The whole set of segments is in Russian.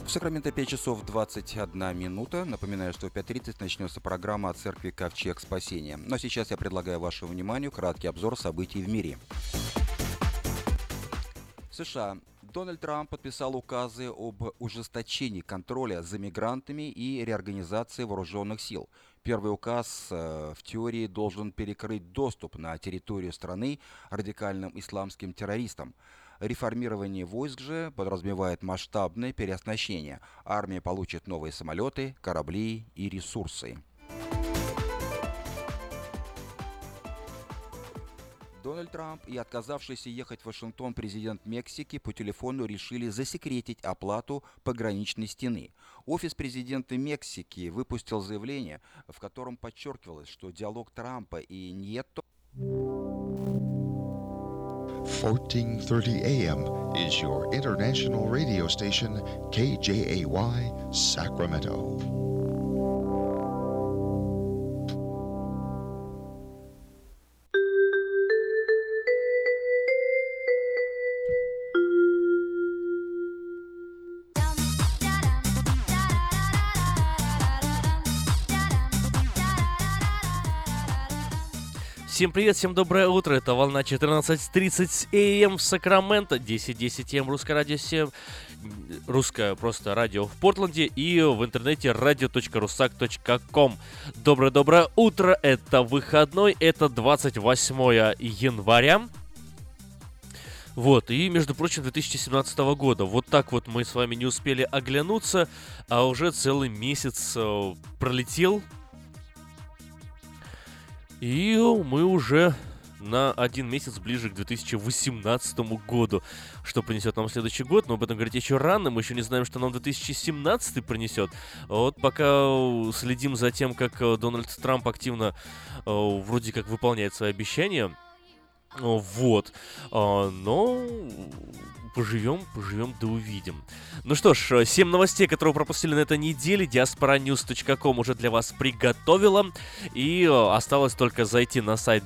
В Сакраменто 5 часов 21 минута. Напоминаю, что в 5:30 начнется программа о церкви «Ковчег спасения». Но сейчас я предлагаю вашему вниманию краткий обзор событий в мире. США. Дональд Трамп подписал указы об ужесточении контроля за мигрантами и реорганизации вооруженных сил. Первый указ в теории должен перекрыть доступ на территорию страны радикальным исламским террористам. Реформирование войск же подразумевает масштабное переоснащение. Армия получит новые самолеты, корабли и ресурсы. Дональд Трамп и отказавшийся ехать в Вашингтон президент Мексики по телефону решили засекретить оплату пограничной стены. Офис президента Мексики выпустил заявление, в котором подчеркивалось, что диалог Трампа и Ньетто 1430 AM is your international radio station, KJAY, Sacramento. Всем привет, всем доброе утро, это волна 14:30 АМ в Сакраменто, 10:10 АМ русское радио 7, русское просто радио в Портленде и в интернете radio.rusak.com. Доброе утро, это выходной, это 28 января. Вот, и, между прочим, 2017 года. Вот так вот мы с вами не успели оглянуться, а уже целый месяц пролетел. И мы уже на один месяц ближе к 2018 году. Что принесет нам следующий год, но об этом говорить еще рано. Мы еще не знаем, что нам 2017 принесет. Вот пока следим за тем, как Дональд Трамп активно вроде как выполняет свои обещания. Вот. Но поживем да увидим. Ну что ж, 7 новостей, которые пропустили на этой неделе, diasporanews.com уже для вас приготовила. И осталось только зайти на сайт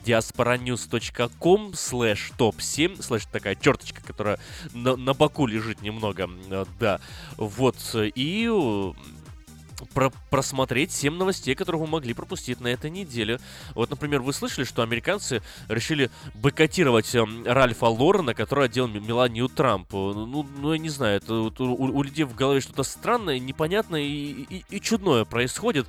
diasporanews.com/top7, такая черточка, которая на боку лежит немного, да. Вот, и просмотреть 7 новостей, которые вы могли пропустить на этой неделе. Вот, например, вы слышали, что американцы решили бойкотировать Ральфа Лорена, который одел Меланию Трамп. Ну, я не знаю, это у людей в голове что-то странное, непонятное и чудное происходит.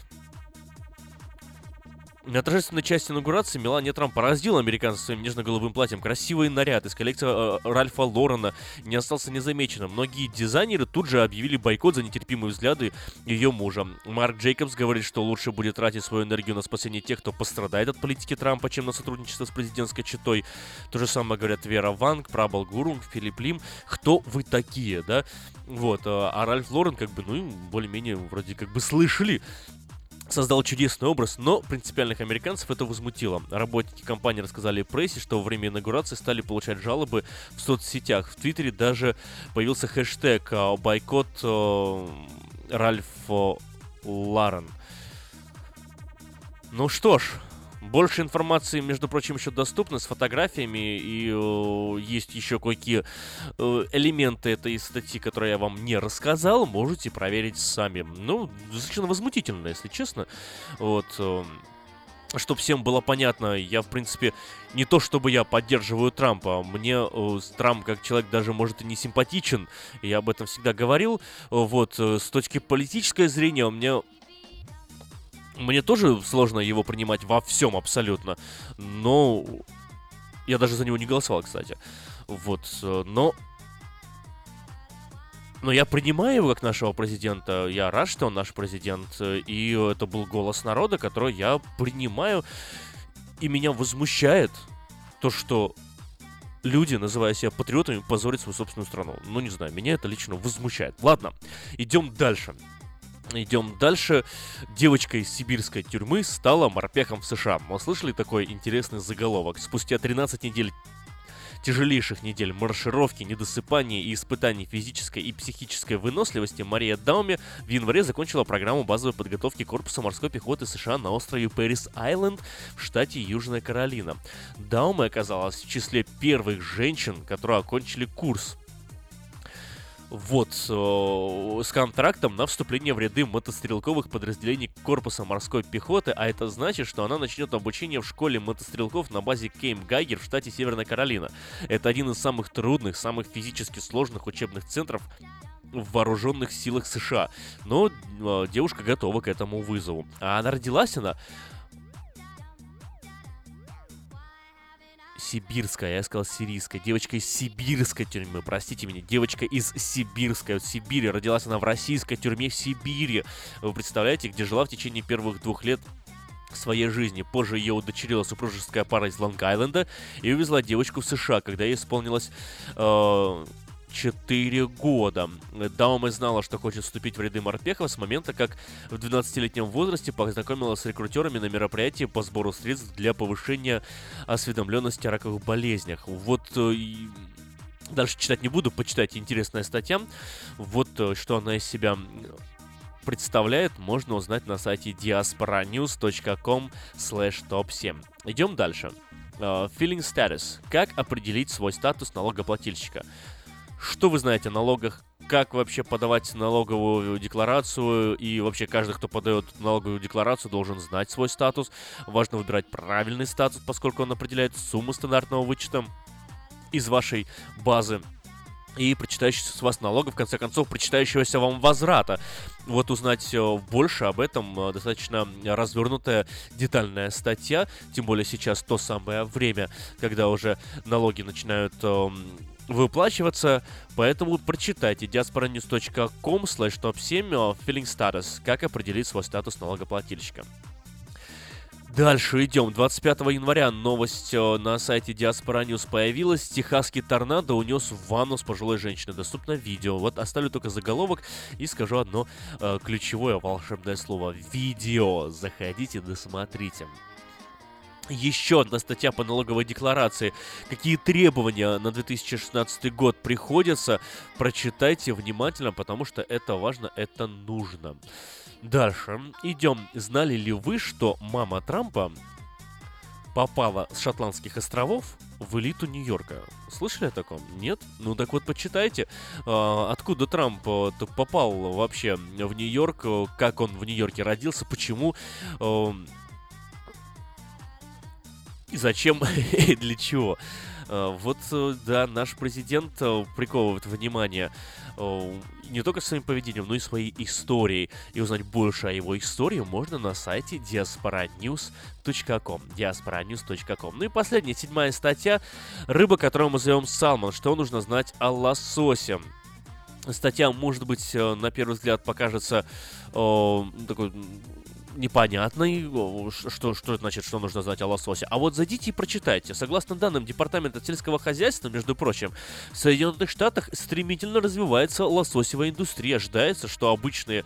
На торжественной части инаугурации Мелания Трамп поразила американцев своим нежно-голубым платьем. Красивый наряд из коллекции Ральфа Лорена не остался незамеченным. Многие дизайнеры тут же объявили бойкот за нетерпимые взгляды ее мужа. Марк Джейкобс говорит, что лучше будет тратить свою энергию на спасение тех, кто пострадает от политики Трампа, чем на сотрудничество с президентской четой. То же самое говорят Вера Ванг, Прабал Гурунг, Филипп Лим. Кто вы такие, да? Вот, а Ральф Лорен более-менее вроде слышали. Создал чудесный образ, но принципиальных американцев это возмутило. Работники компании рассказали прессе, что во время инаугурации стали получать жалобы в соцсетях. В Твиттере даже появился хэштег «Бойкот Ральф Лорен». Ну что ж, больше информации, между прочим, еще доступна с фотографиями, и есть еще кое-какие элементы этой статьи, которые я вам не рассказал, можете проверить сами. Ну, достаточно возмутительно, если честно. Вот, чтобы всем было понятно, я, в принципе, не то чтобы я поддерживаю Трампа, мне Трамп как человек даже, может, и не симпатичен, я об этом всегда говорил. Вот, с точки политической зрения мне тоже сложно его принимать во всем абсолютно, но я даже за него не голосовал, кстати. Вот, но я принимаю его как нашего президента, я рад, что он наш президент, и это был голос народа, который я принимаю, и меня возмущает то, что люди, называя себя патриотами, позорят свою собственную страну. Ну, не знаю, меня это лично возмущает. Ладно, идем дальше. Девочка из сибирской тюрьмы стала морпехом в США. Мы слышали такой интересный заголовок? Спустя 13 тяжелейших недель маршировки, недосыпания и испытаний физической и психической выносливости Мария Дауми в январе закончила программу базовой подготовки корпуса морской пехоты США на острове Пэрис-Айленд в штате Южная Каролина. Дауми оказалась в числе первых женщин, которые окончили курс. Вот, с контрактом на вступление в ряды мотострелковых подразделений Корпуса морской пехоты, а это значит, что она начнет обучение в школе мотострелков на базе Кейп Гайгер в штате Северная Каролина. Это один из самых трудных, самых физически сложных учебных центров в вооруженных силах США. Но девушка готова к этому вызову. А она родилась сибирская, я сказал сирийская, девочка из сибирской тюрьмы, простите меня, девочка из сибирской, от Сибири, родилась она в российской тюрьме в Сибири, вы представляете, где жила в течение первых 2 лет своей жизни. Позже ее удочерила супружеская пара из Лонг-Айленда и увезла девочку в США, когда ей исполнилось 4 года. Дауме знала, что хочет вступить в ряды морпехов с момента, как в 12-летнем возрасте познакомилась с рекрутерами на мероприятии по сбору средств для повышения осведомленности о раковых болезнях. Вот дальше читать не буду, почитайте, интересная статья. Вот что она из себя представляет, можно узнать на сайте diasporanews.com/top7. Идем дальше. Filing status. Как определить свой статус налогоплательщика? Что вы знаете о налогах? Как вообще подавать налоговую декларацию? И вообще каждый, кто подает налоговую декларацию, должен знать свой статус. Важно выбирать правильный статус, поскольку он определяет сумму стандартного вычета из вашей базы и причитающийся с вас налога, в конце концов, причитающегося вам возврата. Вот узнать больше об этом достаточно развернутая, детальная статья, тем более сейчас то самое время, когда уже налоги начинают выплачиваться, поэтому прочитайте diasporanews.com/top7 Filing Status, как определить свой статус налогоплательщика. Дальше идем. 25 января новость на сайте Diaspora News появилась. Техасский торнадо унес в ванну с пожилой женщиной. Доступно видео. Вот оставлю только заголовок и скажу одно ключевое волшебное слово. Видео. Заходите, досмотрите. Еще одна статья по налоговой декларации. Какие требования на 2016 год приходятся, прочитайте внимательно, потому что это важно, это нужно. Дальше идем. Знали ли вы, что мама Трампа попала с Шотландских островов в элиту Нью-Йорка? Слышали о таком? Нет? Ну так вот, почитайте, откуда Трамп попал вообще в Нью-Йорк, как он в Нью-Йорке родился, почему... И зачем и для чего? Вот, да, наш президент приковывает внимание не только своим поведением, но и своей историей. И узнать больше о его истории можно на сайте diasporanews.com. diasporanews.com. Ну и последняя, 7-я статья. Рыба, которую мы зовем салмон. Что нужно знать о лососе? Статья, может быть, на первый взгляд покажется такой... непонятный, что значит, что нужно знать о лососе. А вот зайдите и прочитайте. Согласно данным Департамента сельского хозяйства, между прочим, в Соединенных Штатах стремительно развивается лососевая индустрия. Ожидается, что обычные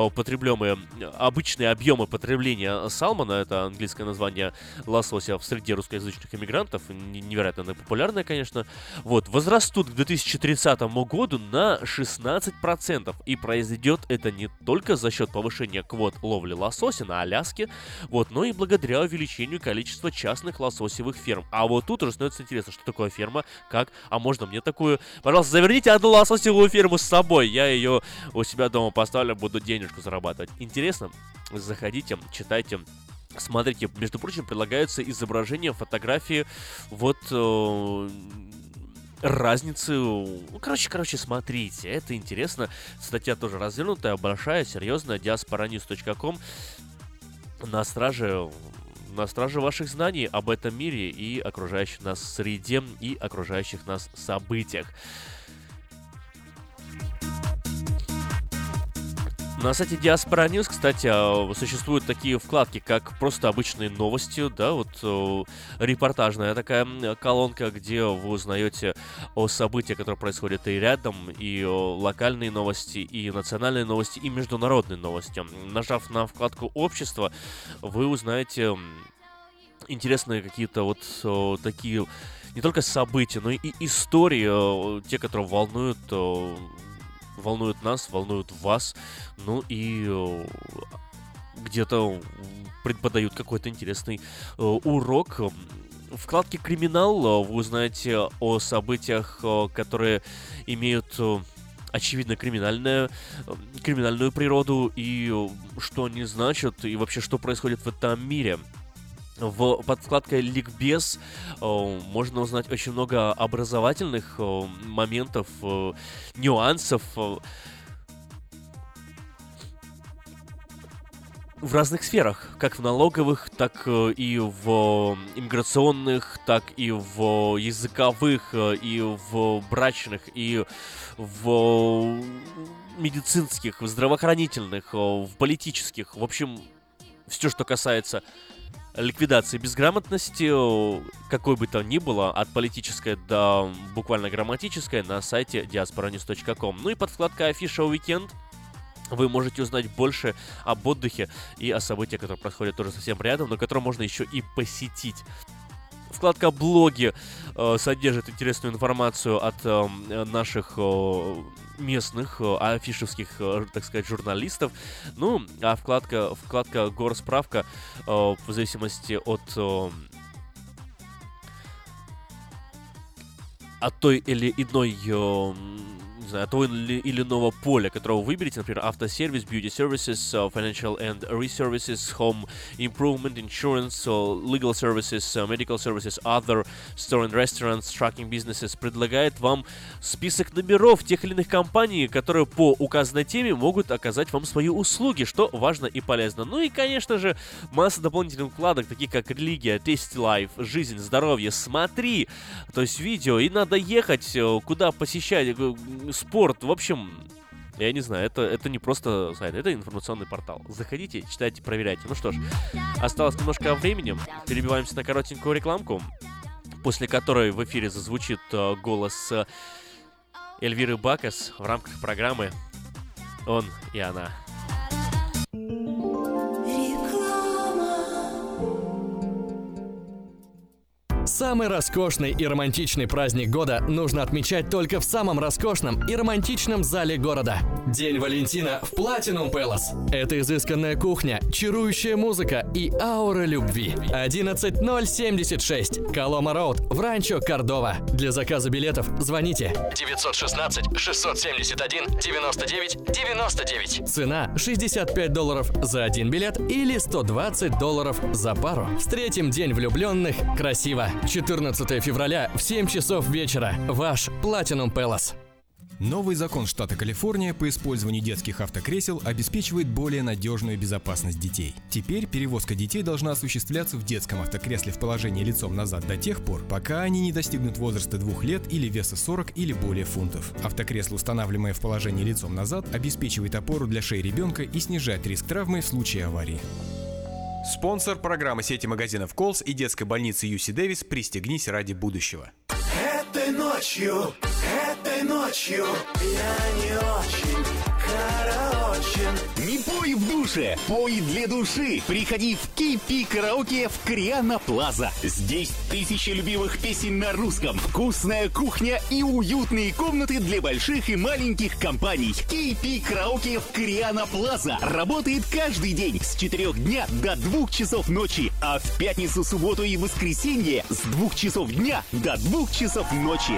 объемы потребления салмона, это английское название лосося в среде русскоязычных иммигрантов, невероятно популярное, конечно, вот, возрастут к 2030 году на 16%. И произойдет это не только за счет повышения квот ловли лосося на Аляске, вот, но и благодаря увеличению количества частных лососевых ферм. А вот тут уже становится интересно, что такое ферма, как, а можно мне такую? Пожалуйста, заверните одну лососевую ферму с собой, я ее у себя дома поставлю, буду денежку зарабатывать. Интересно? Заходите, читайте. Смотрите, между прочим, предлагаются изображения, фотографии, вот... разницы, короче, смотрите, это интересно. Статья тоже развернутая, большая, серьезная, diasporanews.com. На страже ваших знаний об этом мире и окружающей нас среде и окружающих нас событиях. На сайте Diaspora News, кстати, существуют такие вкладки, как просто обычные новости, да, вот репортажная такая колонка, где вы узнаете о событиях, которые происходят и рядом, и локальные новости, и национальные новости, и международные новости. Нажав на вкладку «Общество», вы узнаете интересные какие-то вот такие не только события, но и истории, те, которые волнуют нас, волнуют вас, ну и где-то преподают какой-то интересный урок. В вкладке «Криминал» вы узнаете о событиях, которые имеют очевидно, криминальную природу, и что они значат, и вообще, что происходит в этом мире. Под вкладкой «Ликбез» можно узнать очень много образовательных моментов, нюансов, в разных сферах, как в налоговых, так и в иммиграционных, так и в языковых, и в брачных, и в медицинских, в здравоохранительных, в политических. В общем, все, что касается ликвидации безграмотности, какой бы то ни было, от политической до буквально грамматической, на сайте diasporanews.com. Ну и под вкладкой «Official Weekend» вы можете узнать больше об отдыхе и о событиях, которые происходят тоже совсем рядом, но которые можно еще и посетить. Вкладка «Блоги» содержит интересную информацию от наших местных, афишевских, так сказать, журналистов. Ну, а вкладка «Горсправка» в зависимости от той или иной... того или иного поля, которого вы выберете, например, автосервис, beauty services, financial and reservices, home improvement, insurance, legal services, medical services, other, store and restaurants, trucking businesses, предлагает вам список номеров тех или иных компаний, которые по указанной теме могут оказать вам свои услуги, что важно и полезно. Ну и, конечно же, масса дополнительных вкладок, таких как религия, tasty life, жизнь, здоровье, смотри, то есть видео, и надо ехать, куда посещать, спорт, в общем, я не знаю, это не просто сайт, это информационный портал. Заходите, читайте, проверяйте. Ну что ж, осталось немножко времени, перебиваемся на коротенькую рекламку, после которой в эфире зазвучит голос Эльвиры Бакас в рамках программы «Он и она». Самый роскошный и романтичный праздник года нужно отмечать только в самом роскошном и романтичном зале города. День Валентина в Platinum Palace. Это изысканная кухня, чарующая музыка и аура любви. 11076 Колома Роуд в Ранчо Кордова. Для заказа билетов звоните 916 671 99 99. Цена $65 за один билет или $120 за пару. Встретим День влюбленных красиво. 14 февраля в 7 часов вечера. Ваш Platinum Palace. Новый закон штата Калифорния по использованию детских автокресел обеспечивает более надежную безопасность детей. Теперь перевозка детей должна осуществляться в детском автокресле в положении лицом назад до тех пор, пока они не достигнут возраста 2 лет или веса 40 или более фунтов. Автокресло, устанавливаемое в положении лицом назад, обеспечивает опору для шеи ребенка и снижает риск травмы в случае аварии. Спонсор программы сети магазинов Колс и детской больницы Юси Дэвис «Пристегнись ради будущего». Этой ночью я не очень караочен. Не пой в душе, пой для души. Приходи в KP Караоке в Кориана Плаза. Здесь тысячи любимых песен на русском, вкусная кухня и уютные комнаты для больших и маленьких компаний. KP Караоке в Кориана Плаза работает каждый день с 4 дня до 2 часов ночи, а в пятницу, субботу и воскресенье с 2 часов дня до 2 часов ночи.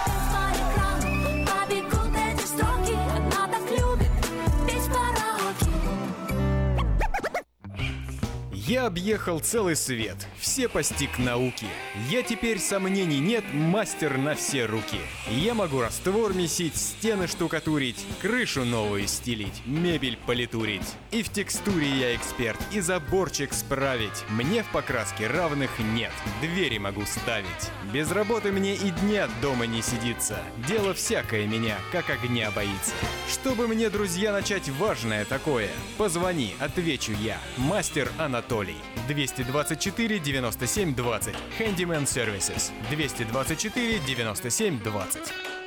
Я объехал целый свет, все постиг науки. Я теперь, сомнений нет, мастер на все руки. Я могу раствор месить, стены штукатурить, крышу новую стелить, мебель политурить. И в текстуре я эксперт, и заборчик справить. Мне в покраске равных нет, двери могу ставить. Без работы мне и дня дома не сидится. Дело всякое меня, как огня боится. Чтобы мне, друзья, начать важное такое, позвони, отвечу я, мастер Анатолий. 224 97 20. Handyman Services. 224 97 20.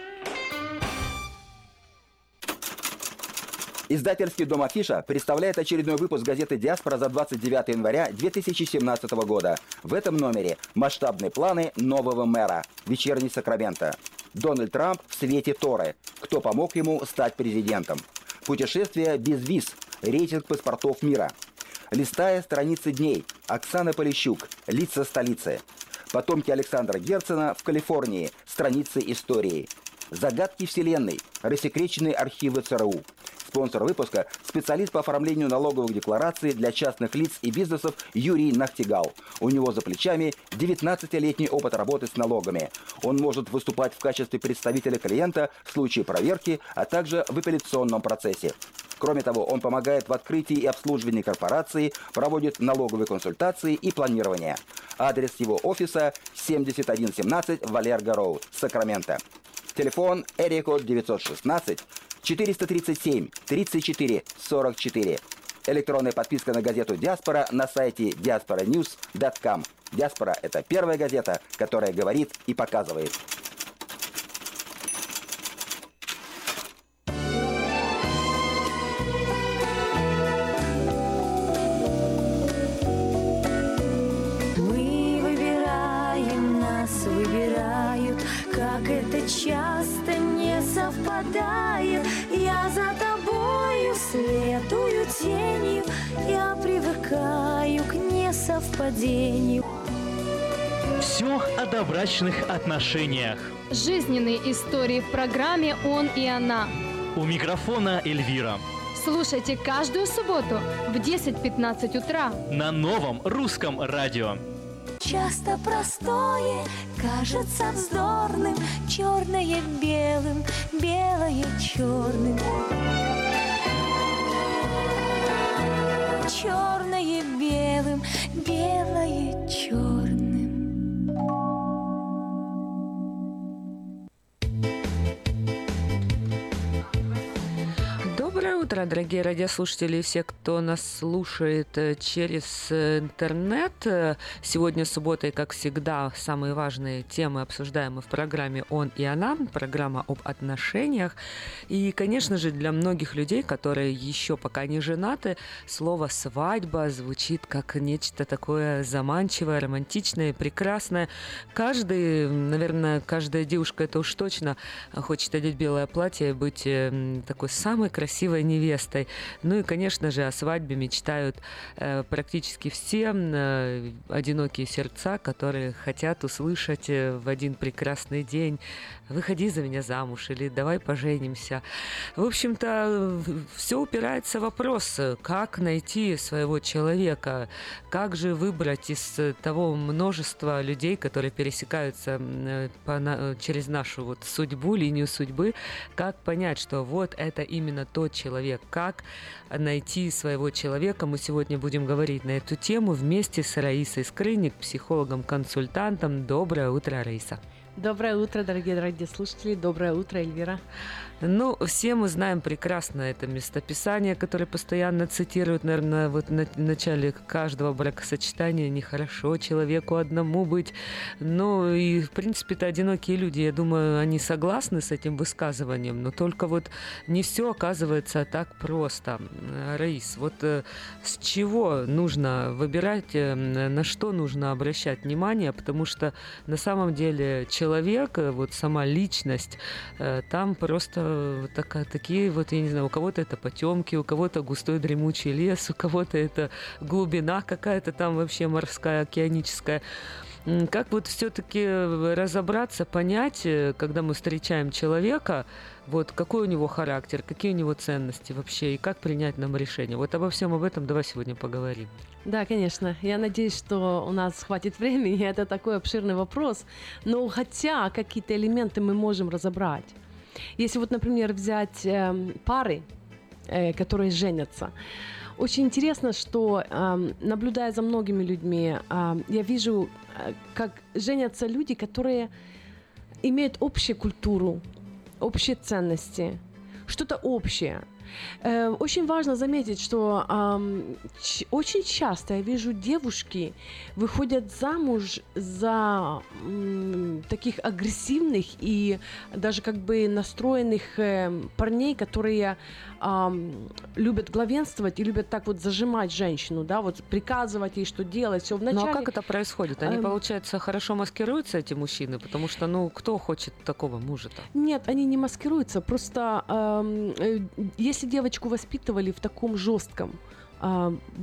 Издательский дом «Афиша» представляет очередной выпуск газеты «Диаспора» за 29 января 2017 года. В этом номере масштабные планы нового мэра. Вечерний Сакраменто. Дональд Трамп в свете Торы. Кто помог ему стать президентом? Путешествие без виз. Рейтинг паспортов мира. Листая страницы дней. Оксана Полищук. Лица столицы. Потомки Александра Герцена в Калифорнии. Страницы истории. Загадки Вселенной. Рассекреченные архивы ЦРУ. Спонсор выпуска – специалист по оформлению налоговых деклараций для частных лиц и бизнесов Юрий Нахтигал. У него за плечами 19-летний опыт работы с налогами. Он может выступать в качестве представителя клиента в случае проверки, а также в апелляционном процессе. Кроме того, он помогает в открытии и обслуживании корпорации, проводит налоговые консультации и планирование. Адрес его офиса 7117 Валерго Роуд, Сакраменто. Телефон эрикод 916 437 34 44. Электронная подписка на газету «Диаспора» на сайте diasporanews.com. «Диаспора» — это первая газета, которая говорит и показывает. Мы выбираем, нас выбирают, как это часто не совпадает. Я за тобою следую тенью, я привыкаю к несовпадению. Все о добрачных отношениях. Жизненные истории в программе «Он и она». У микрофона Эльвира. Слушайте каждую субботу в 10:15 утра На новом русском радио. Часто простое кажется вздорным, черное белым, белое черным. Черное белым, белое черным. Доброе утро, дорогие радиослушатели и все, кто нас слушает через интернет. Сегодня суббота, и, как всегда, самые важные темы обсуждаемы в программе «Он и она», программа об отношениях. И, конечно же, для многих людей, которые еще пока не женаты, слово «свадьба» звучит как нечто такое заманчивое, романтичное, прекрасное. Каждый, наверное, каждая девушка это уж точно хочет одеть белое платье и быть такой самой красивой невестой. Ну и, конечно же, о свадьбе мечтают практически все одинокие сердца, которые хотят услышать в один прекрасный день: «Выходи за меня замуж» или «Давай поженимся». В общем-то, все упирается в вопрос, как найти своего человека, как же выбрать из того множества людей, которые пересекаются через нашу вот судьбу, линию судьбы, как понять, что вот это именно тот человек, как найти своего человека. Мы сегодня будем говорить на эту тему вместе с Раисой Скрынник, психологом-консультантом. Доброе утро, Раиса. Доброе утро, дорогие радиослушатели. Доброе утро, Эльвира. Ну, все мы знаем прекрасно это местописание, которое постоянно цитируют, наверное, вот на начале каждого бракосочетания: нехорошо человеку одному быть. Ну, и, в принципе-то, одинокие люди, я думаю, они согласны с этим высказыванием, но только вот не все оказывается так просто. Раис, вот с чего нужно выбирать, на что нужно обращать внимание, потому что на самом деле человек, вот сама личность, там просто такие вот, я не знаю, у кого-то это потемки, у кого-то густой дремучий лес, у кого-то это глубина какая-то там вообще морская, океаническая. Как вот все-таки разобраться, понять, когда мы встречаем человека, вот какой у него характер, какие у него ценности вообще, и как принять нам решение. Вот обо всем об этом давай сегодня поговорим. Да, конечно. Я надеюсь, что у нас хватит времени. Это такой обширный вопрос. Но хотя какие-то элементы мы можем разобрать. Если вот, например, взять пары, которые женятся, очень интересно, что, наблюдая за многими людьми, я вижу, как женятся люди, которые имеют общую культуру, общие ценности, что-то общее. Очень важно заметить, что очень часто я вижу, девушки выходят замуж за таких агрессивных и даже как бы настроенных парней, которые любят главенствовать и любят так вот зажимать женщину, да, вот приказывать ей, что делать, все вначале. Ну а как это происходит? Они, получается, хорошо маскируются, эти мужчины, потому что, ну, кто хочет такого мужа-то? Нет, они не маскируются, просто если девочку воспитывали в таком жестком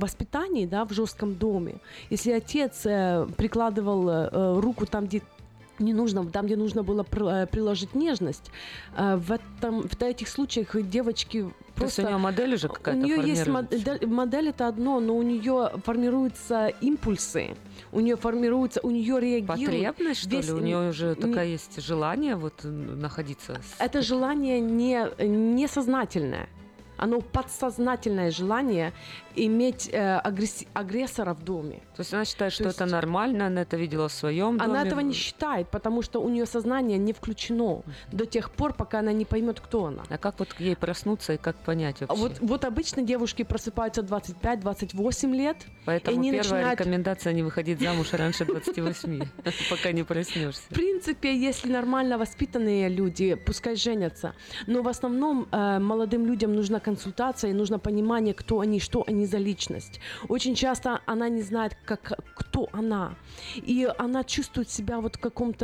воспитании, да, в жестком доме, если отец прикладывал руку там, где не нужно, там, где нужно было приложить нежность, в этих случаях девочки просто... То есть у нее модель уже какая-то У нее формируется? есть модель, это одно, но у нее формируются импульсы, у нее реагирует... Потребность, что ли? У нее уже такое есть желание вот находиться... Это желание не сознательное. Оно подсознательное желание иметь агрессора в доме. То есть она считает, что это нормально, она это видела в своем доме? Она этого не считает, потому что у нее сознание не включено до тех пор, пока она не поймет, кто она. А как вот ей проснуться и как понять вообще? Вот обычно девушки просыпаются 25-28 лет. Поэтому и первая рекомендация не выходить замуж раньше 28, пока не проснешься. В принципе, если нормально воспитанные люди, пускай женятся. Но в основном молодым людям нужна консультация и нужно понимание, кто они, что они за личность. Очень часто она не знает, кто она. И она чувствует себя вот в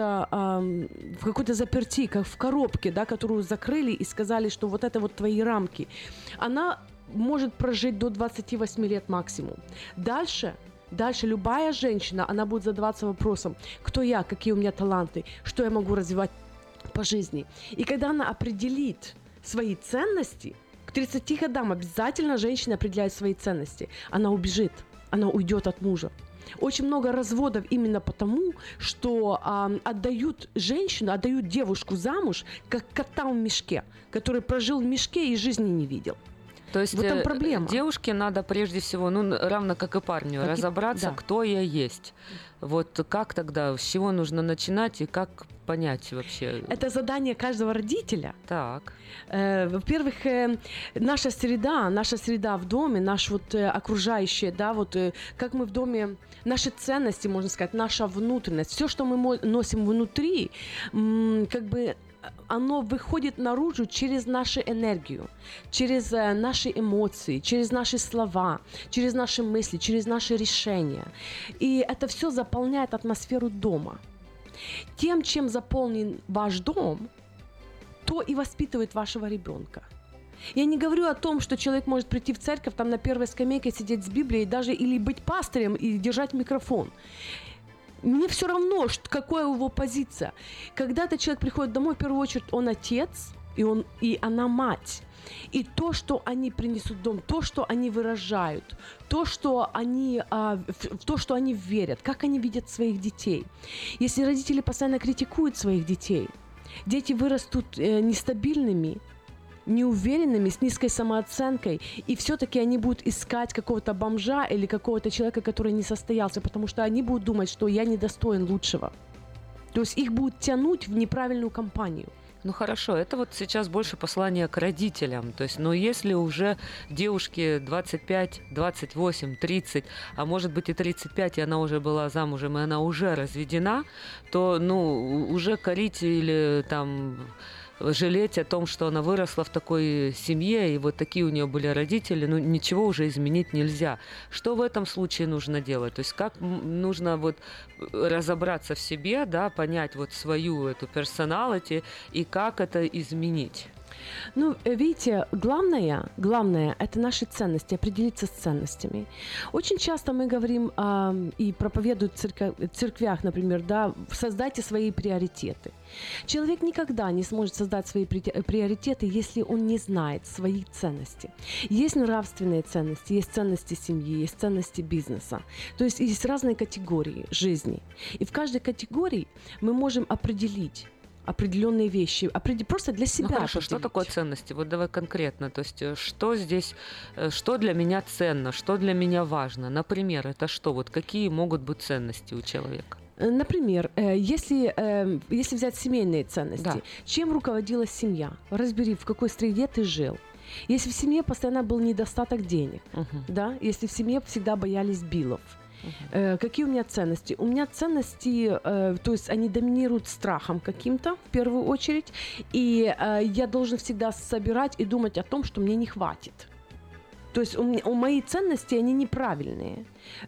какой-то заперти, как в коробке, да, которую закрыли и сказали, что вот это вот твои рамки. Она может прожить до 28 лет максимум. Дальше любая женщина, она будет задаваться вопросом, кто я, какие у меня таланты, что я могу развивать по жизни. И когда она определит свои ценности, к 30 годам обязательно женщина определяет свои ценности. Она убежит, она уйдет от мужа. Очень много разводов именно потому, что отдают девушку замуж, как кота в мешке, который прожил в мешке и жизни не видел. То есть в этом проблема. Девушке надо прежде всего, равно как и парню, разобраться, кто я есть. Вот как тогда, с чего нужно начинать и как понять вообще? Это задание каждого родителя. Так. Во-первых, наша среда в доме, наш окружающее, да, как мы в доме, наши ценности, можно сказать, наша внутренность, все, что мы носим внутри, оно выходит наружу через нашу энергию, через наши эмоции, через наши слова, через наши мысли, через наши решения. И это все заполняет атмосферу дома. Тем, чем заполнен ваш дом, то и воспитывает вашего ребенка. Я не говорю о том, что человек может прийти в церковь, там на первой скамейке сидеть с Библией, даже или быть пастырем и держать микрофон. Мне все равно, какая его позиция. Когда-то человек приходит домой, в первую очередь он отец, и она мать. И то, что они принесут в дом, то, что они выражают, в то, что они верят, как они видят своих детей. Если родители постоянно критикуют своих детей, дети вырастут нестабильными, неуверенными, с низкой самооценкой, и все-таки они будут искать какого-то бомжа или какого-то человека, который не состоялся, потому что они будут думать, что я недостоин лучшего. То есть их будут тянуть в неправильную компанию. Ну хорошо, это вот сейчас больше послание к родителям. То есть, если уже девушке 25, 28, 30, а может быть и 35, и она уже была замужем, и она уже разведена, то, уже корить или жалеть о том, что она выросла в такой семье, и вот такие у нее были родители, ничего уже изменить нельзя. Что в этом случае нужно делать? То есть как нужно разобраться в себе, да, понять свою эту персоналити и как это изменить? Видите, главное – это наши ценности, определиться с ценностями. Очень часто мы говорим и проповедуют в церквях, например, да, создайте свои приоритеты. Человек никогда не сможет создать свои приоритеты, если он не знает свои ценности. Есть нравственные ценности, есть ценности семьи, есть ценности бизнеса. То есть есть разные категории жизни. И в каждой категории мы можем определить определенные вещи, просто для себя. Хорошо, что такое ценности? Вот давай конкретно. То есть что здесь, что для меня ценно, что для меня важно? Например, это что? Какие могут быть ценности у человека? Например, если взять семейные ценности, да. Чем руководила семья? Разбери, в какой среде ты жил. Если в семье постоянно был недостаток денег, да? Если в семье всегда боялись биллов, какие у меня ценности? У меня ценности, то есть они доминируют страхом каким-то, в первую очередь, и я должен всегда собирать и думать о том, что мне не хватит. То есть мои ценности, они неправильные.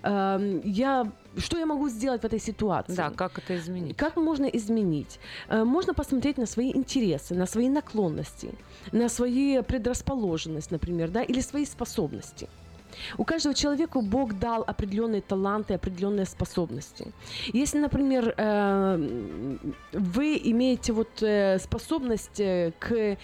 Что я могу сделать в этой ситуации? Да, как это изменить? Как можно изменить? Можно посмотреть на свои интересы, на свои наклонности, на свои предрасположенность, например, да, или свои способности. У каждого человека Бог дал определенные таланты, определенные способности. Если, например, вы имеете способность к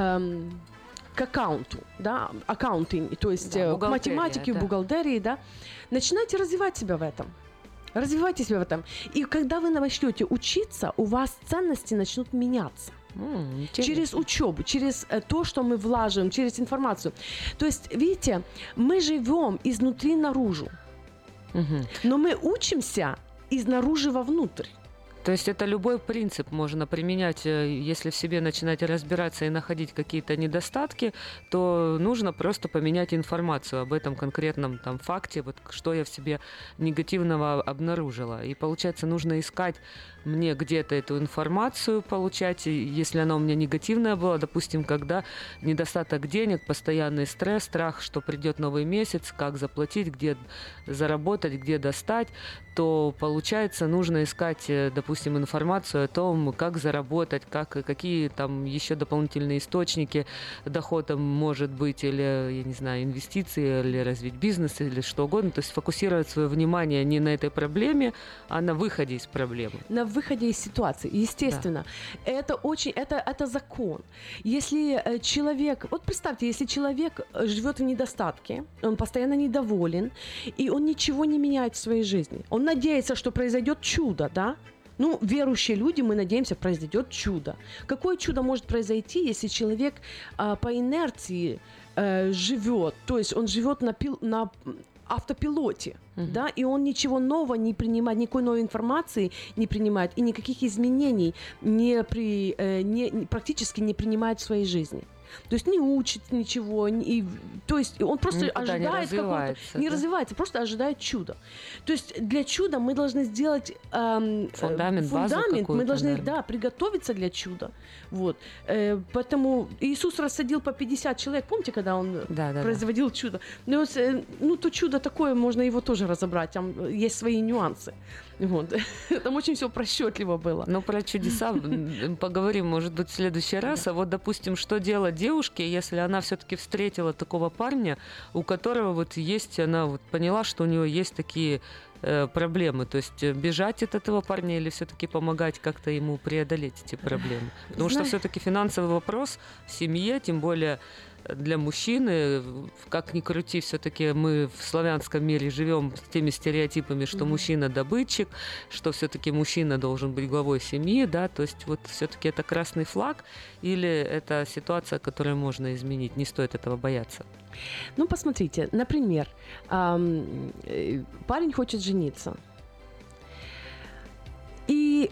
аккаунту, да, аккаунтинг, то есть к математике, бухгалтерии, да, начинайте развивать себя в этом. Развивайте себя в этом. И когда вы начнете учиться, у вас ценности начнут меняться. Через учебу, через то, что мы влаживаем, через информацию. То есть, видите, мы живем изнутри наружу, но мы учимся изнаружи вовнутрь. То есть это любой принцип можно применять, если в себе начинать разбираться и находить какие-то недостатки, то нужно просто поменять информацию об этом конкретном там факте, вот что я в себе негативного обнаружила. И получается, нужно искать мне где-то эту информацию получать, и если она у меня негативная была, допустим, когда недостаток денег, постоянный стресс, страх, что придет новый месяц, как заплатить, где заработать, где достать, то получается, нужно искать, допустим, информацию о том, как заработать, какие там еще дополнительные источники дохода может быть, или, я не знаю, инвестиции, или развить бизнес, или что угодно. То есть фокусировать свое внимание не на этой проблеме, а на выходе из проблемы. На выходе из ситуации, естественно. Да. Это закон. Если человек, вот представьте, если человек живет в недостатке, он постоянно недоволен, и он ничего не меняет в своей жизни, он надеется, что произойдет чудо, да? Ну, верующие люди, мы надеемся, произойдет чудо. Какое чудо может произойти, если человек по инерции живет, то есть он живет на автопилоте, да, и он ничего нового не принимает, никакой новой информации не принимает и никаких изменений практически не принимает в своей жизни. То есть не учит ничего, то есть он просто ожидает какого-то... Не развивается, просто ожидает чуда. То есть для чуда мы должны сделать фундамент, мы должны, приготовиться для чуда. Вот. Поэтому Иисус рассадил по 50 человек, помните, когда он производил чудо? Ну, то чудо такое, можно его тоже разобрать, там есть свои нюансы. Вот. Там очень все просчетливо было. Ну, про чудеса поговорим, может быть, в следующий раз. А вот, допустим, что делать девушке, если она все-таки встретила такого парня, у которого вот есть, она вот поняла, что у него есть такие проблемы, то есть бежать от этого парня или все-таки помогать как-то ему преодолеть эти проблемы? Потому что все-таки финансовый вопрос в семье, тем более для мужчины, как ни крути, все-таки мы в славянском мире живем с теми стереотипами, что мужчина добытчик, что все-таки мужчина должен быть главой семьи, да, то есть вот все-таки это красный флаг или это ситуация, которую можно изменить, не стоит этого бояться? Ну, посмотрите, например, парень хочет жениться, и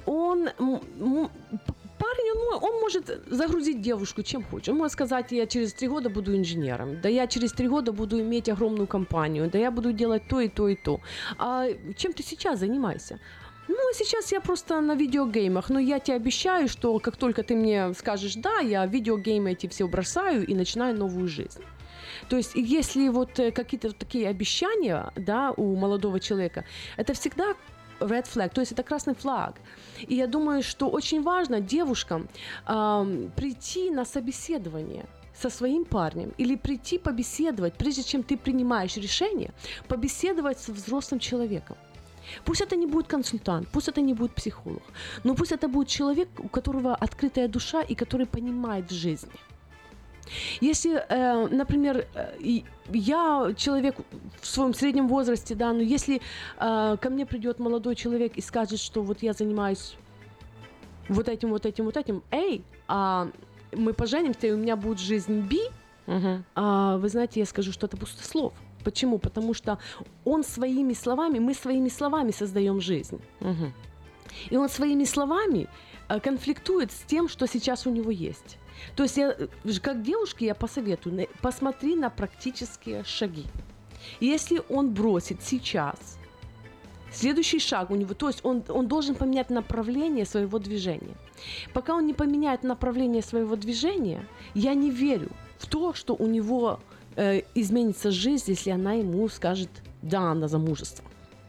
парень, он может загрузить девушку чем хочет. Он может сказать, я через 3 года буду инженером, да я через 3 года буду иметь огромную компанию, да я буду делать то и то и то. А чем ты сейчас занимаешься? Ну, сейчас я просто на видеогеймах, но я тебе обещаю, что как только ты мне скажешь «да», я видеогеймы эти все бросаю и начинаю новую жизнь. То есть, если вот какие-то такие обещания, да, у молодого человека, это всегда red flag, то есть это красный флаг. И я думаю, что очень важно девушкам прийти на собеседование со своим парнем или прийти побеседовать, прежде чем ты принимаешь решение, побеседовать с взрослым человеком. Пусть это не будет консультант, пусть это не будет психолог, но пусть это будет человек, у которого открытая душа и который понимает в жизни. Если, например, я человек в своем среднем возрасте, да, но если ко мне придет молодой человек и скажет, что вот я занимаюсь вот этим, мы поженимся, и у меня будет жизнь B, вы знаете, я скажу, что это пустослов. Почему? Потому что мы своими словами создаем жизнь. И он своими словами конфликтует с тем, что сейчас у него есть. То есть я, как девушке, я посоветую, посмотри на практические шаги. Если он бросит сейчас, следующий шаг у него, то есть он должен поменять направление своего движения. Пока он не поменяет направление своего движения, я не верю в то, что у него изменится жизнь, если она ему скажет «да» на замужество.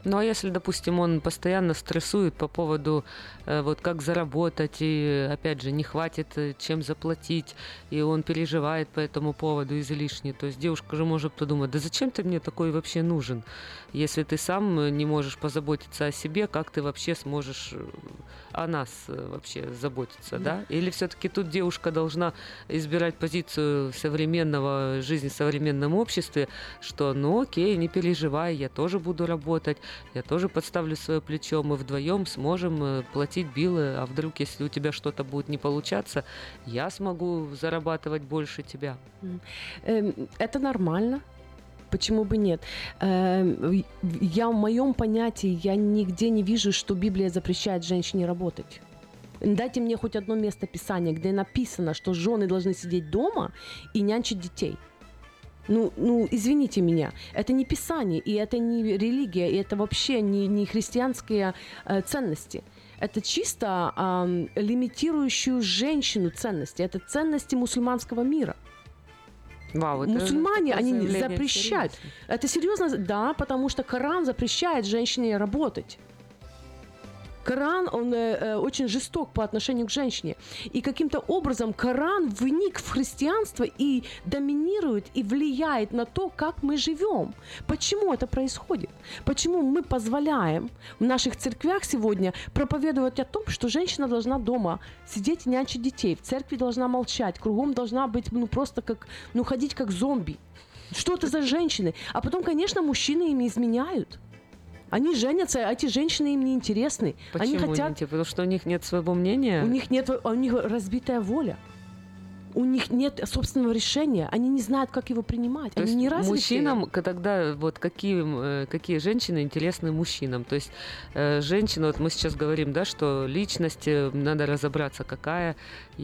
Ну, а если, допустим, он постоянно стрессует по поводу вот как заработать, и, опять же, не хватит чем заплатить, и он переживает по этому поводу излишне, то есть девушка же может подумать, да зачем ты мне такой вообще нужен? Если ты сам не можешь позаботиться о себе, как ты вообще сможешь о нас вообще заботиться, да? Или все-таки тут девушка должна избирать позицию современного жизни в современном обществе, что, ну окей, не переживай, я тоже буду работать, я тоже подставлю свое плечо, мы вдвоем сможем платить биллы, а вдруг, если у тебя что-то будет не получаться, я смогу зарабатывать больше тебя. Это нормально. Почему бы нет? Я в моем понятии, я нигде не вижу, что Библия запрещает женщине работать. Дайте мне хоть одно место Писания, где написано, что жены должны сидеть дома и нянчить детей. Ну, извините меня, это не Писание, и это не религия, и это вообще не христианские ценности. Это чисто лимитирующую женщину ценности. Это ценности мусульманского мира. Вау, мусульмане, они запрещают. Серьезно? Это серьезно? Да, потому что Коран запрещает женщине работать. Коран, он очень жесток по отношению к женщине. И каким-то образом Коран вник в христианство и доминирует, и влияет на то, как мы живем. Почему это происходит? Почему мы позволяем в наших церквях сегодня проповедовать о том, что женщина должна дома сидеть и нянчить детей, в церкви должна молчать, кругом должна быть, просто как, ходить как зомби. Что это за женщины? А потом, конечно, мужчины ими изменяют. Они женятся, а эти женщины им не интересны. Почему они хотят... не? Потому что у них нет своего мнения? У них разбитая воля. У них нет собственного решения, они не знают, как его принимать. То они есть не развиты. Мужчинам тогда вот какие женщины интересны мужчинам? То есть женщина, вот мы сейчас говорим, да, что личность, надо разобраться, какая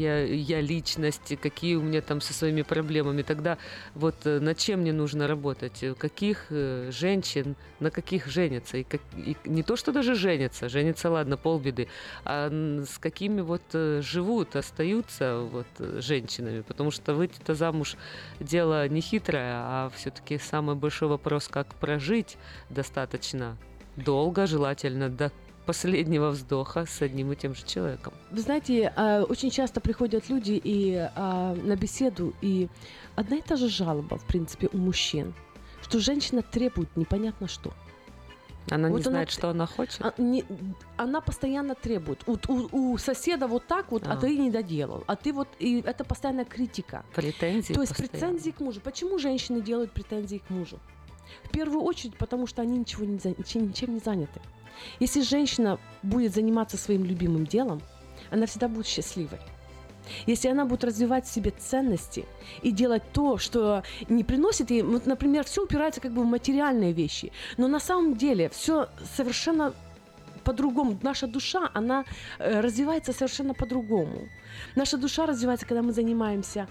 я личность, какие у меня там со своими проблемами. Тогда вот над чем мне нужно работать? Каких женщин, на каких женятся? И не то, что даже женятся, ладно, полбеды, а с какими вот живут, остаются вот женщины. Потому что выйти-то замуж дело не хитрое, а все-таки самый большой вопрос, как прожить достаточно долго, желательно до последнего вздоха с одним и тем же человеком. Вы знаете, очень часто приходят люди на беседу, и одна и та же жалоба, в принципе, у мужчин, что женщина требует непонятно что. Она не знает, что она хочет? Она постоянно требует. У соседа вот так вот, а ты не доделал. А ты вот... И это постоянная критика. Претензии. То есть претензии к мужу. Почему женщины делают претензии к мужу? В первую очередь, потому что они ничем не заняты. Если женщина будет заниматься своим любимым делом, она всегда будет счастливой. Если она будет развивать в себе ценности и делать то, что не приносит ей, вот, например, все упирается как бы в материальные вещи, но на самом деле все совершенно по-другому. Наша душа, она развивается совершенно по-другому. Наша душа развивается, когда мы занимаемся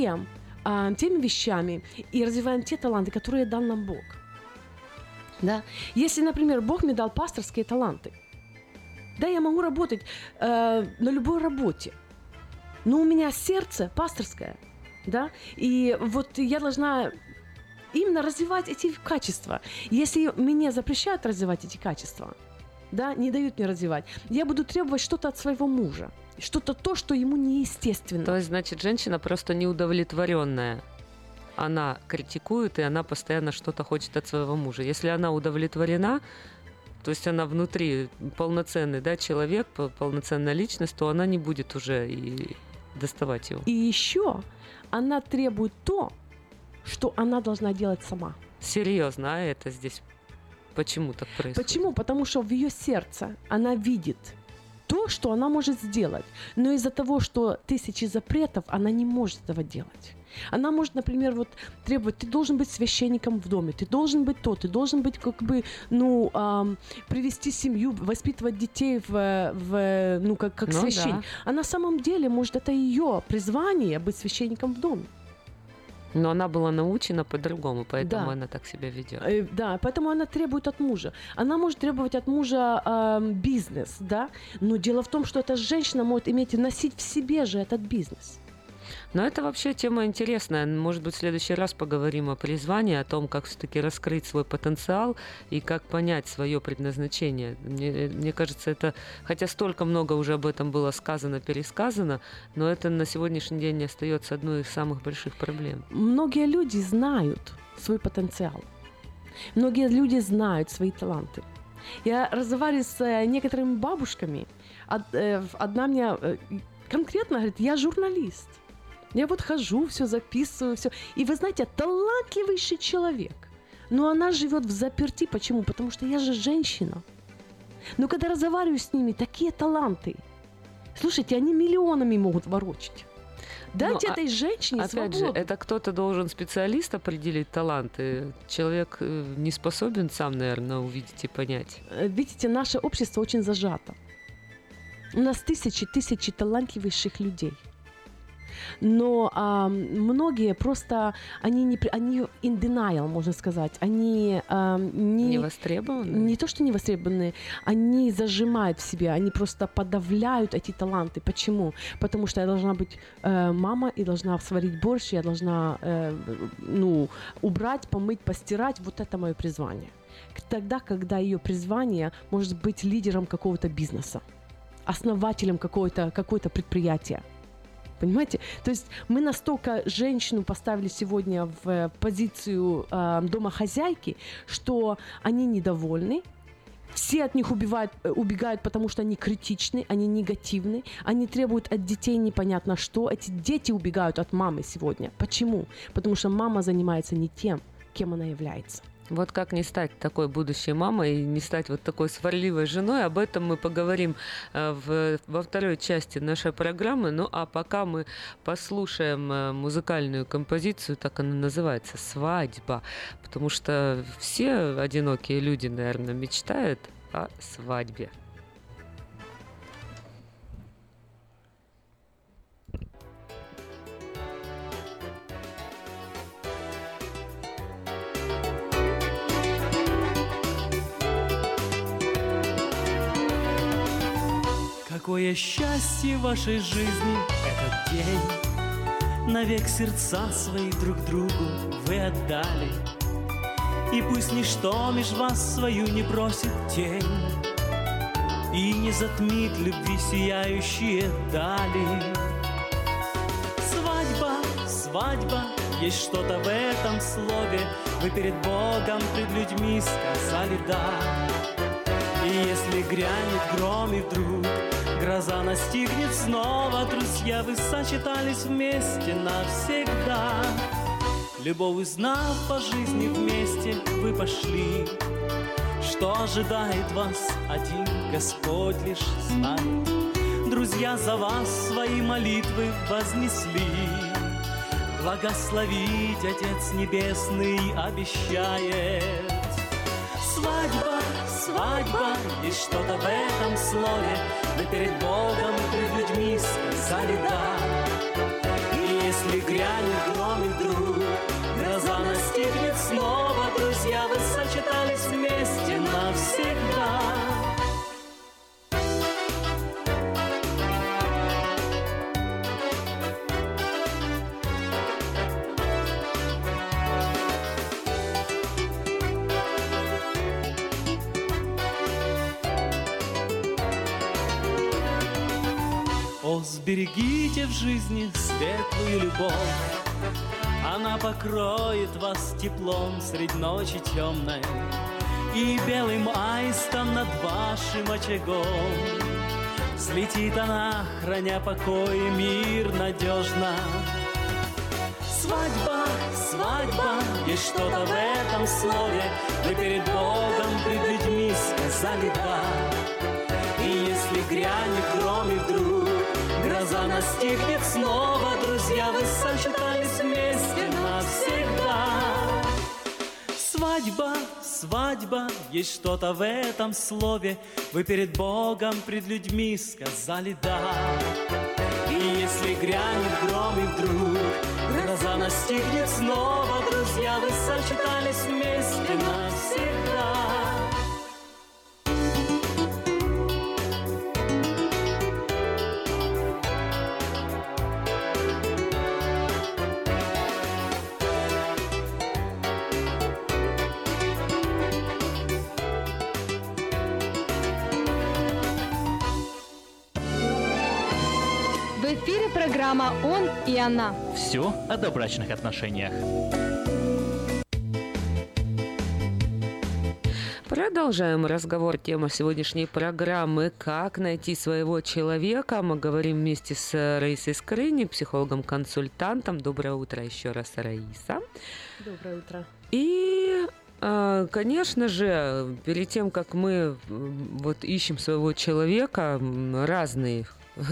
теми вещами и развиваем те таланты, которые дал нам Бог. Да? Если, например, Бог мне дал пасторские таланты, да, я могу работать на любой работе, но у меня сердце пасторское, да, и вот я должна именно развивать эти качества. Если мне запрещают развивать эти качества, да, не дают мне развивать, я буду требовать что-то от своего мужа, что-то то, что ему неестественно. То есть, значит, женщина просто неудовлетворенная. Она критикует, и она постоянно что-то хочет от своего мужа. Если она удовлетворена, то есть она внутри полноценный, да, человек, полноценная личность, то она не будет уже и доставать его. И еще она требует то, что она должна делать сама. Серьезно, а это здесь почему так происходит? Почему? Потому что в ее сердце она видит то, что она может сделать. Но из-за того, что тысячи запретов, она не может этого делать. Она может, например, вот требовать, ты должен быть священником в доме, ты должен быть то, ты должен быть как бы, привести семью, воспитывать детей как священник. Да. А на самом деле, может, это ее призвание быть священником в доме. Но она была научена по-другому, поэтому она так себя ведет. Да, поэтому она требует от мужа. Она может требовать от мужа бизнес, да, но дело в том, что эта женщина может носить в себе же этот бизнес. Но это вообще тема интересная. Может быть, в следующий раз поговорим о призвании, о том, как все-таки раскрыть свой потенциал и как понять свое предназначение. Мне кажется, это, хотя столько много уже об этом было сказано, пересказано, но это на сегодняшний день остается одной из самых больших проблем. Многие люди знают свой потенциал. Многие люди знают свои таланты. Я разговариваю с некоторыми бабушками. Одна мне конкретно говорит: я журналист. Я вот хожу, все записываю, все. И вы знаете, талантливейший человек. Но она живет в заперти. Почему? Потому что я же женщина. Но когда разговариваю с ними, такие таланты. Слушайте, они миллионами могут ворочать. Дайте этой женщине опять свободу. же, это кто-то должен специалист определить таланты. Человек не способен сам, наверное, увидеть и понять. Видите, наше общество очень зажато. У нас тысячи талантливейших людей. Но многие просто, они in denial, можно сказать. Они не востребованы? Не то, что не востребованы, они зажимают в себе, они просто подавляют эти таланты. Почему? Потому что я должна быть мама и должна сварить борщ, я должна убрать, помыть, постирать. Вот это мое призвание. Тогда, когда ее призвание может быть лидером какого-то бизнеса, основателем какого-то предприятия. Понимаете? То есть мы настолько женщину поставили сегодня в позицию домохозяйки, что они недовольны, все от них убегают, потому что они критичны, они негативны, они требуют от детей непонятно что. Эти дети убегают от мамы сегодня. Почему? Потому что мама занимается не тем, кем она является. Вот как не стать такой будущей мамой и не стать вот такой сварливой женой, об этом мы поговорим во второй части нашей программы. Ну а пока мы послушаем музыкальную композицию, так она называется, «Свадьба», потому что все одинокие люди, наверное, мечтают о свадьбе. Какое счастье в вашей жизни этот день! Навек сердца свои друг другу вы отдали, и пусть ничто меж вас свою не бросит тень, и не затмит любви сияющие дали. Свадьба, свадьба, есть что-то в этом слове, вы перед Богом, пред людьми сказали «да». И если грянет гром и вдруг гроза настигнет снова, друзья, вы сочетались вместе навсегда. Любовь узнав по жизни вместе, вы пошли. Что ожидает вас, один Господь лишь знает. Друзья за вас свои молитвы вознесли. Благословить Отец Небесный обещает. Свадьба, свадьба, есть что-то в этом слове, вы перед Богом, пред людьми сказали «да». И если грянет гром и вдруг гроза настигнет снова, друзья, вы сочетались вместе навсегда. Сберегите в жизни светлую любовь, она покроет вас теплом средь ночи темной и белым аистом над вашим очагом. Взлетит она, храня покой и мир надежно. Свадьба, свадьба, есть что-то в этом слове, вы перед Богом, пред людьми сказали «да». И если грянет гром и вдруг гроза настигнет снова, друзья, вы сочетались вместе навсегда. Свадьба, свадьба, есть что-то в этом слове, вы перед Богом, пред людьми сказали «да». И если грянет гром и вдруг гроза настигнет снова, друзья, вы сочетались вместе навсегда. эфире программа «Он и она». Все о добрачных отношениях. Продолжаем разговор. Тема сегодняшней программы «Как найти своего человека». Мы говорим вместе с Раисой Скрынник, психологом-консультантом. Доброе утро еще раз, Раиса. Доброе утро. И, конечно же, перед тем, как мы вот ищем своего человека, разные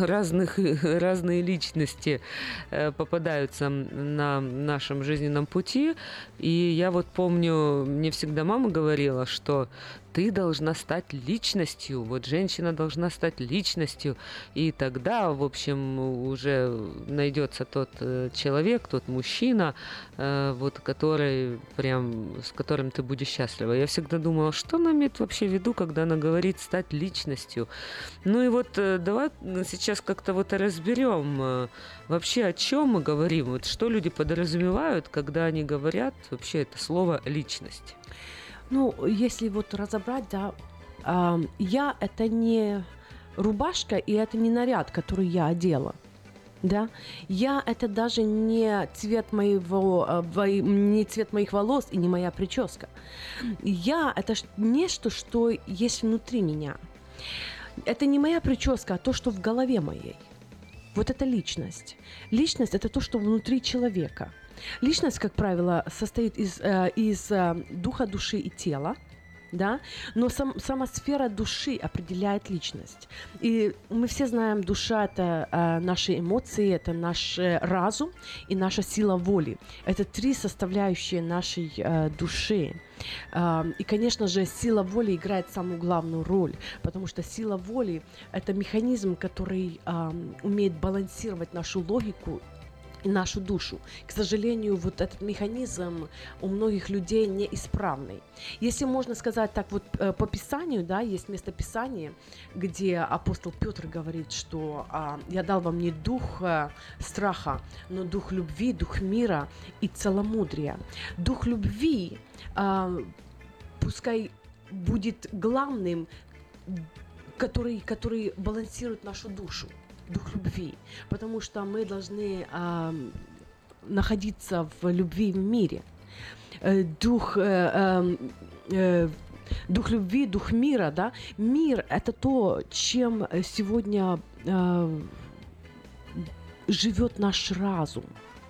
личности попадаются на нашем жизненном пути. И я вот помню, мне всегда мама говорила, что ты должна стать личностью, вот женщина должна стать личностью, и тогда, в общем, уже найдется тот человек, тот мужчина, вот который прям, с которым ты будешь счастлива. Я всегда думала, что она имеет вообще в виду, когда она говорит стать личностью. Ну и вот давай сейчас как-то вот разберем вообще, о чем мы говорим, вот что люди подразумевают, когда они говорят вообще это слово личность. Ну, если вот разобрать, да, я – это не рубашка и это не наряд, который я одела, да. Я – это даже не цвет моих волос и не моя прическа. Я – это нечто, что есть внутри меня. Это не моя прическа, а то, что в голове моей. Вот это личность. Личность – это то, что внутри человека. Личность, как правило, состоит из духа, души и тела, да? Но сама сфера души определяет личность. И мы все знаем, душа – это наши эмоции, это наш разум и наша сила воли. Это три составляющие нашей души. И, конечно же, сила воли играет самую главную роль, потому что сила воли – это механизм, который умеет балансировать нашу логику и нашу душу. К сожалению, вот этот механизм у многих людей неисправный. Если можно сказать так вот по Писанию, да, есть место Писания, где апостол Петр говорит, что «Я дал вам не дух страха, но дух любви, дух мира и целомудрия». Дух любви пускай будет главным, который балансирует нашу душу. Дух любви, потому что мы должны находиться в любви в мире. Дух любви, дух мира, да. Мир – это то, чем сегодня живет наш разум.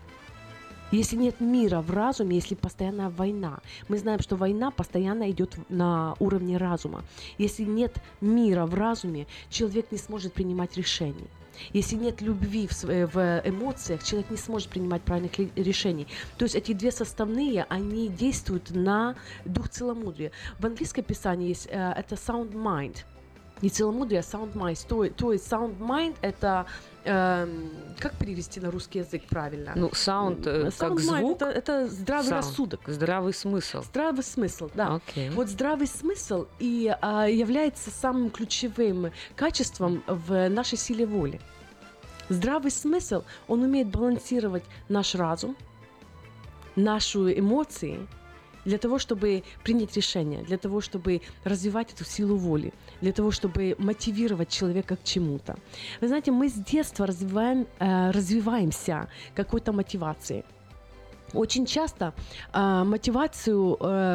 Если нет мира в разуме, если постоянная война, мы знаем, что война постоянно идет на уровне разума. Если нет мира в разуме, человек не сможет принимать решений. Если нет любви в эмоциях, человек не сможет принимать правильных решений. То есть эти две составные, они действуют на дух целомудрия. В английском писании есть это sound mind. Не целомудрие, а sound mind. То есть sound mind – это… как перевести на русский язык правильно? Ну, sound как mind, звук? Это здравый рассудок. Здравый смысл. Здравый смысл, да. Okay. Вот здравый смысл и является самым ключевым качеством в нашей силе воли. Здравый смысл, он умеет балансировать наш разум, наши эмоции, для того, чтобы принять решение, для того, чтобы развивать эту силу воли, для того, чтобы мотивировать человека к чему-то. Вы знаете, мы с детства развиваемся какой-то мотивацией. Очень часто мотивацию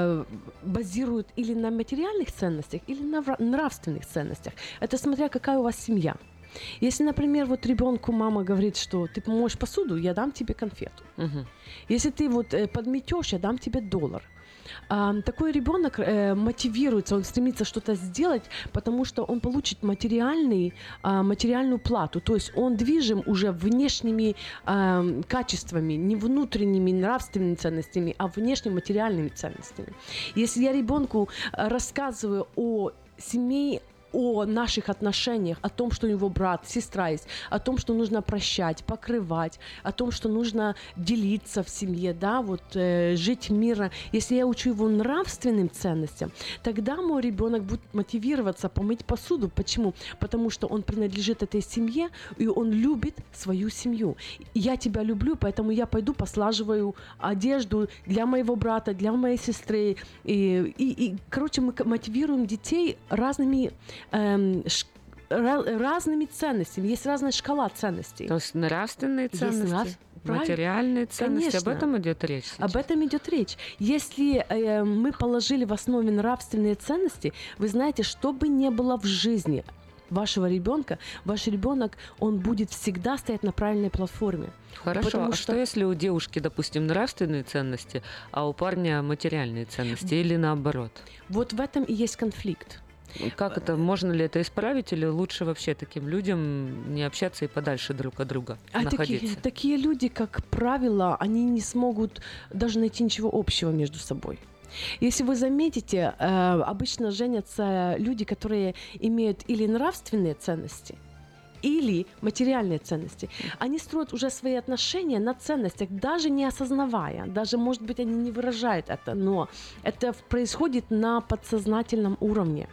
базируют или на материальных ценностях, или на нравственных ценностях. Это смотря какая у вас семья. Если, например, вот ребенку мама говорит, что ты помоешь посуду, я дам тебе конфету. Если ты вот подметешь, я дам тебе $1. Такой ребенок мотивируется, он стремится что-то сделать, потому что он получит материальную плату. То есть он движим уже внешними качествами, не внутренними нравственными ценностями, а внешними материальными ценностями. Если я ребенку рассказываю о семье, о наших отношениях, о том, что у него брат, сестра есть, о том, что нужно прощать, покрывать, о том, что нужно делиться в семье, да, вот жить мирно. Если я учу его нравственным ценностям, тогда мой ребенок будет мотивироваться помыть посуду. Почему? Потому что он принадлежит этой семье, и он любит свою семью. Я тебя люблю, поэтому я пойду послаживаю одежду для моего брата, для моей сестры. И короче, мы мотивируем детей разными разными ценностями, есть разная шкала ценностей. То есть нравственные ценности, материальные ценности, Конечно. об этом идет речь сейчас. Об этом идет речь. Если мы положили в основе нравственные ценности, вы знаете, что бы ни было в жизни вашего ребенка, ваш ребенок, он будет всегда стоять на правильной платформе. Хорошо, Потому а что если у девушки, допустим, нравственные ценности, а у парня материальные ценности, или наоборот? Вот в этом и есть конфликт. Как это, можно ли это исправить, или лучше вообще таким людям не общаться и подальше друг от друга находиться? Такие люди, как правило, они не смогут даже найти ничего общего между собой. Если вы заметите, обычно женятся люди, которые имеют или нравственные ценности, или материальные ценности. Они строят уже свои отношения на ценностях, даже не осознавая, даже, может быть, они не выражают это, но это происходит на подсознательном уровне.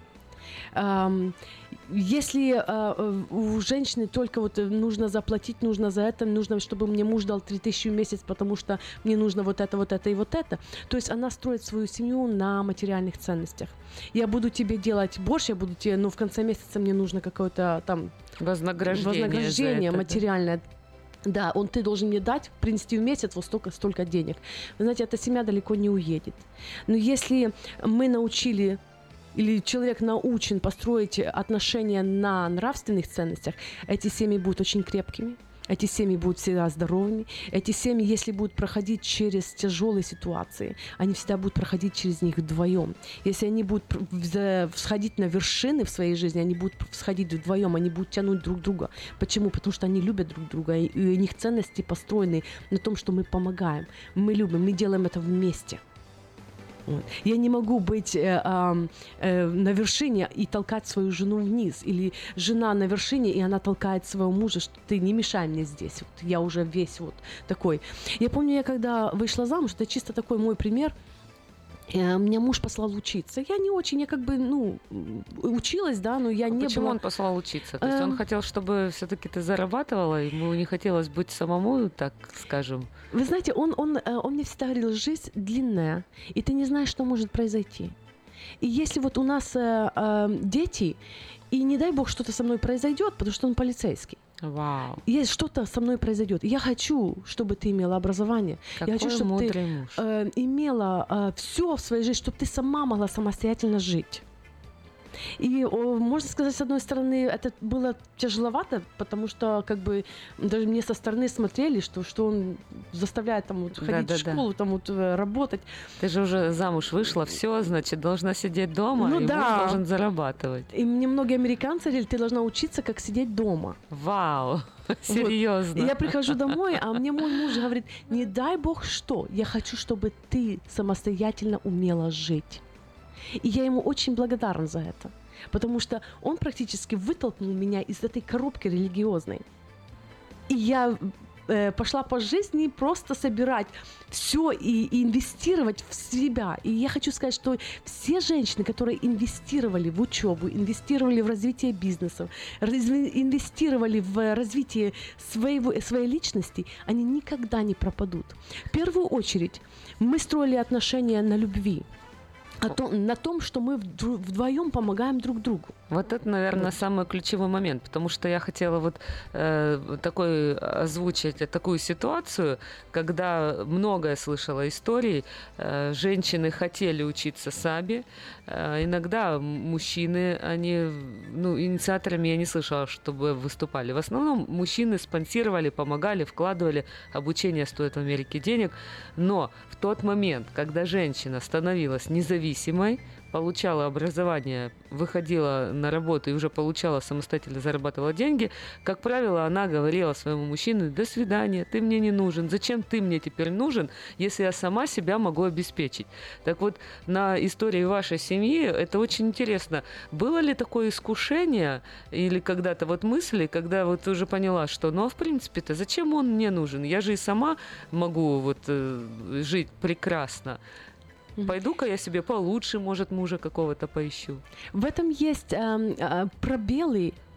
Если у женщины только вот нужно заплатить, нужно за это, нужно, чтобы мне муж дал 3000 в месяц, потому что мне нужно вот это и вот это, то есть она строит свою семью на материальных ценностях. Я буду тебе делать борщ, я буду тебе, в конце месяца мне нужно какое-то там вознаграждение материальное. Да, ты должен мне дать, принести в месяц вот столько денег. Вы знаете, эта семья далеко не уедет. Но если мы научили или человек научен построить отношения на нравственных ценностях, эти семьи будут очень крепкими, эти семьи будут всегда здоровыми, эти семьи, если будут проходить через тяжелые ситуации, они всегда будут проходить через них вдвоем. Если они будут всходить на вершины в своей жизни, они будут всходить вдвоем, они будут тянуть друг друга. Почему? Потому что они любят друг друга, и у них ценности построены на том, что мы помогаем, мы любим, мы делаем это вместе. Я не могу быть на вершине и толкать свою жену вниз. Или жена на вершине, и она толкает своего мужа, что ты не мешай мне здесь. Вот, я уже весь вот такой. Я помню, я когда вышла замуж, это чисто такой мой пример. Меня муж послал учиться. Я не очень, я училась, да, но я не Почему была... он послал учиться? То есть он хотел, чтобы все-таки ты зарабатывала, ему не хотелось быть самому, так скажем? Вы знаете, он мне всегда говорил, жизнь длинная, и ты не знаешь, что может произойти. И если вот у нас дети, и не дай бог что-то со мной произойдет, потому что он полицейский. Вау. Если что-то со мной произойдет, я хочу, чтобы ты имела образование. Какой я хочу, чтобы ты муж. имела все в своей жизни, чтобы ты сама могла самостоятельно жить. И, можно сказать, с одной стороны, это было тяжеловато, потому что, даже мне со стороны смотрели, что он заставляет ходить в школу, работать. Ты же уже замуж вышла, все, значит, должна сидеть дома, и муж должен зарабатывать. И мне многие американцы говорили, ты должна учиться, как сидеть дома. Вау, серьезно. И я прихожу домой, а мне мой муж говорит, не дай бог что, я хочу, чтобы ты самостоятельно умела жить. И я ему очень благодарна за это, потому что он практически вытолкнул меня из этой коробки религиозной. И я пошла по жизни просто собирать все и инвестировать в себя. И я хочу сказать, что все женщины, которые инвестировали в учебу, инвестировали в развитие бизнеса, инвестировали в развитие своей личности, они никогда не пропадут. В первую очередь мы строили отношения на любви. На том, что мы вдвоем помогаем друг другу. Вот это, наверное, самый ключевой момент, потому что я хотела озвучить такую ситуацию, когда многое слышала историй, женщины хотели учиться сами, иногда мужчины, инициаторами я не слышала, чтобы выступали. В основном мужчины спонсировали, помогали, вкладывали, обучение стоит в Америке денег, но в тот момент, когда женщина становилась независимой, получала образование, выходила на работу и уже получала самостоятельно, зарабатывала деньги, как правило, она говорила своему мужчине: до свидания, ты мне не нужен, зачем ты мне теперь нужен, если я сама себя могу обеспечить. Так вот, на истории вашей семьи это очень интересно. Было ли такое искушение или когда-то мысли, когда ты уже поняла, что, в принципе-то, зачем он мне нужен? Я же и сама могу жить прекрасно. Пойду-ка я себе получше, может, мужа какого-то поищу. В этом есть пробелы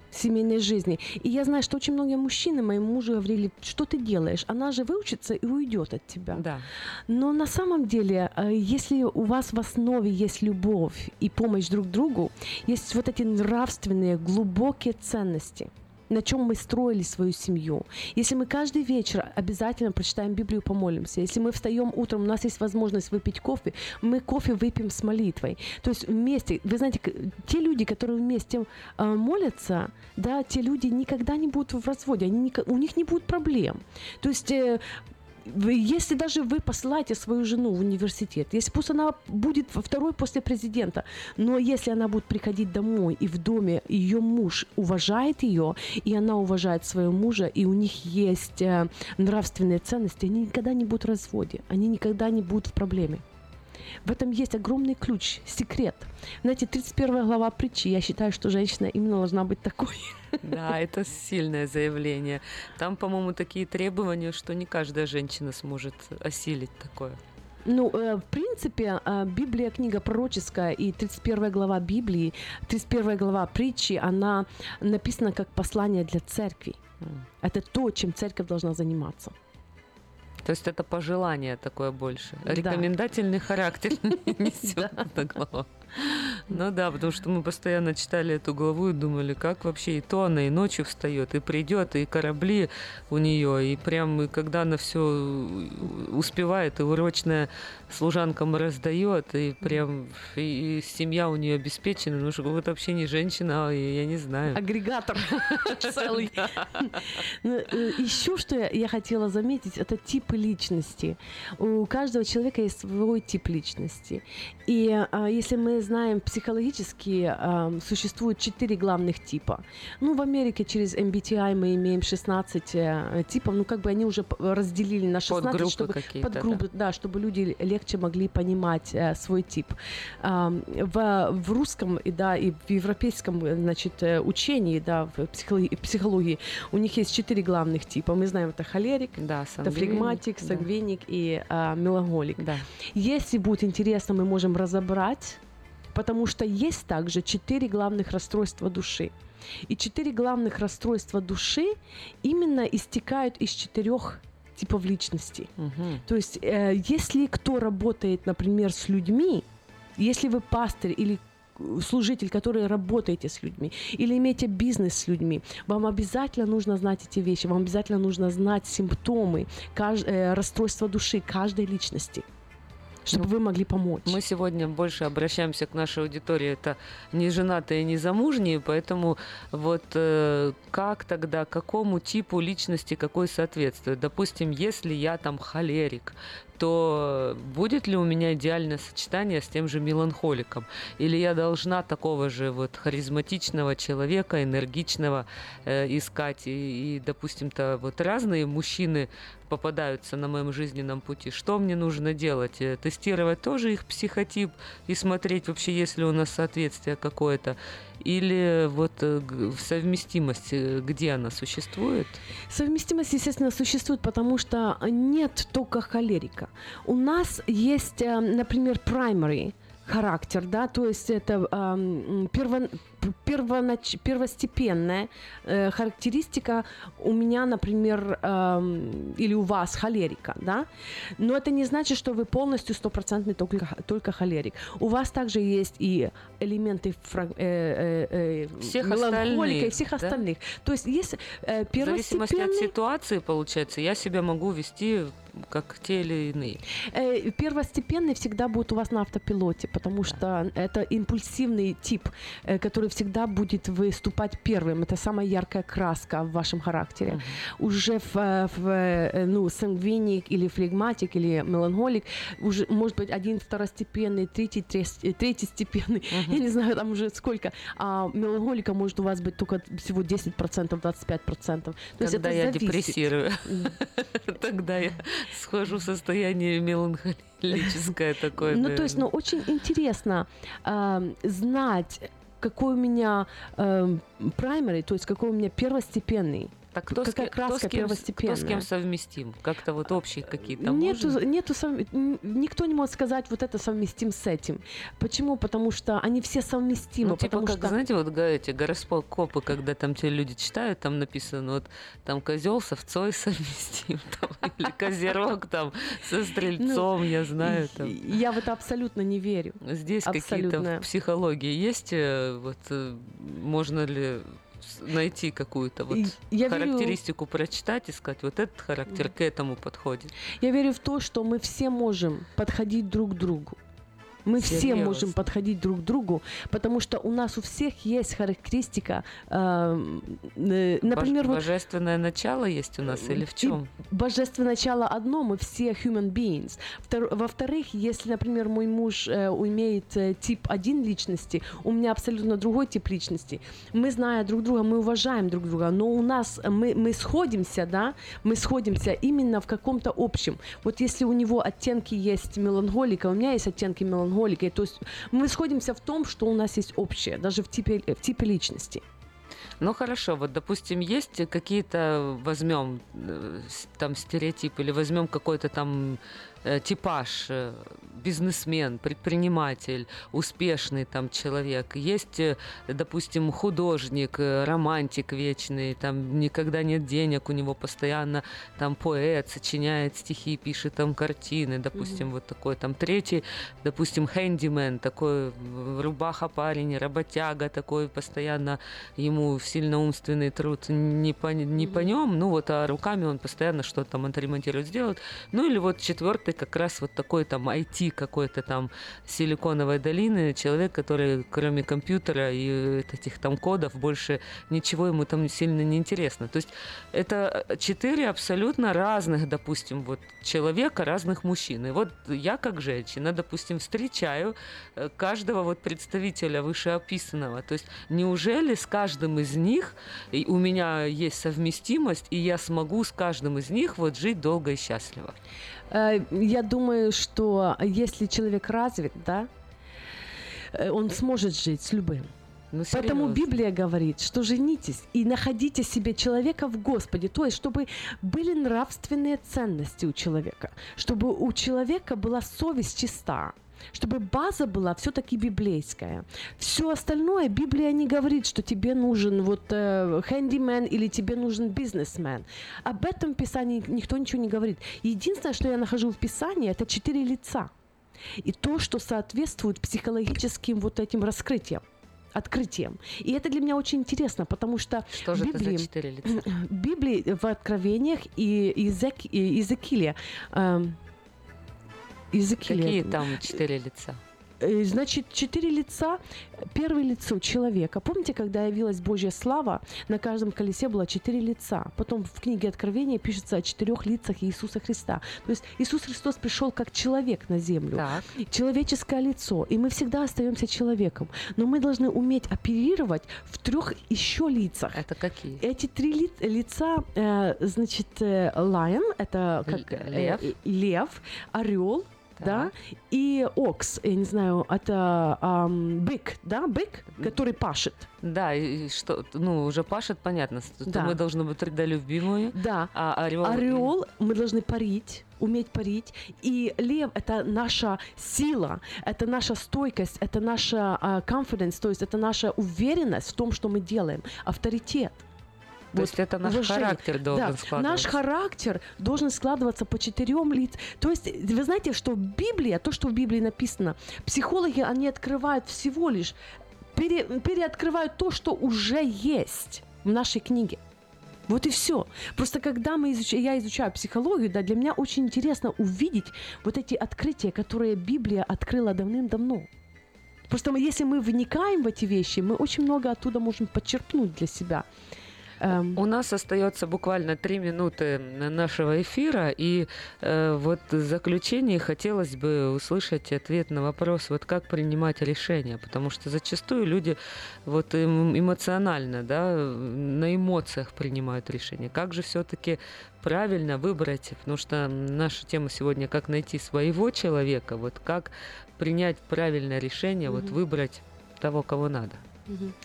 семейной жизни. И я знаю, что очень многие мужчины моему мужу говорили, что ты делаешь? Она же выучится и уйдет от тебя. Да. Но на самом деле, если у вас в основе есть любовь и помощь друг другу, есть вот эти нравственные, глубокие ценности, на чем мы строили свою семью. Если мы каждый вечер обязательно прочитаем Библию, помолимся, если мы встаем утром, у нас есть возможность выпить кофе, мы кофе выпьем с молитвой. То есть вместе, вы знаете, те люди, которые вместе молятся, да, те люди никогда не будут в разводе, у них не будет проблем. То есть если даже вы посылаете свою жену в университет, если пусть она будет второй после президента, но если она будет приходить домой, и в доме ее муж уважает ее, и она уважает своего мужа, и у них есть нравственные ценности, они никогда не будут в разводе, они никогда не будут в проблеме. В этом есть огромный ключ, секрет. Знаете, 31 глава притчи, я считаю, что женщина именно должна быть такой. Да, это сильное заявление. Там, по-моему, такие требования, что не каждая женщина сможет осилить такое. Ну, в принципе, Библия, книга пророческая, и 31 глава Библии, 31 глава притчи, она написана как послание для церкви. Это то, чем церковь должна заниматься. То есть это пожелание такое больше. Рекомендательный характер несет эта глава. Ну да, потому что мы постоянно читали эту главу и думали, как вообще и то она и ночью встает, и придет, и корабли у нее, и прям, и когда она все успевает, и урочная служанкам раздает, и прям и семья у нее обеспечена, ну что вот вообще не женщина, а я не знаю. Агрегатор целый. Еще что я хотела заметить, это типы личности. У каждого человека есть свой тип личности. И если мы знаем, психологически существует 4 главных типа. Ну, в Америке через MBTI мы имеем 16 типов, ну, как бы они уже разделили на 16, подгруппы, да, чтобы люди легче могли понимать свой тип. В русском и в европейском, значит, учении, да, в психологии у них есть 4 главных типа. Мы знаем, это холерик, это флегматик, сангвиник и меланхолик. Да. Если будет интересно, мы можем разобрать, потому что есть также 4 главных расстройства души. И 4 главных расстройства души именно истекают из 4 типов личности. То есть, если кто работает, например, с людьми, если вы пастырь или служитель, который работаете с людьми, или имеете бизнес с людьми, вам обязательно нужно знать эти вещи, вам обязательно нужно знать симптомы расстройства души каждой личности, чтобы вы могли помочь. Мы сегодня больше обращаемся к нашей аудитории, это не женатые, не замужние, поэтому вот как тогда, какому типу личности какой соответствует? Допустим, если я там холерик, то будет ли у меня идеальное сочетание с тем же меланхоликом? Или я должна такого же вот харизматичного человека, энергичного искать? И, допустим-то, вот разные мужчины попадаются на моем жизненном пути. Что мне нужно делать? Тестировать тоже их психотип и смотреть вообще, есть ли у нас соответствие какое-то? Или вот совместимость, где она существует? Совместимость, естественно, существует, потому что нет только холерика. У нас есть, например, primary характер, да, то есть это первостепенная характеристика у меня, например, или у вас холерика, да, но это не значит, что вы полностью 100% только холерик. У вас также есть и элементы меланхолика и всех остальных. То есть есть первостепенный... В зависимости от ситуации, получается, я себя могу вести как те или иные. Первостепенный всегда будет у вас на автопилоте, потому что это импульсивный тип, который всегда будет выступать первым. Это самая яркая краска в вашем характере. Уже сангвиник или флегматик или меланхолик уже может быть один второстепенный, третьестепенный. Я не знаю, там уже сколько. А меланхолика может у вас быть только всего 10%, 25%. Когда я депрессирую, тогда я схожу в состояние меланхолическое такое. Ну, то есть, очень интересно знать, какой у меня primary, то есть какой у меня первостепенный Так какая краска первостепенная. Кто с кем совместим? Как-то вот общие какие-то никто не может сказать, вот это совместим с этим. Почему? Потому что они все совместимы. Ну, типа, как, знаете, вот эти гороскопы, когда там те люди читают, там написано, вот там козел с овцой совместим, там, или козерог там со стрельцом, я знаю. Там. Я в это абсолютно не верю. Здесь какие-то в психологии есть, вот можно ли найти какую-то вот характеристику, прочитать и сказать, вот этот характер к этому подходит. Я верю в то, что мы все можем подходить друг к другу. Мы все можем подходить друг к другу, потому что у нас у всех есть характеристика, например... Божественное начало есть у нас или в чем? Божественное начало одно, мы все human beings. Во-вторых, если, например, мой муж имеет тип 1 личности, у меня абсолютно другой тип личности. Мы, зная друг друга, мы уважаем друг друга, но у нас мы сходимся, да, мы сходимся именно в каком-то общем. Вот если у него оттенки есть меланхолика, у меня есть оттенки меланхолика, то есть мы сходимся в том, что у нас есть общее, даже в типе личности. Ну хорошо, вот допустим, есть какие-то, возьмем там стереотип или возьмем какой-то там типаж, бизнесмен, предприниматель, успешный там человек. Есть, допустим, художник, романтик вечный, там никогда нет денег, у него постоянно там поэт, сочиняет стихи, пишет там картины, допустим, вот такой там. Третий, допустим, хэндимен, такой рубаха парень, работяга такой, постоянно ему сильно умственный труд не по нем, ну вот, а руками он постоянно что-то там отремонтирует, сделает. Ну или вот четвертый как раз вот такой там IT какой-то там Силиконовой долины, человек, который кроме компьютера и этих там кодов больше ничего ему там сильно не интересно. То есть это 4 абсолютно разных, допустим, вот человека, разных мужчин. И вот я как женщина, допустим, встречаю каждого вот представителя вышеописанного. То есть неужели с каждым из них у меня есть совместимость, и я смогу с каждым из них вот жить долго и счастливо? Я думаю, что если человек развит, да, он сможет жить с любым. Поэтому Библия говорит, что женитесь и находите себе человека в Господе, то есть чтобы были нравственные ценности у человека, чтобы у человека была совесть чиста, чтобы база была все-таки библейская. Все остальное Библия не говорит, что тебе нужен вот handyman или тебе нужен бизнесмен. Об этом в Писании никто ничего не говорит. Единственное, что я нахожу в Писании, это 4 лица. И то, что соответствует психологическим вот этим открытием. И это для меня очень интересно, потому что что же это за 4 лица? В Библии, в Откровениях и Иезекииле. Какие там 4 лица? Значит, 4 лица. Первое лицо человека. Помните, когда явилась Божья слава, на каждом колесе было 4 лица. Потом в книге Откровения пишется о 4 лицах Иисуса Христа. То есть Иисус Христос пришел как человек на землю. Так. Человеческое лицо. И мы всегда остаемся человеком. Но мы должны уметь оперировать в 3 еще лицах. Это какие? Эти 3 лица, значит, lion, это как лев, орел, да, и окс, я не знаю, это бык, да, бык, который пашет. Да, и что, ну, уже пашет, понятно, что мы должны быть трудолюбимые. Да, орел мы должны парить, уметь парить, и лев — это наша сила, это наша стойкость, это наша confidence, то есть это наша уверенность в том, что мы делаем, авторитет. То есть это наш характер должен складываться. Наш характер должен складываться по 4 лицам. То есть вы знаете, что Библия, то, что в Библии написано, психологи, они открывают всего лишь, переоткрывают то, что уже есть в нашей книге. Вот и все. Просто когда я изучаю психологию, да, для меня очень интересно увидеть вот эти открытия, которые Библия открыла давным-давно. Просто если мы вникаем в эти вещи, мы очень много оттуда можем подчерпнуть для себя. У нас остается буквально 3 минуты нашего эфира, и вот в заключении хотелось бы услышать ответ на вопрос, вот как принимать решения, потому что зачастую люди вот эмоционально, да, на эмоциях принимают решения. Как же все-таки правильно выбрать, потому что наша тема сегодня как найти своего человека, вот как принять правильное решение, вот выбрать того, кого надо.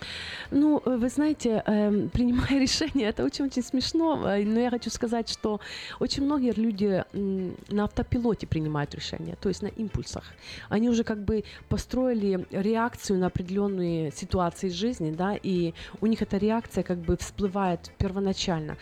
Ну, вы знаете, принимая решение, это очень-очень смешно, но я хочу сказать, что очень многие люди на автопилоте принимают решения, то есть на импульсах. Они уже как бы построили реакцию на определенные ситуации жизни, да, и у них эта реакция как бы всплывает первоначально.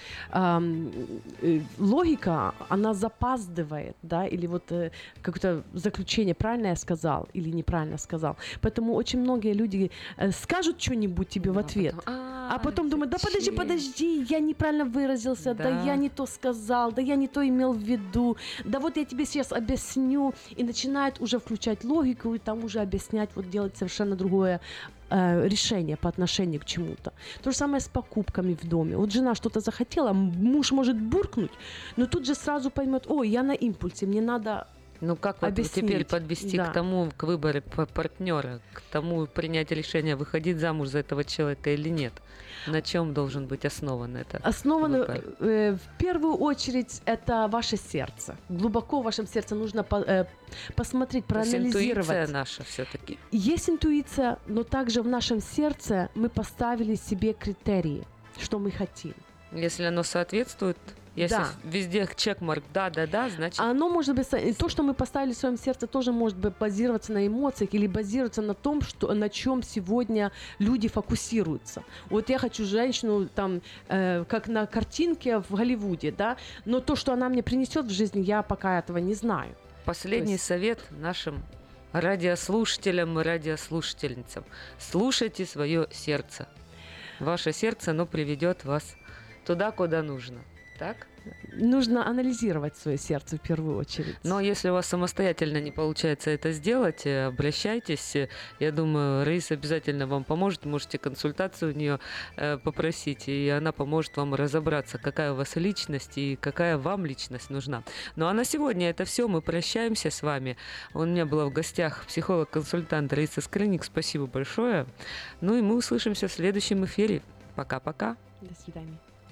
Логика, она запаздывает, да, или вот какое-то заключение, правильно я сказал или неправильно сказал. Поэтому очень многие люди скажут что-нибудь тебе в ответ, а потом думают, да подожди, я неправильно выразился, да я не то сказал, да я не то имел в виду, да вот я тебе сейчас объясню, и начинает уже включать логику, и там уже объяснять, вот делать совершенно другое решение по отношению к чему-то. То же самое с покупками в доме. Вот жена что-то захотела, муж может буркнуть, но тут же сразу поймет, ой, я на импульсе, мне надо Ну как вот теперь подвести к тому, к выбору партнера, к тому принять решение, выходить замуж за этого человека или нет? На чем должен быть основан это? Основано в первую очередь это ваше сердце. Глубоко в вашем сердце нужно посмотреть, проанализировать. То есть интуиция наша все-таки. Есть интуиция, но также в нашем сердце мы поставили себе критерии, что мы хотим. Если оно соответствует. Если везде чекмарк да, значит... Оно может быть... То, что мы поставили в своем сердце, тоже может быть базироваться на эмоциях или базироваться на том, на чем сегодня люди фокусируются. Вот я хочу женщину, там, как на картинке в Голливуде, да, но то, что она мне принесет в жизнь, я пока этого не знаю. Последний совет нашим радиослушателям и радиослушательницам. Слушайте свое сердце. Ваше сердце, оно приведет вас туда, куда нужно. Так? Нужно анализировать свое сердце в первую очередь. Но если у вас самостоятельно не получается это сделать, обращайтесь. Я думаю, Раиса обязательно вам поможет. Можете консультацию у нее попросить, и она поможет вам разобраться, какая у вас личность и какая вам личность нужна. Ну а на сегодня это все. Мы прощаемся с вами. У меня была в гостях психолог-консультант Раиса Скрынник. Спасибо большое. Ну и мы услышимся в следующем эфире. Пока-пока. До свидания.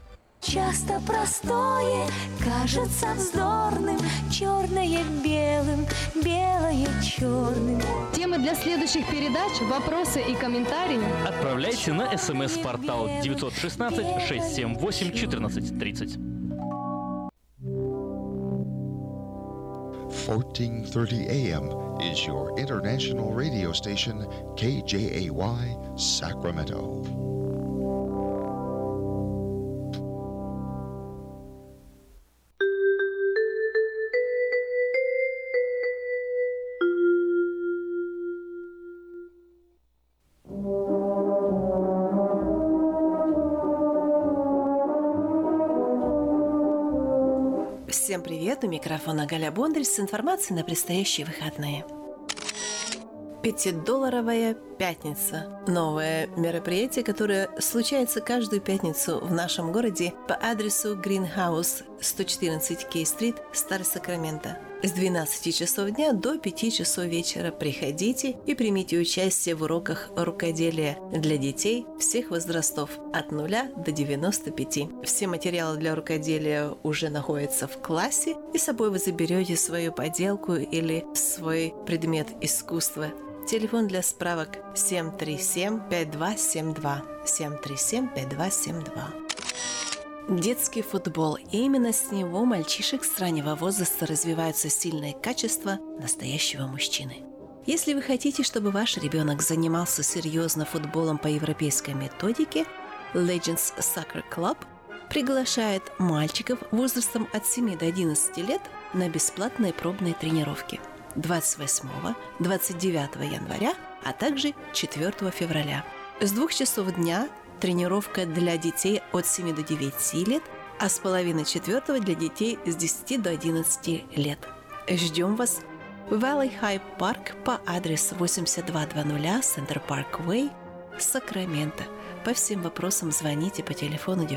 Часто простое кажется вздорным, черное белым, белое черным. Темы для следующих передач, вопросы и комментарии отправляйте на СМС-портал 916-678-1430. 1430 AM is your international radio station, KJAY, Sacramento. Всем привет! У микрофона Галя Бондарь с информацией на предстоящие выходные. 5-долларовая пятница. Новое мероприятие, которое случается каждую пятницу в нашем городе по адресу Greenhouse 114 Кей-стрит, Старый Сакраменто. С 12 часов дня до 5 часов вечера приходите и примите участие в уроках рукоделия для детей всех возрастов от 0 до 95. Все материалы для рукоделия уже находятся в классе, и с собой вы заберете свою поделку или свой предмет искусства. Телефон для справок 737-5272. 737-5272. Детский футбол. И именно с него мальчишек с раннего возраста развиваются сильные качества настоящего мужчины. Если вы хотите, чтобы ваш ребенок занимался серьезно футболом по европейской методике, Legends Soccer Club приглашает мальчиков возрастом от 7 до 11 лет на бесплатные пробные тренировки 28-29 января, а также 4 февраля. С 2 часов дня тренировка для детей от 7 до 9 лет, а с половины 4 для детей с 10 до 11 лет. Ждем вас в Valley High Park по адресу 8200 Center Park Way, Сакраменто. По всем вопросам звоните по телефону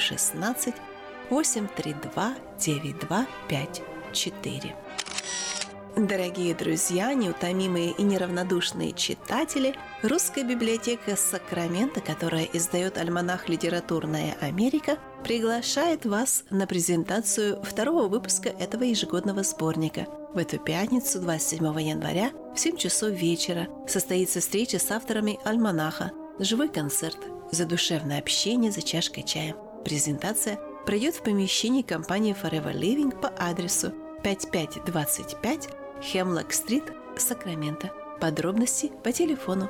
916-832-9254. Дорогие друзья, неутомимые и неравнодушные читатели, Русская библиотека Сакрамента, которая издает альманах «Литературная Америка», приглашает вас на презентацию второго выпуска этого ежегодного сборника. В эту пятницу, 27 января, в 7 часов вечера, состоится встреча с авторами альманаха, живой концерт, за душевное общение за чашкой чая. Презентация пройдет в помещении компании Forever Living по адресу 5525 Хемлок-стрит, Сакраменто. Подробности по телефону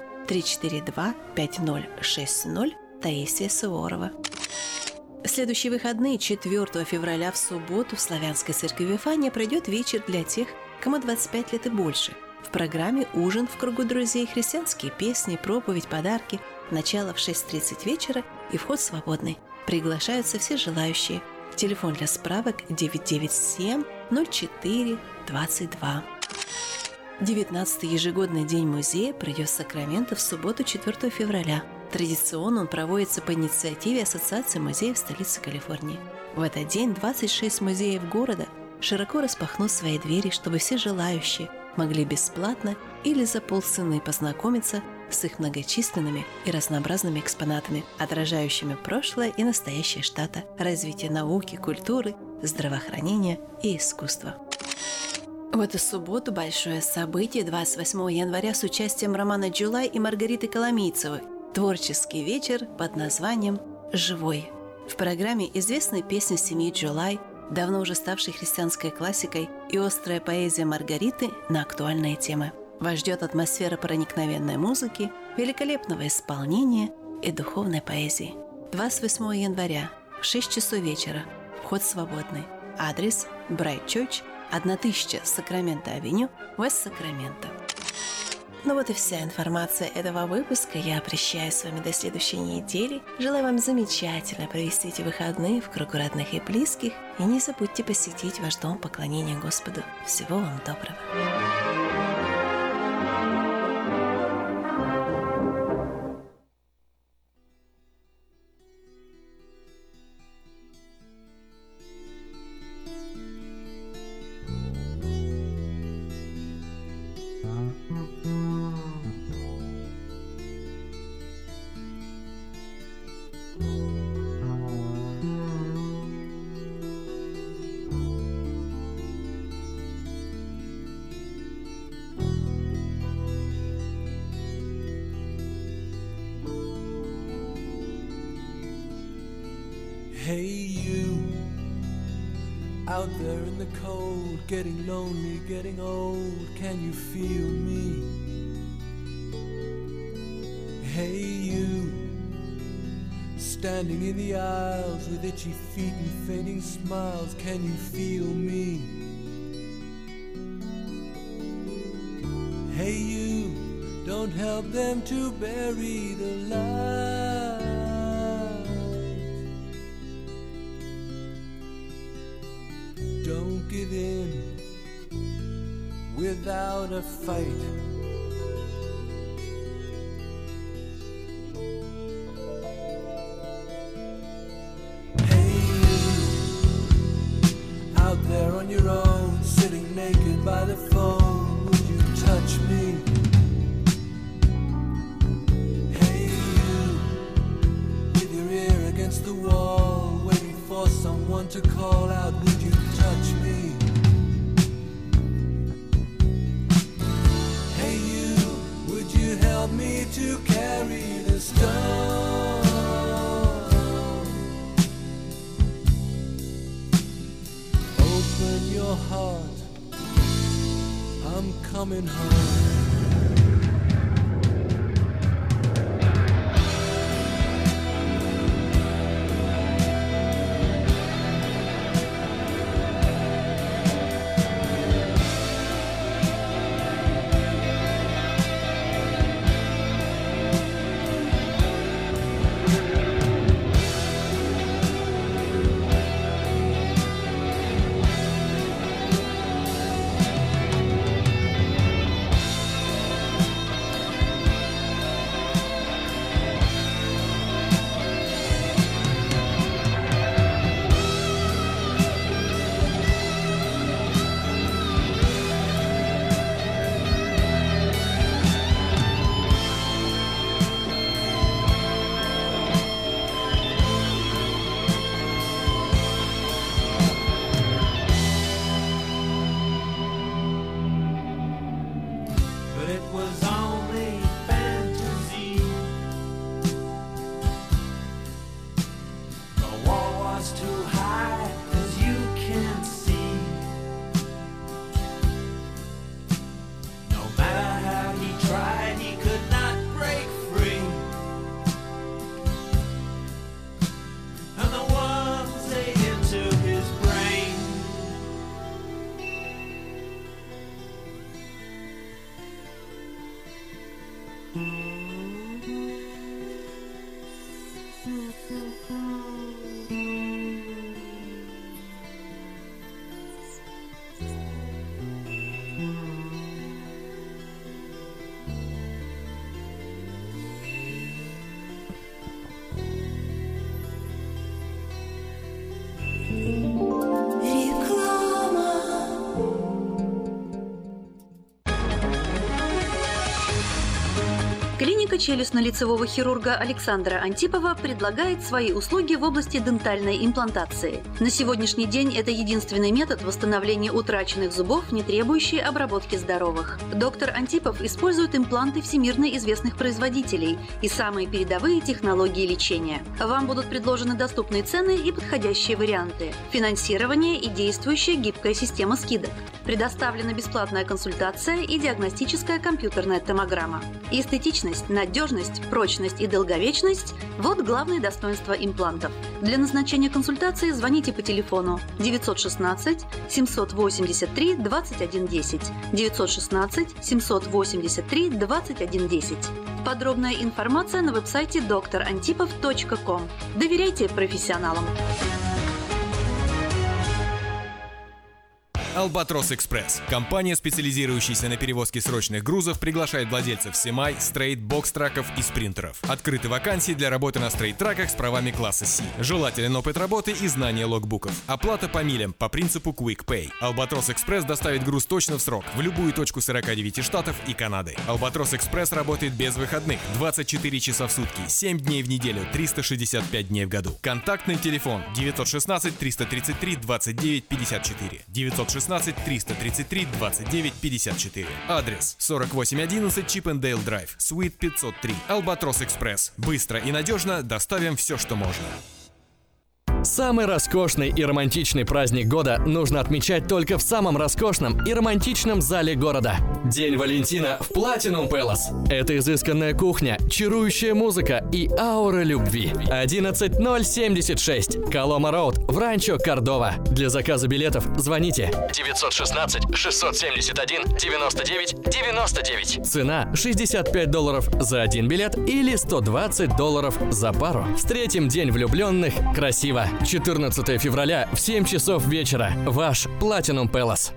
342-5060 Таисия Суворова. В следующие выходные, 4 февраля в субботу, в Славянской церкви Вифания пройдет вечер для тех, кому 25 лет и больше. В программе ужин в кругу друзей, христианские песни, проповедь, подарки. Начало в 6:30 вечера и вход свободный. Приглашаются все желающие. Телефон для справок 997-04-22. 19-й ежегодный день музея пройдет в Сакраменто в субботу, 4 февраля. Традиционно он проводится по инициативе Ассоциации музеев столицы Калифорнии. В этот день 26 музеев города широко распахнут свои двери, чтобы все желающие могли бесплатно или за полцены познакомиться с их многочисленными и разнообразными экспонатами, отражающими прошлое и настоящее штата, развитие науки, культуры, здравоохранения и искусства. В эту субботу большое событие 28 января с участием Романа Джулай и Маргариты Коломийцевой. Творческий вечер под названием «Живой». В программе известные песни семьи Джулай, давно уже ставшей христианской классикой, и острая поэзия Маргариты на актуальные темы. Вас ждет атмосфера проникновенной музыки, великолепного исполнения и духовной поэзии. 28 января в 6 часов вечера. Вход свободный. Адрес Брайт Чорч, 1000 Сакраменто-авеню, Вест-Сакраменто. Ну вот и вся информация этого выпуска. Я прощаюсь с вами до следующей недели. Желаю вам замечательно провести эти выходные в кругу родных и близких. И не забудьте посетить ваш дом поклонения Господу. Всего вам доброго. Hey you, out there in the cold, getting lonely, getting old, can you feel me? Hey you, standing in the aisles with itchy feet and fainting smiles, can you feel me? Hey you, don't help them to bury the light. Don't give in without a fight. Hey you, out there on your own, sitting naked by the phone, would you touch me? Hey you, with your ear against the wall, waiting for someone to call out, would you touch me? Hey you, would you help me to carry the stone? Open your heart, I'm coming home. Клиника челюстно-лицевого хирурга Александра Антипова предлагает свои услуги в области дентальной имплантации. На сегодняшний день это единственный метод восстановления утраченных зубов, не требующий обработки здоровых. Доктор Антипов использует импланты всемирно известных производителей и самые передовые технологии лечения. Вам будут предложены доступные цены и подходящие варианты. Финансирование и действующая гибкая система скидок. Предоставлена бесплатная консультация и диагностическая компьютерная томограмма. Эстетичность, надежность, прочность и долговечность – вот главные достоинства имплантов. Для назначения консультации звоните по телефону 916 783 2110, 916 783 2110. Подробная информация на веб-сайте drantipov.com. Доверяйте профессионалам. Albatros Express. Компания, специализирующаяся на перевозке срочных грузов, приглашает владельцев семай, стрейт, бокс-траков и спринтеров. Открыты вакансии для работы на стрейт-траках с правами класса C. Желателен опыт работы и знание логбуков. Оплата по милям по принципу Quick Pay. Albatros Express доставит груз точно в срок в любую точку 49 штатов и Канады. Albatros Express работает без выходных, 24 часа в сутки, 7 дней в неделю, 365 дней в году. Контактный телефон 916 333 29 54. 916 333 29 54. Адрес 4811 Чиппендейл Драйв, Суит 503. Albatros Express. Быстро и надежно доставим все, что можно. Самый роскошный и романтичный праздник года нужно отмечать только в самом роскошном и романтичном зале города. День Валентина в Platinum Palace. Это изысканная кухня, чарующая музыка и аура любви. 11076 Колома Роуд в Ранчо Кордова. Для заказа билетов звоните 916 671 99 99. Цена $65 за один билет или $120 за пару. Встретим День влюбленных красиво. 14 февраля в 7 часов вечера. Ваш Platinum Palace.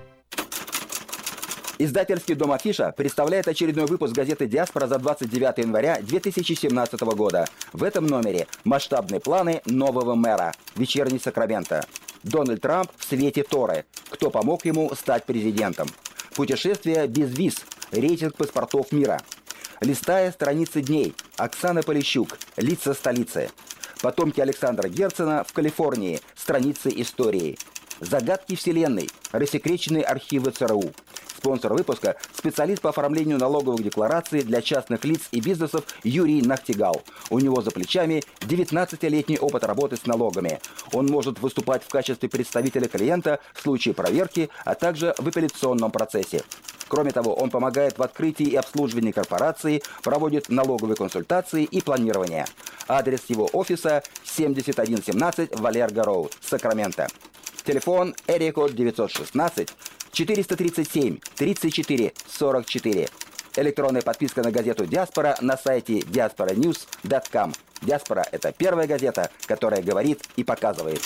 Издательский дом «Афиша» представляет очередной выпуск газеты «Диаспора» за 29 января 2017 года. В этом номере масштабные планы нового мэра. Вечерний Сакраменто. Дональд Трамп в свете Торы. Кто помог ему стать президентом? Путешествие без виз. Рейтинг паспортов мира. Листая страницы дней. Оксана Полищук. Лица столицы. Потомки Александра Герцена в Калифорнии. Страницы истории. Загадки Вселенной. Рассекреченные архивы ЦРУ. Спонсор выпуска – специалист по оформлению налоговых деклараций для частных лиц и бизнесов Юрий Нахтигал. У него за плечами 19-летний опыт работы с налогами. Он может выступать в качестве представителя клиента в случае проверки, а также в апелляционном процессе. Кроме того, он помогает в открытии и обслуживании корпорации, проводит налоговые консультации и планирование. Адрес его офиса 7117 Валерго Роуд, Сакраменто. Телефон area-код 916 437 34 44. Электронная подписка на газету «Диаспора» на сайте diasporanews.com. «Диаспора» — это первая газета, которая говорит и показывает.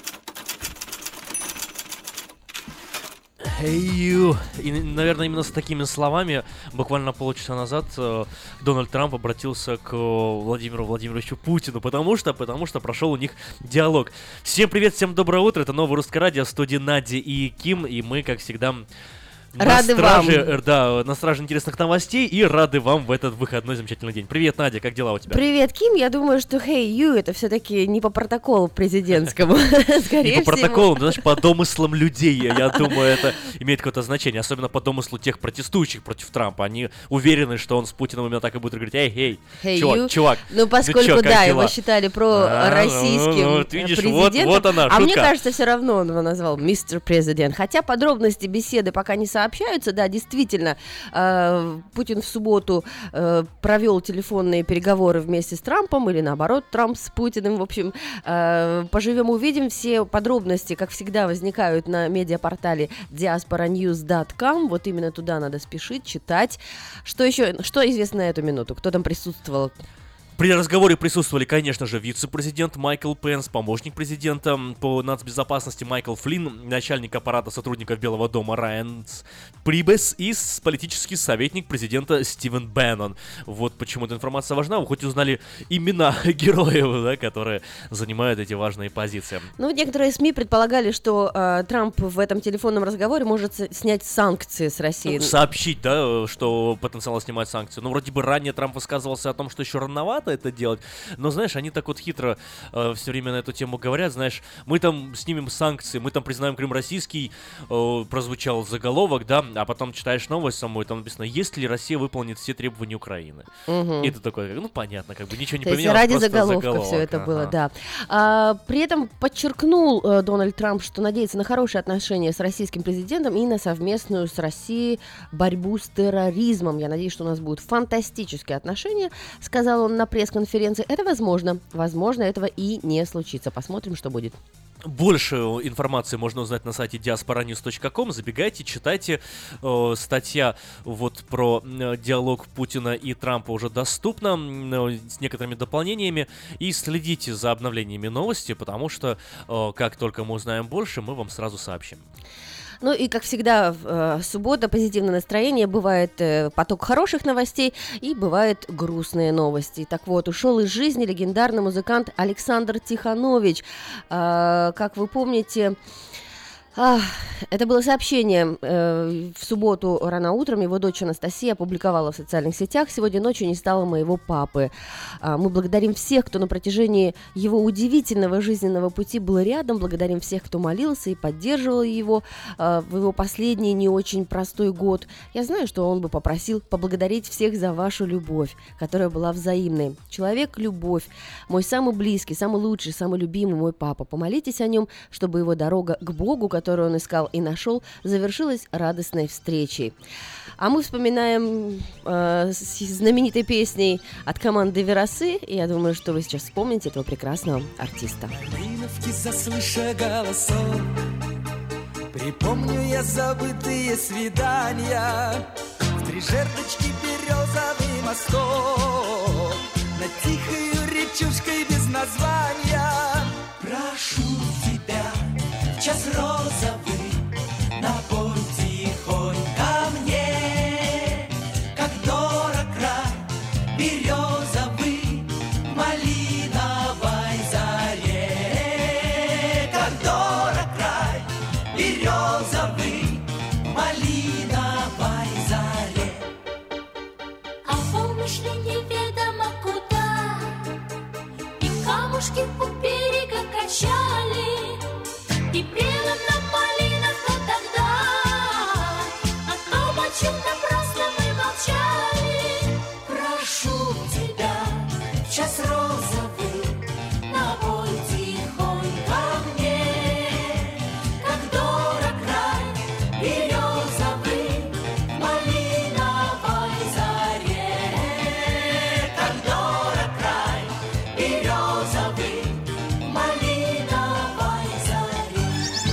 Hey you. И, наверное, именно с такими словами буквально полчаса назад Дональд Трамп обратился к Владимиру Владимировичу Путину, потому что прошел у них диалог. Всем привет, всем доброе утро, это Новое Русское Радио, в студии Надя и Ким, и мы, как всегда, Рады вам. Да, на страже интересных новостей и рады вам в этот выходной замечательный день. Привет, Надя, как дела у тебя? Привет, Ким. Я думаю, что hey you это все-таки не по протоколу президентскому. Скорее не по протоколу, знаешь, по домыслам людей. Я думаю, это имеет какое-то значение. Особенно по домыслу тех протестующих против Трампа. Они уверены, что он с Путиным именно так и будет говорить: эй, чувак. Ну, поскольку, да, его считали пророссийским президентом. Вот она, шутка. А мне кажется, все равно он его назвал мистер президент. Хотя подробности беседы пока не сообщаются. Да, действительно, Путин в субботу провел телефонные переговоры вместе с Трампом, или наоборот, Трамп с Путиным. В общем, поживем, увидим. Все подробности, как всегда, возникают на медиапортале diasporanews.com. Вот именно туда надо спешить, читать. Что еще, что известно на эту минуту? Кто там присутствовал? При разговоре присутствовали, конечно же, вице-президент Майкл Пенс, помощник президента по нацбезопасности Майкл Флинн, начальник аппарата сотрудников Белого дома Райан Прибес и политический советник президента Стивен Беннон. Вот почему эта информация важна. Вы хоть узнали имена героев, да, которые занимают эти важные позиции. Ну, некоторые СМИ предполагали, что Трамп в этом телефонном разговоре может снять санкции с России. Ну, сообщить, да, что потенциально снимать санкции. Ну, вроде бы ранее Трамп высказывался о том, что еще рановато это делать, но, знаешь, они так вот хитро все время на эту тему говорят, знаешь, мы там снимем санкции, мы там признаем Крым российский, прозвучал заголовок, да, а потом читаешь новость саму, и там написано, если Россия выполнит все требования Украины. И ты такой, ну, понятно, как бы ничего не поменялось, ради просто заголовка все это было, да. При этом подчеркнул Дональд Трамп, что надеется на хорошие отношения с российским президентом и на совместную с Россией борьбу с терроризмом. Я надеюсь, что у нас будут фантастические отношения, сказал он на пресс-конференции. Это возможно. Возможно, этого и не случится. Посмотрим, что будет. Больше информации можно узнать на сайте diasporanews.com. Забегайте, читайте. Статья вот про диалог Путина и Трампа уже доступна с некоторыми дополнениями. И следите за обновлениями новости, потому что как только мы узнаем больше, мы вам сразу сообщим. Ну и, как всегда, суббота, позитивное настроение, бывает поток хороших новостей и бывают грустные новости. Так вот, ушел из жизни легендарный музыкант Александр Тиханович. Как вы помните... Это было сообщение в субботу рано утром. Его дочь Анастасия опубликовала в социальных сетях: «Сегодня ночью не стало моего папы. Мы благодарим всех, кто на протяжении его удивительного жизненного пути был рядом. Благодарим всех, кто молился и поддерживал его в его последний не очень простой год. Я знаю, что он бы попросил поблагодарить всех за вашу любовь, которая была взаимной. Человек – любовь. Мой самый близкий, самый лучший, самый любимый мой папа. Помолитесь о нем, чтобы его дорога к Богу, которую он искал и нашел, завершилась радостной встречей». А мы вспоминаем знаменитой песней от команды «Верасы». И я думаю, что вы сейчас вспомните этого прекрасного артиста. Малиновки, заслыша голосов, припомню я забытые свидания в три жердочки березовый мостов над тихою речушкой без названия. Прошу тебя, час розовый, напой тихонько мне, как дорог край березовый, малиновой заре. Как дорог край березовый, малиновой заре. А помнишь ли неведомо куда, и камушки у берега качали, и пела нам малиновка тогда о том, о чем напрасно мы молчали. Прошу тебя, в час розовый, напой тихонько мне, как дорог край березовый, малиновой заре. Как дорог край березовый, малиновой заре.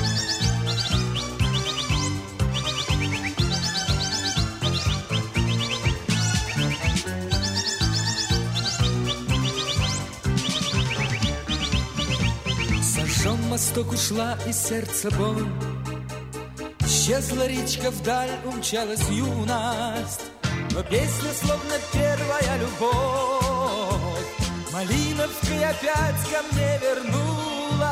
Сожжен мосток, ушла из сердца боль, исчезла речка вдаль, умчалась юность, но песня словно первая любовь малиновкой опять ко мне вернулась.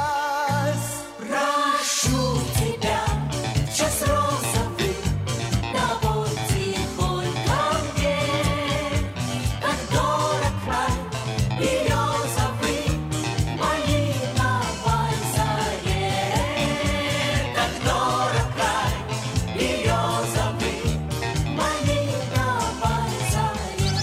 Прошу тебя, в час розовый, напой тихонько мне, как дорог край березовый, малиновой заре. Как дорог край березовый, малиновой заре.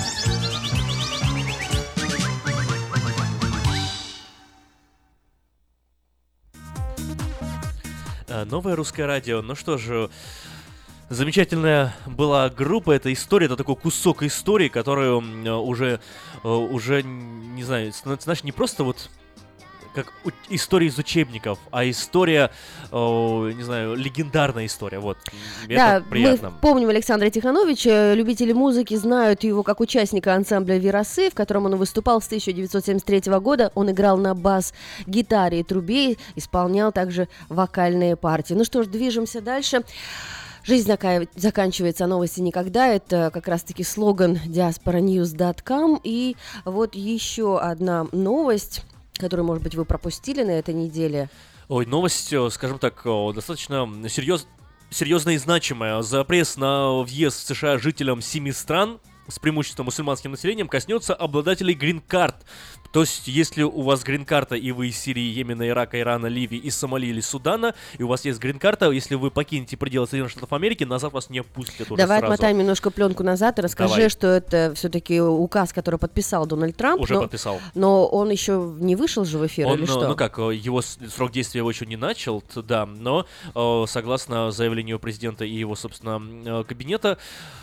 Новое русское радио. Ну что же, замечательная была группа. Это история, это такой кусок истории, которую уже не знаю, знаешь, не просто вот как история из учебников, а история, не знаю, легендарная история. Вот. Да, это приятно. мы помним Александра Тихановича. Любители музыки знают его как участника ансамбля «Верасы», в котором он выступал с 1973 года. Он играл на бас-гитаре и трубе, исполнял также вокальные партии. Ну что ж, движемся дальше. Жизнь заканчивается, а новости никогда. Это как раз-таки слоган diasporanews.com. И вот еще одна новость, которую, может быть, вы пропустили на этой неделе. Ой, новость, скажем так, достаточно серьезная и значимая. Запрет на въезд в США жителям 7 стран с преимущественно мусульманским населением коснется обладателей грин-карт. То есть, если у вас грин-карта, и вы из Сирии, Йемена, Ирака, Ирана, Ливии, из Сомали или Судана, и у вас есть грин-карта, если вы покинете пределы Соединенных Штатов Америки, назад вас не пустят уже Давай сразу. отмотаем немножко пленку назад и расскажи, Давай. что это все-таки указ, который подписал Дональд Трамп. Уже подписал. Но он еще не вышел же в эфир, или что? Ну как, его срок действия его еще не начал, да, но согласно заявлению президента и его, собственно, кабинета,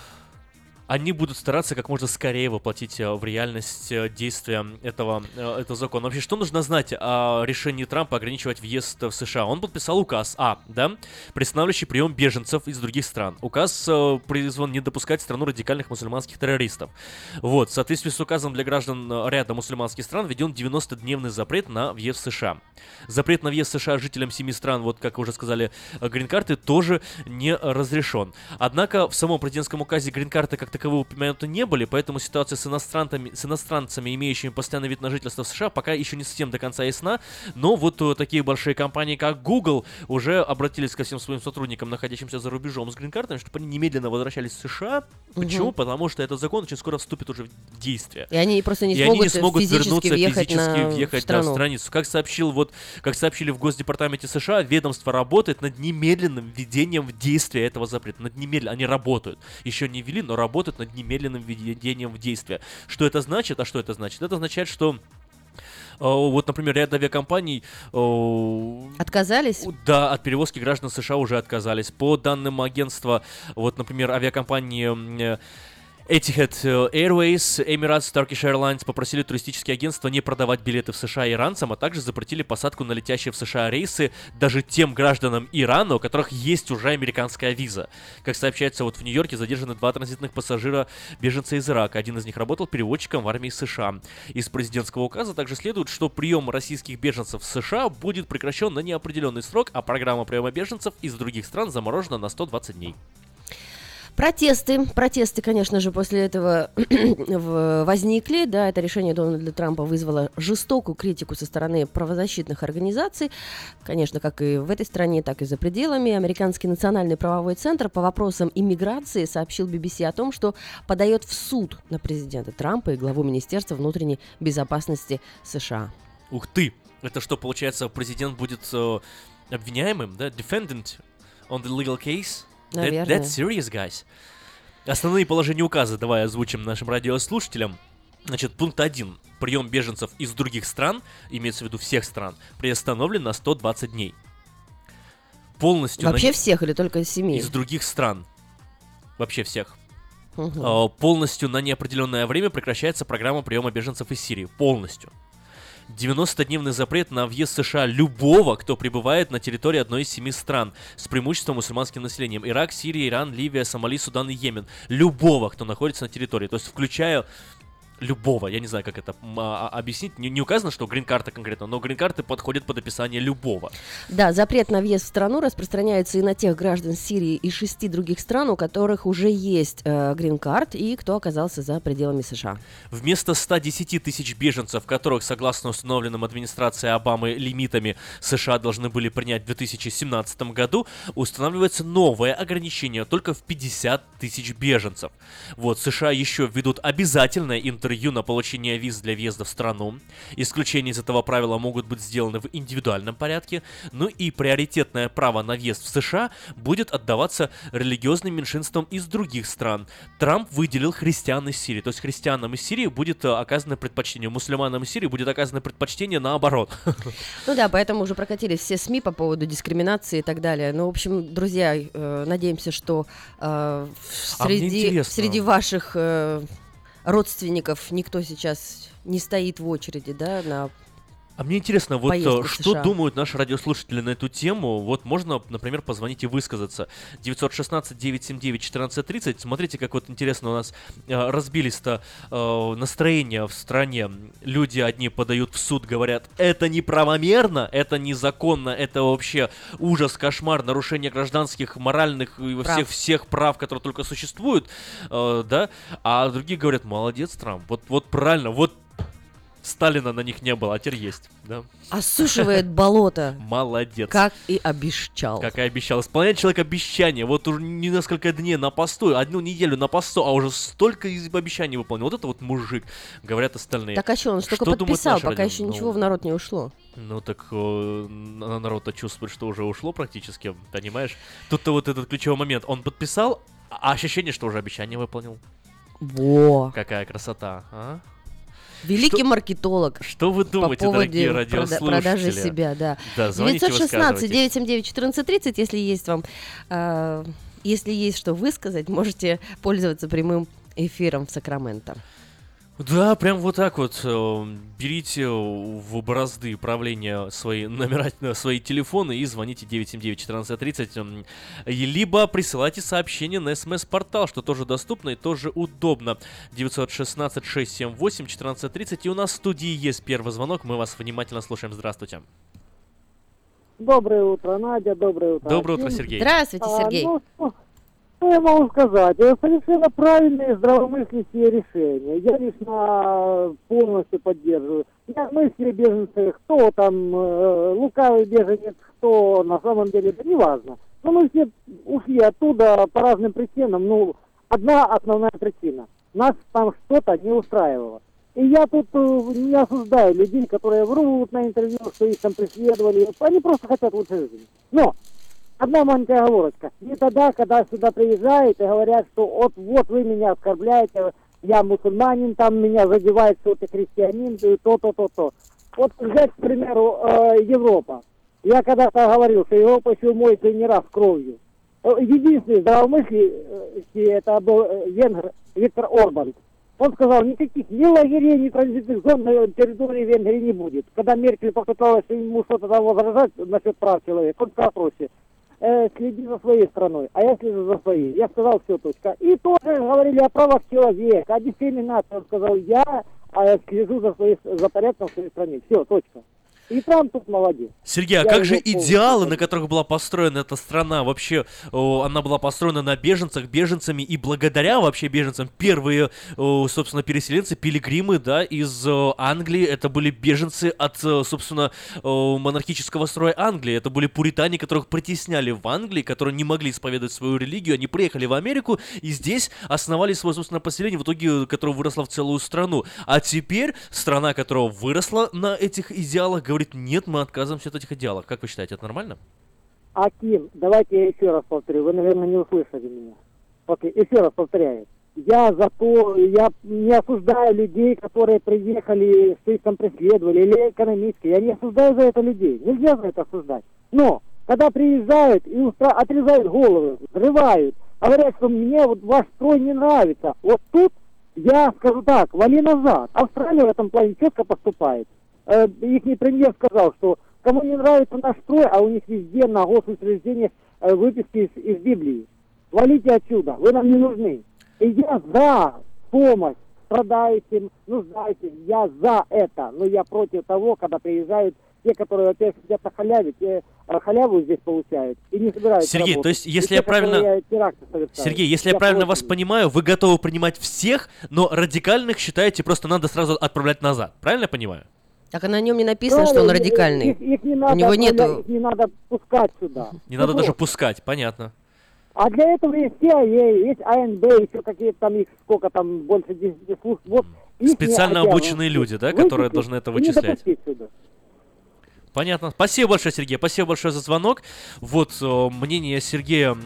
они будут стараться как можно скорее воплотить в реальность действия этого закона. Вообще, что нужно знать о решении Трампа ограничивать въезд в США? Он подписал указ, приостанавливающий прием беженцев из других стран. Указ призван не допускать в страну радикальных мусульманских террористов. Вот, в соответствии с указом для граждан ряда мусульманских стран введен 90-дневный запрет на въезд в США. Запрет на въезд в США жителям 7 стран, вот как уже сказали, грин-карты, тоже не разрешен. Однако в самом президентском указе грин-карты как таковые упомянуты не были, поэтому ситуация с иностранцами, имеющими постоянный вид на жительство в США, пока еще не совсем до конца ясна. Но вот такие большие компании, как Google, уже обратились ко всем своим сотрудникам, находящимся за рубежом с грин-картами, чтобы они немедленно возвращались в США. Почему? Потому что этот закон очень скоро вступит уже в действие. И они просто не смогут физически въехать в страну. Страницу. Как сообщили в Госдепартаменте США, ведомство работает над немедленным введением в действие этого запрета. Они работают. Еще не ввели, но работают над немедленным введением в действие. Что это значит? А что это значит? Это означает, что вот, например, ряд авиакомпаний отказались? Да, от перевозки граждан США уже отказались. По данным агентства, вот, например, авиакомпании Etihad Airways, Emirates, Turkish Airlines попросили туристические агентства не продавать билеты в США иранцам, а также запретили посадку на летящие в США рейсы даже тем гражданам Ирана, у которых есть уже американская виза. Как сообщается, вот в Нью-Йорке задержаны 2 транзитных пассажира беженца из Ирака. Один из них работал переводчиком в армии США. Из президентского указа также следует, что прием российских беженцев в США будет прекращен на неопределенный срок, а программа приема беженцев из других стран заморожена на 120 дней. Протесты, конечно же, после этого возникли. Да, это решение Дональда Трампа вызвало жестокую критику со стороны правозащитных организаций. Конечно, как и в этой стране, так и за пределами. Американский национальный правовой центр по вопросам иммиграции сообщил BBC о том, что подает в суд на президента Трампа и главу Министерства внутренней безопасности США. Ух ты! Это что, получается, президент будет обвиняемым, да? Defendant on the legal case? Наверное. That's serious, guys. Основные положения указа давай озвучим нашим радиослушателям. Значит, пункт 1. Прием беженцев из других стран, имеется в виду всех стран, приостановлен на 120 дней. Полностью вообще всех или только из 7? Из других стран. Вообще всех. Полностью на неопределенное время прекращается программа приема беженцев из Сирии. Полностью. 90-дневный запрет на въезд в США любого, кто прибывает на территории одной из 7 стран с преимущественно мусульманским населением. Ирак, Сирия, Иран, Ливия, Сомали, Судан и Йемен. Любого, кто находится на территории. То есть включая любого. Я не знаю, как это объяснить. Не указано, что грин-карта конкретно, но грин-карты подходят под описание любого. Да, запрет на въезд в страну распространяется и на тех граждан Сирии и 6 других стран, у которых уже есть грин-карт и кто оказался за пределами США. Вместо 110 тысяч беженцев, которых, согласно установленным администрацией Обамы лимитами, США должны были принять в 2017 году, устанавливается новое ограничение только в 50 тысяч беженцев. Вот, США еще введут обязательное интервью на получение виз для въезда в страну. Исключения из этого правила могут быть сделаны в индивидуальном порядке. Ну и приоритетное право на въезд в США будет отдаваться религиозным меньшинствам из других стран. Трамп выделил христиан из Сирии. То есть христианам из Сирии будет оказано предпочтение, мусульманам из Сирии будет оказано предпочтение наоборот. Ну да, поэтому уже прокатились все СМИ по поводу дискриминации и так далее. Ну, в общем, друзья, надеемся, что среди ваших родственников никто сейчас не стоит в очереди, да, на А мне интересно, вот поездки в что США. думают наши радиослушатели на эту тему? Вот можно, например, позвонить и высказаться. 916-979-1430. Смотрите, как вот интересно у нас разбились-то настроения в стране. Люди одни подают в суд, говорят, это неправомерно, это незаконно, это вообще ужас, кошмар, нарушение гражданских, моральных и всех прав, которые только существуют, да? А другие говорят, молодец, Трамп, вот правильно, вот Сталина на них не было, а теперь есть, да? Осушивает болото. Молодец. Как и обещал. Как и обещал. Исполняет человек обещания. Вот уже не несколько дней на посту, 1 неделю на посту, а уже столько обещаний выполнил. Вот это вот мужик, говорят остальные. Так а что, он только подписал, пока еще ничего в народ не ушло. Ну так народ-то чувствует, что уже ушло практически, понимаешь? Тут-то вот этот ключевой момент. Он подписал, а ощущение, что уже обещание выполнил. Во! Какая красота, а? Великий маркетолог. Что вы думаете, дорогие радиослушатели? Продажи себя, да. Да, звоните, 916-979-1430, если есть вам, если есть что высказать, можете пользоваться прямым эфиром в Сакраменто. Да, прям вот так вот. Берите в бразды правления свои номера, свои телефоны и звоните 979-1430. Либо присылайте сообщение на СМС-портал, что тоже доступно и тоже удобно. 916-678-1430. И у нас в студии есть первый звонок. Мы вас внимательно слушаем. Здравствуйте. Доброе утро, Надя. Доброе утро. Доброе утро, Сергей. Здравствуйте, Сергей. Что я могу сказать? Совершенно правильные здравомыслящие решения. Я лично полностью поддерживаю. Я мысли беженцев, кто там лукавый беженец, кто на самом деле, это не важно. Но мы все ушли оттуда по разным причинам. Ну, одна основная причина. Нас там что-то не устраивало. И я тут не осуждаю людей, которые врут на интервью, что их там преследовали. Они просто хотят лучшей жизни. Но одна маленькая оговорочка. Не тогда, когда сюда приезжают и говорят, что вот вы меня оскорбляете, я мусульманин, там меня задевает, что ты христианин, то. Вот взять, к примеру, Европа. Я когда-то говорил, что Европа еще моется не раз кровью. Единственный здравомыслящий, это был венгр Виктор Орбан. Он сказал, никаких ни лагерей, ни транзитных зон на территории Венгрии не будет. Когда Меркель попыталась ему что-то там возражать насчет прав человека, он сказал проще. Следи за своей страной, а я слежу за своей. Я сказал, все, точка. И тоже говорили о правах человека, о дискриминации. Он сказал, я слежу за порядком в своей стране. Все, точка. И Трамп тут молодец. Сергей, а как же идеалы, на которых была построена эта страна? Вообще, она была построена на беженцах, беженцами, и благодаря вообще беженцам первые, собственно, переселенцы, пилигримы, да, из Англии, это были беженцы от, собственно, монархического строя Англии. Это были пуритане, которых притесняли в Англии, которые не могли исповедовать свою религию. Они приехали в Америку и здесь основали свое собственное поселение, в итоге, которое выросло в целую страну. А теперь страна, которая выросла на этих идеалах, говорит, нет, мы отказываемся от этих идеалов. Как вы считаете, это нормально? Аким, давайте я еще раз повторю. Вы, наверное, не услышали меня. Окей, еще раз повторяю. Я не осуждаю людей, которые приехали, что их там преследовали, или экономически. Я не осуждаю за это людей. Нельзя за это осуждать. Но, когда приезжают и отрезают головы, взрывают, говорят, что мне вот ваш строй не нравится. Вот тут я скажу так, вали назад. Австралия в этом плане четко поступает. Ихний премьер сказал, что кому не нравится наш строй, а у них везде на госучреждениях выписки из Библии. Валите отсюда, вы нам не нужны. И я за помощь страдающим, нуждающим, я за это. Но я против того, когда приезжают те, которые опять сидят на халяве, те халяву здесь получают и не собираются Сергей, работать. то есть, если я правильно... Сергей, если я правильно вас понимаю, вы готовы принимать всех, но радикальных считаете, просто надо сразу отправлять назад. Правильно я понимаю? Так а на нем не написано, что он радикальный. Их не надо, у него нету... их не надо пускать сюда. Не надо даже пускать, понятно. А для этого есть CIA, есть АНБ, еще какие-то там их, сколько там, больше 10 служб. Вот специально обученные люди, да, которые должны это вычислять. Понятно. Спасибо большое, Сергей. Спасибо большое за звонок. Вот мнение Сергея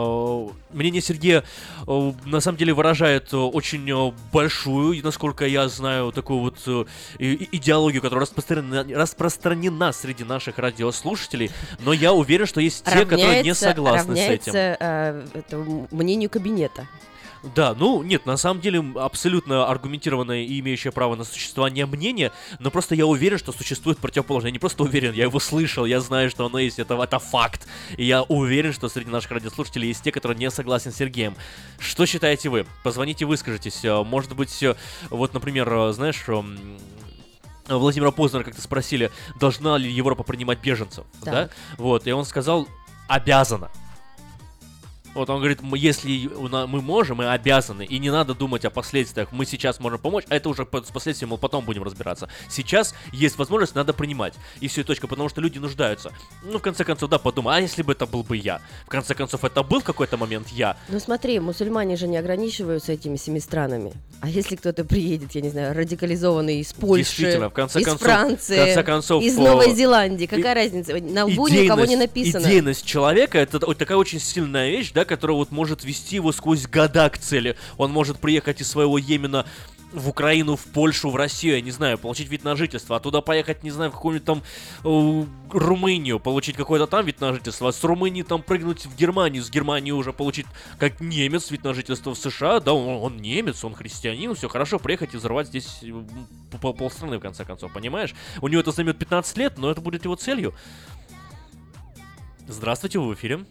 на самом деле выражает очень большую, насколько я знаю, такую вот идеологию, которая распространена среди наших радиослушателей. Но я уверен, что есть те, которые не согласны с этим. Равняется мнению кабинета. Да, ну нет, на самом деле абсолютно аргументированное и имеющее право на существование мнение, но просто я уверен, что существует противоположное. Я не просто уверен, я его слышал, я знаю, что оно есть, это факт. И я уверен, что среди наших радиослушателей есть те, которые не согласны с Сергеем. Что считаете вы? Позвоните, выскажитесь. Может быть, вот, например, знаешь... Владимира Познера как-то спросили, должна ли Европа принимать беженцев, да? Вот, и он сказал, обязана. Вот он говорит, если мы можем, мы обязаны, и не надо думать о последствиях, мы сейчас можем помочь, а это уже с последствиями мы потом будем разбираться. Сейчас есть возможность, надо принимать, и все, и точка, потому что люди нуждаются. Ну, в конце концов, да, подумай, а если бы это был бы я? В конце концов, это был в какой-то момент я. Ну смотри, мусульмане же не ограничиваются этими 7 странами. А если кто-то приедет, я не знаю, радикализованный из Польши, в конце из концов, Франции, из Новой Зеландии, какая разница? На лбу никого не написано. Идейность человека — это такая очень сильная вещь, да, которая вот может вести его сквозь года к цели. Он может приехать из своего Йемена в Украину, в Польшу, в Россию, я не знаю, получить вид на жительство, а туда поехать, не знаю, в какую-нибудь там Румынию, получить какой-то там вид на жительство, а с Румынии там прыгнуть в Германию, с Германии уже получить как немец вид на жительство в США, да, он немец, он христианин, все хорошо, приехать и взорвать здесь полстраны, в конце концов, понимаешь? У него это займет 15 лет, но это будет его целью. Здравствуйте, вы в эфире.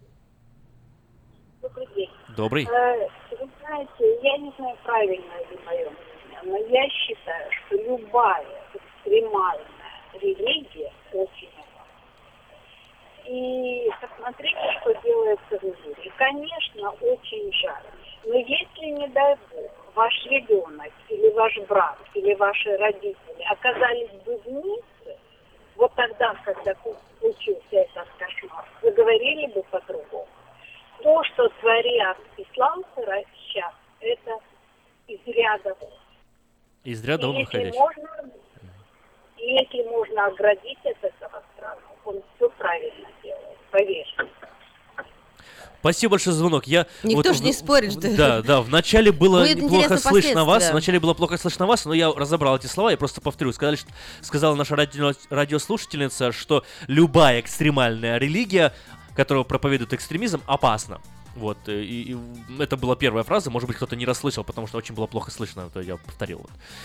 Добрый день. Добрый. Вы знаете, я не знаю, правильно ли мое мнение, но я считаю, что любая экстремальная религия очень опасна. И посмотрите, что делается в мире. И, конечно, очень жаль. Но если, не дай бог, ваш ребенок или ваш брат или ваши родители оказались бы вместе, вот тогда, когда случился этот кошмар, вы говорили бы по-другому. То, что творят исламцы сейчас, это из ряда вон. Из ряда вон выходящий. Если можно оградить от этого страну, он все правильно делает, поверьте. Спасибо большое за звонок. Никто же не спорит, что... Да, вначале было плохо слышно вас, последствия. но я разобрал эти слова, я просто повторю. Сказала наша радиослушательница, что любая экстремальная религия, которая проповедует экстремизм, опасна. Вот, и это была первая фраза, может быть, кто-то не расслышал, потому что очень было плохо слышно, то я повторил.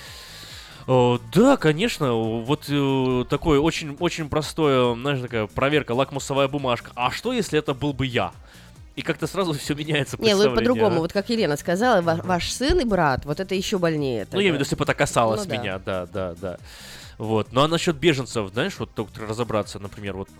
Да, конечно, вот такое очень простое, знаешь, такая проверка, лакмусовая бумажка. А что, если это был бы я? И как-то сразу все меняется представление. Не, ну по-другому, вот как Елена сказала, ваш сын и брат, вот это еще больнее. Ну, я имею в виду, если бы это касалось меня, да. Вот, ну а насчет беженцев, знаешь, вот только разобраться, например, вот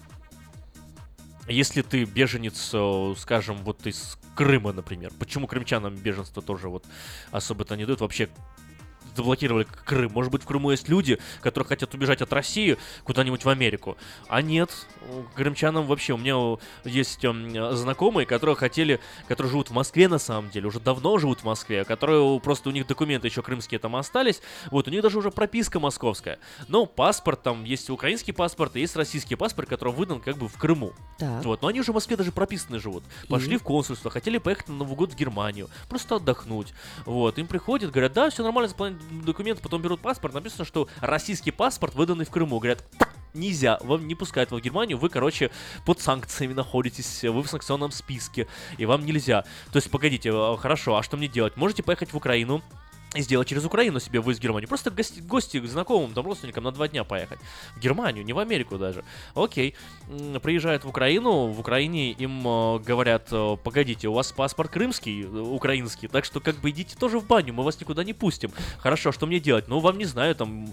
если ты беженец, скажем, вот из Крыма, например, почему крымчанам беженство тоже вот особо-то не дают, вообще заблокировали Крым. Может быть, в Крыму есть люди, которые хотят убежать от России куда-нибудь в Америку. А нет, крымчанам вообще... У меня есть знакомые, которые живут в Москве на самом деле, уже давно живут в Москве, которые просто у них документы еще крымские там остались. Вот, у них даже уже прописка московская. Но паспорт там, есть украинский паспорт, и есть российский паспорт, который выдан как бы в Крыму. Так. Вот, но они уже в Москве даже прописаны живут. Пошли в консульство, хотели поехать на Новый год в Германию, просто отдохнуть. Вот, им приходят, говорят, да, все нормально, заполняют документы, потом берут паспорт, написано, что российский паспорт выданный в Крыму. Говорят, нельзя, вам не пускают в Германию, вы, короче, под санкциями находитесь, вы в санкционном списке, и вам нельзя. То есть, погодите, хорошо, а что мне делать? Можете поехать в Украину и сделать через Украину себе выезд в Германию. Просто гости к знакомым, там, родственникам на 2 дня поехать. В Германию, не в Америку даже. Окей. Приезжают в Украину, в Украине им говорят, погодите, у вас паспорт крымский, украинский, так что как бы идите тоже в баню, мы вас никуда не пустим. Хорошо, что мне делать? Ну, вам не знаю, там,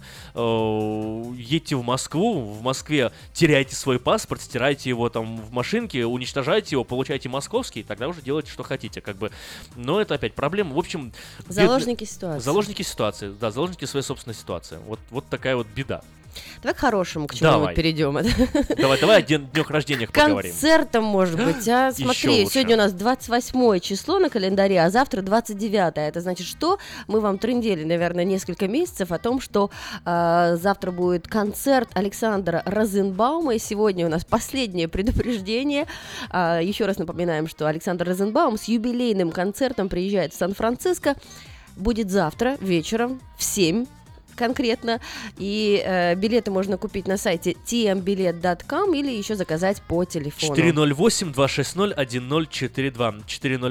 едьте в Москву, в Москве теряйте свой паспорт, стирайте его там в машинке, уничтожайте его, получайте московский, тогда уже делайте, что хотите, как бы. Но это опять проблема. В общем... Заложники ситуации. Заложники ситуации, да, заложники своей собственной ситуации. Вот такая вот беда. Давай к хорошему, к чему-нибудь перейдем. Давай о днях рождениях поговорим. Концертом, может быть, а? Смотри, сегодня у нас 28 число на календаре, а завтра 29. Это значит, что мы вам трындели, наверное, несколько месяцев о том, что завтра будет концерт Александра Розенбаума, и сегодня у нас последнее предупреждение. Еще раз напоминаем, что Александр Розенбаум с юбилейным концертом приезжает в Сан-Франциско. Будет завтра вечером в 7. конкретно. И билеты можно купить на сайте tmbilet.com или еще заказать по телефону. 408-260-1042.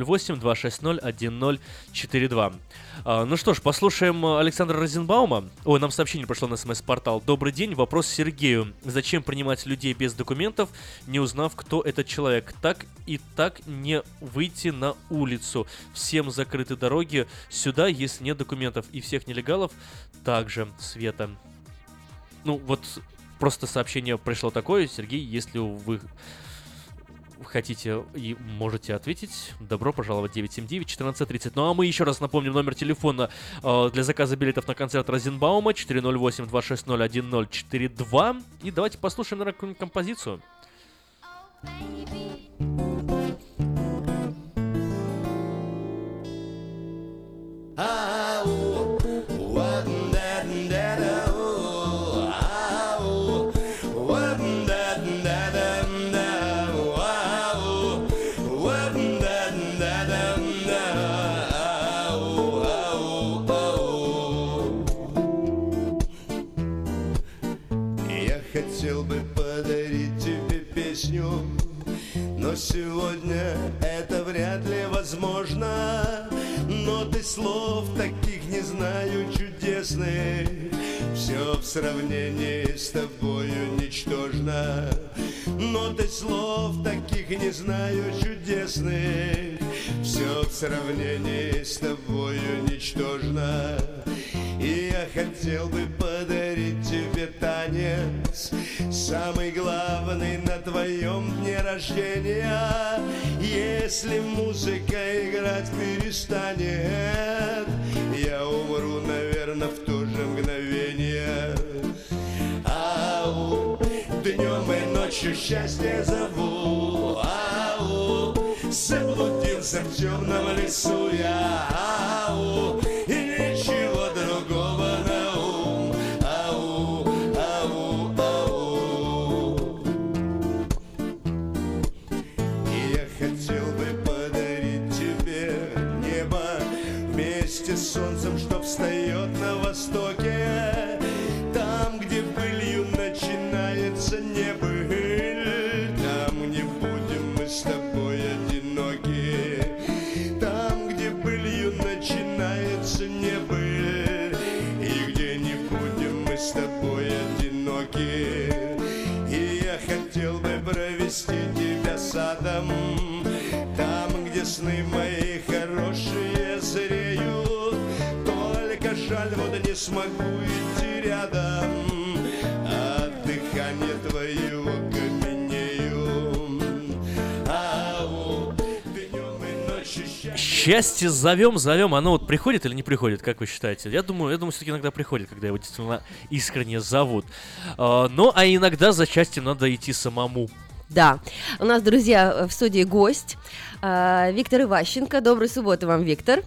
408-260-1042. Ну что ж, послушаем Александра Розенбаума. Ой, нам сообщение пришло на СМС-портал. Добрый день, вопрос Сергею. Зачем принимать людей без документов, не узнав, кто этот человек? Так и так не выйти на улицу. Всем закрыты дороги сюда, если нет документов. И всех нелегалов также, Света. Ну вот, просто сообщение пришло такое. Сергей, если вы хотите и можете ответить, добро пожаловать, 979-1430. Ну а мы еще раз напомним номер телефона для заказа билетов на концерт Розенбаума 408-260-1042. И давайте послушаем, наверное, какую-нибудь композицию. Хотел бы подарить тебе песню, но сегодня это вряд ли возможно. Ноты слов таких не знаю чудесных, все в сравнении с тобою ничтожно. Ноты слов таких не знаю чудесных, все в сравнении с тобою ничтожно. И я хотел бы подарить тебе танец, самый главный на твоем дне рождения. Если музыка играть перестанет, я умру, наверное, в то же мгновение. Ау, днем и ночью счастье зову. Ау, заблудился в темном лесу я. Ау, и ничего другого на ум. Ау, ау, ау. И я хотел бы подарить тебе небо вместе с солнцем, что встает на востоке. Там, где пылью начинается небыль, там не будем мы с тобой одиноки. Там, где пылью начинается небыль, и где не будем мы с тобой одиноки. И я хотел бы провести тебя садом, там, где сны мои хорошие зреют. Только жаль, вот не смогу идти рядом, от дыхания твоего каменею. Ау, днем и ночью Счастье зовем. Оно вот приходит или не приходит, как вы считаете? Я думаю, все-таки иногда приходит, когда его действительно искренне зовут. Ну, а иногда за счастьем надо идти самому. Да, у нас, друзья, в студии гость Виктор Иващенко. Доброй субботы вам, Виктор.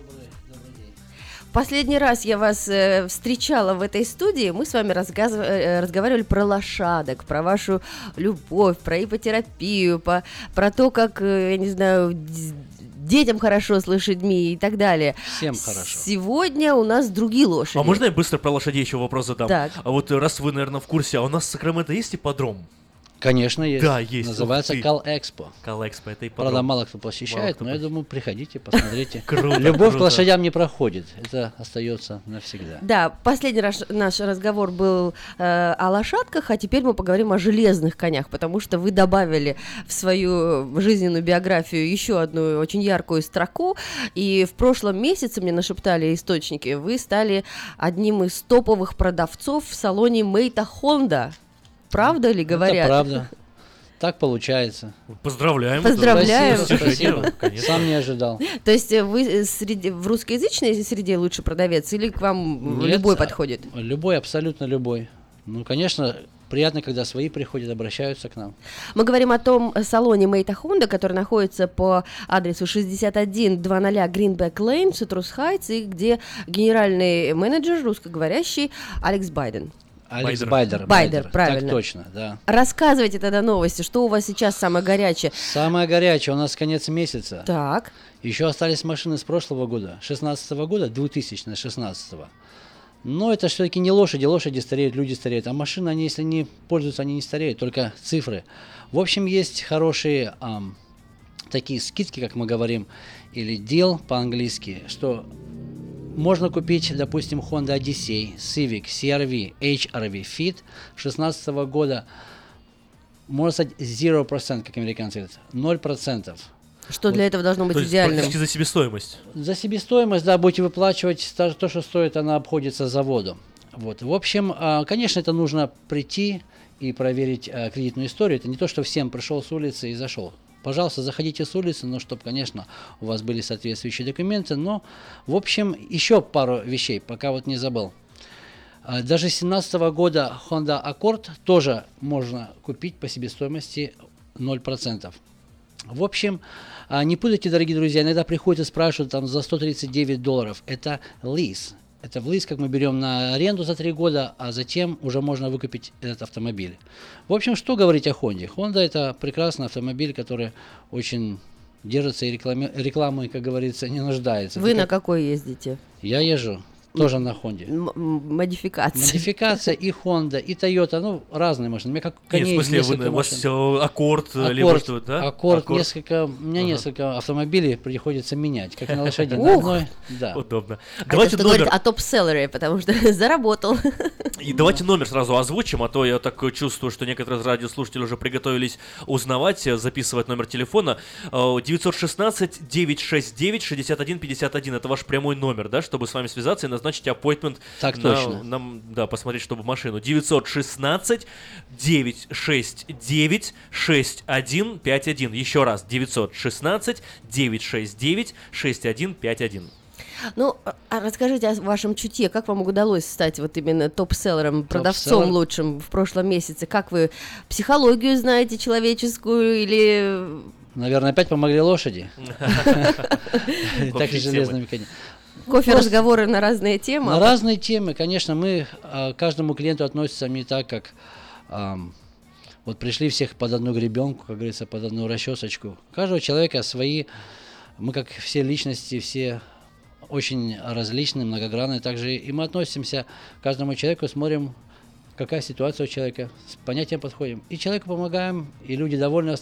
Последний раз я вас встречала в этой студии, мы с вами разговаривали про лошадок, про вашу любовь, про ипотерапию, про то, как, я не знаю, детям хорошо с лошадьми и так далее. Всем хорошо. Сегодня у нас другие лошади. А можно я быстро про лошадей еще вопрос задам? Так. А вот раз вы, наверное, в курсе, а у нас в Сакраменто есть ипподром? Конечно, есть. Да, есть. Называется Кал-Экспо. Кал-Экспо, это ипподром. Правда, мало кто посещает, но я думаю, приходите, посмотрите. Круто. Любовь к лошадям не проходит, это остается навсегда. Да, последний раз наш разговор был о лошадках, а теперь мы поговорим о железных конях, потому что вы добавили в свою жизненную биографию еще одну очень яркую строку, и в прошлом месяце, мне нашептали источники, вы стали одним из топовых продавцов в салоне Мэйта Хонда. Правда ли говорят? Это правда. Так получается. Поздравляем. Поздравляем. Спасибо. Сам не ожидал. То есть вы в русскоязычной среде лучший продавец или к вам любой подходит? Любой, абсолютно любой. Ну, конечно, приятно, когда свои приходят, обращаются к нам. Мы говорим о том салоне Мэйта Хонда, который находится по адресу 6100 Greenback Lane, Citrus Heights, и где генеральный менеджер русскоговорящий Алекс Байден. Алекс Байдер, правильно. Так точно, да. Рассказывайте тогда новости, что у вас сейчас самое горячее? Самое горячее у нас конец месяца. Так. Еще остались машины с прошлого года, 16 года, 2016. Но это все-таки не лошади, лошади стареют, люди стареют, а машины, они, если не пользуются, они не стареют, только цифры. В общем, есть хорошие такие скидки, как мы говорим, или deal по-английски, что можно купить, допустим, Honda Odyssey, Civic, CR-V, HR-V, Fit 2016 года, можно сказать 0%, как американцы говорят, 0%. Что для этого должно быть идеальным? Практически за себестоимость. За себестоимость, да, будете выплачивать то, что стоит, она обходится заводу. Вот. В общем, конечно, это нужно прийти и проверить кредитную историю. Это не то, что всем пришел с улицы и зашел. Пожалуйста, заходите с улицы, но чтобы, конечно, у вас были соответствующие документы. Но, в общем, еще пару вещей, пока вот не забыл. Даже с 2017 года Honda Accord тоже можно купить по себестоимости 0%. В общем, не путайте, дорогие друзья, иногда приходят и спрашивают там за $139. Это лиз. Это в лиз, как мы берем на аренду за 3 года, а затем уже можно выкупить этот автомобиль. В общем, что говорить о Honda? Honda это прекрасный автомобиль, который очень держится и рекламой, как говорится, не нуждается. Вы на какой ездите? Я езжу. Тоже на Хонде. Модификация. Модификация и Honda, и Toyota, ну, разные машины. У меня как коней. Нет, в смысле, у вас Аккорд, либо что-то, да? Аккорд, несколько, у меня несколько автомобилей приходится менять, как на лошади. На одной, да. Удобно. Давайте номер. Говорит о топ-селлере, потому что заработал. И давайте номер сразу озвучим, а то я так чувствую, что некоторые радиослушатели уже приготовились узнавать, записывать номер телефона. 916-969-6151. Это ваш прямой номер, да, чтобы с вами связаться и назначить appointment. Так точно. Нам, да, посмотреть, чтобы машину. 916-969-6151. Еще раз. 916-969-6151. Ну, а расскажите о вашем чутье. Как вам удалось стать вот именно топ-селлером, продавцом лучшим в прошлом месяце? Как вы психологию знаете человеческую или... Наверное, опять помогли лошади. Так и железными конями. Кофе, разговоры на разные темы? На разные темы, конечно. Мы к каждому клиенту относимся не так, как... Вот пришли всех под одну гребенку, как говорится, под одну расчесочку. У каждого человека свои... Мы, как все личности, все... очень различные, многогранные. Также и мы относимся к каждому человеку, смотрим, какая ситуация у человека, с понятием подходим. И человеку помогаем, и люди довольны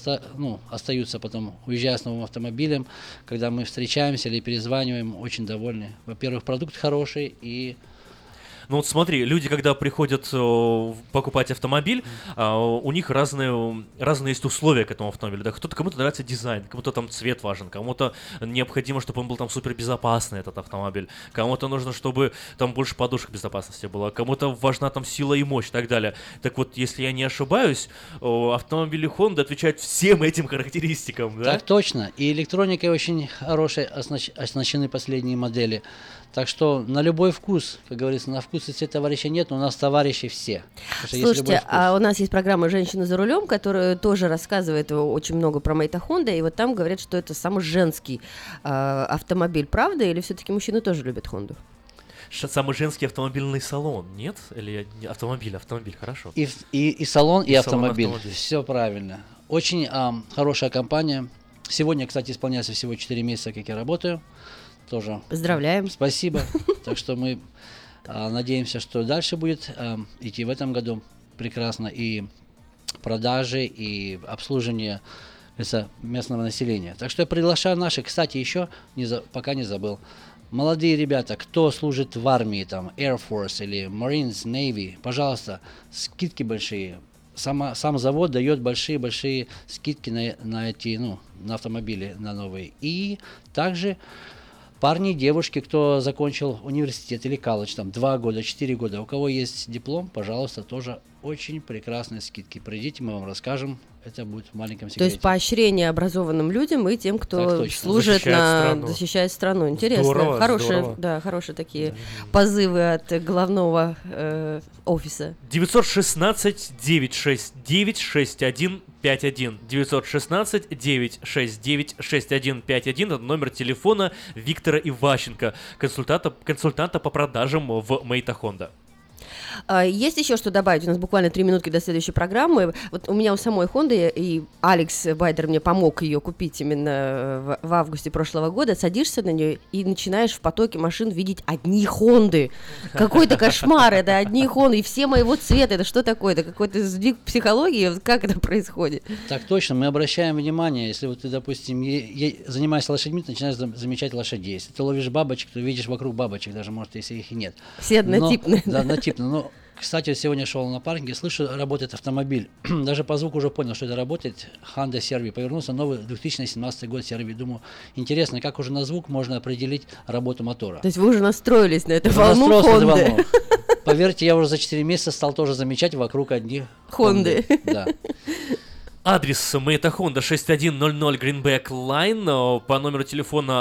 остаются потом, уезжая с новым автомобилем. Когда мы встречаемся или перезваниваем, очень довольны. Во-первых, продукт хороший и... Ну вот смотри, люди, когда приходят покупать автомобиль, у них разные есть условия к этому автомобилю. Да? Кому-то нравится дизайн, кому-то там цвет важен, кому-то необходимо, чтобы он был там супер безопасный, этот автомобиль, кому-то нужно, чтобы там больше подушек безопасности было, кому-то важна там сила и мощь и так далее. Так вот, если я не ошибаюсь, автомобили Honda отвечают всем этим характеристикам, да? Так точно. И электроникой очень хорошей оснащены последние модели. Так что на любой вкус, как говорится, на вкус и цвет товарища нет, но у нас товарищи все. Слушайте, а у нас есть программа «Женщина за рулем», которая тоже рассказывает очень много про Мэйта Honda, и вот там говорят, что это самый женский автомобиль, правда? Или все-таки мужчины тоже любят Honda? Самый женский автомобильный салон, нет? Или автомобиль, хорошо. И салон, и автомобиль. Все правильно. Очень хорошая компания. Сегодня, кстати, исполняется всего 4 месяца, как я работаю. Тоже. Поздравляем. Спасибо. Так что мы надеемся, что дальше будет идти в этом году прекрасно и продажи, и обслуживание местного населения. Так что я приглашаю наших, кстати, еще пока не забыл. Молодые ребята, кто служит в армии, там, Air Force или Marines, Navy, пожалуйста, скидки большие. Сам завод дает большие скидки на эти, на автомобили, на новые. И также парни и девушки, кто закончил университет или колледж, там 2 года, 4 года, у кого есть диплом, пожалуйста, тоже очень прекрасные скидки. Придите, мы вам расскажем. Это будет в маленьком секрете. То есть поощрение образованным людям и тем, кто служит, защищает страну. Интересно. Здорово, хорошие, здорово. Да, хорошие такие позывы от главного офиса. 916-969-6151. 916-969-6151. Это номер телефона Виктора Иващенко, консультанта по продажам в Мэйта Honda. Есть еще что добавить? У нас буквально 3 минутки до следующей программы. Вот у меня у самой Honda, и Алекс Байдер мне помог ее купить именно в августе прошлого года. Садишься на нее и начинаешь в потоке машин видеть одни Хонды. Какой-то кошмар, это одни Хонды, и все моего цвета. Это что такое? Это какой-то сдвиг психологии? Вот как это происходит? Так точно, мы обращаем внимание, если вот ты, допустим, занимаешься лошадьми, ты начинаешь замечать лошадей. Если ты ловишь бабочек, то видишь вокруг бабочек, даже, может, если их и нет. Все однотипные. Да, однотипные. Но, кстати, сегодня шел на паркинге, слышу, работает автомобиль. Даже по звуку уже понял, что это работает. Honda CR-V. Повернулся новый 2017 год CR-V. Думаю, интересно, как уже на звук можно определить работу мотора. То есть вы уже настроились на эту волну Honda? Поверьте, я уже за 4 месяца стал тоже замечать вокруг одни Honda. Да. Адрес Мэйта Honda 6100 Greenback Line. По номеру телефона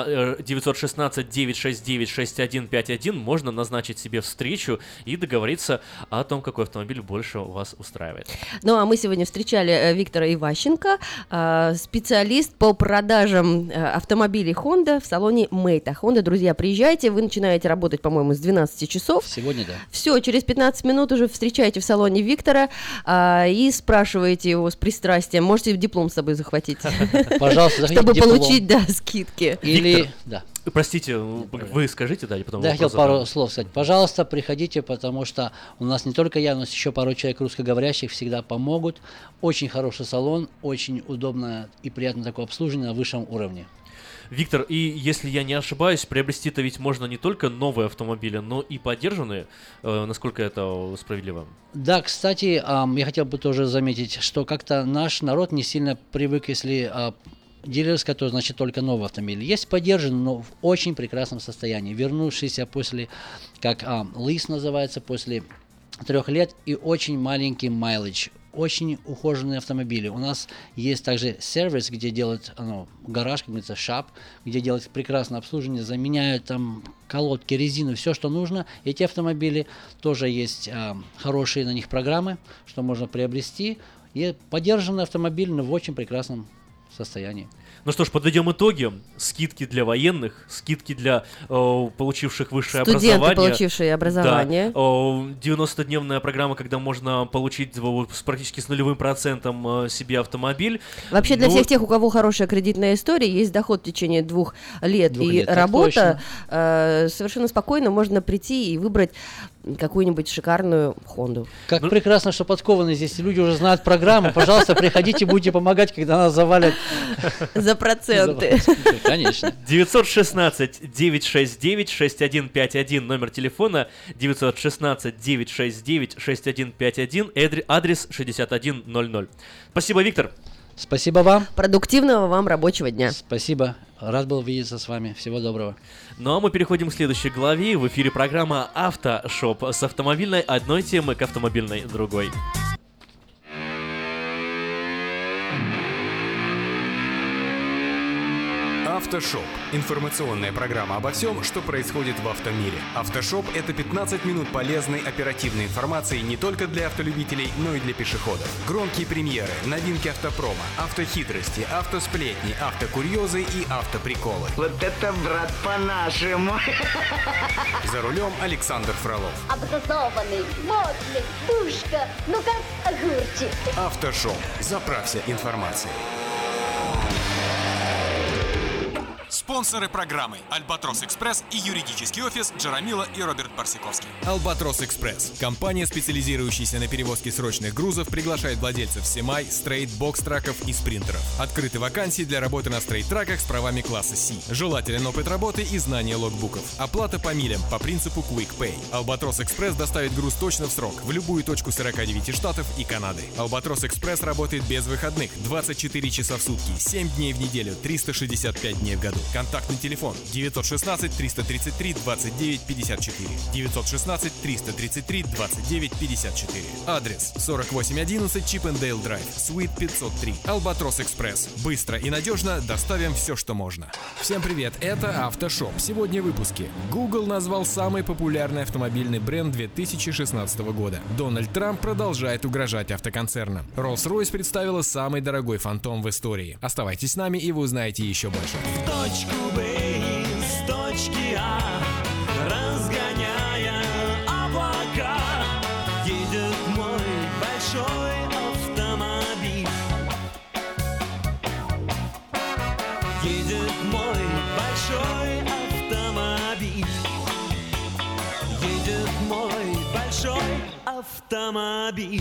916-969-6151 можно назначить себе встречу и договориться о том, какой автомобиль больше вас устраивает. Ну, а мы сегодня встречали Виктора Иващенко, специалист по продажам автомобилей Honda в салоне Мэйта Honda. Друзья, приезжайте, вы начинаете работать, по-моему, с 12 часов. Сегодня, да. Все, через 15 минут уже встречаете в салоне Виктора и спрашиваете его с пристрастием. Можете диплом с собой захватить. Пожалуйста, чтобы получить, да, скидки. Или, да. Простите, вы скажите, да, и потом... Да, я хотел пару слов сказать. Пожалуйста, приходите, потому что у нас не только я, но еще пару человек русскоговорящих всегда помогут. Очень хороший салон, очень удобное и приятное такое обслуживание на высшем уровне. Виктор, и если я не ошибаюсь, приобрести-то ведь можно не только новые автомобили, но и подержанные, насколько это справедливо? Да, кстати, я хотел бы тоже заметить, что как-то наш народ не сильно привык, если дилерская, то значит только новый автомобиль. Есть подержанный, но в очень прекрасном состоянии, вернувшийся после, как лиз называется, после 3 лет и очень маленький майлидж. Очень ухоженные автомобили. У нас есть также сервис, где делают гараж, как говорится, шап, где делают прекрасное обслуживание, заменяют там колодки, резину, все, что нужно. Эти автомобили тоже есть хорошие на них программы, что можно приобрести. И подержанный автомобиль, но в очень прекрасном состоянии. Ну что ж, подведем итоги. Скидки для военных, скидки для получивших высшее студенты, образование. получившие образование. Да, 90-дневная программа, когда можно получить практически с 0% себе автомобиль. Вообще для всех тех, у кого хорошая кредитная история, есть доход в течение 2 лет и работа, совершенно спокойно можно прийти и выбрать какую-нибудь шикарную Хонду. Как прекрасно, что подкованы здесь люди уже знают программу. Пожалуйста, приходите, будете помогать, когда нас завалят. За проценты. Конечно. 916-969-6151, номер телефона 916-969-6151, адрес 6100. Спасибо, Виктор. Спасибо вам. Продуктивного вам рабочего дня. Спасибо. Рад был видеться с вами. Всего доброго. Ну а мы переходим к следующей главе. В эфире программа «Автошоп» с автомобильной одной темы к автомобильной другой. Автошоп. Информационная программа обо всем, что происходит в автомире. Автошоп — это 15 минут полезной оперативной информации не только для автолюбителей, но и для пешеходов. Громкие премьеры, новинки автопрома, автохитрости, автосплетни, автокурьезы и автоприколы. Вот это, брат, по-нашему. За рулем Александр Фролов. Образованный, модный, пушка, ну как огурчик. Автошоп. Заправься информацией. Спонсоры программы «Альбатрос Экспресс» и юридический офис Джарамила и Роберт Барсиковский. «Альбатрос Экспресс» – компания, специализирующаяся на перевозке срочных грузов, приглашает владельцев семай, стрейт, бокс-траков и спринтеров. Открыты вакансии для работы на стрейт-траках с правами класса C. Желателен опыт работы и знание логбуков. Оплата по милям по принципу Quick Pay. «Альбатрос Экспресс» доставит груз точно в срок в любую точку 49 штатов и Канады. «Альбатрос Экспресс» работает без выходных 24 часа в сутки, 7 дней в неделю, 365 дней в году. Контактный телефон 916-333-29-54. 916-333-29-54. Адрес 4811 Чиппендейл Драйв, Суит 503. Альбатрос Экспресс. Быстро и надежно доставим все, что можно. Всем привет, это Автошоп. Сегодня в выпуске. Google назвал самый популярный автомобильный бренд 2016 года. Дональд Трамп продолжает угрожать автоконцернам. Rolls-Royce представила самый дорогой фантом в истории. Оставайтесь с нами, и вы узнаете еще больше. Точку Б из точки А, разгоняя облака, едет мой большой автомобиль. Едет мой большой автомобиль. Едет мой большой автомобиль.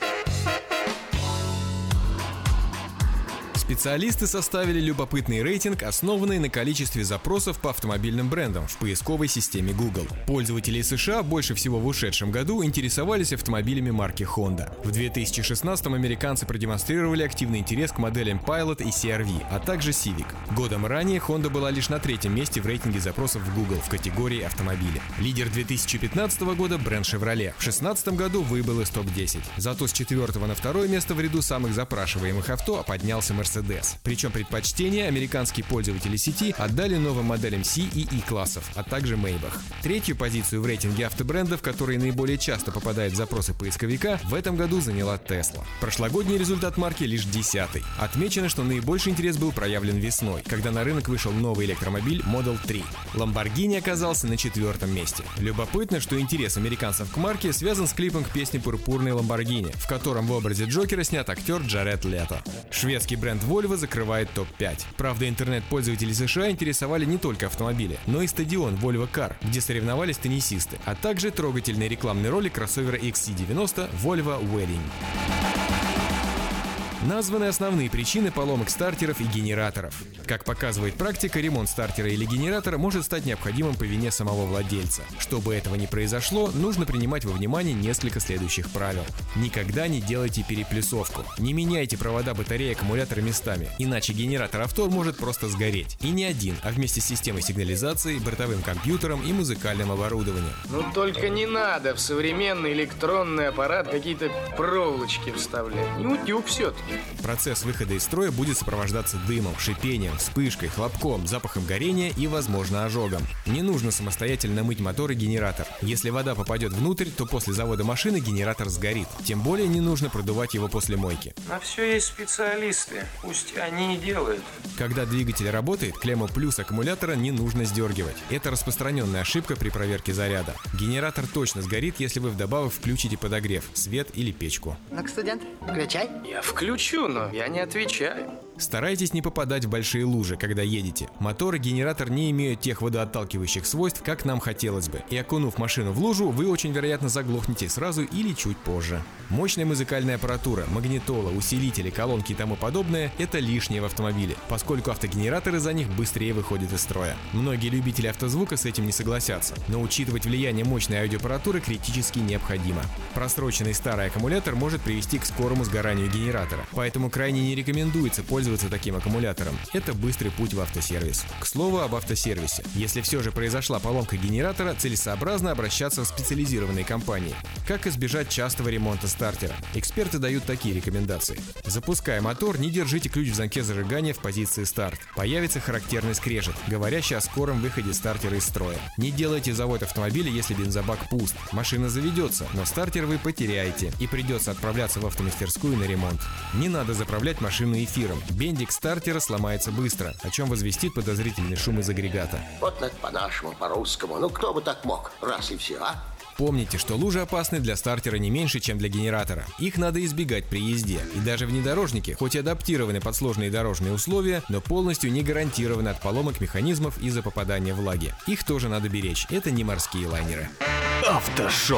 Специалисты составили любопытный рейтинг, основанный на количестве запросов по автомобильным брендам в поисковой системе Google. Пользователи США больше всего в ушедшем году интересовались автомобилями марки Honda. В 2016-м американцы продемонстрировали активный интерес к моделям Pilot и CR-V, а также Civic. Годом ранее Honda была лишь на 3-м месте в рейтинге запросов в Google в категории автомобили. Лидер 2015 года бренд Chevrolet в 2016 году выбыл из топ-10. Зато с 4-го на 2-е место в ряду самых запрашиваемых авто поднялся Mercedes. Причем предпочтение американские пользователи сети отдали новым моделям C и E-классов, а также Maybach. 3-ю позицию в рейтинге автобрендов, которые наиболее часто попадают в запросы поисковика, в этом году заняла Tesla. Прошлогодний результат марки лишь 10-й. Отмечено, что наибольший интерес был проявлен весной, когда на рынок вышел новый электромобиль Model 3. Lamborghini оказался на 4-м месте. Любопытно, что интерес американцев к марке связан с клипом к песне «Пурпурный Lamborghini», в котором в образе Джокера снят актер Джаред Лето. Шведский бренд Volvo закрывает топ-5. Правда, интернет-пользователи США интересовали не только автомобили, но и стадион Volvo Car, где соревновались теннисисты, а также трогательный рекламный ролик кроссовера XC90 Volvo Wedding. Названы основные причины поломок стартеров и генераторов. Как показывает практика, ремонт стартера или генератора может стать необходимым по вине самого владельца. Чтобы этого не произошло, нужно принимать во внимание несколько следующих правил. Никогда не делайте переплюсовку. Не меняйте провода батареи и аккумулятора местами, иначе генератор авто может просто сгореть. И не один, а вместе с системой сигнализации, бортовым компьютером и музыкальным оборудованием. Ну только не надо в современный электронный аппарат какие-то проволочки вставлять. Не утюг все-таки. Процесс выхода из строя будет сопровождаться дымом, шипением, вспышкой, хлопком, запахом горения и, возможно, ожогом. Не нужно самостоятельно мыть мотор и генератор. Если вода попадет внутрь, то после завода машины генератор сгорит. Тем более не нужно продувать его после мойки. На все есть специалисты, пусть они и делают. Когда двигатель работает, клемму плюс аккумулятора не нужно сдергивать. Это распространенная ошибка при проверке заряда. Генератор точно сгорит, если вы вдобавок включите подогрев, свет или печку. Ну-ка, студент, включай. Я включу, но я не отвечаю. Старайтесь не попадать в большие лужи, когда едете. Мотор и генератор не имеют тех водоотталкивающих свойств, как нам хотелось бы. И окунув машину в лужу, вы очень вероятно заглохнете сразу или чуть позже. Мощная музыкальная аппаратура, магнитола, усилители, колонки и тому подобное – это лишнее в автомобиле, поскольку автогенераторы за них быстрее выходят из строя. Многие любители автозвука с этим не согласятся, но учитывать влияние мощной аудиоаппаратуры критически необходимо. Просроченный старый аккумулятор может привести к скорому сгоранию генератора, поэтому крайне не рекомендуется пользоваться таким аккумулятором. Это быстрый путь в автосервис. К слову об автосервисе. Если все же произошла поломка генератора, целесообразно обращаться в специализированные компании. Как избежать частого ремонта стартера? Эксперты дают такие рекомендации. Запуская мотор, не держите ключ в замке зажигания в позиции старт. Появится характерный скрежет, говорящий о скором выходе стартера из строя. Не делайте завод автомобиля, если бензобак пуст. Машина заведется, но стартер вы потеряете и придется отправляться в автомастерскую на ремонт. Не надо заправлять машину эфиром. Бендик стартера сломается быстро, о чем возвестит подозрительный шум из агрегата. Вот это по-нашему, по-русскому. Ну кто бы так мог, раз и все, а? Помните, что лужи опасны для стартера не меньше, чем для генератора. Их надо избегать при езде. И даже внедорожники, хоть и адаптированы под сложные дорожные условия, но полностью не гарантированы от поломок механизмов из-за попадания влаги. Их тоже надо беречь. Это не морские лайнеры. Автошоу.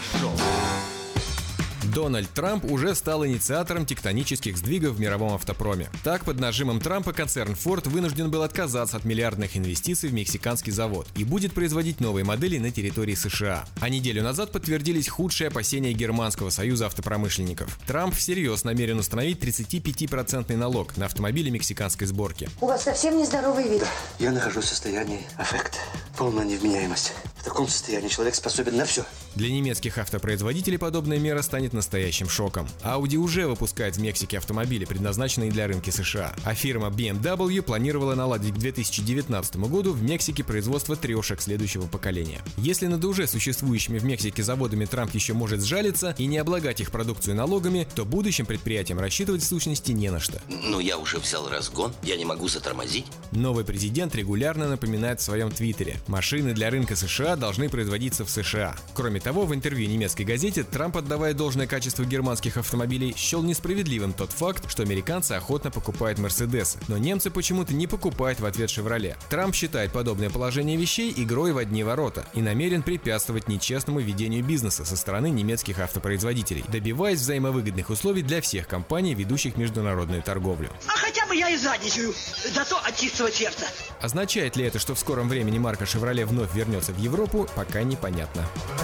Дональд Трамп уже стал инициатором тектонических сдвигов в мировом автопроме. Так, под нажимом Трампа концерн Ford вынужден был отказаться от миллиардных инвестиций в мексиканский завод и будет производить новые модели на территории США. А неделю назад подтвердились худшие опасения Германского союза автопромышленников. Трамп всерьез намерен установить 35% налог на автомобили мексиканской сборки. У вас совсем нездоровый вид. Я нахожусь в состоянии аффекта, полная невменяемость. В таком состоянии человек способен на все. Для немецких автопроизводителей подобная мера станет настоящим шоком. Audi уже выпускает в Мексике автомобили, предназначенные для рынка США. А фирма BMW планировала наладить к 2019 году в Мексике производство трешек следующего поколения. Если над уже существующими в Мексике заводами Трамп еще может сжалиться и не облагать их продукцию налогами, то будущим предприятиям рассчитывать в сущности не на что. Ну я уже взял разгон, я не могу затормозить. Новый президент регулярно напоминает в своем твиттере: машины для рынка США США должны производиться в США. Кроме того, в интервью немецкой газете Трамп, отдавая должное качеству германских автомобилей, счел несправедливым тот факт, что американцы охотно покупают Мерседесы, но немцы почему-то не покупают в ответ Шевроле. Трамп считает подобное положение вещей игрой в одни ворота и намерен препятствовать нечестному ведению бизнеса со стороны немецких автопроизводителей, добиваясь взаимовыгодных условий для всех компаний, ведущих международную торговлю. А хотя бы я и задничаю, зато от чистого сердца. Означает ли это, что в скором времени марка Chevrolet вновь вернется в Европу, пока непонятно.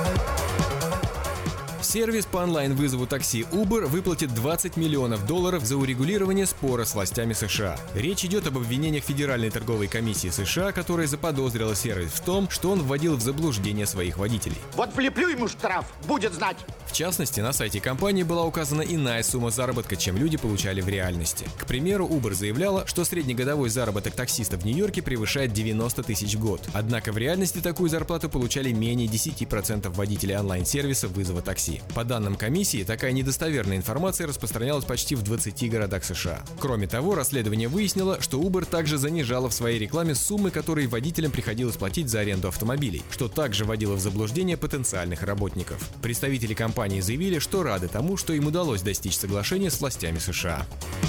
Сервис по онлайн-вызову такси Uber выплатит $20 миллионов за урегулирование спора с властями США. Речь идет об обвинениях Федеральной торговой комиссии США, которая заподозрила сервис в том, что он вводил в заблуждение своих водителей. Вот влеплю ему штраф, будет знать. В частности, на сайте компании была указана иная сумма заработка, чем люди получали в реальности. К примеру, Uber заявляла, что среднегодовой заработок таксиста в Нью-Йорке превышает 90 тысяч в год. Однако в реальности такую зарплату получали менее 10% водителей онлайн-сервиса вызова такси. По данным комиссии, такая недостоверная информация распространялась почти в 20 городах США. Кроме того, расследование выяснило, что Uber также занижала в своей рекламе суммы, которые водителям приходилось платить за аренду автомобилей, что также вводило в заблуждение потенциальных работников. Представители компании заявили, что рады тому, что им удалось достичь соглашения с властями США.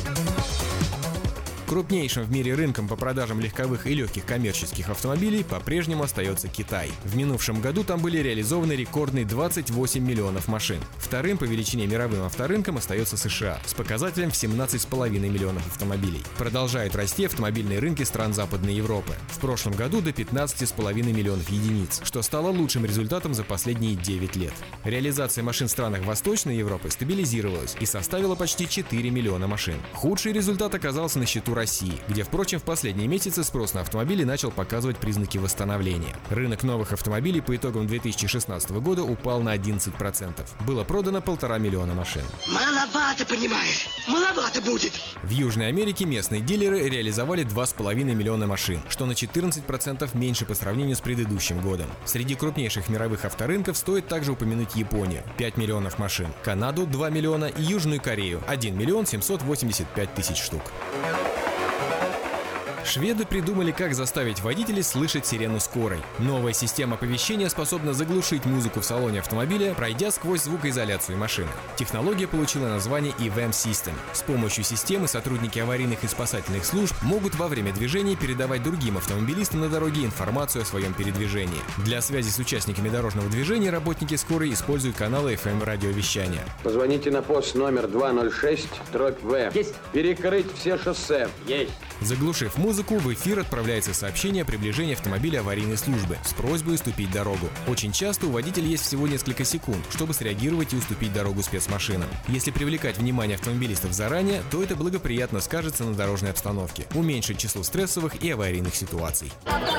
Крупнейшим в мире рынком по продажам легковых и легких коммерческих автомобилей по-прежнему остается Китай. В минувшем году там были реализованы рекордные 28 миллионов машин. Вторым по величине мировым авторынком остается США с показателем в 17,5 миллионов автомобилей. Продолжают расти автомобильные рынки стран Западной Европы. В прошлом году до 15,5 миллионов единиц, что стало лучшим результатом за последние 9 лет. Реализация машин в странах Восточной Европы стабилизировалась и составила почти 4 миллиона машин. Худший результат оказался на счету России, где, впрочем, в последние месяцы спрос на автомобили начал показывать признаки восстановления. Рынок новых автомобилей по итогам 2016 года упал на 11%. Было продано 1,5 миллиона машин. Маловато, понимаешь? Маловато будет. В Южной Америке местные дилеры реализовали 2,5 миллиона машин, что на 14% меньше по сравнению с предыдущим годом. Среди крупнейших мировых авторынков стоит также упомянуть Японию – 5 миллионов машин, Канаду – 2 миллиона и Южную Корею – 1 миллион 785 тысяч штук. Шведы придумали, как заставить водителей слышать сирену скорой. Новая система оповещения способна заглушить музыку в салоне автомобиля, пройдя сквозь звукоизоляцию машины. Технология получила название EVM System. С помощью системы сотрудники аварийных и спасательных служб могут во время движения передавать другим автомобилистам на дороге информацию о своем передвижении. Для связи с участниками дорожного движения работники скорой используют каналы FM-радиовещания. Позвоните на пост номер 206/В. Есть. Перекрыть все шоссе. Есть. Заглушив музыку, в эфир отправляется сообщение о приближении автомобиля аварийной службы с просьбой уступить дорогу. Очень часто у водителя есть всего несколько секунд, чтобы среагировать и уступить дорогу спецмашинам. Если привлекать внимание автомобилистов заранее, то это благоприятно скажется на дорожной обстановке, уменьшит число стрессовых и аварийных ситуаций.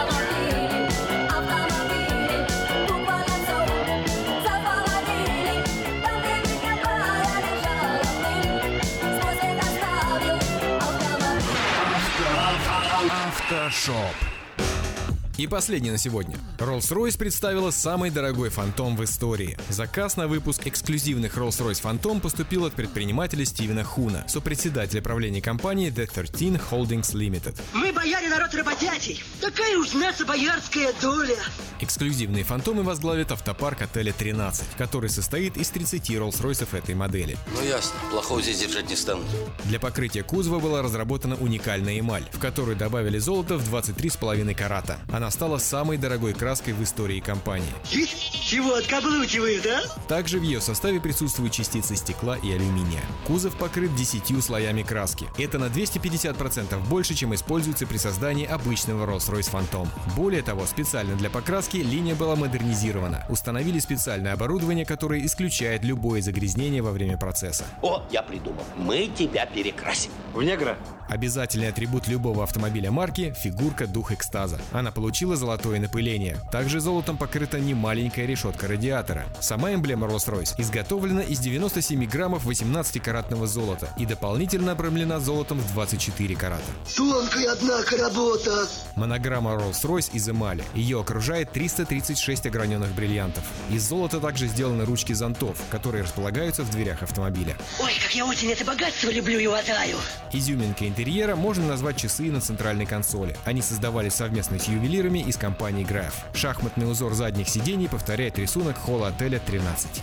Автошоп. И последний на сегодня. Rolls-Royce представила самый дорогой фантом в истории. Заказ на выпуск эксклюзивных Rolls-Royce Phantom поступил от предпринимателя Стивена Хуна, сопредседателя правления компании The 13 Holdings Limited. Мы, бояре, народ работячий. Такая уж наша боярская доля. Эксклюзивные фантомы возглавит автопарк отеля 13, который состоит из 30 Rolls-Royce'ов этой модели. Ну ясно, плохого здесь держать не станут. Для покрытия кузова была разработана уникальная эмаль, в которую добавили золото в 23,5 карата. Она стала самой дорогой краской в истории компании. Чего откаблучивает, а? Также в ее составе присутствуют частицы стекла и алюминия. Кузов покрыт 10 слоями краски. Это на 250% больше, чем используется при создании обычного Rolls-Royce Phantom. Более того, специально для покраски линия была модернизирована. Установили специальное оборудование, которое исключает любое загрязнение во время процесса. О, я придумал. Мы тебя перекрасим. В негра. Обязательный атрибут любого автомобиля марки – фигурка «Дух экстаза». Она получила золотое напыление. Также золотом покрыта немаленькая решетка радиатора. Сама эмблема Rolls-Royce изготовлена из 97 граммов 18-каратного золота и дополнительно обрамлена золотом в 24 карата. Тонкая, однако, работа. Монограмма Rolls-Royce из эмали. Ее окружает 336 ограненных бриллиантов. Из золота также сделаны ручки зонтов, которые располагаются в дверях автомобиля. Ой, как я очень это богатство люблю и уважаю. Изюминкой интерьера можно назвать часы на центральной консоли. Они создавались совместно с ювелирами пассажирами из компании Graf. Шахматный узор задних сидений повторяет рисунок холла отеля 13.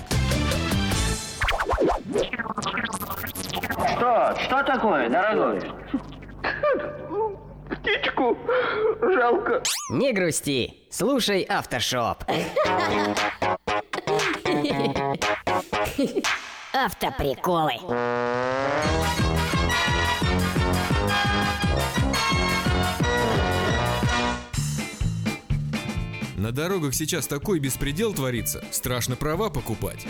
Что такое, дорогой? Птичку жалко. Не грусти, слушай Автошоп. Автоприколы. На дорогах сейчас такой беспредел творится, страшно права покупать.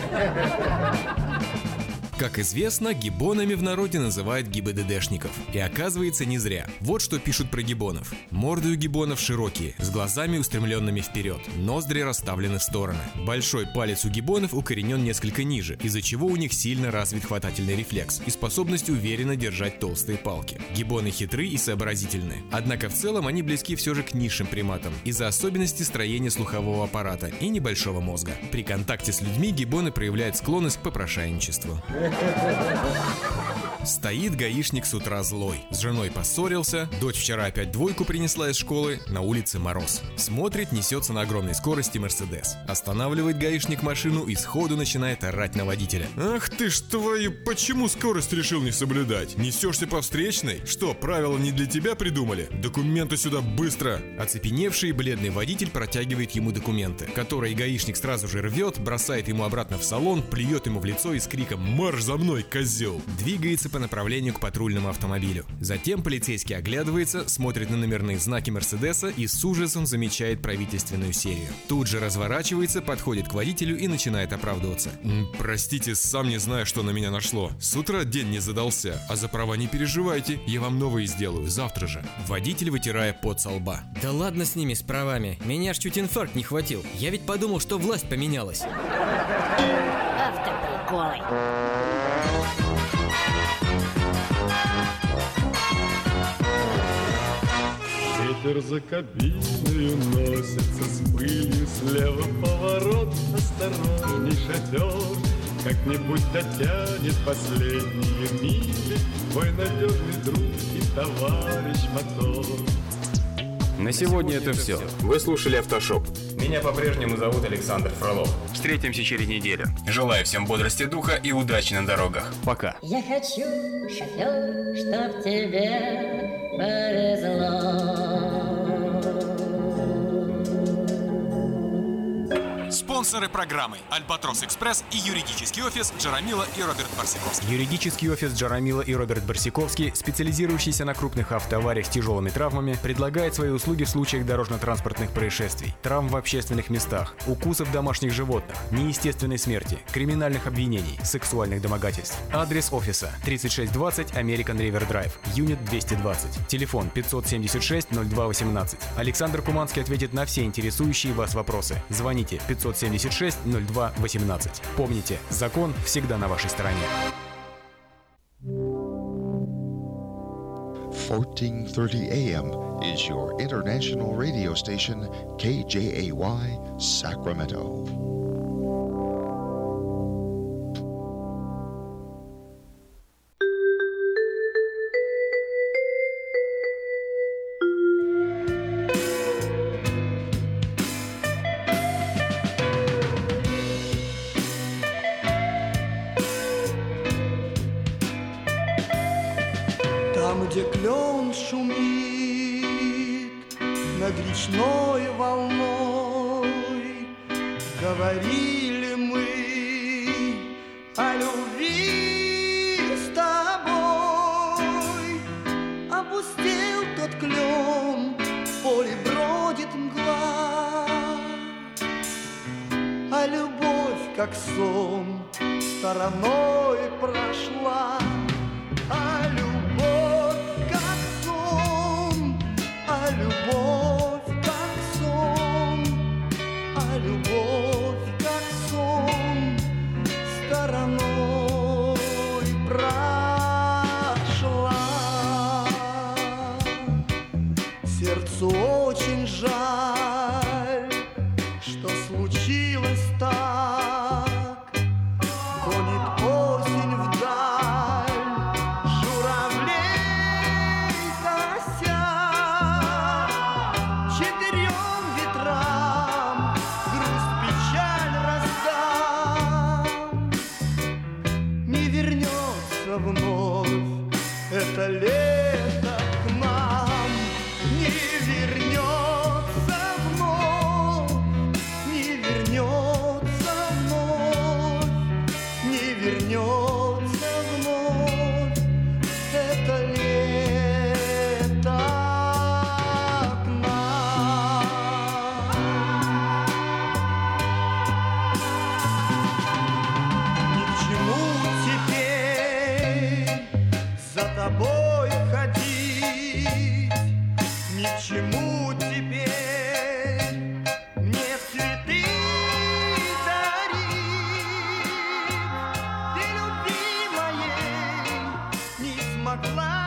Как известно, гиббонами в народе называют ГИБДДшников. И оказывается, не зря. Вот что пишут про гиббонов. Морды у гиббонов широкие, с глазами устремленными вперед, ноздри расставлены в стороны. Большой палец у гиббонов укоренен несколько ниже, из-за чего у них сильно развит хватательный рефлекс и способность уверенно держать толстые палки. Гиббоны хитры и сообразительны. Однако в целом они близки все же к низшим приматам из-за особенностей строения слухового аппарата и небольшого мозга. При контакте с людьми гиббоны проявляют склонность к попрошайничеству. Стоит гаишник с утра злой. С женой поссорился, дочь вчера опять двойку принесла из школы, на улице мороз. Смотрит, несется на огромной скорости Мерседес. Останавливает гаишник машину и сходу начинает орать на водителя. Ах ты ж твою, почему скорость решил не соблюдать? Несешься по встречной? Что, правила не для тебя придумали? Документы сюда быстро! Оцепеневший бледный водитель протягивает ему документы, которые гаишник сразу же рвет, бросает ему обратно в салон, плюет ему в лицо и с криком «Марш за мной, козел!» двигается по направлению к патрульному автомобилю. Затем полицейский оглядывается, смотрит на номерные знаки Мерседеса и с ужасом замечает правительственную серию. Тут же разворачивается, подходит к водителю и начинает оправдываться. Простите, сам не знаю, что на меня нашло. С утра день не задался, а за права не переживайте, я вам новые сделаю, завтра же. Водитель, вытирая пот со лба. Да ладно с ними, с правами. Меня аж чуть инфаркт не хватил. Я ведь подумал, что власть поменялась. Автоприколы. Ветер за кабиною носится с пылью, слева поворот, осторожней шофер. Как-нибудь дотянет последние мили твой надежный друг и товарищ мотор. На сегодня это все. Вы слушали Автошоп. Меня по-прежнему зовут Александр Фролов. Встретимся через неделю. Желаю всем бодрости духа и удачи на дорогах. Пока. Я хочу, шофер, чтоб тебе повезло. Спонсоры программы «Альбатрос Экспресс» и юридический офис Джарамила и Роберт Барсиковский. Юридический офис Джарамила и Роберт Барсиковский, специализирующийся на крупных автоавариях с тяжелыми травмами, предлагает свои услуги в случаях дорожно-транспортных происшествий, травм в общественных местах, укусов домашних животных, неестественной смерти, криминальных обвинений, сексуальных домогательств. Адрес офиса: 3620 American River Drive, юнит 220. Телефон 576-0218. Александр Куманский ответит на все интересующие вас вопросы. Звоните 576-0218. Помните, закон всегда на вашей стороне. 1430 AM is your international radio station, KJAY, Sacramento. Там, где клен шумит над речной волной, говорили мы о любви с тобой. Опустел тот клен, в поле бродит мгла, а любовь, как сон, стороной прошла. А любовь, как сон, а любовь, как сон, а любовь, как сон, стороной прошла. Сердцу очень жаль, что случилось так, гонит осень вдаль. вновь это лето к нам не вернется вновь, не вернется вновь, не вернется вновь это лето к нам. Ни к чему теперь за тобой ходить, ни к чему теперь мне цветы дарить. Ты любви моей не смогла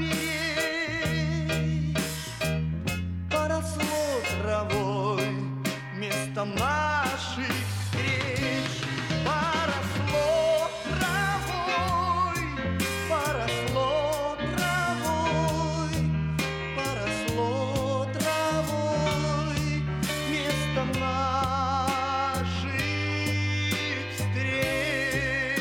сберечь, поросло травой место наших встреч. Поросло травой, поросло травой, поросло травой место наших встреч.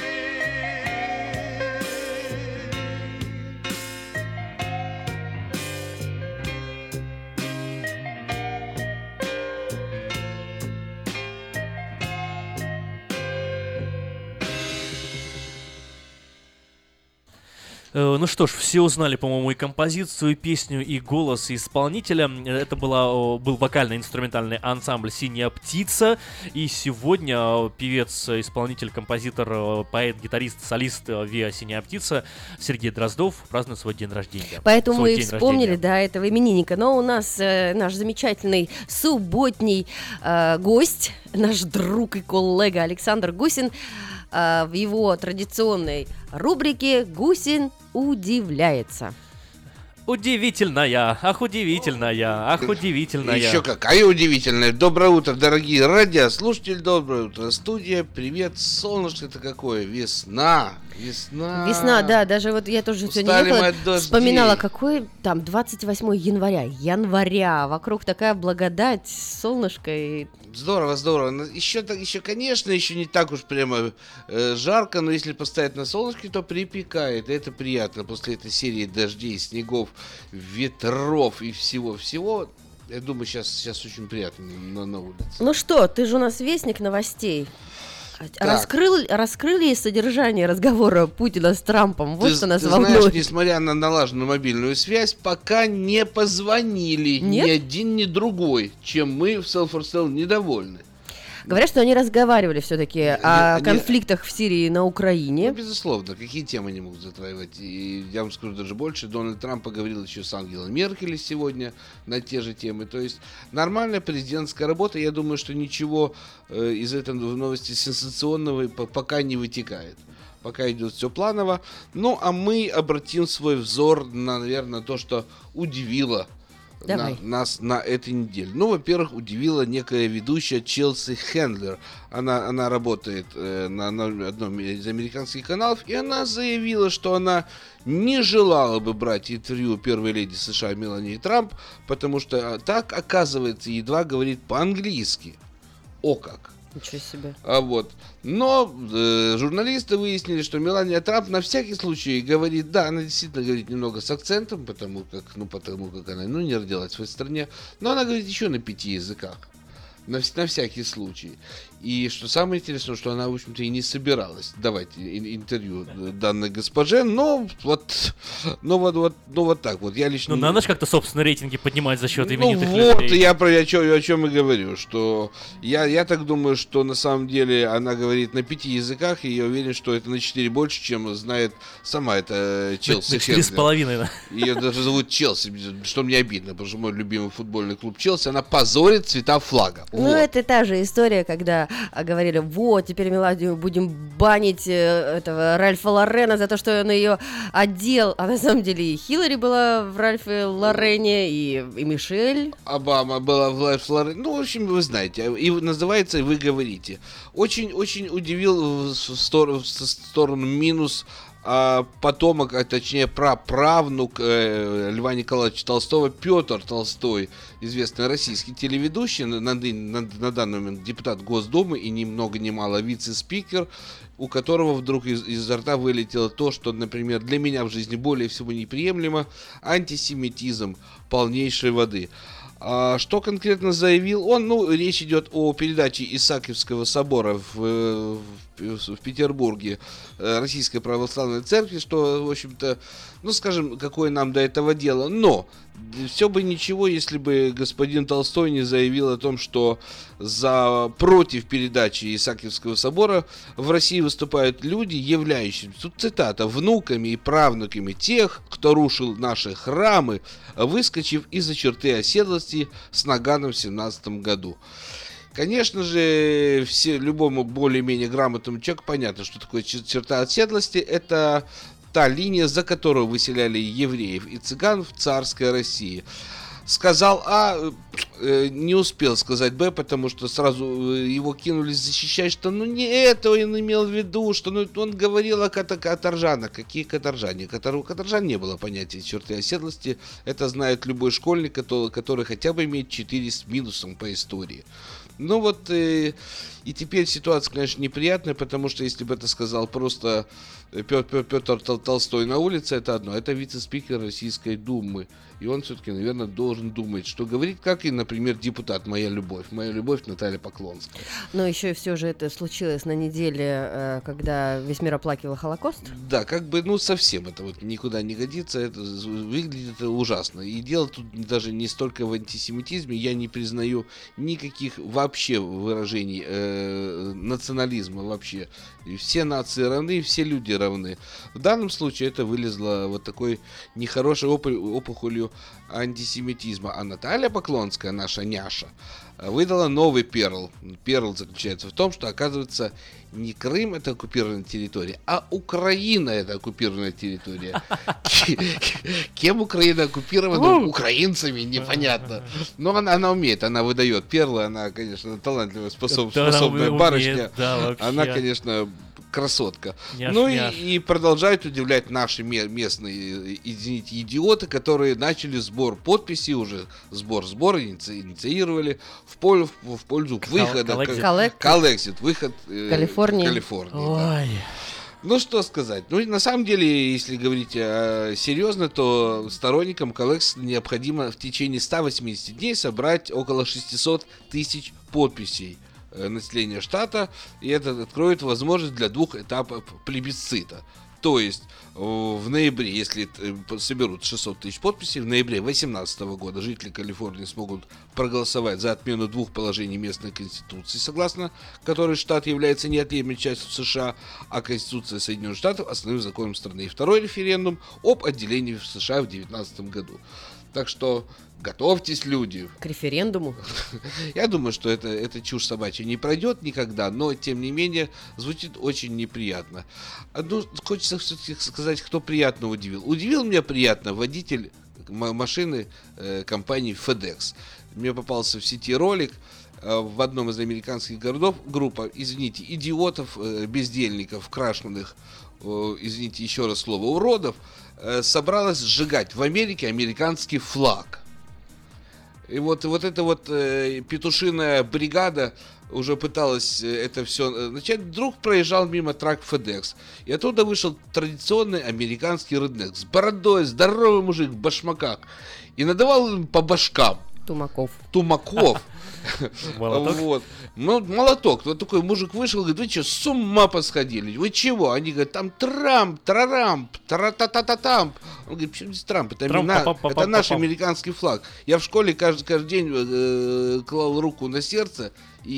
Ну что ж, все узнали, по-моему, и композицию, и песню, и голос исполнителя. Это был вокально-инструментальный ансамбль «Синяя птица». И сегодня певец, исполнитель, композитор, поэт, гитарист, солист ВИА «Синяя птица» Сергей Дроздов празднует свой день рождения. Поэтому мы и вспомнили, да, этого именинника. Но у нас наш замечательный субботний гость, наш друг и коллега Александр Гусин, в его традиционной рубрике «Гусин удивляется». Удивительная, ах, удивительная, ах, удивительная. Еще какая удивительная. Доброе утро, дорогие радиослушатели, доброе утро. Студия, привет, солнышко-то какое, весна. Весна, да, даже вот я тоже сегодня ехала, вспоминала, какой там 28 января, вокруг такая благодать, солнышко и... Здорово, здорово. Еще, конечно, еще не так уж прямо жарко, но если поставить на солнышке, то припекает. Это приятно после этой серии дождей, снегов, ветров и всего-всего. Я думаю, сейчас очень приятно на улице. Ну что, ты же у нас вестник новостей. Раскрыли содержание разговора Путина с Трампом. Вот что нас волнует. Ты знаешь, несмотря на налаженную мобильную связь, пока не позвонили ни один, ни другой, чем мы в Селфорстелл недовольны. Говорят, что они разговаривали все-таки о конфликтах в Сирии и на Украине. Ну, безусловно, какие темы они могут затраивать. И я вам скажу даже больше, Дональд Трамп поговорил еще с Ангелой Меркель сегодня на те же темы. То есть нормальная президентская работа. Я думаю, что ничего из этой новости сенсационного пока не вытекает. Пока идет все планово. Ну, а мы обратим свой взор на, наверное, то, что удивило нас на этой неделе. Ну, во-первых, удивила некая ведущая Челси Хендлер. Она работает на одном из американских каналов, и она заявила, что она не желала бы брать интервью первой леди США Мелании Трамп, потому что так, оказывается, едва говорит по-английски. О как! Ничего себе. Но журналисты выяснили, что Мелания Трамп на всякий случай говорит, да, она действительно говорит немного с акцентом, потому как она не родилась в этой стране, но она говорит еще на 5 языках. На всякий случай. И что самое интересное, что она, в общем-то, и не собиралась давать интервью данной госпоже, но вот так вот. Я лично... Ну, надо же как-то собственные рейтинги поднимать за счет именитых Вот, людей. я о чем и говорю, что я так думаю, что на самом деле она говорит на 5 языках, и я уверен, что это на 4 больше, чем знает сама эта Челси. На 4,5, да. Ее даже зовут Челси, что мне обидно, потому что мой любимый футбольный клуб Челси, она позорит цвета флага. Ну, это та же история, когда говорили, вот, теперь Меладию будем банить этого Ральфа Лорена за то, что он ее одел. А на самом деле и Хиллари была в Ральфе Лорене, и Мишель. Обама была в Ральфе Лорене. Ну, в общем, вы знаете. И называется «Вы говорите». Очень удивил в сторону минус потомок, а точнее праправнук Льва Николаевича Толстого, Петр Толстой, известный российский телеведущий, на данный момент депутат Госдумы и ни много ни мало вице-спикер, у которого вдруг изо рта вылетело то, что, например, для меня в жизни более всего неприемлемо: антисемитизм полнейшей воды. Что конкретно заявил он? Речь идет о передаче Исаакиевского собора в Петербурге Российской Православной Церкви, что, в общем-то, скажем, какое нам до этого дело. Но все бы ничего, если бы господин Толстой не заявил о том, что против передачи Исаакиевского собора в России выступают люди, являющиеся, тут цитата, внуками и правнуками тех, кто рушил наши храмы, выскочив из-за черты оседлости с наганом в 17 году. Конечно же, любому более-менее грамотному человеку понятно, что такое черта оседлости. Это та линия, за которую выселяли евреев и цыган в царской России. Сказал А, не успел сказать Б, потому что сразу его кинулись защищать, что не это он имел в виду, что он говорил о каторжанах. Какие каторжане? У каторжан не было понятия черты оседлости. Это знает любой школьник, который хотя бы имеет 4 с минусом по истории. И теперь ситуация, конечно, неприятная, потому что если бы это сказал просто Петр Толстой на улице, это одно. Это вице-спикер Российской Думы. И он все-таки, наверное, должен думать, что говорить, как и, например, депутат «Моя любовь» Наталья Поклонская. Но еще все же это случилось на неделе, когда весь мир оплакивал Холокост. Да, совсем это никуда не годится, это выглядит ужасно. И дело тут даже не столько в антисемитизме, я не признаю никаких вообще выражений национализма вообще. И все нации равны, все люди равны. В данном случае это вылезло вот такой нехорошей опухолью антисемитизма. А Наталья Поклонская, наша няша, выдала новый перл. Перл заключается в том, что, оказывается, не Крым — это оккупированная территория, а Украина — это оккупированная территория. Кем Украина оккупирована? Украинцами, непонятно. Но она умеет, она выдает перлы, она, конечно, талантливая, способная барышня. Она, конечно, красотка. И продолжают удивлять наши местные, извините, идиоты, которые начали сбор подписей, уже сбор инициировали в пользу выхода. Коллексит, выход Калифорнии. Да. Что сказать? На самом деле, если говорить серьезно, то сторонникам Коллекс необходимо в течение 180 дней собрать около 600 тысяч подписей населения штата, и это откроет возможность для 2 этапов плебисцита. То есть в ноябре, если соберут 600 тысяч подписей, в ноябре 2018 года жители Калифорнии смогут проголосовать за отмену 2 положений местной конституции, согласно которой штат является неотъемлемой частью США, а Конституция Соединенных Штатов основным законом страны. И второй референдум об отделении США в 2019 году. Так что готовьтесь, люди. К референдуму. Я думаю, что эта чушь собачья не пройдет никогда, но, тем не менее, звучит очень неприятно. Хочется все-таки сказать, кто приятно удивил. Удивил меня приятно водитель машины компании FedEx. Мне попался в сети ролик. В одном из американских городов группа, извините, идиотов, бездельников, крашеных, извините, еще раз слово, уродов, собралась сжигать в Америке американский флаг. И вот эта петушиная бригада уже пыталась это все начать. Вдруг проезжал мимо трак FedEx. И оттуда вышел традиционный американский реднек с бородой, здоровый мужик в башмаках. И надавал им по башкам. Тумаков. Молоток? Вот. Молоток. Вот такой мужик вышел и говорит: вы что, с ума посходили? Вы чего? Они говорят: там Трамп, Трарамп, Тара-та-та-та-тамп. Он говорит: почему здесь Трамп? Это наш американский флаг. Я в школе каждый день клал руку на сердце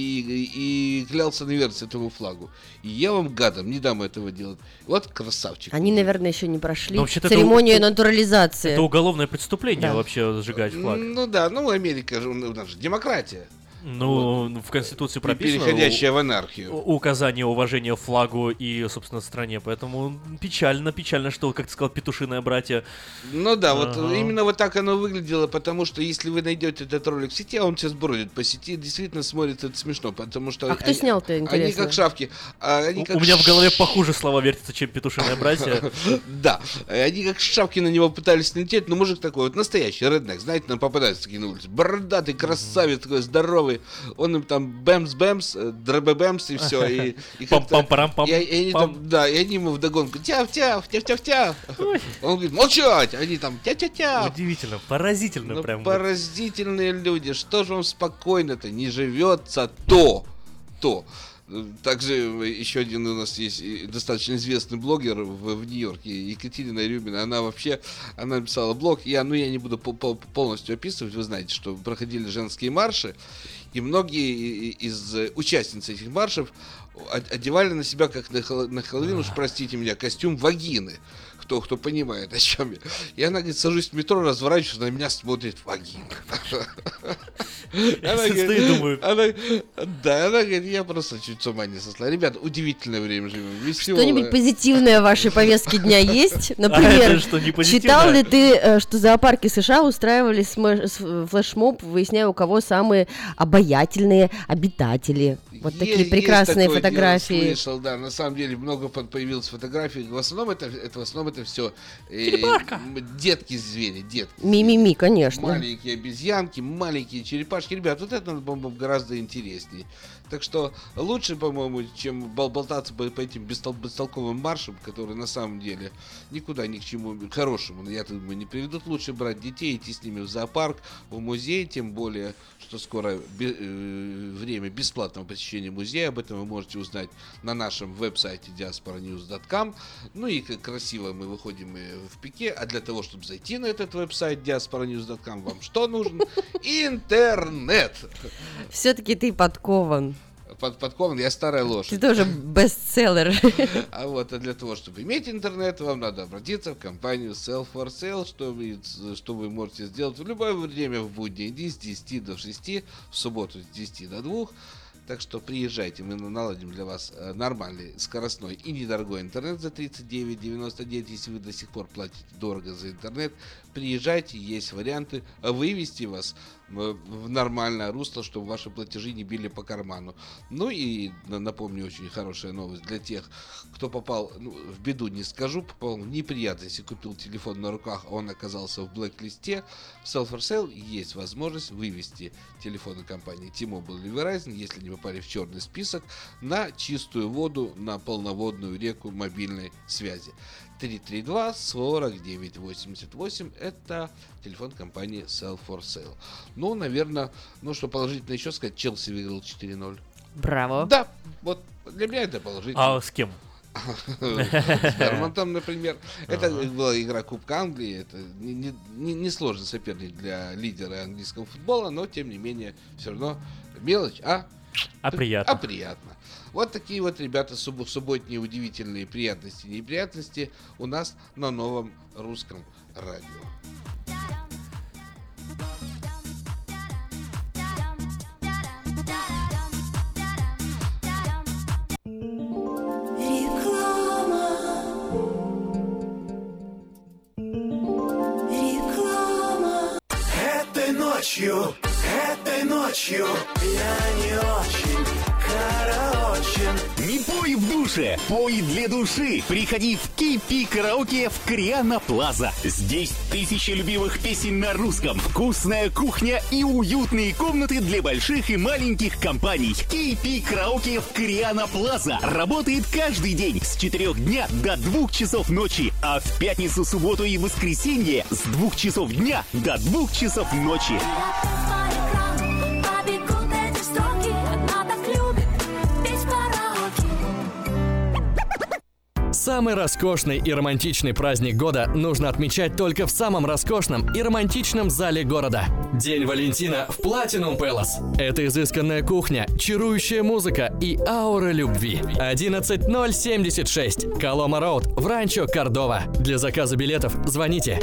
и клялся на верность этому флагу. И я вам, гадам, не дам этого делать. Вот красавчик. Они, наверное, еще не прошли церемонию натурализации. Это уголовное преступление вообще сжигать флаг. Америка же, у нас же демократия. Ну, в Конституции прописано переходящая в анархию. Указание уважения флагу и, собственно, стране. Поэтому печально, что, как ты сказал, петушиное братья. Ну да, вот именно вот так оно выглядело, потому что если вы найдете этот ролик в сети, а он сейчас бродит по сети, действительно смотрится это смешно, потому что... кто снял-то, интересно? Они как шавки. У меня в голове похуже слова вертятся, чем петушиное братья. Да, они как шавки на него пытались налететь, но мужик такой вот настоящий, реднек, знаете, нам попадаются такие на улице. Бородатый красавец, такой здоровый. Он им там бэмс-бэмс, дрэбэ-бэмс и все. И пам-парам-пам. И они ему вдогонку тяв-тяв. Он говорит, молчать! Они там тя-тя-тя. Удивительно, поразительно прям. Поразительные люди. Что же вам спокойно-то не живется то. Также еще один у нас есть достаточно известный блогер в Нью-Йорке, Екатерина Рюбина. Она написала блог. Я не буду полностью описывать. Вы знаете, что проходили женские марши, и многие из участниц этих маршев одевали на себя, как на Хэллоуин, уж простите меня, костюм вагины. Кто понимает, о чем я. И она говорит, сажусь в метро, разворачиваюсь, на меня смотрит вагина. Она говорит, я просто чуть с ума не сошла. Ребята, удивительное время живем, веселое. Что-нибудь позитивное в вашей повестке дня есть? Например, читал ли ты, что зоопарки США устраивали флешмоб, выясняя, у кого самые обаятельные обитатели? Вот такие прекрасные фотографии. Я слышал, да, на самом деле много появилось фотографий. В основном это все детки-звери, детки. Мимими, конечно. Маленькие обезьянки, маленькие черепашки. Ребят, вот это, по-моему, гораздо интереснее. Так что лучше, по-моему, чем болтаться по этим бестолковым маршам, которые на самом деле никуда ни к чему хорошему, я думаю, не приведут. Лучше брать детей, идти с ними в зоопарк, в музей, тем более, что скоро время бесплатного посещения музея. Об этом вы можете узнать на нашем веб-сайте diasporanews.com. Ну и красиво мы выходим в пике. А для того, чтобы зайти на этот веб-сайт diasporanews.com, вам что нужно? Интернет! Все-таки ты подкован. Подкован, я старая лошадь. Ты тоже бестселлер. А для того, чтобы иметь интернет, вам надо обратиться в компанию Sell for Sale, что вы можете сделать в любое время в будние дни с 10 до 6, в субботу с 10 до 2. Так что приезжайте, мы наладим для вас нормальный, скоростной и недорогой интернет за 39,99, если вы до сих пор платите дорого за интернет. Приезжайте, есть варианты вывести вас в нормальное русло, чтобы ваши платежи не били по карману. Ну и напомню, очень хорошая новость для тех, кто попал в беду, не скажу, попал в неприятности, купил телефон на руках, а он оказался в блэк-листе. В Sell for Sale есть возможность вывести телефоны компании T-Mobile или Verizon, если не попали в черный список, на чистую воду, на полноводную реку мобильной связи. 332-4988 это телефон компании Sell for Sale. Ну, наверное, что положительно еще сказать, Челси выиграл 4-0. Браво. Да, вот для меня это положительно. А с кем? С Бермонтом, например. Это была игра Кубка Англии. Это не сложный соперник для лидера английского футбола, но, тем не менее, все равно мелочь, приятно. Приятно. Вот такие вот, ребята, субботние удивительные приятности и неприятности у нас на новом русском радио. Этой ночью я не очень караочен. Не пой в душе, пой для души. Приходи в KP Караоке в Криана Плаза. Здесь тысячи любимых песен на русском, вкусная кухня и уютные комнаты для больших и маленьких компаний. KP Караоке в Криана Плаза работает каждый день с 4 дня до 2 часов ночи, а в пятницу, субботу и воскресенье с 2 часов дня до 2 часов ночи. Самый роскошный и романтичный праздник года нужно отмечать только в самом роскошном и романтичном зале города. День Валентина в Platinum Palace. Это изысканная кухня, чарующая музыка и аура любви. 11076 Колома Роуд в Ранчо Кордова. Для заказа билетов звоните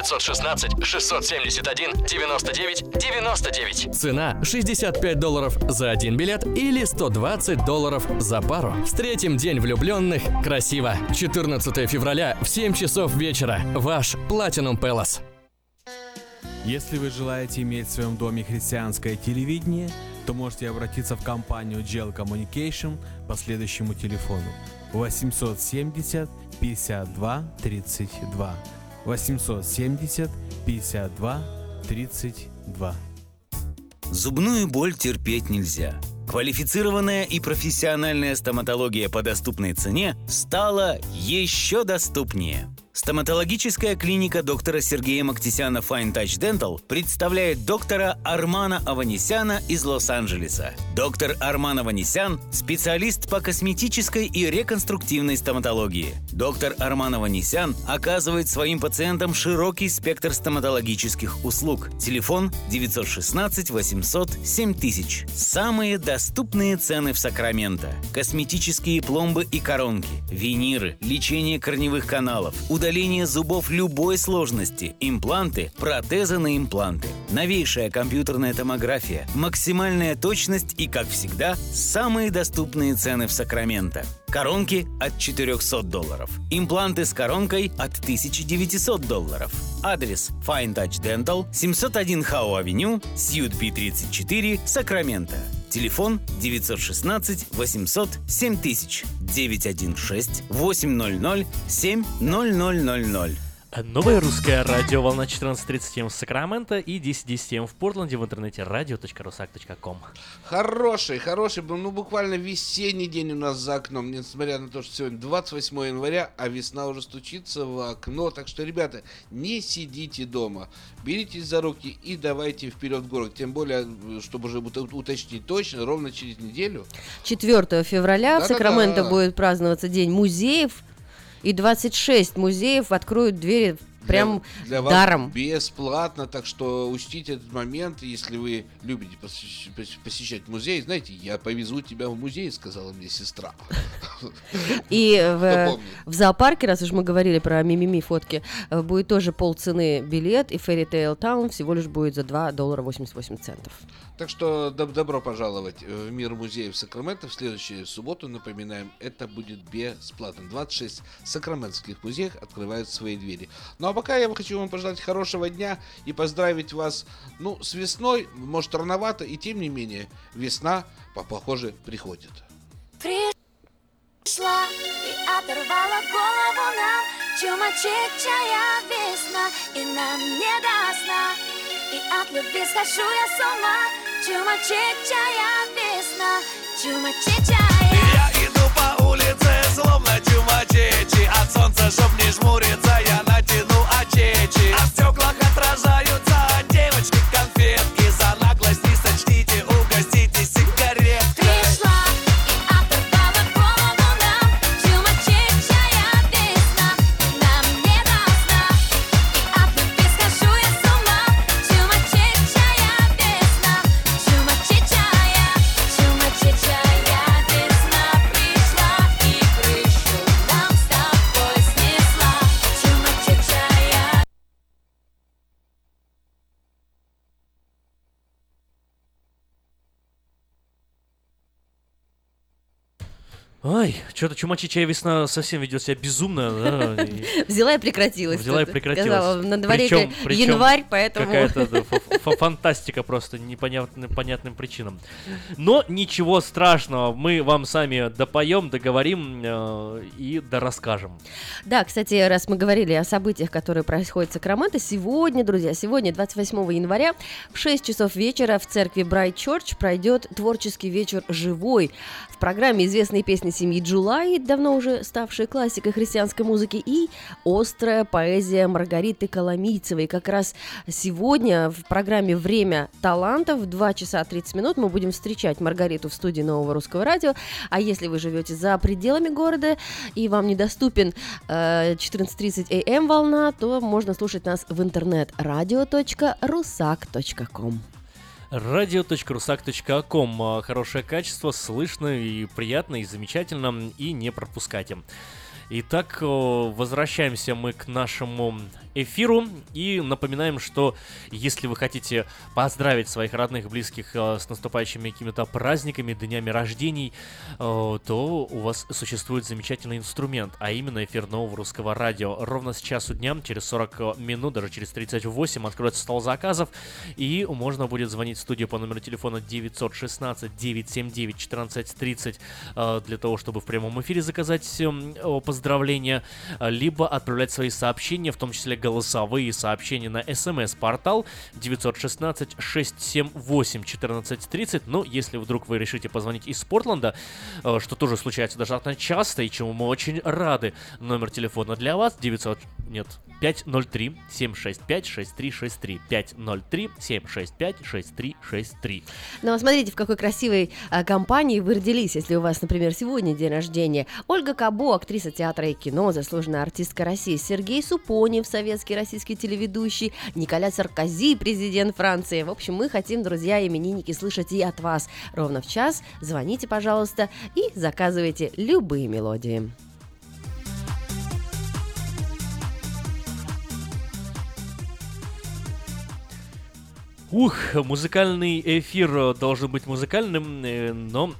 916-671-99-99. Цена $65 за один билет или $120 за пару. Встретим День влюбленных красиво. 14 февраля в 7 часов вечера. Ваш Platinum Palace. Если вы желаете иметь в своем доме христианское телевидение, то можете обратиться в компанию GEL Communication по следующему телефону 870 52 32 870 52 32. Зубную боль терпеть нельзя. Квалифицированная и профессиональная стоматология по доступной цене стала еще доступнее. Стоматологическая клиника доктора Сергея Мактисяна Fine Touch Dental представляет доктора Армана Аванесяна из Лос-Анджелеса. Доктор Арман Аванесян – специалист по косметической и реконструктивной стоматологии. Доктор Арман Аванесян оказывает своим пациентам широкий спектр стоматологических услуг. Телефон 916 800 7000. Самые доступные цены в Сакраменто. Косметические пломбы и коронки, виниры, лечение корневых каналов, удаление зубов любой сложности, импланты, протезы на импланты, новейшая компьютерная томография, максимальная точность и, как всегда, самые доступные цены в Сакраменто. Коронки от $400, импланты с коронкой от $1900. Адрес Fine Touch Dental, 701 Хау-авеню, Сьют P34, Сакраменто. Телефон 916 800 7000 916 800 7000. Новое русское радио, волна 14:30 в Сакраменто и 10:10 в Портленде, в интернете radio.rusak.com. Хороший был, буквально весенний день у нас за окном, несмотря на то, что сегодня 28 января, а весна уже стучится в окно. Так что, ребята, не сидите дома, беритесь за руки и давайте вперед в город. Тем более, чтобы уже уточнить точно, ровно через неделю. 4 февраля в Сакраменто будет праздноваться День музеев. И 26 музеев откроют двери прям для даром. Вас бесплатно, так что учтите этот момент, если вы любите посещать музей. Знаете, я повезу тебя в музей, сказала мне сестра. И в зоопарке, раз уж мы говорили про мимими фотки, будет тоже полцены билет, и Fairy Tale Town всего лишь будет за $2.88. Так что добро пожаловать в мир музеев Сакраменто. В следующую субботу, напоминаем, это будет бесплатно. 26 сакраментских музеев открывают свои двери. Ну а пока я хочу вам пожелать хорошего дня и поздравить вас, с весной. Может, рановато, и тем не менее, весна, похоже, приходит. Пришла и оторвала голову нам чумачечая весна, и нам не до сна, и от любви схожу я с ума. Чумачечая весна, чумачечая. Я иду по улице, словно чумачечи. От солнца, чтоб не жмуриться, я натяну очечи. А в стеклах отражаются девочки конфетки. За наглость не сочтите, угостите сигареткой. Пришла и оторвала голову нам чумачечая весна, нам не до сна, и от любви схожу я с ума. Чумачечая весна, чумачечая, чумачечая весна пришла и крышу нам с тобой снесла. Чумачечая. Ой, что-то чумачечая весна совсем ведет себя безумно. Да? Взяла и прекратилась. Сказала, на дворе причем январь, поэтому... Какая-то фантастика просто непонятным причинам. Но ничего страшного, мы вам сами допоем, договорим и дорасскажем. Да, кстати, раз мы говорили о событиях, которые происходят в Сакраменто, сегодня, друзья, 28 января в 6 часов вечера в церкви Bright Church пройдет творческий вечер «Живой». В программе известные песни песня семьи Джулай, давно уже ставшая классикой христианской музыки, и острая поэзия Маргариты Коломийцевой. Как раз сегодня в программе «Время талантов» в 2 часа 30 минут мы будем встречать Маргариту в студии Нового Русского Радио. А если вы живете за пределами города и вам недоступен 14:30 АМ волна, то можно слушать нас в интернет radio.rusak.com. radio.rusak.com. Хорошее качество, слышно и приятно, и замечательно, и не пропускайте. Итак, возвращаемся мы к нашему эфиру и напоминаем, что если вы хотите поздравить своих родных, близких с наступающими какими-то праздниками, днями рождений, то у вас существует замечательный инструмент, а именно эфир Нового Русского Радио. Ровно с часу дня, через 40 минут, даже через 38 откроется стол заказов, и можно будет звонить в студию по номеру телефона 916-979-1430 для того, чтобы в прямом эфире заказать поздравления, либо отправлять свои сообщения, в том числе голосовые сообщения, на смс-портал 916-678-1430. Ну, если вдруг вы решите позвонить из Портленда, что тоже случается достаточно часто, и чему мы очень рады, номер телефона для вас 503-765-6363, 503-765-6363. Ну, смотрите, в какой красивой компании вы родились, если у вас, например, сегодня день рождения. Ольга Кабо, актриса театра и кино, заслуженная артистка России, Сергей Супонев, советский российский телеведущий, Николя Саркози, президент Франции. В общем, мы хотим, друзья, именинники, слышать и от вас. Ровно в час звоните, пожалуйста, и заказывайте любые мелодии. Музыкальный эфир должен быть музыкальным, но...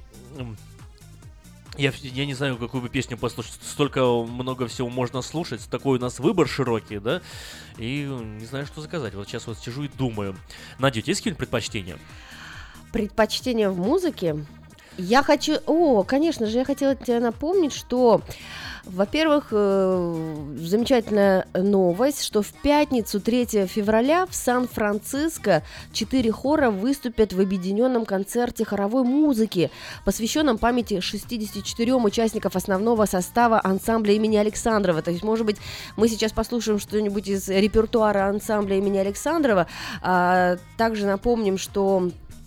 Я не знаю, какую бы песню послушать. Столько много всего можно слушать. Такой у нас выбор широкий, да? И не знаю, что заказать. Вот сейчас вот сижу и думаю. Надя, у тебя есть какие-нибудь предпочтения? Предпочтения в музыке? Я хочу... конечно же, я хотела тебе напомнить, что... Во-первых, замечательная новость, что в пятницу 3 февраля в Сан-Франциско 4 хора выступят в объединенном концерте хоровой музыки, посвященном памяти 64 участников основного состава ансамбля имени Александрова. То есть, может быть, мы сейчас послушаем что-нибудь из репертуара ансамбля имени Александрова. Также напомним, что...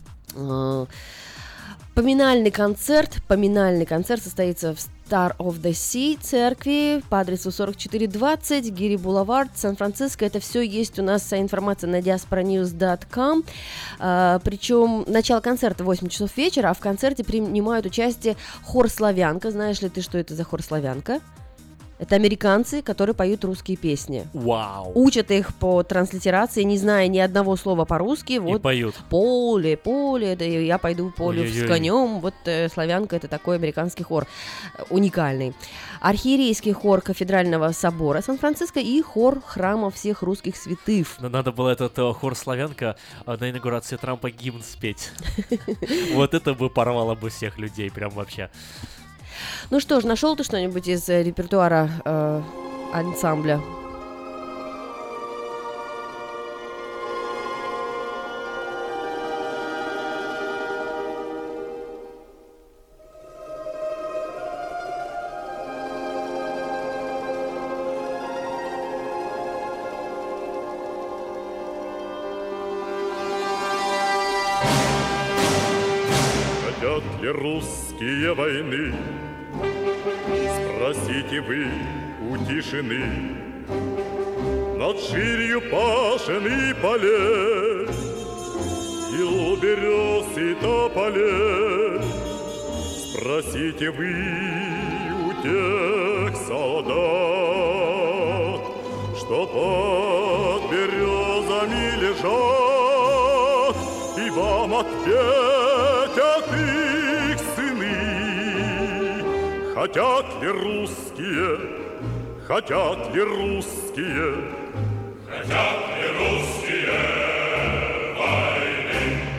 Поминальный концерт состоится в Star of the Sea церкви по адресу 4420 Гири Булавард, Сан-Франциско. Это все есть у нас, вся информация на diasporanews.com. Причем начало концерта 8 часов вечера, а в концерте принимают участие хор «Славянка». Знаешь ли ты, что это за хор «Славянка»? Это американцы, которые поют русские песни. Вау! Учат их по транслитерации, не зная ни одного слова по-русски. Вот и поют. Поле, да, я пойду в поле с конем. Вот «Славянка» — это такой американский хор, уникальный. Архиерейский хор Кафедрального собора Сан-Франциско и хор Храма всех русских святых. Надо было этот хор «Славянка» на инаугурации Трампа гимн спеть. Вот это бы порвало бы всех людей, прям вообще. Ну что ж, нашел ты что-нибудь из репертуара ансамбля? Хотят ли русские войны? Спросите вы у тишины. Над ширью пашен полей и у берез и тополей. Спросите вы у тех солдат, что под березами лежат, и вам ответят их сыны. Хотят ли русские, хотят ли русские, хотят ли русские войны?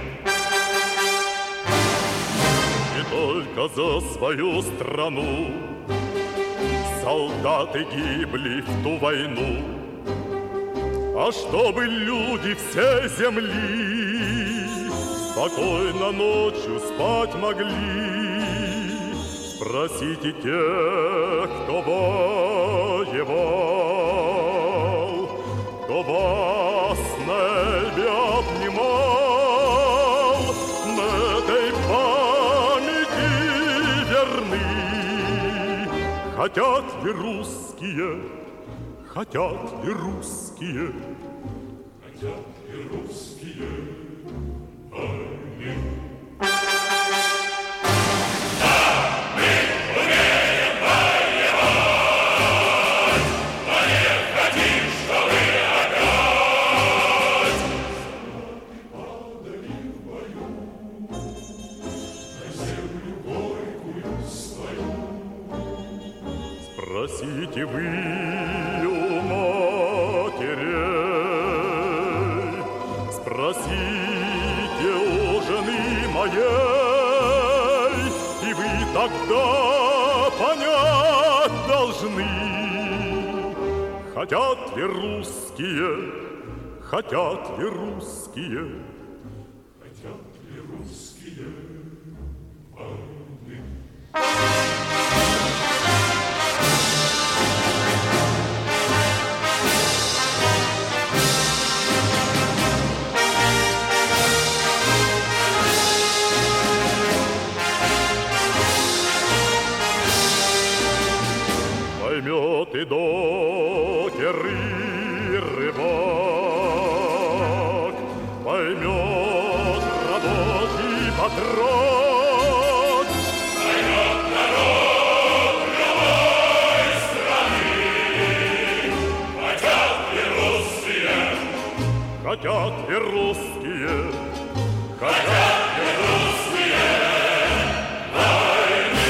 Не только за свою страну солдаты гибли в ту войну, а чтобы люди всей земли спокойно ночью спать могли. Спросите тех, кто воевал, кто вас на Эльбе обнимал, на этой памяти верны. Хотят ли русские, хотят ли русские, хотят ли русские войны? Спросите вы у матерей, спросите у жены моей, и вы тогда понять должны. Хотят ли русские, хотят ли русские, хотят ли русские войны? Поймет и докер, и рыбак, поймет рабочий патрон, поймет народ любой страны. Хотят ли русские, хотят ли русские, хотят ли русские войны?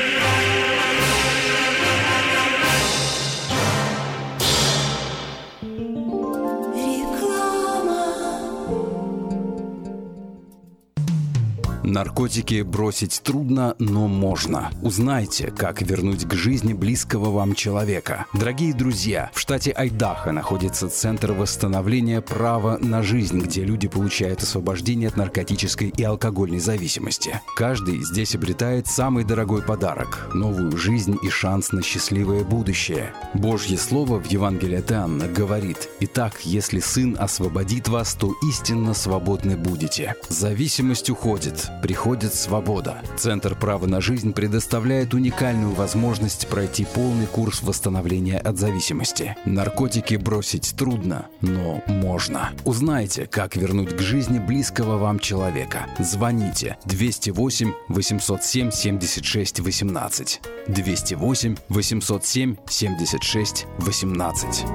Наркотики бросить трудно, но можно. Узнайте, как вернуть к жизни близкого вам человека. Дорогие друзья, в штате Айдахо находится Центр восстановления права на жизнь, где люди получают освобождение от наркотической и алкогольной зависимости. Каждый здесь обретает самый дорогой подарок – новую жизнь и шанс на счастливое будущее. Божье Слово в Евангелии от Иоанна говорит: «Итак, если Сын освободит вас, то истинно свободны будете». Зависимость уходит. Приходит свобода. Центр права на жизнь предоставляет уникальную возможность пройти полный курс восстановления от зависимости. Наркотики бросить трудно, но можно. Узнайте, как вернуть к жизни близкого вам человека. Звоните 208 807 76 18. 208 807 76 18.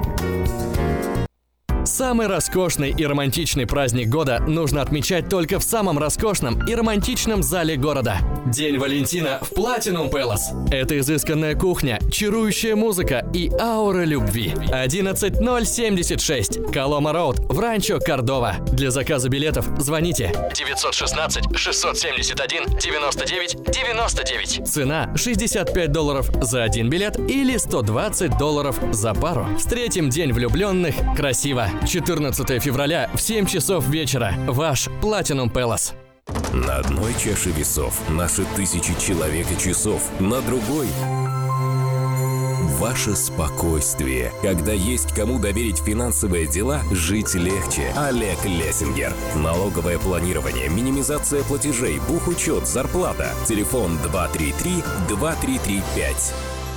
Самый роскошный и романтичный праздник года нужно отмечать только в самом роскошном и романтичном зале города. День Валентина в Platinum Palace. Это изысканная кухня, чарующая музыка и аура любви. 11076 Колома Роуд в Ранчо Кордова. Для заказа билетов звоните 916 671 99 99. Цена $65 за один билет или $120 за пару. Встретим День влюбленных красиво. 14 февраля в 7 часов вечера. Ваш Platinum Palace. На одной чаше весов наши тысячи человек и часов, на другой ваше спокойствие. Когда есть кому доверить финансовые дела, жить легче. Олег Лессингер. Налоговое планирование, минимизация платежей, бухучет, зарплата. Телефон 233-2335.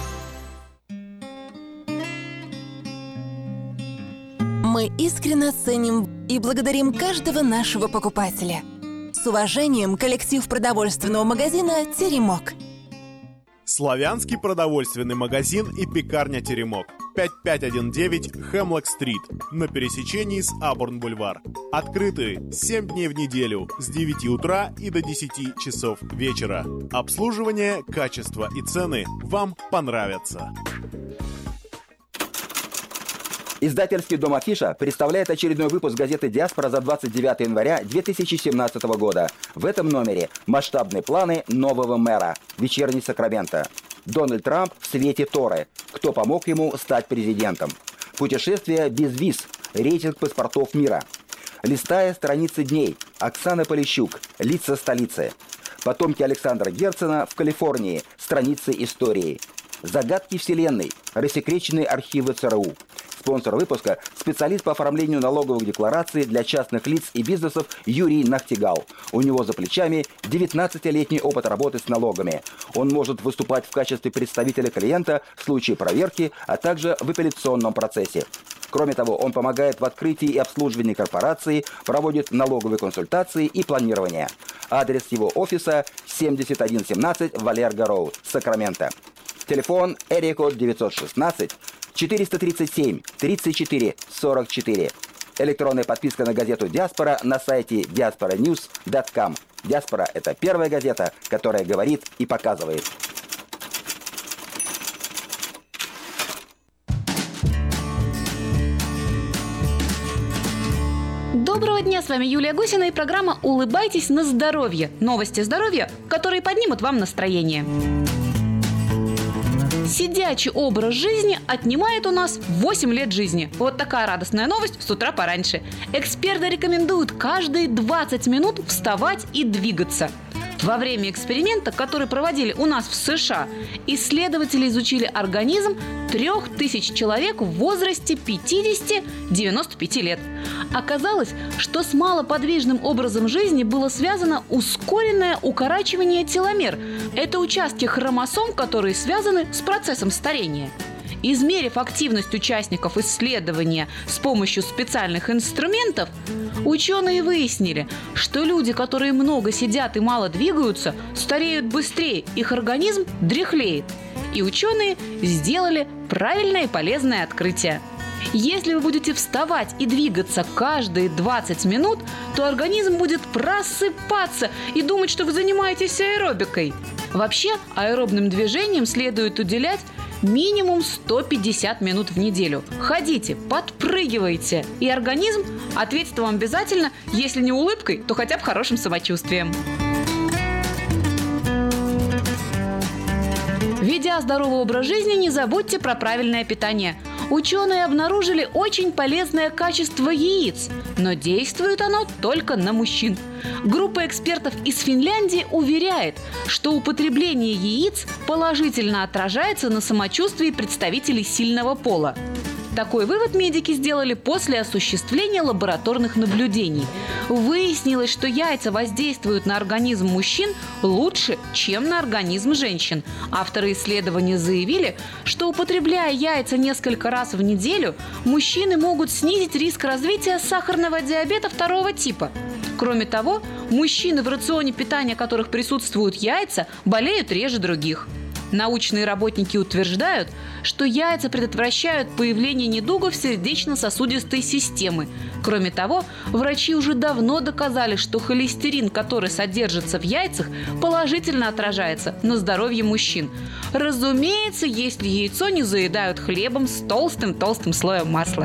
Мы искренне ценим и благодарим каждого нашего покупателя. С уважением, коллектив продовольственного магазина «Теремок». Славянский продовольственный магазин и пекарня «Теремок». 5519 Хемлок-стрит на пересечении с Абурн-бульвар. Открыты 7 дней в неделю с 9 утра и до 10 часов вечера. Обслуживание, качество и цены вам понравятся. Издательский дом «Афиша» представляет очередной выпуск газеты «Диаспора» за 29 января 2017 года. В этом номере масштабные планы нового мэра. Вечерний Сакраменто. Дональд Трамп в свете Торы. Кто помог ему стать президентом? Путешествие без виз. Рейтинг паспортов мира. Листая страницы дней. Оксана Полищук. Лица столицы. Потомки Александра Герцена в Калифорнии. Страницы истории. Загадки Вселенной. Рассекреченные архивы ЦРУ. Спонсор выпуска – специалист по оформлению налоговых деклараций для частных лиц и бизнесов Юрий Нахтигал. У него за плечами 19-летний опыт работы с налогами. Он может выступать в качестве представителя клиента в случае проверки, а также в апелляционном процессе. Кроме того, он помогает в открытии и обслуживании корпорации, проводит налоговые консультации и планирование. Адрес его офиса 7117 Валерго Роуд, Сакраменто. Телефон @код 916 437 34 44. Электронная подписка на газету «Диаспора» на сайте diasporanews.com. «Диаспора» — это первая газета, которая говорит и показывает. Доброго дня, с вами Юлия Гусина и программа «Улыбайтесь на здоровье». Новости здоровья, которые поднимут вам настроение. Сидячий образ жизни отнимает у нас 8 лет жизни. Вот такая радостная новость с утра пораньше. Эксперты рекомендуют каждые 20 минут вставать и двигаться. Во время эксперимента, который проводили у нас в США, исследователи изучили организм 3000 человек в возрасте 50-95 лет. Оказалось, что с малоподвижным образом жизни было связано ускоренное укорачивание теломер. Это участки хромосом, которые связаны с процессом старения. Измерив активность участников исследования с помощью специальных инструментов, ученые выяснили, что люди, которые много сидят и мало двигаются, стареют быстрее, их организм дряхлеет. И ученые сделали правильное и полезное открытие. Если вы будете вставать и двигаться каждые 20 минут, то организм будет просыпаться и думать, что вы занимаетесь аэробикой. Вообще, аэробным движением следует уделять минимум 150 минут в неделю. Ходите, подпрыгивайте, и организм ответит вам обязательно, если не улыбкой, то хотя бы хорошим самочувствием. Ведя здоровый образ жизни, не забудьте про правильное питание. Ученые обнаружили очень полезное качество яиц, но действует оно только на мужчин. Группа экспертов из Финляндии уверяет, что употребление яиц положительно отражается на самочувствии представителей сильного пола. Такой вывод медики сделали после осуществления лабораторных наблюдений. Выяснилось, что яйца воздействуют на организм мужчин лучше, чем на организм женщин. Авторы исследования заявили, что употребляя яйца несколько раз в неделю, мужчины могут снизить риск развития сахарного диабета 2 типа. Кроме того, мужчины, в рационе питания которых присутствуют яйца, болеют реже других. Научные работники утверждают, что яйца предотвращают появление недугов сердечно-сосудистой системы. Кроме того, врачи уже давно доказали, что холестерин, который содержится в яйцах, положительно отражается на здоровье мужчин. Разумеется, если яйцо не заедают хлебом с толстым слоем масла.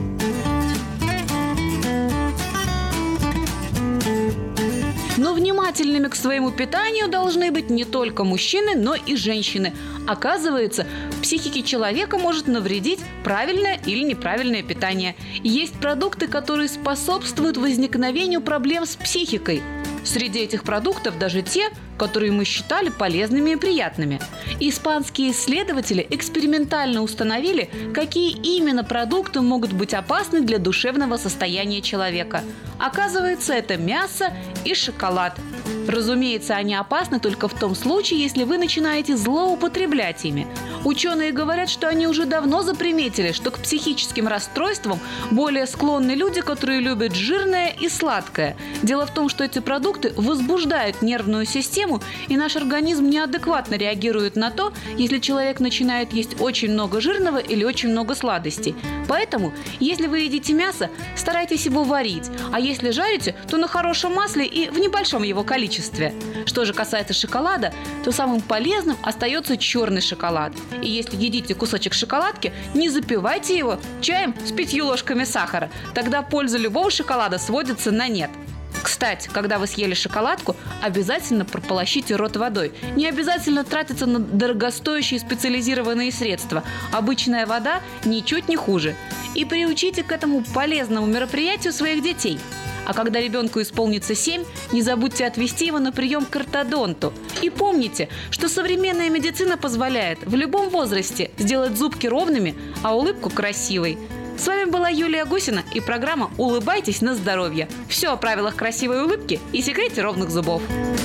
Но внимательными к своему питанию должны быть не только мужчины, но и женщины. Оказывается, психике человека может навредить правильное или неправильное питание. Есть продукты, которые способствуют возникновению проблем с психикой. Среди этих продуктов даже те, которые мы считали полезными и приятными. Испанские исследователи экспериментально установили, какие именно продукты могут быть опасны для душевного состояния человека. Оказывается, это мясо и шоколад. Разумеется, они опасны только в том случае, если вы начинаете злоупотреблять ими. Ученые говорят, что они уже давно заприметили, что к психическим расстройствам более склонны люди, которые любят жирное и сладкое. Дело в том, что эти продукты возбуждают нервную систему, и наш организм неадекватно реагирует на то, если человек начинает есть очень много жирного или очень много сладостей. Поэтому, если вы едите мясо, старайтесь его варить, а если жарите, то на хорошем масле и в небольшом его количестве. Что же касается шоколада, то самым полезным остается черный шоколад. И если едите кусочек шоколадки, не запивайте его чаем с 5 ложками сахара. Тогда польза любого шоколада сводится на нет. Кстати, когда вы съели шоколадку, обязательно прополощите рот водой. Не обязательно тратиться на дорогостоящие специализированные средства. Обычная вода ничуть не хуже. И приучите к этому полезному мероприятию своих детей. А когда ребенку исполнится 7, не забудьте отвезти его на прием к ортодонту. И помните, что современная медицина позволяет в любом возрасте сделать зубки ровными, а улыбку красивой. С вами была Юлия Гусина и программа «Улыбайтесь на здоровье». Все о правилах красивой улыбки и секрете ровных зубов.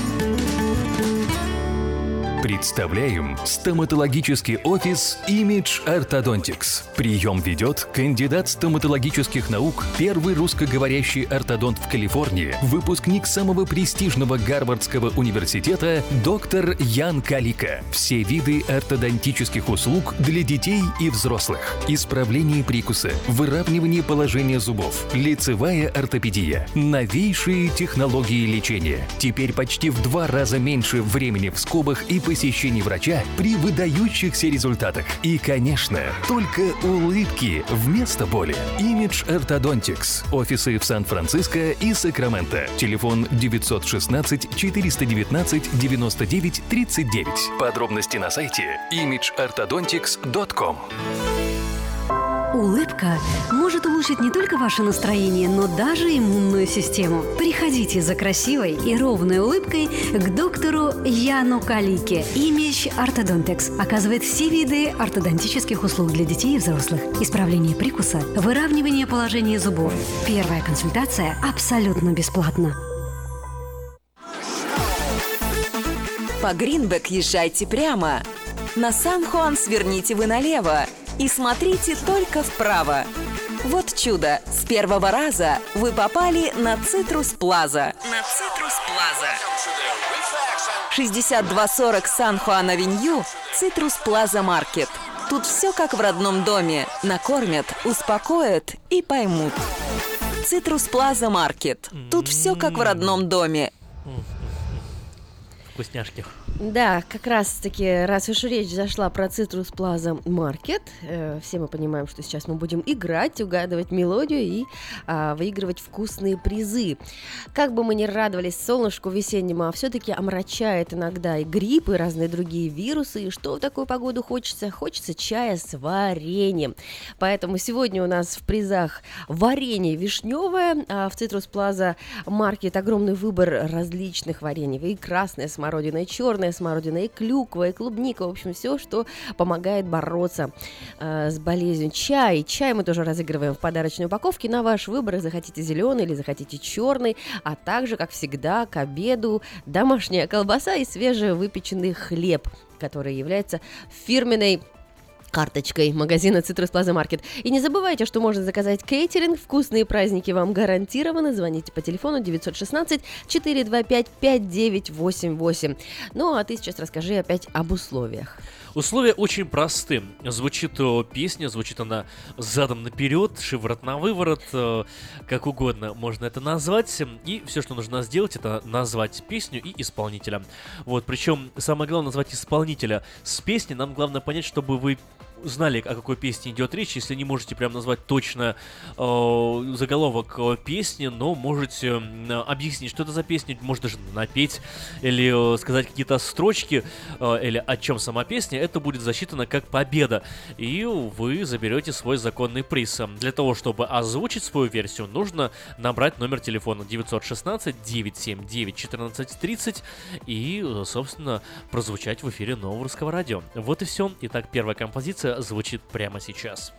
Представляем стоматологический офис Image Orthodontics. Прием ведет кандидат стоматологических наук, первый русскоговорящий ортодонт в Калифорнии, выпускник самого престижного Гарвардского университета доктор Ян Калика. Все виды ортодонтических услуг для детей и взрослых. Исправление прикуса, выравнивание положения зубов, лицевая ортопедия, новейшие технологии лечения. Теперь почти в 2 раза меньше времени в скобах и посещений врача при выдающихся результатах. И, конечно, только улыбки вместо боли. Image Orthodontics. Офисы в Сан-Франциско и Сакраменто. Телефон 916-419-99-39. Подробности на сайте imageorthodontics.com. Улыбка может улучшить не только ваше настроение, но даже иммунную систему. Приходите за красивой и ровной улыбкой к доктору Яну Калике. Image Orthodontics оказывает все виды ортодонтических услуг для детей и взрослых. Исправление прикуса, выравнивание положения зубов. Первая консультация абсолютно бесплатна. По Гринбек езжайте прямо. На Сан-Хуан сверните вы налево. И смотрите только вправо. Вот чудо! С первого раза вы попали на Citrus Plaza. 6240 Сан-Хуан-Авеню, Citrus Plaza Market. Тут все как в родном доме. Накормят, успокоят и поймут. Citrus Plaza Market. Тут все как в родном доме. Вкусняшки. Да, как раз-таки, раз уж речь зашла про Citrus Plaza Market, все мы понимаем, что сейчас мы будем играть, угадывать мелодию и выигрывать вкусные призы. Как бы мы ни радовались солнышку весеннему, а все-таки омрачает иногда и грипп, и разные другие вирусы. И что в такую погоду хочется? Хочется чая с вареньем. Поэтому сегодня у нас в призах варенье вишневое, а в Citrus Plaza Market огромный выбор различных варений. И красная смородина, и черная смородина, и клюква, и клубника, в общем, все, что помогает бороться с болезнью. Чай мы тоже разыгрываем в подарочной упаковке на ваш выбор, захотите зеленый или захотите черный, а также, как всегда, к обеду домашняя колбаса и свежевыпеченный хлеб, который является фирменной карточкой магазина Citrus Plaza Market. И не забывайте, что можно заказать кейтеринг. Вкусные праздники вам гарантированы. Звоните по телефону 916-425-5988. Ну, а ты сейчас расскажи опять об условиях. Условия очень просты. Звучит песня, звучит она задом наперед, шиворот на выворот, как угодно можно это назвать. И все, что нужно сделать, это назвать песню и исполнителя. Вот, причем самое главное назвать исполнителя с песни. Нам главное понять, чтобы вы знали, о какой песне идет речь. Если не можете прям назвать точно заголовок песни, но можете объяснить, что это за песня, может даже напеть или сказать какие-то строчки, или о чем сама песня, это будет засчитано как победа, и вы заберете свой законный приз. Для того, чтобы озвучить свою версию, нужно набрать номер телефона 916-979-1430 и, собственно, прозвучать в эфире Нового Русского радио. Вот и все. Итак, первая композиция звучит прямо сейчас.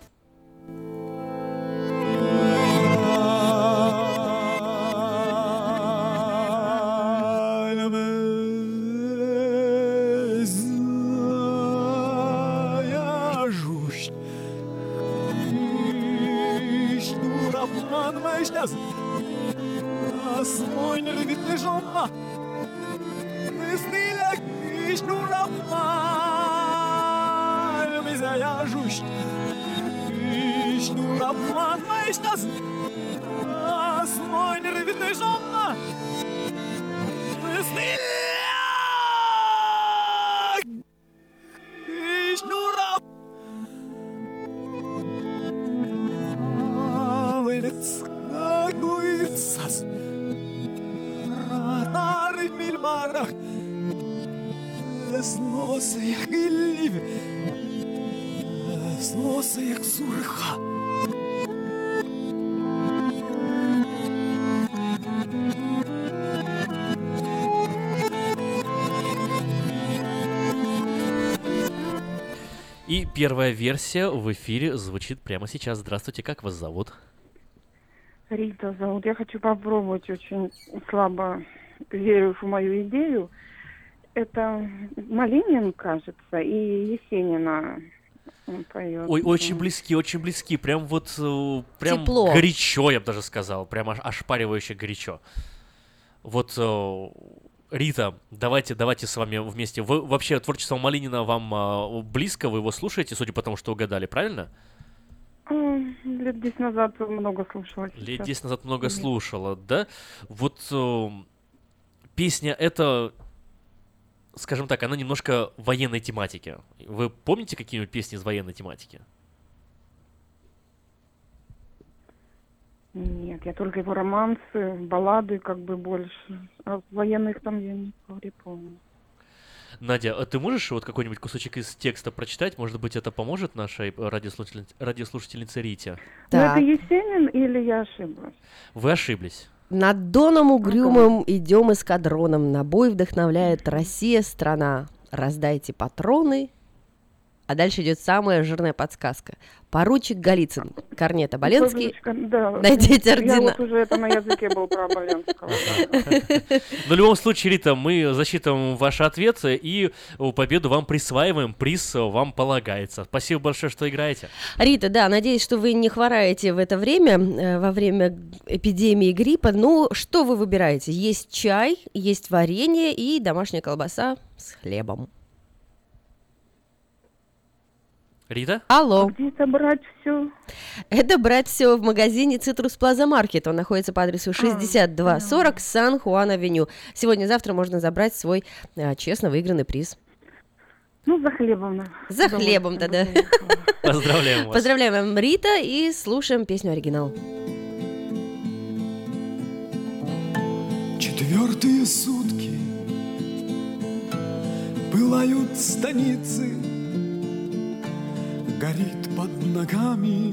И первая версия в эфире звучит прямо сейчас. Здравствуйте, как вас зовут? Рита зовут. Я хочу попробовать, очень слабо верю в мою идею. Это Малинин, кажется, и Есенина поет. Ой, очень близки. Прям вот, прям Тепло. горячо, я бы даже сказал. Прям ошпаривающе горячо. Вот, Рита, давайте с вами вместе. Вы, вообще, творчество Малинина вам близко? Вы его слушаете, судя по тому, что угадали, правильно? Лет 10 назад много слушала. Лет 10 назад много слушала, да? Вот песня эта, скажем так, она немножко военной тематики. Вы помните какие-нибудь песни из военной тематики? Нет, я только его романсы, баллады как бы больше. А военных там я не припомню. Надя, а ты можешь вот какой-нибудь кусочек из текста прочитать? Может быть, это поможет нашей радиослушательнице Рите? Ну, это Есенин или я ошиблась? Вы ошиблись. Над Доном угрюмым идем эскадроном, на бой вдохновляет Россия страна. Раздайте патроны. А дальше идет самая жирная подсказка. Поручик Голицын, корнет Оболенский. Да. Найдите ордена. Я вот уже это на языке был про Оболенского. Но в любом случае, Рита, мы засчитываем ваш ответ и победу вам присваиваем. Приз вам полагается. Спасибо большое, что играете. Рита, да, надеюсь, что вы не хвораете в это время, во время эпидемии гриппа. Ну, что вы выбираете? Есть чай, есть варенье и домашняя колбаса с хлебом. Рита? Алло. Где это брать все? Это брать все в магазине Citrus Plaza Market. Он находится по адресу 6240 Сан-Хуан-Авеню. Сегодня-завтра можно забрать свой честно выигранный приз. Ну, за хлебом. За хлебом тогда. Поздравляем вас. Поздравляем, Рита, и слушаем песню оригинал. Четвертые сутки пылают станицы, горит под ногами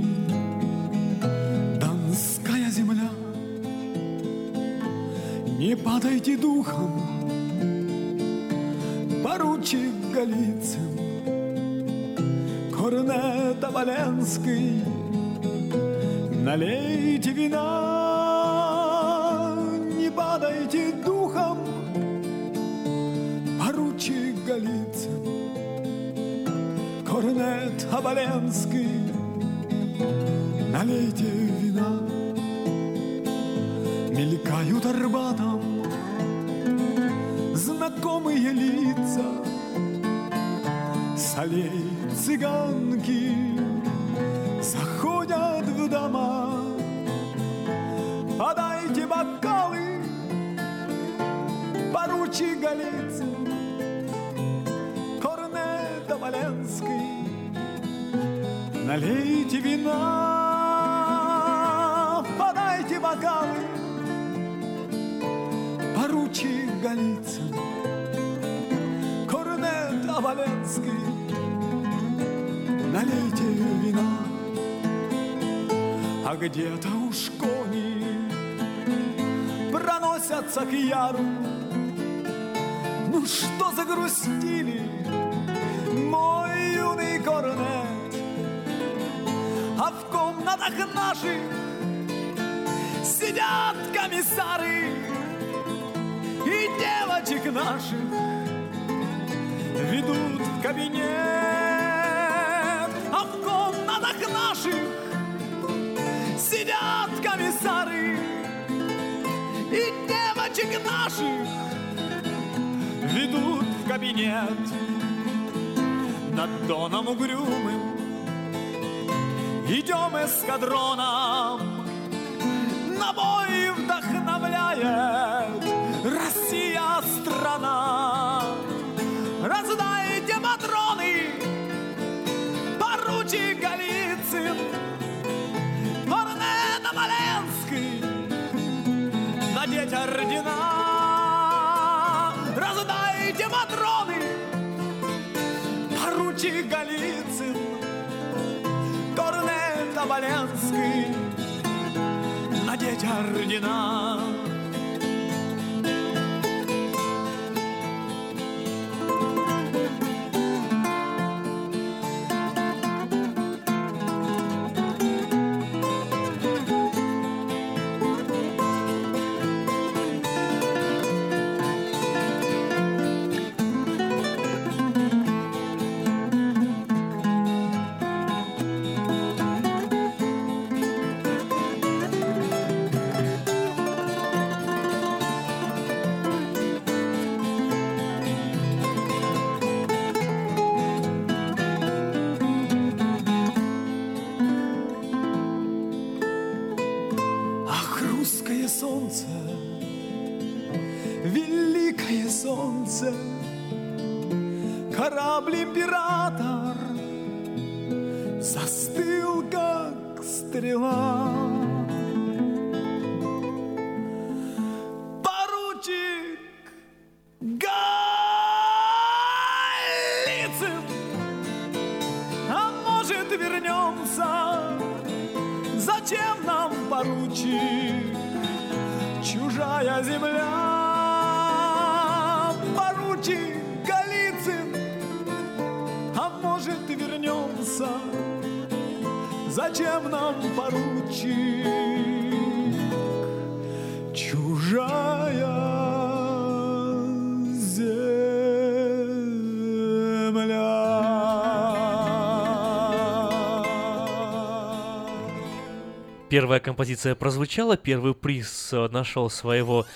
донская земля. Не падайте духом, поручик Голицын, корнет Оболенский, налейте вина. Не падайте духом, поручик Голицын, корнет Оболенский, налейте вина. Мелькают Арбатом знакомые лица, с аллей цыганки заходят в дома. Подайте бокалы, поручик Голицын, корнет Оболенский, налейте вина. Подайте бокалы, поручик Голицын, корнет Оболенский, налейте вина. А где-то уж кони проносятся к яру. Ну что загрустили, мой юный корнет? А в комнатах наших сидят комиссары, и девочек наших ведут в кабинет. А в комнатах наших сидят комиссары, и девочек наших ведут в кабинет. Над Доном угрюмым идем эскадроном, на бой вдохновляет Россия страна. Раздайте патроны, поручик Голицын, корнет Оболенский, надеть ордена. Раздайте патроны, поручик Голицын, корнет Оболенский, надеть ордена. солнце, великое солнце, корабль-император застыл, как стрела. Поручик Голицын, а может вернемся? Зачем нам, поручик, чужая земля? Поручик Голицын, а может вернемся? Зачем нам, поручик, чужая Первая композиция прозвучала, первый приз нашел своего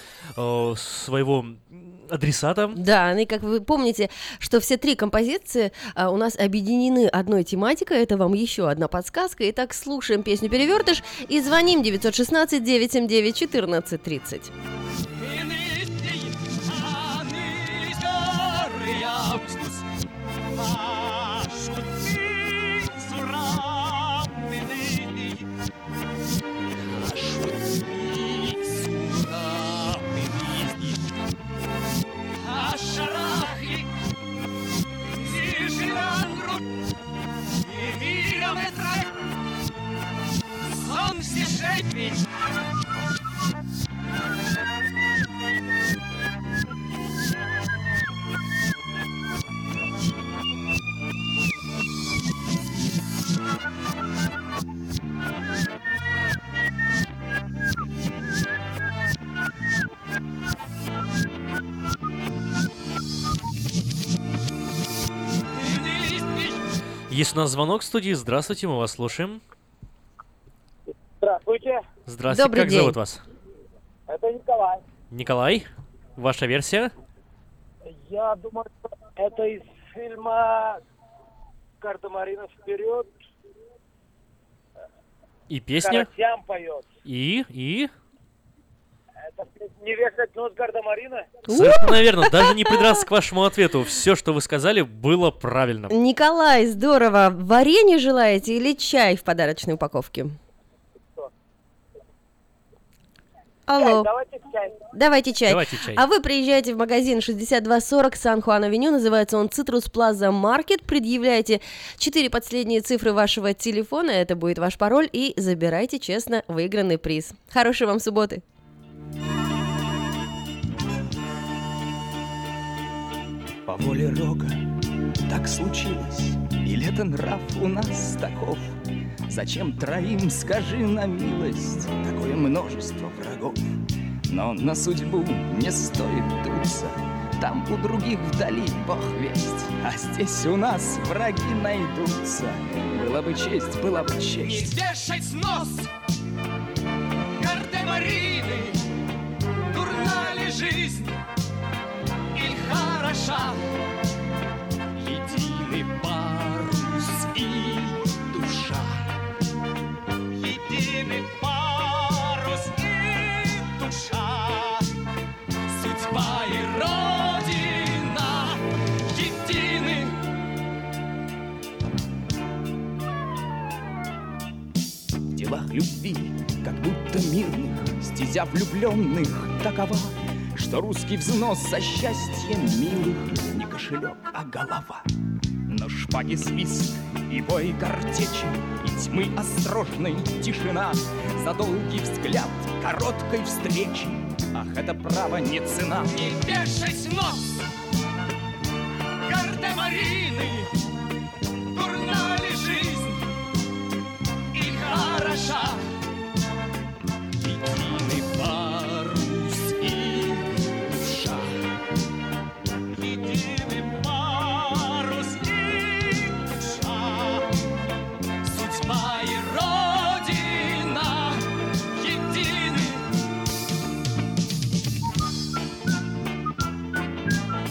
адресата. Да, и как вы помните, что все три композиции у нас объединены одной тематикой, это вам еще одна подсказка. Итак, слушаем песню «Перевертыш» и звоним 916-979-1430. Есть у нас звонок в студии. Здравствуйте, мы вас слушаем. Здравствуйте. Здравствуйте. Добрый как день. зовут вас? Это Николай. Николай, ваша версия? Я думаю, что это из фильма «Гардемарины вперед». И песня? Карасям поет. И? Это не вешать нос Гардемарина? Совершенно верно. Даже не придраться к вашему ответу. Все, что вы сказали, было правильно. Николай, здорово. Варенье желаете или чай в подарочной упаковке? Алло. Давайте чай. Давайте чай. А вы приезжаете в магазин 6240 Сан-Хуан-Авеню, называется он Citrus Plaza Market, предъявляете 4 последние цифры вашего телефона, это будет ваш пароль, и забирайте честно выигранный приз. Хорошей вам субботы. По воле Рога так случилось, или это нрав у нас таков? Зачем троим, скажи на милость, такое множество врагов? Но на судьбу не стоит дуться, там у других вдали бог весть, а здесь у нас враги найдутся. Была бы честь, была бы честь. Не вешать с нос Гардемарины, дурна ли жизнь или хороша? Единый парус и душа, единый парус и душа, судьба и родина едины. В делах любви, как будто мирных, стезя влюбленных такова, что русский взнос за счастье милых не кошелек, а голова. Но шпаги свист и бой картечи, и тьмы осторожной тишина, за долгий взгляд короткой встречи, ах, это право не цена. Не вешать нос Гардемарины, дурна ли жизнь или хороша? Единый парус и душа, Единый парус и душа, судьба и родина едины.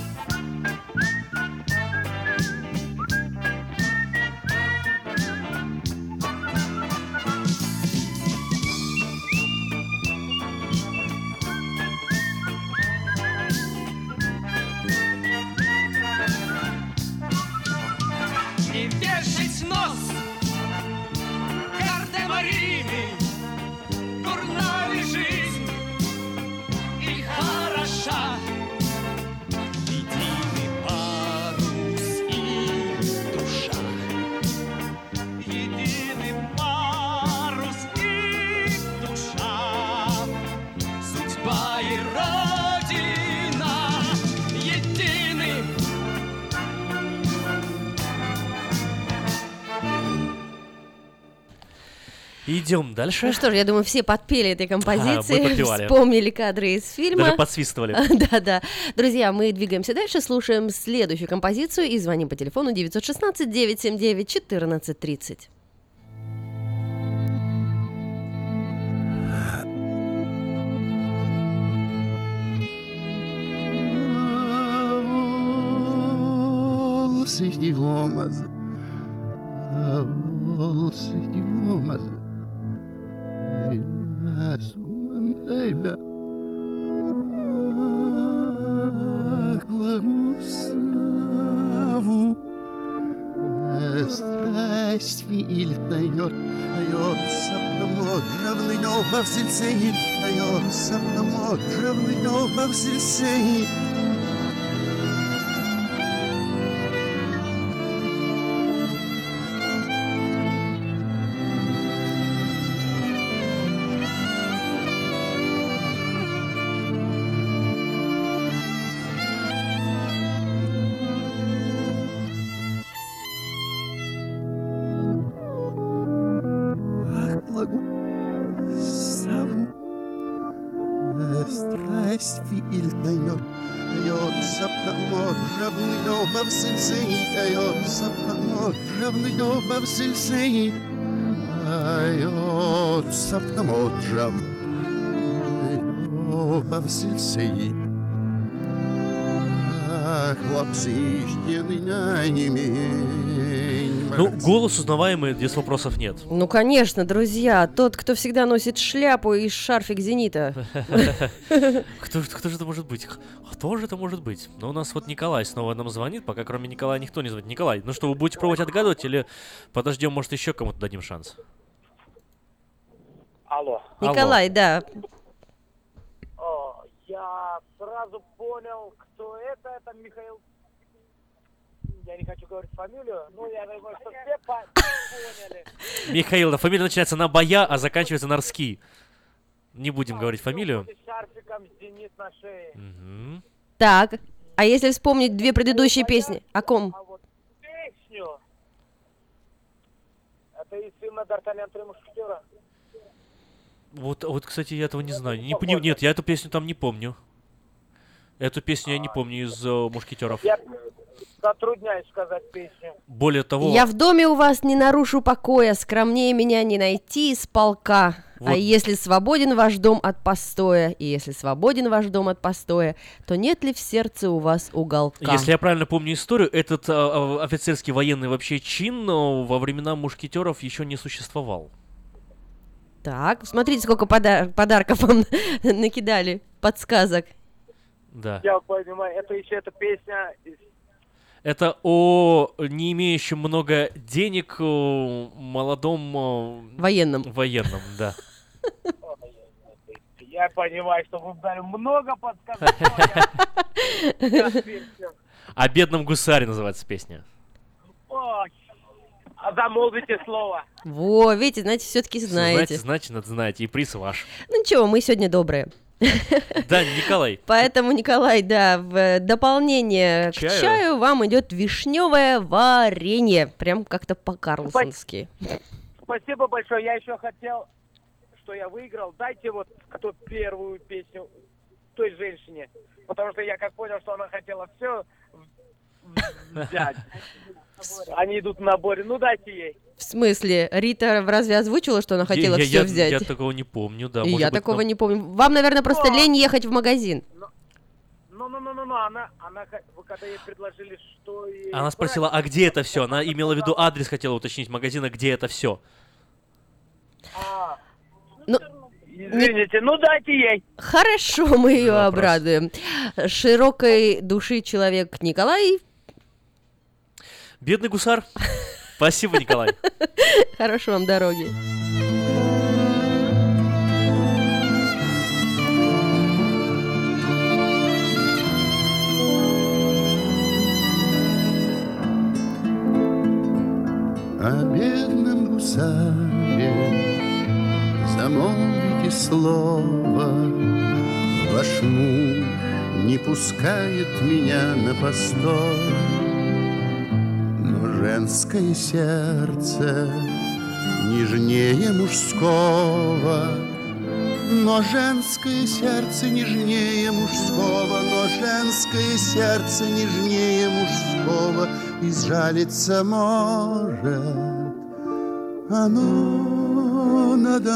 Идем дальше. Ну что ж, я думаю, все подпели этой композиции, мы подпевали. вспомнили кадры из фильма. Даже подсвистывали. Да-да. Друзья, мы двигаемся дальше, слушаем следующую композицию и звоним по телефону 916-979-1430. Страсть вильтает, сапномодравный нова в сельсене, сапномодравный нова в сельсене. Страсть вильтает, сапномодравный нова в сельсене, сапномодравный нова в сельсене, сапномодравный нова в сельсене. Хлопцы, стены на немень. Ну, голос узнаваемый, здесь вопросов нет. Ну, конечно, друзья, тот, кто всегда носит шляпу и шарфик «Зенита». Кто же это может быть? Кто же это может быть? Ну, у нас вот Николай снова нам звонит, пока кроме Николая никто не звонит. Николай, ну что, вы будете пробовать отгадывать или подождем, может, еще кому-то дадим шанс? Алло. Николай, да. Я сразу понял, кто это. Это Михаил. Я не хочу говорить фамилию, но я думаю, что все поняли. Михаил, фамилия начинается на Боя, а заканчивается на Рски. Не будем говорить фамилию. С шарфиком «Зенит» на шее. Угу. Так, а если вспомнить две предыдущие песни, о ком? А вот песню. Это из фильма «Д'Артаньян, 3 мушкетера». Вот, кстати, я этого не знаю. Нет, я эту песню там не помню. Эту песню я не помню из «Мушкетеров». Я затрудняюсь сказать песню. Более того... Я в доме у вас не нарушу покоя, скромнее меня не найти из полка. Вот. А если свободен ваш дом от постоя, и если свободен ваш дом от постоя, то нет ли в сердце у вас уголка? Если я правильно помню историю, этот офицерский военный вообще чин во времена мушкетеров еще не существовал. Так, смотрите, сколько подарков вам накидали, подсказок. Да. Я понимаю, это еще эта песня... Это о не имеющем много денег молодом... Военном. Военном, да. Я понимаю, что вы дали много подсказок. «О бедном гусаре» называется песня. А замолвите слово. Во, видите, значит, все-таки знаете. Значит, надо знать, и приз ваш. Ну ничего, мы сегодня добрые. Да, Николай. Поэтому, Николай, да, в дополнение к чаю вам идет вишневое варенье. Прям как-то по-карлсонски. Спасибо большое. Я еще хотел, что я выиграл. Дайте вот кто первую песню той женщине. Потому что я как понял, что она хотела все взять. Они идут в наборе. Ну, дайте ей. В смысле? Рита разве озвучила, что она хотела все взять? Я такого не помню, да. И я такого не помню. Вам, наверное, просто лень ехать в магазин. Она, вы когда ей предложили, что... Она спросила, а где это все? Она имела в виду адрес, хотела уточнить магазина, где это все. Извините, ну дайте ей. Хорошо, мы ее обрадуем. Широкой души человек Николай. Бедный гусар. Спасибо, Николай. Хорошей вам дороги. О бедном гусаре замолвите слово. Ваш муж не пускает меня на постой, но женское сердце нежнее мужского. Но женское сердце нежнее мужского, но женское сердце нежнее мужского, и сжалиться может оно надо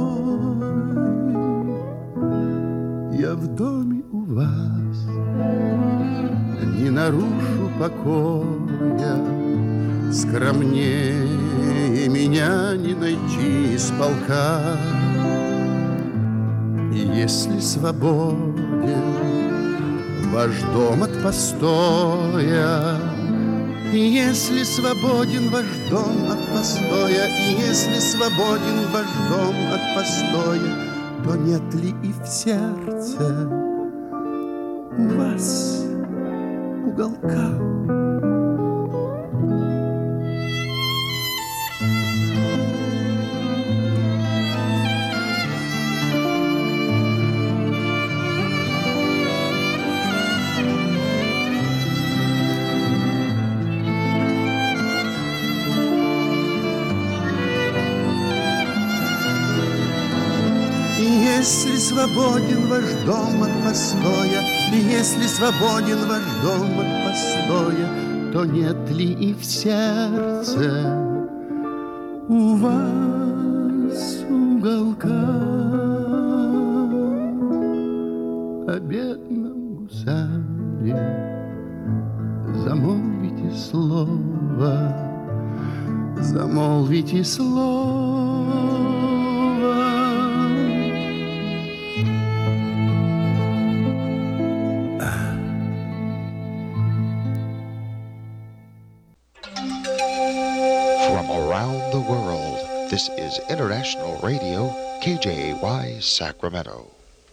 мной. Я в доме у вас не нарушу покоя, скромнее меня не найти из полка. И если свободен ваш дом от постоя, и если свободен ваш дом от постоя, и если свободен ваш дом от постоя, то нет ли и в сердце у вас уголка? Если свободен ваш дом от постоя, и если свободен ваш дом от постоя, то нет ли и в сердце у вас уголка? О бедном гусаре замолвите слово, замолвите слово. This is International Radio, KJY, Sacramento.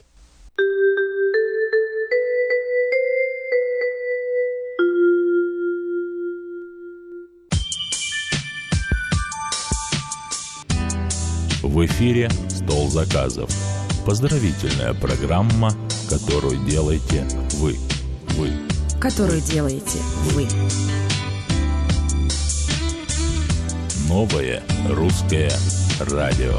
В эфире «Стол заказов». Поздравительная программа, которую делаете вы. Которую делаете вы. Новое русское радио.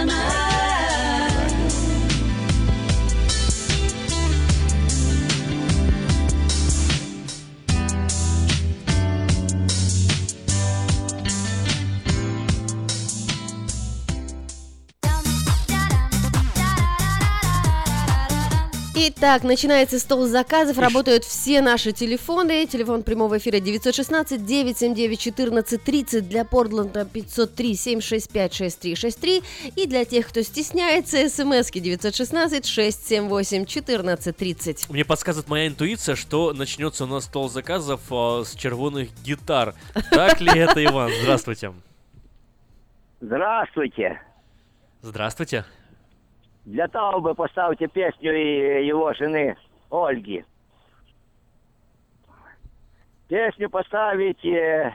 Итак, начинается стол заказов, работают все наши телефоны. Телефон прямого эфира 916-979-1430, для Портленда 503-765-6363. И для тех, кто стесняется, смски 916-678-1430. Мне подсказывает моя интуиция, что начнется у нас стол заказов с червоных гитар. Так ли это, Иван? Здравствуйте. Здравствуйте. Здравствуйте. Для Таубы поставьте песню его жены Ольги. Песню поставите...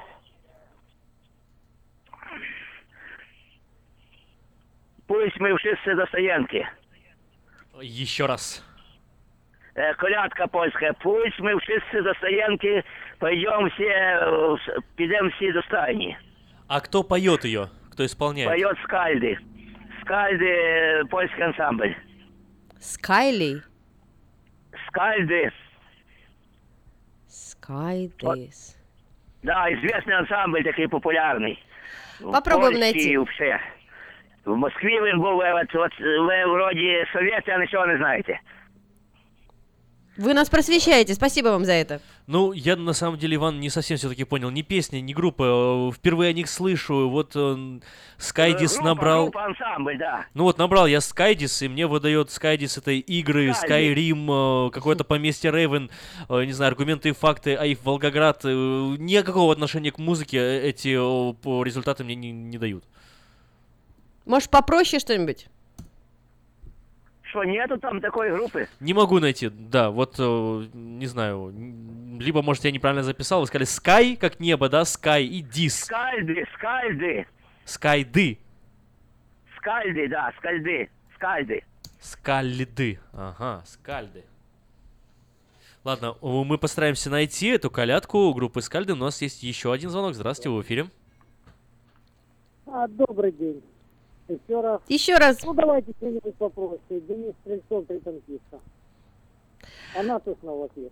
Пусть мы вшисся до стоянки. Еще раз. Колядка польская. Пусть мы вшисся до стоянки, пойдем все до стайни. А кто поет ее? Кто исполняет? Поет Скальди. Скальди, польский ансамбль. Скайли? Скальди. Скайдис. Да, известный ансамбль, такой популярный. Попробуем найти. Вообще. В Москве вы вроде Совета, а ничего не знаете. Вы нас просвещаете, спасибо вам за это. Ну, я на самом деле, Иван, не совсем все-таки понял. Ни песни, ни группы. Впервые о них слышу. Вот Скайдис набрал... Группа, ансамбль, да. Ну вот набрал я Скайдис, и мне выдает Скайдис этой игры, Skyrim, какое-то поместье Рейвен, не знаю, аргументы и факты, Аиф, Волгоград. Никакого отношения к музыке эти результаты мне не дают. Может, попроще что-нибудь? Что, нету там такой группы? Не могу найти, да, вот, не знаю, либо, может, я неправильно записал, вы сказали Sky, как небо, да, Sky и Dis. Скальди. Скайды. Скальди, да, скальди. Скальды, ага, скальды. Ладно, мы постараемся найти эту колядку группы Скальды, у нас есть еще один звонок, здравствуйте, в эфире. Добрый день. Еще раз. Еще раз. Ну, давайте что-нибудь попроще. Денис Стрельцов, 3 танкиста. Она тут снова эфир.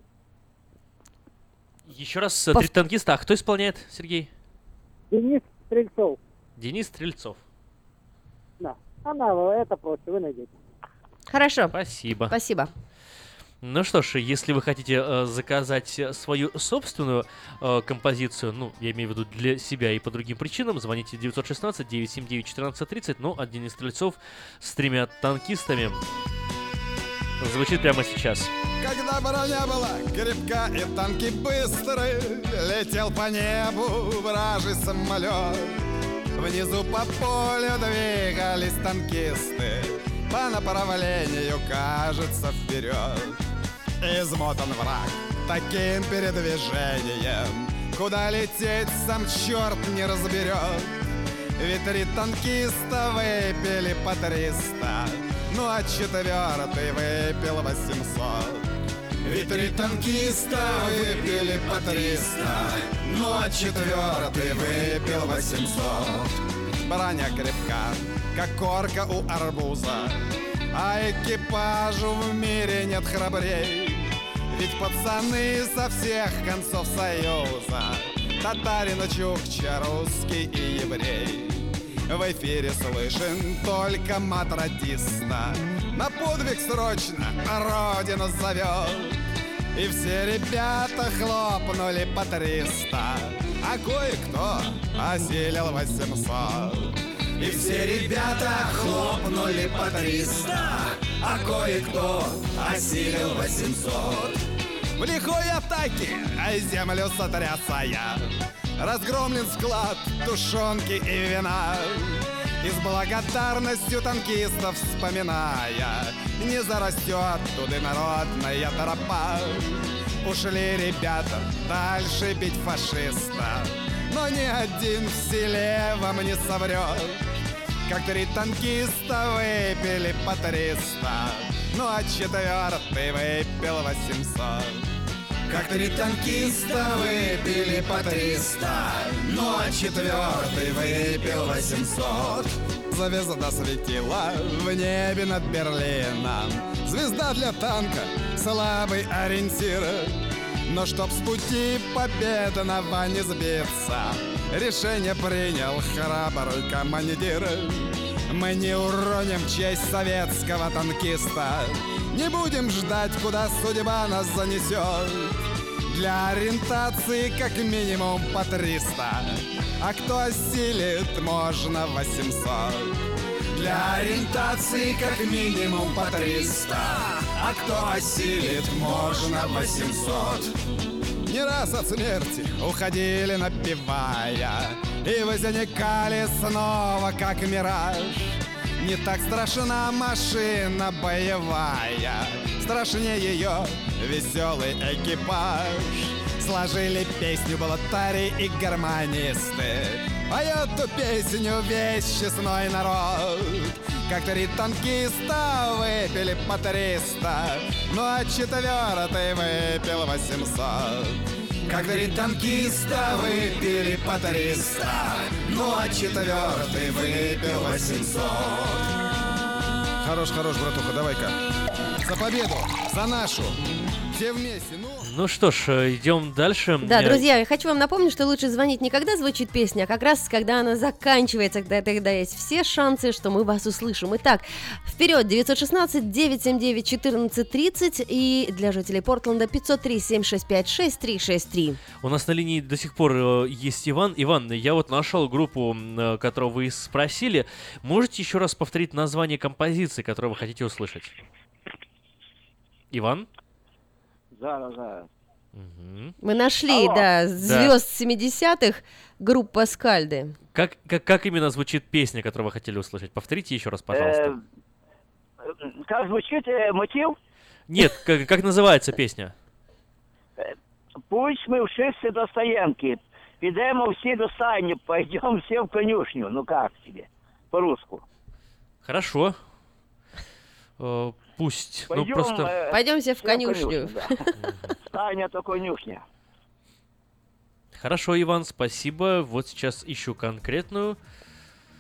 Еще раз, 3 танкиста. А кто исполняет, Сергей? Денис Стрельцов. Денис Стрельцов. Да. Она, это проще, вы найдете. Хорошо. Спасибо. Спасибо. Ну что ж, если вы хотите заказать свою собственную композицию, ну, я имею в виду для себя и по другим причинам, звоните 916-979-1430, ну, а Денис Стрельцов с 3 танкистами звучит прямо сейчас. Когда броня была крепка и танки быстрые, летел по небу вражий самолет. Внизу по полю двигались танкисты, по направлению, кажется, вперед. Измотан враг таким передвижением, куда лететь сам черт не разберет. Ведь 3 танкиста выпили по 300, ну а 4-й выпил 800. Ведь 3 танкиста выпили по 300, ну а 4-й выпил 800. Броня крепка, как корка у арбуза, а экипажу в мире нет храбрей. Ведь пацаны со всех концов Союза, татарин, чукча, русский и еврей. В эфире слышен только мат радиста, на подвиг срочно родину зовет. И все ребята хлопнули по 300, а кое-кто осилил 800. И все ребята хлопнули по 300, а кое-кто осилил 800. В лихой атаке землю сотрясая, разгромлен склад тушенки и вина. И с благодарностью танкистов вспоминая, не зарастет туды народная тропа. Ушли ребята дальше бить фашиста, но ни один в селе вам не соврет. Как 3 танкиста выпили по 300, ну а 4-й выпил 800. Как 3 танкиста выпили по 300, ну а 4-й выпил 800. Звезда светила в небе над Берлином, звезда для танка слабый ориентир. Но чтоб с пути победного не сбиться, решение принял храбрый командир. Мы не уроним честь советского танкиста, не будем ждать, куда судьба нас занесет. Для ориентации как минимум по 300, а кто осилит, можно 800. Для ориентации как минимум по 300, а кто осилит, можно 800. Не раз от смерти уходили напевая, и возникали снова как мираж. Не так страшна машина боевая, страшнее ее веселый экипаж. Сложили песню блатари и гармонисты, поет эту песню весь честной народ. Как 3 танкиста выпили по 300, ну а 4-й выпил 800. Как 3 танкиста выпили по 300, ну а 4-й выпил 800. Хорош, братуха, давай-ка. За победу, за нашу. Все вместе, Ну что ж, идем дальше. Да, друзья, я хочу вам напомнить, что лучше звонить не когда звучит песня, а как раз когда она заканчивается, тогда есть все шансы, что мы вас услышим. Итак, вперед, 916-979-1430 и для жителей Портленда 503-765-6363. У нас на линии до сих пор есть Иван. Иван, я вот нашел группу, которую вы спросили. Можете еще раз повторить название композиции, которую вы хотите услышать? Иван? Да. Мы нашли, да, звезд 70-х, группа Скальды. Как именно звучит песня, которую вы хотели услышать? Повторите еще раз, пожалуйста. Как звучит мотив? Нет, как называется песня? Пусть мы всі до стоянки, підемо всі до стайні, пойдем все в конюшню. Ну как тебе, по-русски? Хорошо. Пусть. Пойдем, просто... Пойдемте в конюшню. Стайня то конюшня. Хорошо, Иван, спасибо. Вот сейчас ищу конкретную.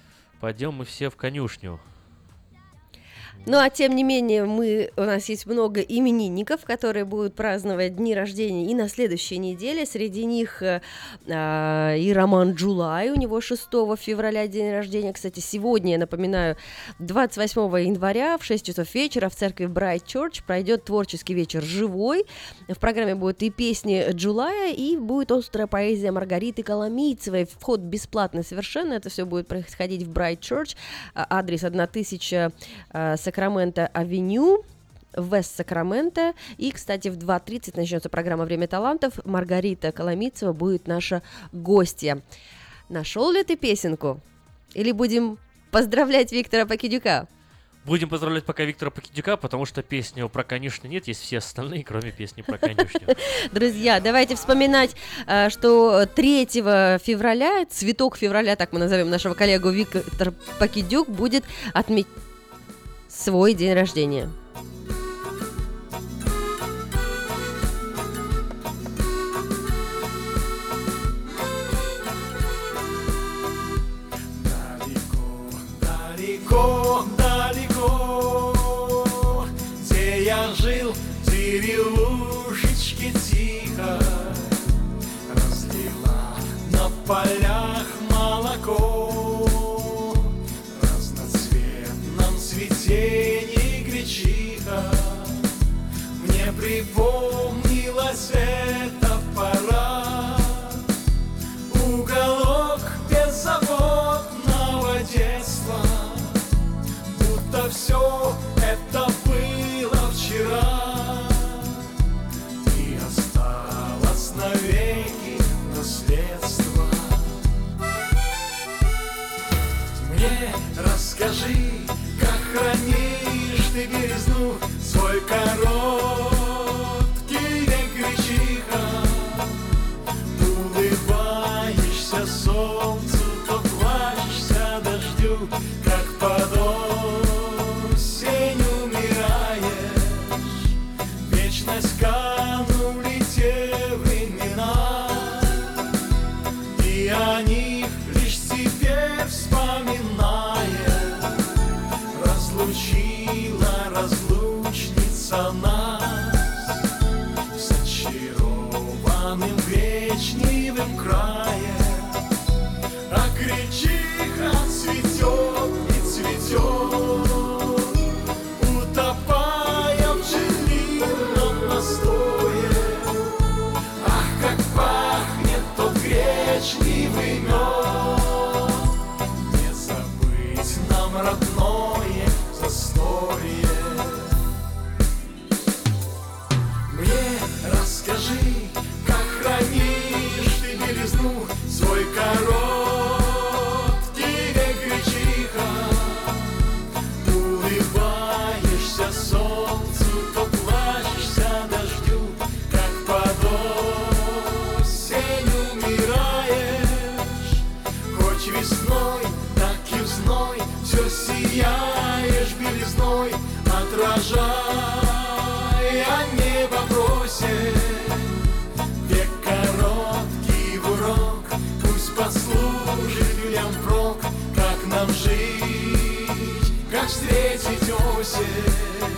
Пойдем мы все в конюшню. Ну, а тем не менее, у нас есть много именинников, которые будут праздновать дни рождения и на следующей неделе. Среди них и Роман Джулай, у него 6 февраля день рождения. Кстати, сегодня, я напоминаю, 28 января в 6 часов вечера в церкви Bright Church пройдет творческий вечер «Живой». В программе будут и песни Джулая, и будет острая поэзия Маргариты Коломийцевой. Вход бесплатный совершенно. Это все будет происходить в Bright Church. Адрес 1000 Сакраменто-авеню, Вест-Сакраменто. И, кстати, в 2:30 начнется программа «Время талантов». Маргарита Коломийцева будет наша гостья. Нашел ли ты песенку? Или будем поздравлять Виктора Покидюка? Будем поздравлять пока Виктора Покидюка, потому что песни про конюшню нет, есть все остальные, кроме песни про конюшню. Друзья, давайте вспоминать, что 3 февраля, цветок февраля, так мы назовем нашего коллегу Виктор Покидюк, будет отметить свой день рождения. Далеко, далеко, где я жил, в деревушечке тихо, разлила на полях молоко, разноцветном цветении гречиха. Мне припомнилась эта пора, уголок беззаботного детства, будто все это было вчера и осталось навеки наследство. Мне расскажи, как хранишь ты березну, свой короткий век, гречиха. Улыбаешься солнцу, то плачешься дождю, как под осень умираешь. Вечность канули те времена, и о них лишь теперь вспоминая. Разлучила разлучница нас с очарованным гречневым краем, а гречиха цветет и цветет, утопая в пчелином настое. Ах, как пахнет тот гречневый мед, не забыть нам родное застолье. Мне расскажи, как хранишь ты белизну, свой короткий век, гречиха. Улыбаешься солнцу, то плачешься дождю, как под осень умираешь. Хоть весной, так и в зной, все сияешь белизной, отражая небо бросит. Век короткий урок, пусть послужит людям впрок, как нам жить, как встретить осень.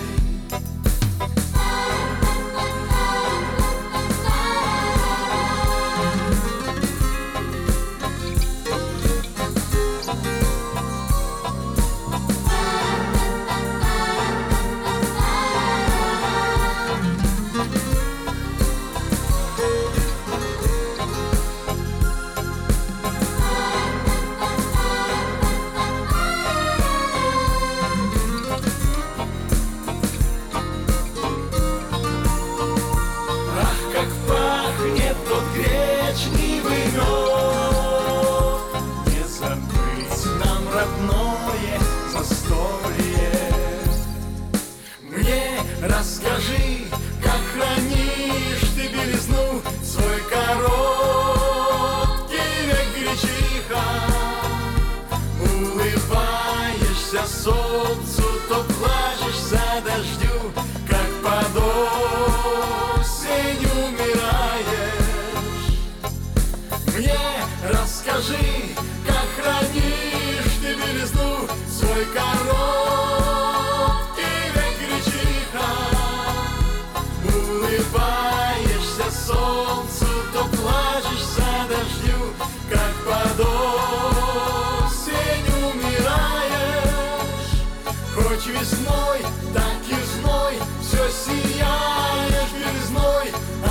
Расскажи, как хранишь ты белизну, свой короткий век, гречиха. Улыбаешься солнцу, то плачешься дождю, как под осень умираешь. Мне расскажи, как хранишь ты белизну, Хоть весной, так и зной, все сияешь белизной,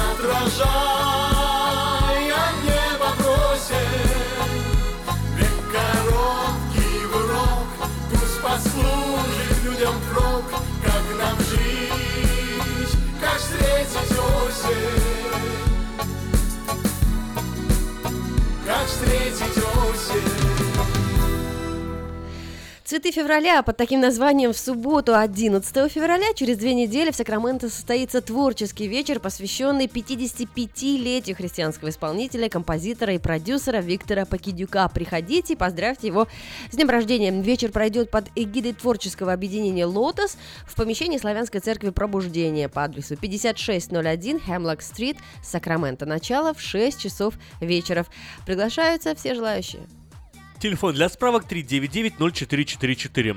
отражая небо бросит. Век короткий урок, пусть послужит людям крок, как нам жить, как встретить осень, как встретить осень. Цветы февраля под таким названием в субботу, 11 февраля, через 2 недели в Сакраменто состоится творческий вечер, посвященный 55-летию христианского исполнителя, композитора и продюсера Виктора Покидюка. Приходите, поздравьте его с днем рождения. Вечер пройдет под эгидой творческого объединения «Лотос» в помещении Славянской церкви Пробуждения по адресу 5601 Хемлок-стрит, Сакраменто. Начало в 6 часов вечера. Приглашаются все желающие. Телефон для справок 399-0444.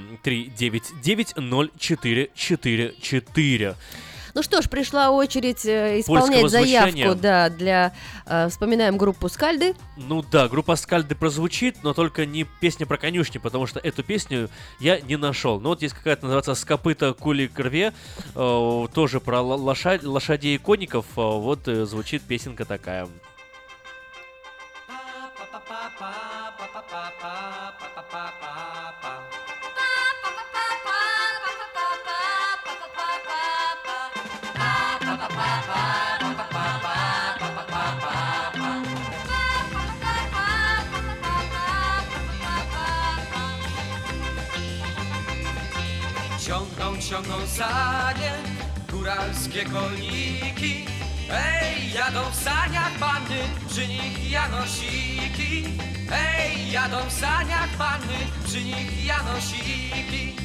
399-0444. Ну что ж, пришла очередь исполнять заявку, да, для... вспоминаем группу «Скальды». Ну да, группа «Скальды» прозвучит, но только не песня про конюшни, потому что эту песню я не нашел. Ну вот есть какая-то, называется «С копыта кули к рве», тоже про лошадей и конников, вот звучит песенка такая. Ciągną sanie góralskie koniki. Ej, jadą w saniach panny, przy nich janosiki. Ej, jadą w saniach panny, przy nich janosiki.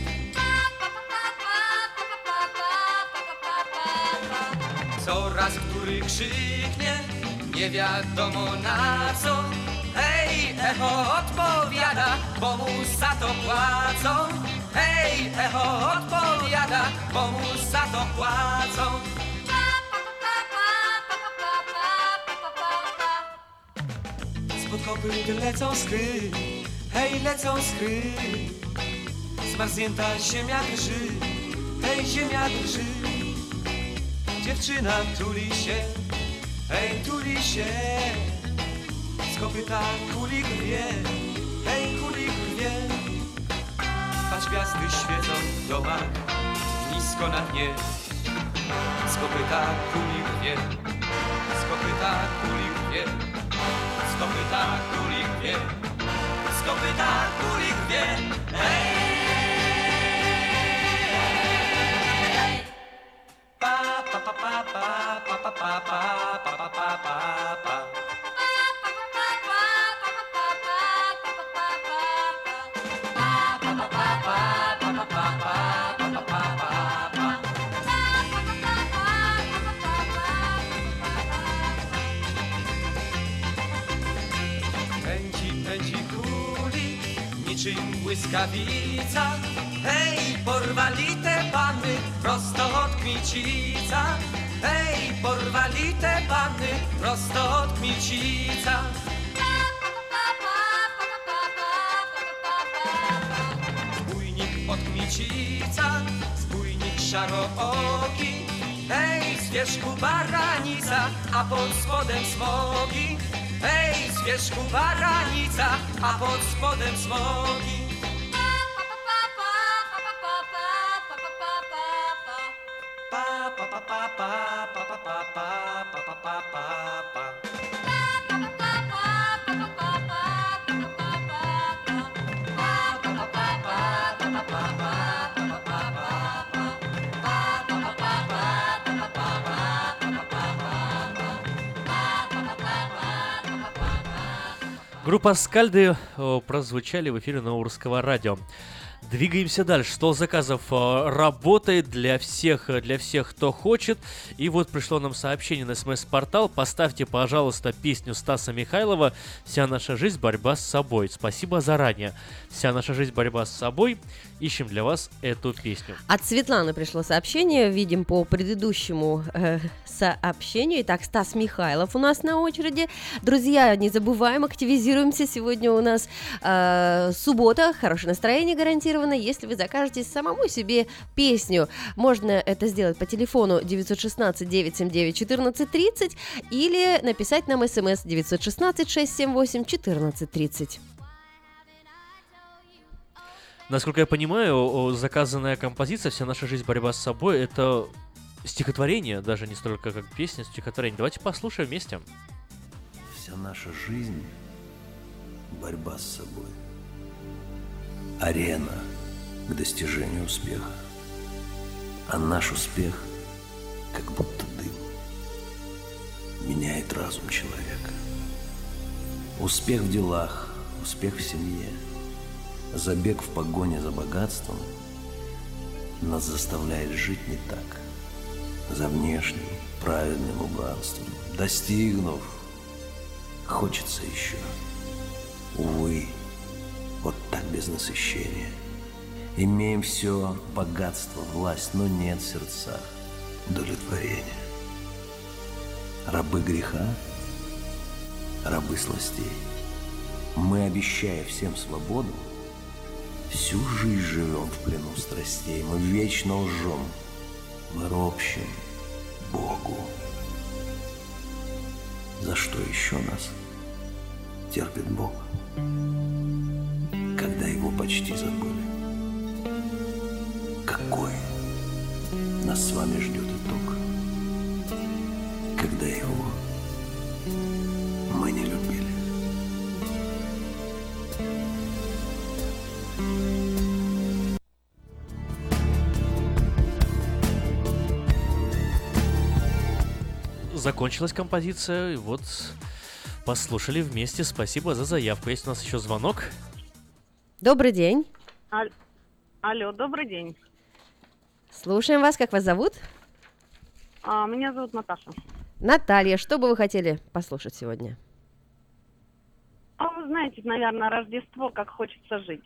Coraz który krzyknie, nie wiadomo na co. Ej, echo odpowiada, bo mu za to płacą. Ej, echo odpowiada, bo mu za to płacą. Spod kopyt lecą skry, hej, lecą skry. Zmarznięta ziemia drży, hej, ziemia drży. Dziewczyna tuli się, hej, tuli się. Z kopyta kuli rwie, hej, kuli rwie. Patrz, gwiazdy świecą w domach, nisko na dnie. Z kopyta kuli rwie, z kopyta kuli rwie. Z kopyta kuli rwie, z kopyta kuli rwie. Hej! Pa pa pa pa pa pa pa pa pa pa pa pa pa. Pędzi kuli, niczym błyskawica. Hej, porwali te panny prosto od Kmicica. Hej, porwali te panny prosto od Kmicica. Zbójnik od Kmicica, zbójnik szarooki. Hej, z wierzchu baranica, a pod spodem smogi. Hej, z wierzchu baranica, a pod spodem smogi. Группа «Скальды» прозвучали в эфире Нового Русского радио. Двигаемся дальше. Стол заказов работает для всех, кто хочет. И вот пришло нам сообщение на СМС-портал. Поставьте, пожалуйста, песню Стаса Михайлова «Вся наша жизнь – борьба с собой». Спасибо заранее. «Вся наша жизнь – борьба с собой». Ищем для вас эту песню. От Светланы пришло сообщение. Видим по предыдущему сообщению. Итак, Стас Михайлов у нас на очереди. Друзья, не забываем, активизируемся. Сегодня у нас суббота. Хорошее настроение гарантировано. гарантировано, если вы закажете самому себе песню. Можно это сделать по телефону 916-979-1430 или написать нам смс 916-678-1430. Насколько я понимаю, заказанная композиция «Вся наша жизнь, борьба с собой» — это стихотворение, даже не столько как песня, стихотворение. Давайте послушаем вместе. Вся наша жизнь — борьба с собой. Арена к достижению успеха. А наш успех, как будто дым, меняет разум человека. Успех в делах, успех в семье, забег в погоне за богатством нас заставляет жить не так, за внешним праведным убранством. Достигнув, хочется еще. Увы, вот так без насыщения. Имеем все богатство, власть, но нет в сердцах удовлетворения. Рабы греха, рабы сластей. Мы, обещая всем свободу, всю жизнь живем в плену страстей. Мы вечно лжем, мы ропщем Богу. За что еще нас терпит Бог, когда его почти забыли? Какой нас с вами ждет итог, когда его мы не любили? Закончилась композиция, и вот послушали вместе. Спасибо за заявку. Есть у нас еще звонок. Добрый день. Алло, добрый день. Слушаем вас. Как вас зовут? Меня зовут Наташа. Наталья, что бы вы хотели послушать сегодня? Вы знаете, наверное, Рождество, как хочется жить.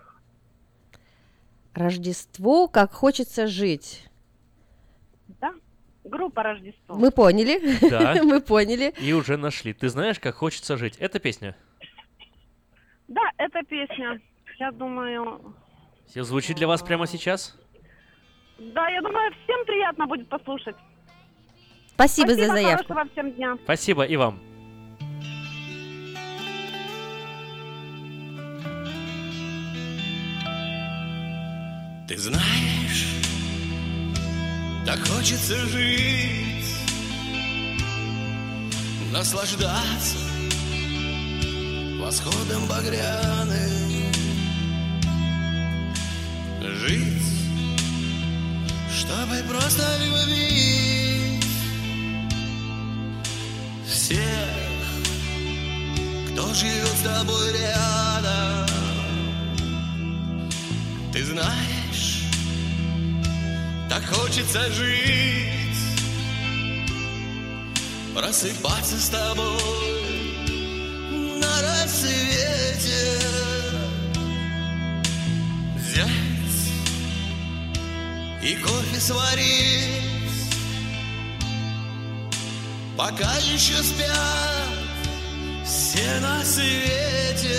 Рождество, как хочется жить. Да? Группа Рождество. Мы поняли. Да. Мы поняли. И уже нашли. Ты знаешь, как хочется жить. Это песня? Да, это песня. Я думаю... Все звучит для вас прямо сейчас? Да, я думаю, всем приятно будет послушать. Спасибо за заявку. Хорошего всем дня. Спасибо и вам. Ты знаешь, так хочется жить, наслаждаться восходом багряным, жить, чтобы просто любить всех, кто живет с тобой рядом. Ты знаешь, так хочется жить, просыпаться с тобой на рассвете, взять и кофе сварить, пока еще спят все на свете.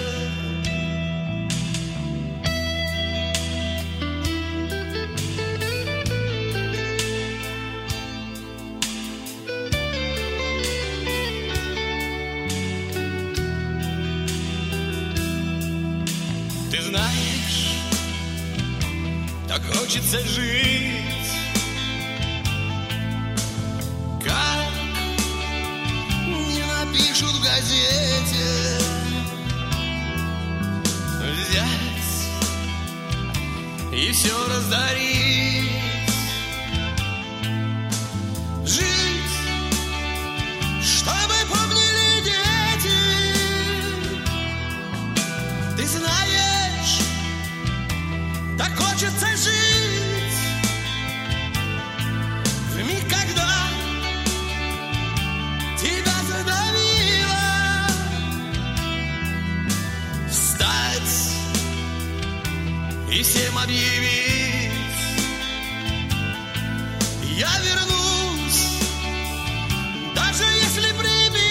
Ты знаешь, так хочется жить, как не напишут в газете, взять и все раздарить, жить, чтобы помнили дети. Ты знаешь, так хочется жить в миг, когда тебя задавило, встать и всем объявить: я вернусь, даже если прибило.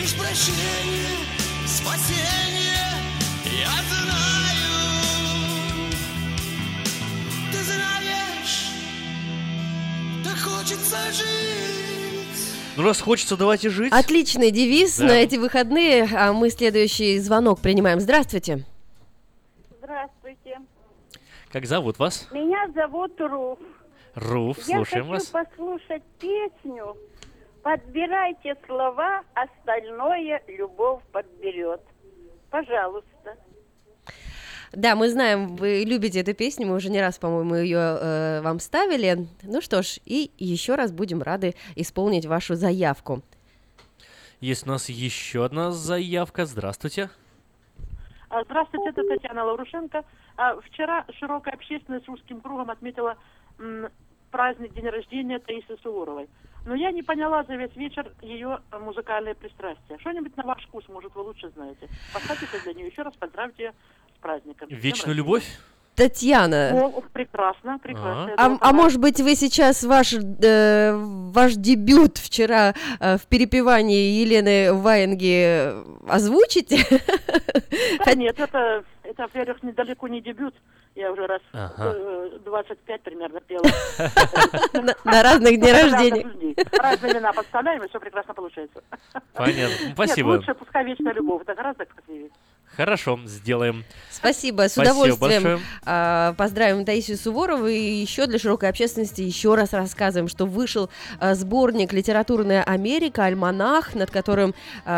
лишь прощение, спасение, я знаю. Ты знаешь, так хочется жить. Ну, раз хочется, давайте жить. Отличный девиз Да. на эти выходные. А мы следующий звонок принимаем. Здравствуйте. Здравствуйте. Как зовут вас? Меня зовут Руф. Руф, Я слушаем хочу вас. послушать песню «Подбирайте слова, остальное любовь подберет». Пожалуйста. Да, мы знаем, вы любите эту песню, мы уже не раз, по-моему, ее вам ставили. Ну что ж, и еще раз будем рады исполнить вашу заявку. Есть у нас еще одна заявка. Здравствуйте. Здравствуйте, это Татьяна Лаврушенко. Вчера широкая общественность русским кругом отметила праздник день рождения Таисии Суворовой. Но я не поняла за весь вечер ее музыкальные пристрастия. Что-нибудь на ваш вкус, может, вы лучше знаете. Поставьте для нее еще раз, поздравьте ее с праздником. Вечную любовь? Татьяна. О, прекрасно, прекрасно. А может быть, вы сейчас ваш дебют вчера в перепевании Елены Ваенги озвучите? Да, нет, это, во-первых, недалеко не дебют. Я уже раз 25 примерно пела. На разных днях рождения. Разные имена подставляем, и все прекрасно получается. Понятно. Спасибо. Нет, лучше пускай вечная любовь. Это гораздо красивее. Хорошо, сделаем. Спасибо, с удовольствием поздравим Таисию Суворову. И еще для широкой общественности еще раз рассказываем, что вышел сборник «Литературная Америка», альманах, над которым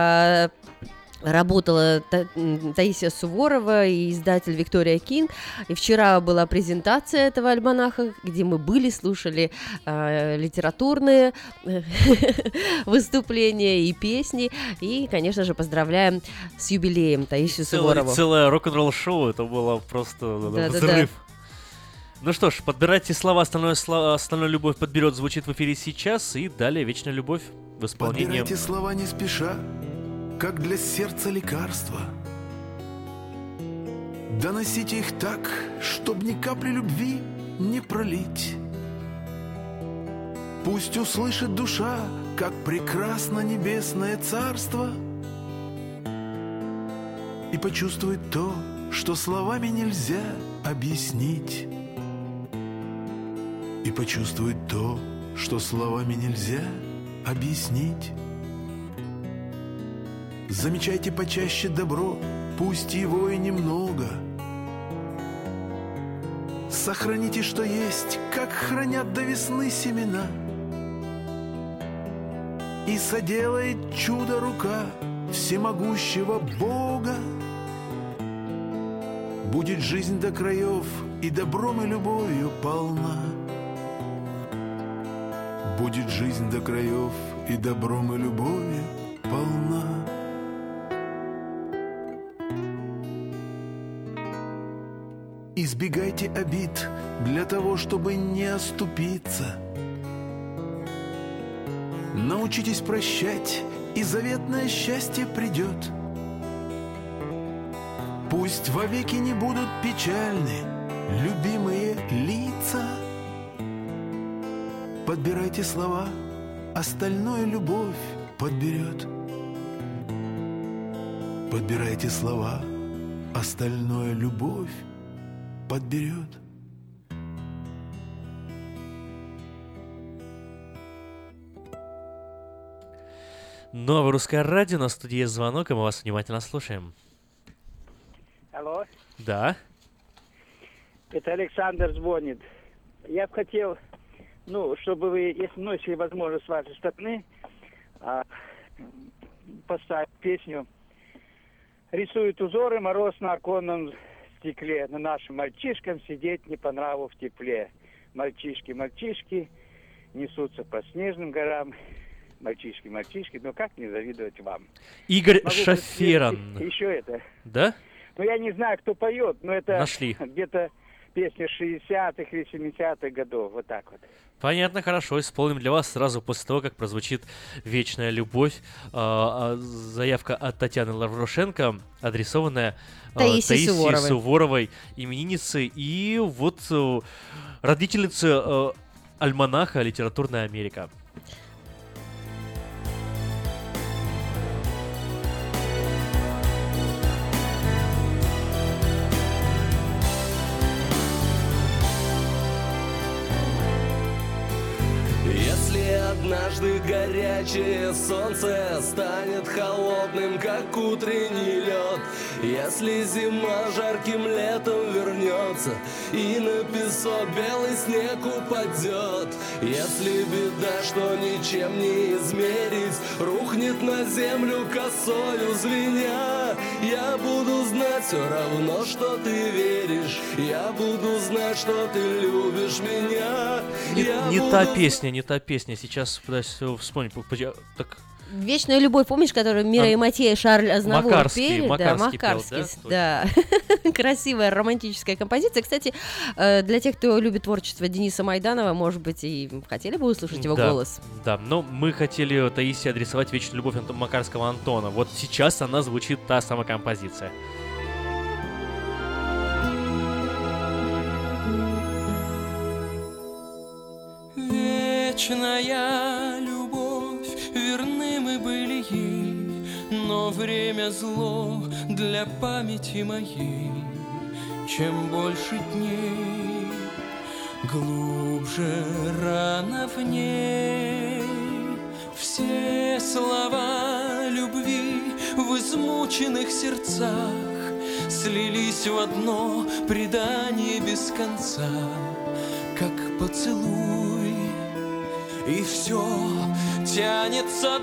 работала Таисия Суворова и издатель Виктория Кинг. И вчера была презентация этого альманаха, где мы были, слушали литературные выступления и песни. И, конечно же, поздравляем с юбилеем Таисию Суворову. Целое рок-н-ролл-шоу, это было просто взрыв. Ну что ж, подбирайте слова, остальное любовь подберет, звучит в эфире сейчас. И далее «Вечная любовь» в исполнении... Подбирайте слова не спеша, как для сердца лекарства. Доносите их так, чтоб ни капли любви не пролить. Пусть услышит душа, как прекрасно небесное царство, и почувствует то, что словами нельзя объяснить. И почувствует то, что словами нельзя объяснить. Замечайте почаще добро, пусть его и немного. Сохраните, что есть, как хранят до весны семена. И соделает чудо рука всемогущего Бога. Будет жизнь до краев и добром и любовью полна. Будет жизнь до краев и добром и любовью полна. Избегайте обид для того, чтобы не оступиться. Научитесь прощать, и заветное счастье придет. Пусть вовеки не будут печальны любимые лица. Подбирайте слова, остальное любовь подберет. Подбирайте слова, остальное любовь подберет. Новое русское радио, на студии звонок, и мы вас внимательно слушаем. Алло. Да. Это Александр звонит. Я бы хотел, чтобы вы, если возможно, с вашей стороны, поставить песню «Рисуют узоры, мороз на оконном стекле, на нашим мальчишкам сидеть не по нраву в тепле. Мальчишки, мальчишки, несутся по снежным горам. Мальчишки, мальчишки, как не завидовать вам». Игорь Шаферан. Еще это. Да? Я не знаю, кто поет, но это Нашли. Где-то песня 60-х или 70-х годов, вот так вот. Понятно, хорошо, исполним для вас сразу после того, как прозвучит «Вечная любовь». Заявка от Татьяны Лаврушенко, адресованная Таисии Суворовой, имениннице и родительнице альманаха «Литературная Америка». горячее солнце станет холодным, как утренний лед. Если зима жарким летом вернется и на песок белый снег упадет, если беда, что ничем не измерить, рухнет на землю косою звеня, я буду знать все равно, что ты веришь, я буду знать, что ты любишь меня. Не та песня. Сейчас пытаюсь вспомнить. Так... «Вечная любовь», помнишь, которую Мира и Матье и Шарль Азнавур пели? Макарский пел, да. Красивая романтическая композиция. Кстати, для тех, кто любит творчество Дениса Майданова, может быть, и хотели бы услышать его голос. Да, но мы хотели Таисии адресовать «Вечную любовь» Макарского Антона. Вот сейчас она звучит, та самая композиция. Вечная любовь, верны мы были ей, но время зло для памяти моей. Чем больше дней, глубже рана в ней. Все слова любви в измученных сердцах слились в одно предание без конца, как поцелуй. И все тянется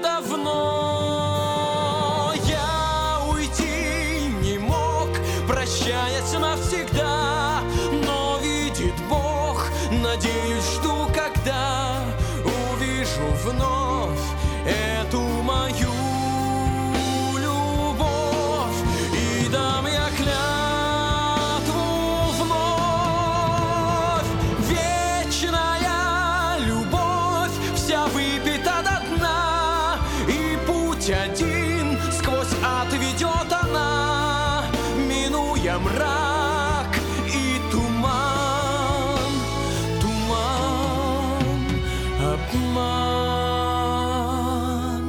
давно. Я уйти не мог, прощаясь навсегда, но видит Бог, надеюсь, жду, когда увижу вновь эту мою любовь. И дам я клятву вновь. Вечная любовь вся выпита до дна, и путь один сквозь ад ведет она, минуя мрак и туман, обман.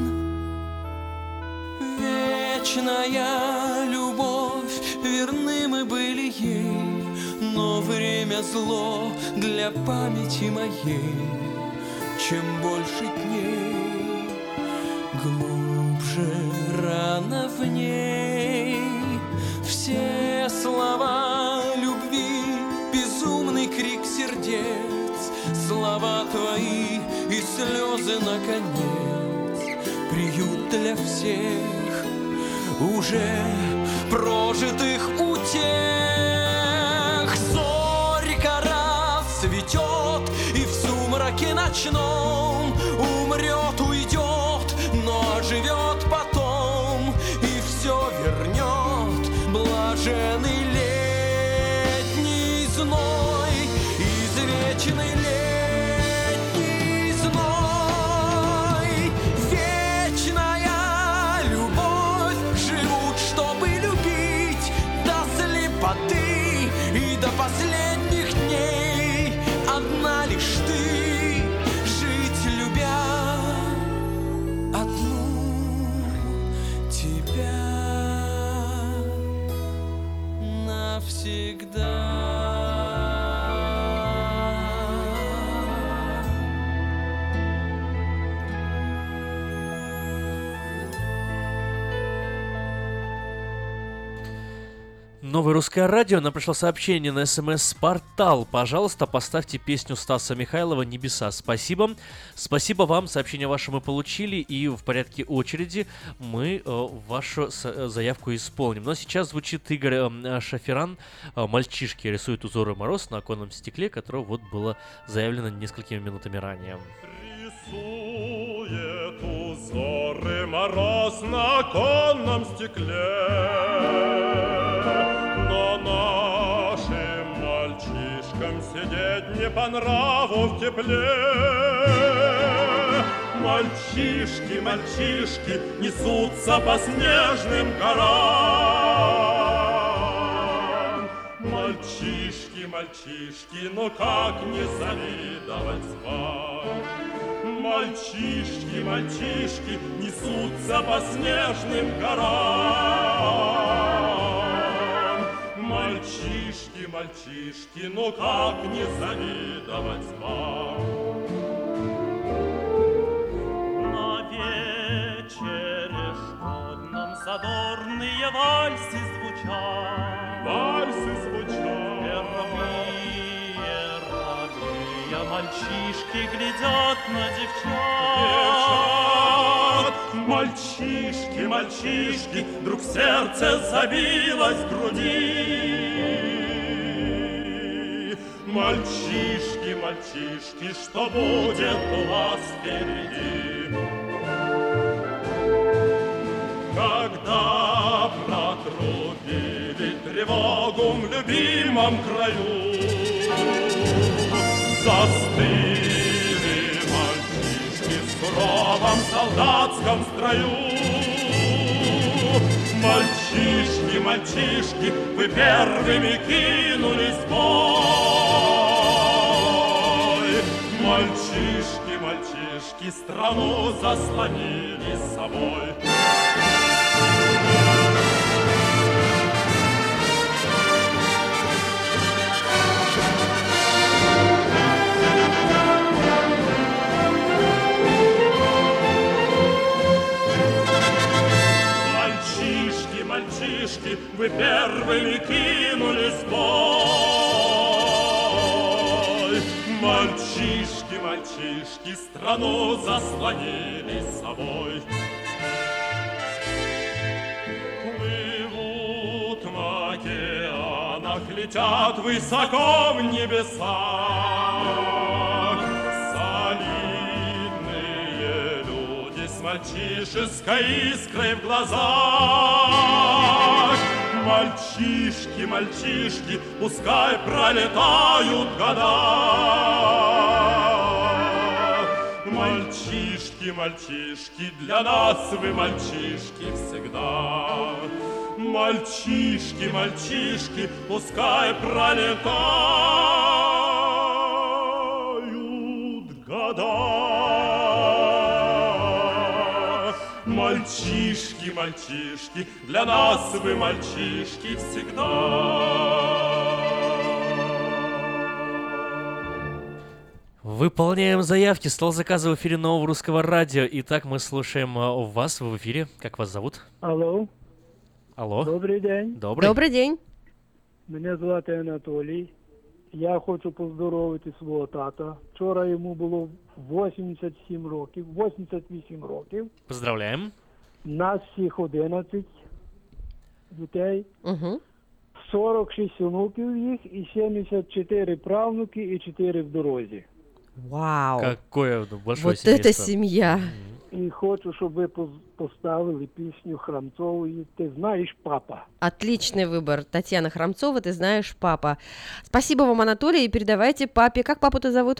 Вечная любовь, верны мы были ей, но время зло для памяти моей. Чем больше дней, глубже рана в ней. Все слова любви, безумный крик сердец, слова твои и слезы наконец, приют для всех уже прожитых утех. Зорька расцветет, и в сумраке ночном умрет, уйдет, но живет потом и все вернет. Блаженный летний зной, извечный летний зной. Вечная любовь, живут, чтобы любить до слепоты и до последних дней. Одна лишь ты, жить любя одну тебя навсегда. Новое русское радио. Нам пришло сообщение на СМС-портал. Пожалуйста, поставьте песню Стаса Михайлова «Небеса». Спасибо. Спасибо вам. Сообщение ваше мы получили, и в порядке очереди мы вашу заявку исполним. Но сейчас звучит Игорь Шаферан. «Мальчишки рисуют узоры мороз» на оконном стекле, которое вот было заявлено несколькими минутами ранее. Рисует узоры мороз на оконном стекле, но нашим мальчишкам сидеть не по нраву в тепле. Мальчишки, мальчишки несутся по снежным горам. Мальчишки, мальчишки, но как не завидовать вам? Мальчишки, мальчишки несутся по снежным горам. Мальчишки, мальчишки, ну как не завидовать вам? На нам задорные вальсы звучат. Вальсы звучат. Робея мальчишки глядят на девчат. Мальчишки, мальчишки, вдруг сердце забилось в груди. Мальчишки, мальчишки, что будет у вас впереди? Когда протрубили тревогу в любимом краю, застыли мальчишки в суровом солдатском строю. Мальчишки, мальчишки, вы первыми кинулись в бой. Мальчишки, мальчишки, страну заслонили собой. Мальчишки, вы первыми кинулись в бой. Мальчишки, мальчишки, страну заслонили собой. Плывут в океанах, летят высоко в небесах. Солидные люди с мальчишеской искрой в глазах. Мальчишки, мальчишки, пускай пролетают года. Мальчишки, мальчишки, для нас вы мальчишки всегда. Мальчишки, мальчишки, пускай пролетают года. Мальчишки, мальчишки, для нас вы мальчишки всегда. Выполняем заявки. Стол заказа в эфире Нового Русского Радио. Итак, мы слушаем вас в эфире. Как вас зовут? Алло. Алло. Добрий день. Добрий день. Мене звати Анатолій. Я хочу поздоровити свого тата. Вчора йому було 87 років, 88 років. Поздравляем. Нас всіх 11 дітей. Угу. 46 онуків їх і 74 правнуки і 4 в дорозі. Вау. Какое большое вот семейство. это семья. І хочу, щоб ви поставили пісню Храмцової «Ти знаєш, папа». Отличный выбор. Татьяна Храмцова, «Ты знаешь, папа». Спасибо вам, Анатолий, и передавайте папе. Как папу-то зовут?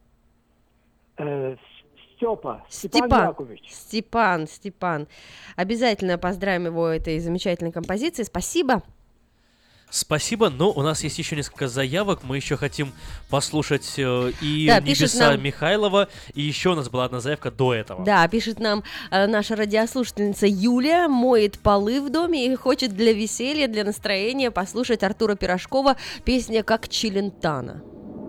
Степа. Степан Яковлевич. Степан. Обязательно поздравим его этой замечательной композицией. Спасибо. Спасибо, но у нас есть еще несколько заявок. Мы еще хотим послушать и да, «Небеса» нам... Михайлова. И еще у нас была одна заявка до этого. Да, пишет нам наша радиослушательница Юлия, моет полы в доме и хочет для веселья, для настроения послушать Артура Пирожкова песня «Как Челентано».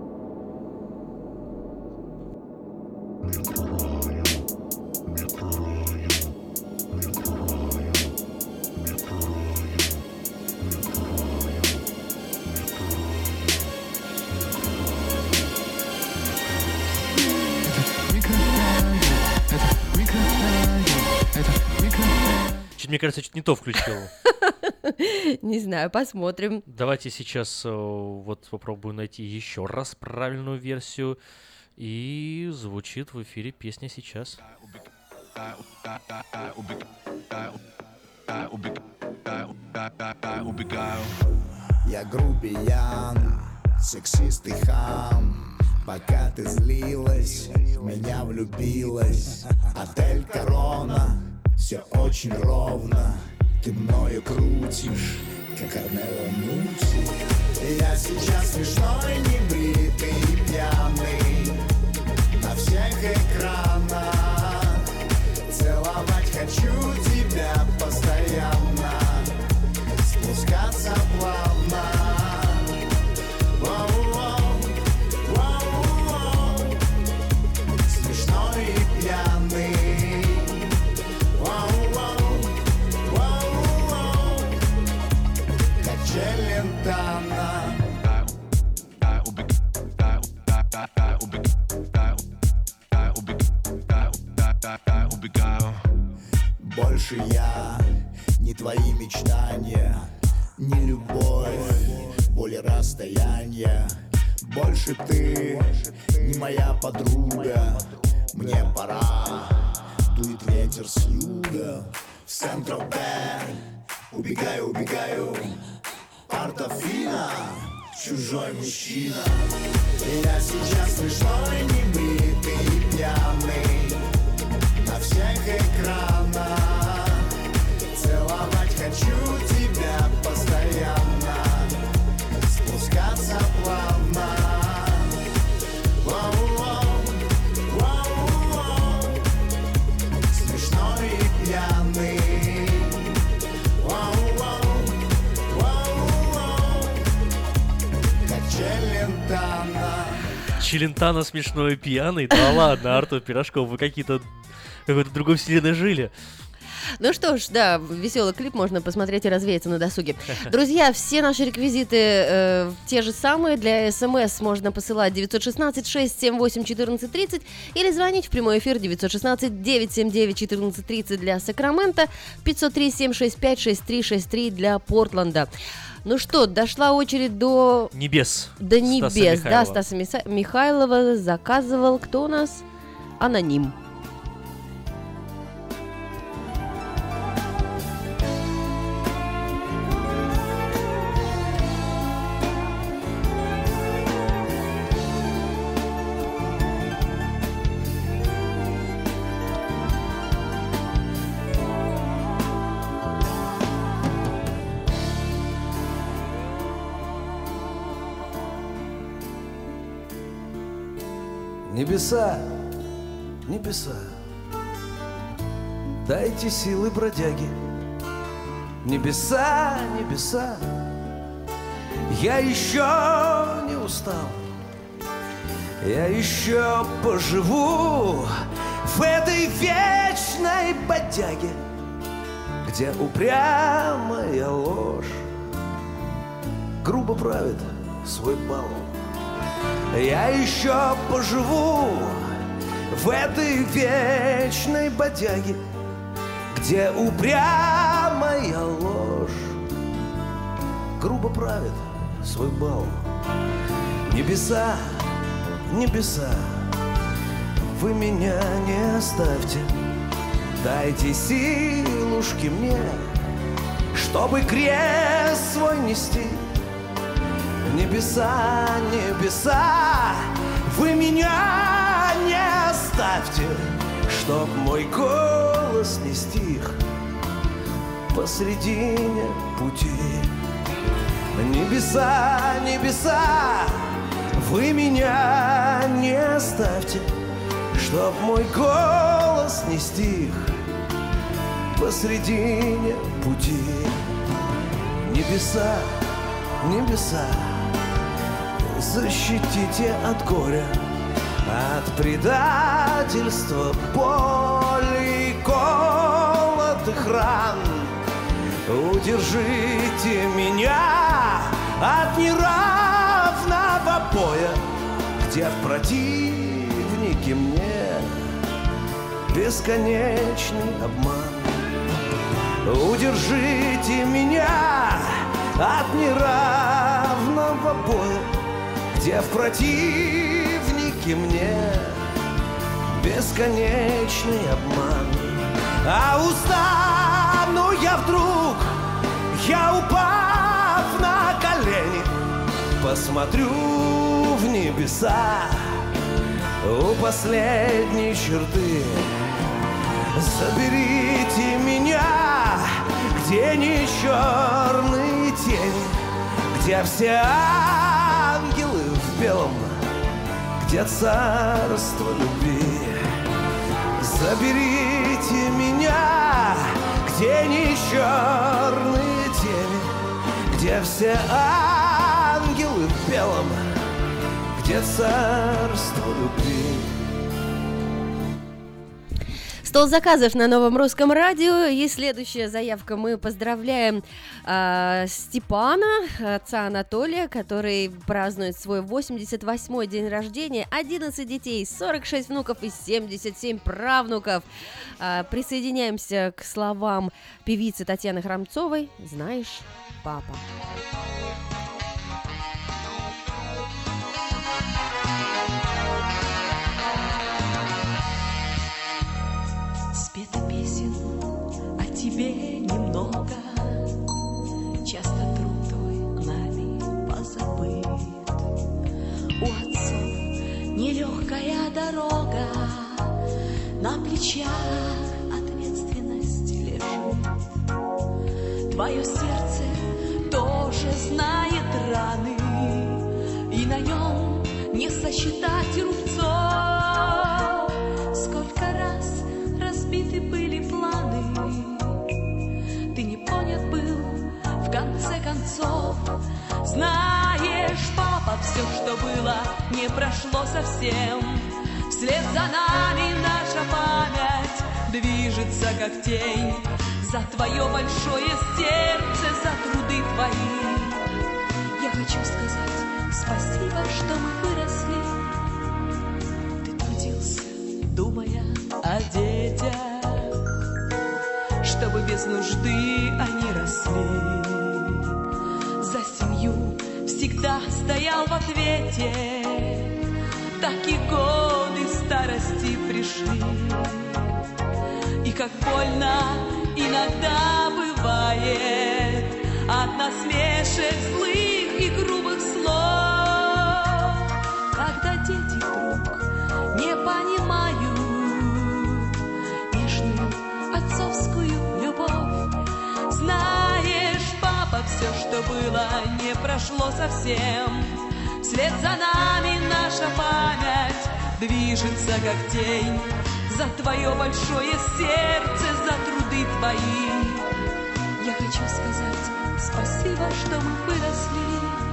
Мне кажется, чуть не то включил. Не знаю, посмотрим. Давайте сейчас вот попробую найти еще раз правильную версию. И звучит в эфире песня сейчас. Я грубиян, сексист и хам. Пока ты злилась, в меня влюбилась. Отель Корона, все очень ровно. Ты мною крутишь, как Арнелла Мути. Я сейчас смешной, небритый и пьяный. На всех экранах целовать хочу тебя постоянно. Спускаться плавно. Смешной и пьяный. я, не твои мечтания, не любовь, боль и расстояние. Больше ты не моя подруга, мне пора, дует ветер с юга. В Сент-Тропе убегаю, убегаю, Портофино, чужой мужчина. Я сейчас смешной, небритый и пьяный на всех экранах. Целовать хочу тебя постоянно, спускаться плавно. Смешной и пьяный. Как Челентано. Челентано смешной и пьяный? Да ладно, Артур Пирожков, вы какой-то другой вселенной жили. Ну что ж, да, веселый клип можно посмотреть и развеяться на досуге. Друзья, все наши реквизиты те же самые. Для СМС можно посылать 916-678-1430 или звонить в прямой эфир 916-979-1430 для Сакрамента, 503-765-6363 для Портленда. Ну что, дошла очередь до... Небес. До небес, да, Стаса Михайлова заказывал. Кто у нас? Аноним. Небеса, небеса, дайте силы бродяги. Небеса, небеса, я еще не устал. Я еще поживу в этой вечной бодяге, где упрямая ложь грубо правит свой бал. Я еще поживу в этой вечной бодяге, где упрямая ложь грубо правит свой бал. Небеса, небеса, вы меня не оставьте, дайте силушки мне, чтобы крест свой нести. Небеса, небеса, вы меня не оставьте, чтоб мой голос не стих посредине пути. Небеса, небеса, вы меня не оставьте, чтоб мой голос не стих посредине пути. Небеса, небеса, защитите от горя, от предательства, боли, колотых ран. Удержите меня от неравного боя, где в противнике мне бесконечный обман. Удержите меня от неравного боя, где в противнике мне бесконечный обман. А устану я вдруг, я упав на колени, посмотрю в небеса у последней черты. Заберите меня, где не черные тени, где все ангелы в белом, где царство любви. Заберите меня, где не черные тени, где все ангелы в белом, где царство любви. Стол заказов на Новом Русском радио. И следующая заявка. Мы поздравляем Степана, отца Анатолия, который празднует свой 88-й день рождения. 11 детей, 46 внуков и 77 правнуков. Присоединяемся к словам певицы Татьяны Храмцовой. «Знаешь, папа». Спето песен о тебе немного, часто труд твой нами позабыт. У отцов нелегкая дорога, на плечах ответственность лежит. Твое сердце тоже знает раны, и на нем не сосчитать рубцов. Сколько раз разбиты были планы, ты не понят был в конце концов. Знаешь, папа, все, что было, не прошло совсем. Вслед за нами наша память движется, как тень. За твое большое сердце, за труды твои. Я хочу сказать спасибо, что мы выросли. Ты трудился, думая о детях, чтобы без нужды они росли. За семью всегда стоял в ответе, так и годы старости пришли. И как больно иногда бывает от насмешек злых и грубых слов, когда дети вдруг не понимают нежную отцовскую любовь. Знаешь, папа, все, что было, не прошло совсем. Вслед за нами наша память движется, как тень. За твое большое сердце, за труды твои. Я хочу сказать спасибо, что мы выросли.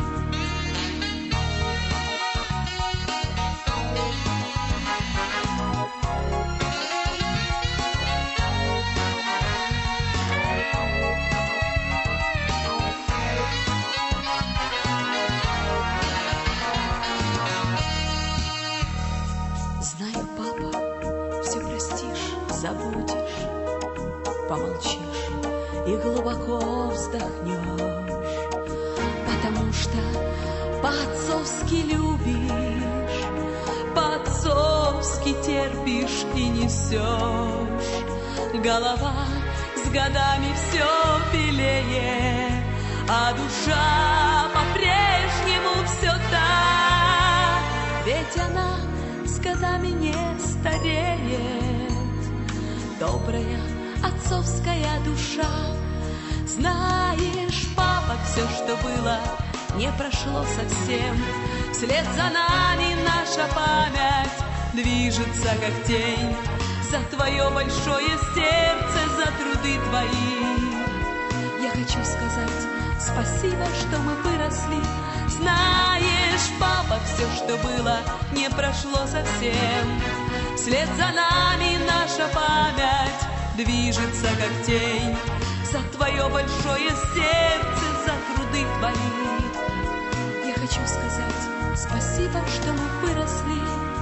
Знаю, папа, все простишь, забудешь, помолчишь и глубоко вздохнешь, потому что по-отцовски любишь, по-отцовски терпишь и несешь. Голова с годами все белее, а душа по-прежнему все та, ведь она с годами не стареет. Добрая отцовская душа. Знаешь, папа, все, что было, не прошло совсем. Вслед за нами наша память движется, как тень. За твое большое сердце, за труды твои. Я хочу сказать спасибо, что мы выросли. Знаешь, папа, все, что было, не прошло совсем. Вслед за нами наша память движется, как тень. За твое большое сердце, за труды твои. Я хочу сказать спасибо, что мы выросли.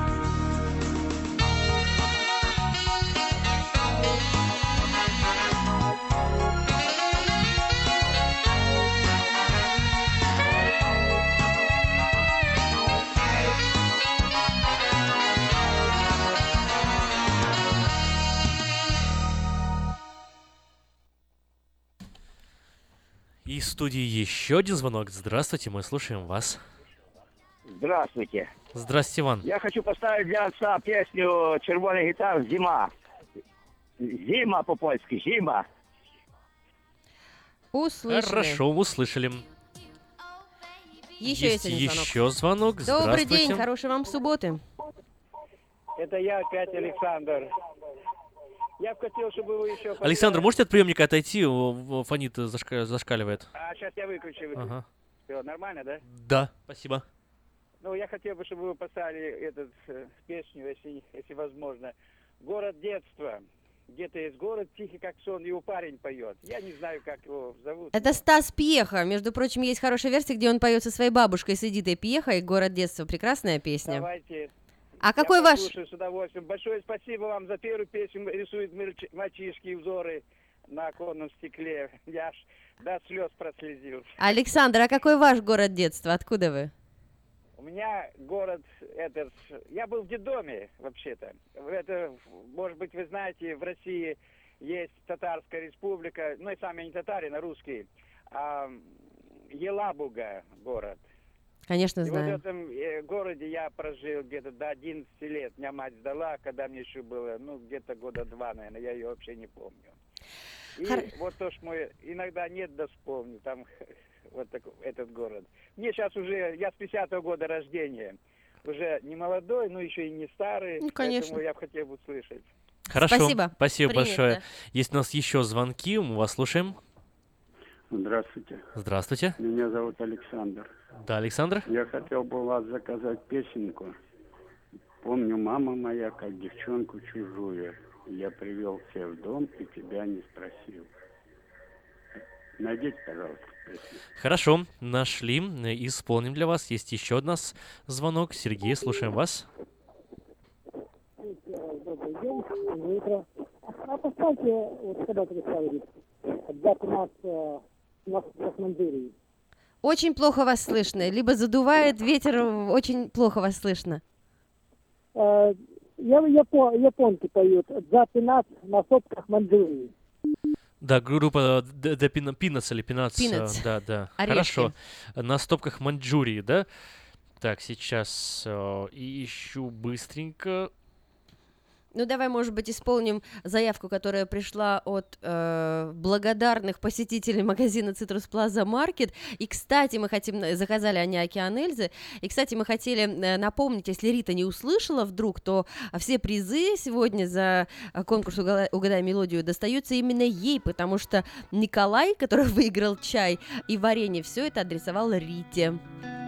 И в студии еще один звонок. Здравствуйте, мы слушаем вас. Здравствуйте. Здравствуйте, Иван. Я хочу поставить для отца песню «Червоный гитар» «Зима». Зима по-польски, зима. Услышали. Хорошо, услышали. Еще есть один звонок. Еще звонок. Добрый день, хорошей вам субботы. Это я опять, Александр. Я бы хотел, чтобы вы еще... Александр, можете от приемника отойти? Фонит зашкаливает. А сейчас я выключу. Ага. Все, нормально, да? Да, спасибо. Ну, я хотел бы, чтобы вы поставили эту песню, если возможно. «Город детства». где-то есть город тихий, как сон, его парень поет. Я не знаю, как его зовут. Это Стас Пьеха. Между прочим, есть хорошая версия, где он поет со своей бабушкой, с Эдитой Пьеха, и «Город детства». Прекрасная песня. Давайте. А какой ваш... С удовольствием. Большое спасибо вам за первую песню. Рисуют мальчишки узоры на оконном стекле. Я аж до слез прослезился. Александр, а какой ваш город детства? Откуда вы? У меня город этот... Я был в детдоме, вообще-то. Это, может быть, вы знаете, в России есть Татарская республика, ну и сам я не татарин, а русский. Елабуга город. Конечно, и знаю. вот в этом городе я прожил где-то до 11 лет. Меня мать сдала, когда мне еще было, ну, где-то года 2, наверное, я ее вообще не помню. И вот то, что мой иногда нет, да вспомню, там вот этот город. Мне сейчас уже, я с 50-го года рождения, уже не молодой, но еще и не старый, ну, конечно. Поэтому я бы хотел услышать. Хорошо, спасибо принято. Большое. Есть у нас еще звонки, мы вас слушаем. Здравствуйте. Здравствуйте. Меня зовут Александр. Да, Александр. Я хотел бы у вас заказать песенку. Помню, мама моя, как девчонку чужую. Я привел тебя в дом и тебя не спросил. Найдите, пожалуйста, песню. Хорошо, нашли, исполним для вас. Есть еще у нас звонок. Сергей, слушаем вас. Добрый день, доброе утро. А поставьте, вот когда представили, дату нас в Манчжурии. Очень плохо вас слышно. Либо задувает ветер, очень плохо вас слышно. Японки поют «Запинат на сопках Манчжурии». Да, группа The Peanuts или Peanuts. Peanuts. Да. Орешки. Хорошо. На стопках Маньчжурии, да? Так, сейчас ищу быстренько. Ну, давай, может быть, исполним заявку, которая пришла от благодарных посетителей магазина Citrus Plaza Market. И, кстати, мы заказали они «Океан Эльзы». И, кстати, мы хотели напомнить, если Рита не услышала вдруг, то все призы сегодня за конкурс «Угадай мелодию» достаются именно ей, потому что Николай, который выиграл чай и варенье, все это адресовал Рите.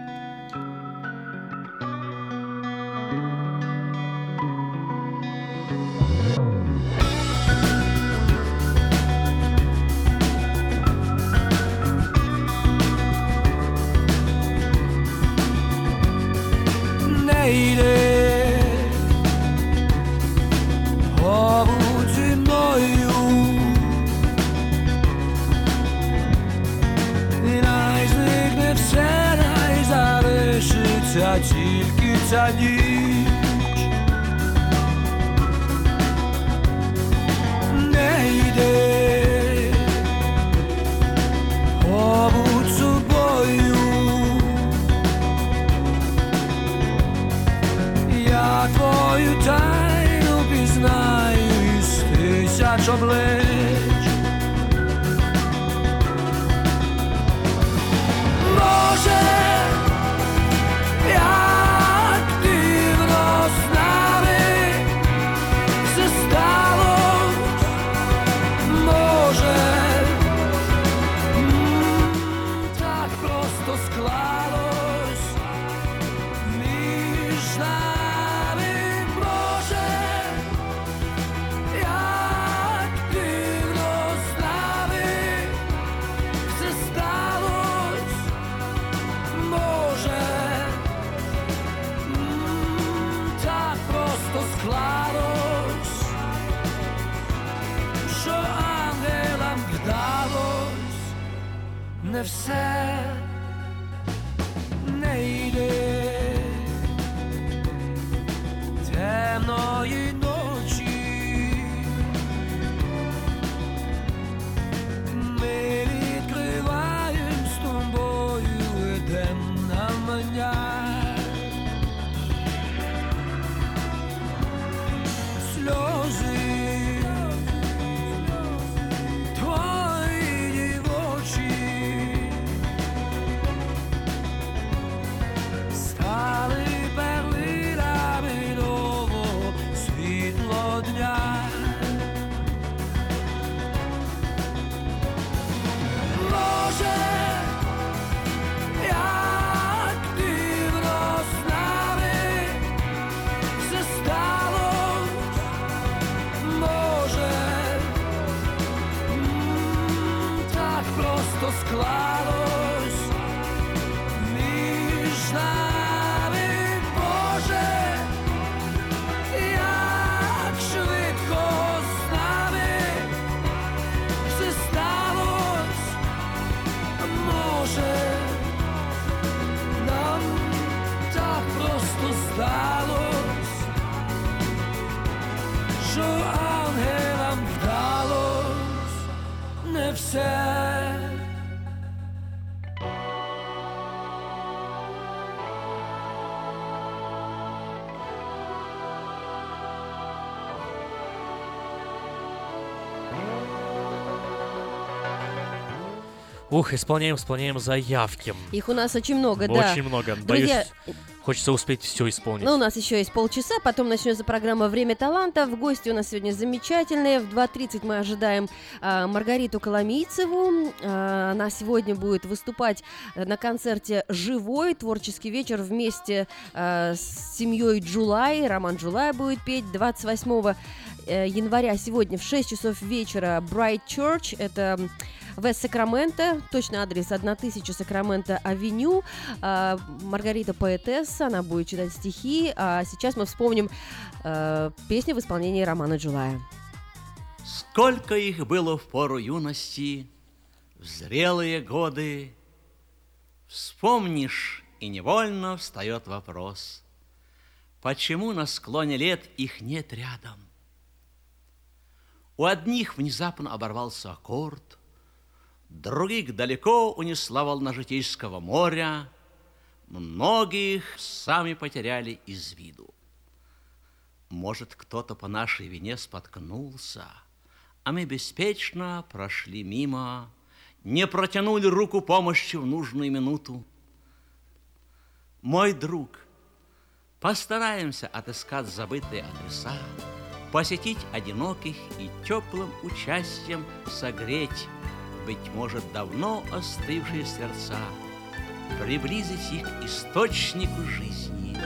Lady, побудь мною, і най зникне все, най залишиться тільки ця ніч. Не йди, побудь собою. Я твою тайну пізнаю із тисяч облич. Може, як дивно з нами все сталось, може, так просто склалось між нами. Склалось, що ангелам вдалось, не все не йде темної ночі. Ми відкриваєм з тобою Едем на мене. Сльози твої дівочі просто склалось між нами, Боже, як швидко з нами все сталось, може, нам так просто здалось, що ангелам вдалось не все. Ух, исполняем заявки. Их у нас очень много, да. Очень много. Друзья, Боюсь, хочется успеть все исполнить. Ну, у нас еще есть полчаса, потом начнется программа «Время талантов». Гости у нас сегодня замечательные. В 2:30 мы ожидаем Маргариту Коломийцеву. Она сегодня будет выступать на концерте «Живой», творческий вечер вместе с семьей Джулай. Роман Джулай будет петь 28 января сегодня в 6 часов вечера Bright Church. Это Вест Сакраменто, точный адрес 1000 Сакраменто-авеню. Маргарита поэтесса, она будет читать стихи. А сейчас мы вспомним песню в исполнении Романа Джулая. Сколько их было в пору юности, в зрелые годы. Вспомнишь, и невольно встает вопрос, почему на склоне лет их нет рядом? У одних внезапно оборвался аккорд, других далеко унесла волна житейского моря, многих сами потеряли из виду. Может, кто-то по нашей вине споткнулся, а мы беспечно прошли мимо, не протянули руку помощи в нужную минуту. Мой друг, постараемся отыскать забытые адреса, посетить одиноких и теплым участием согреть, быть может, давно остывшие сердца, приблизить их к источнику жизни.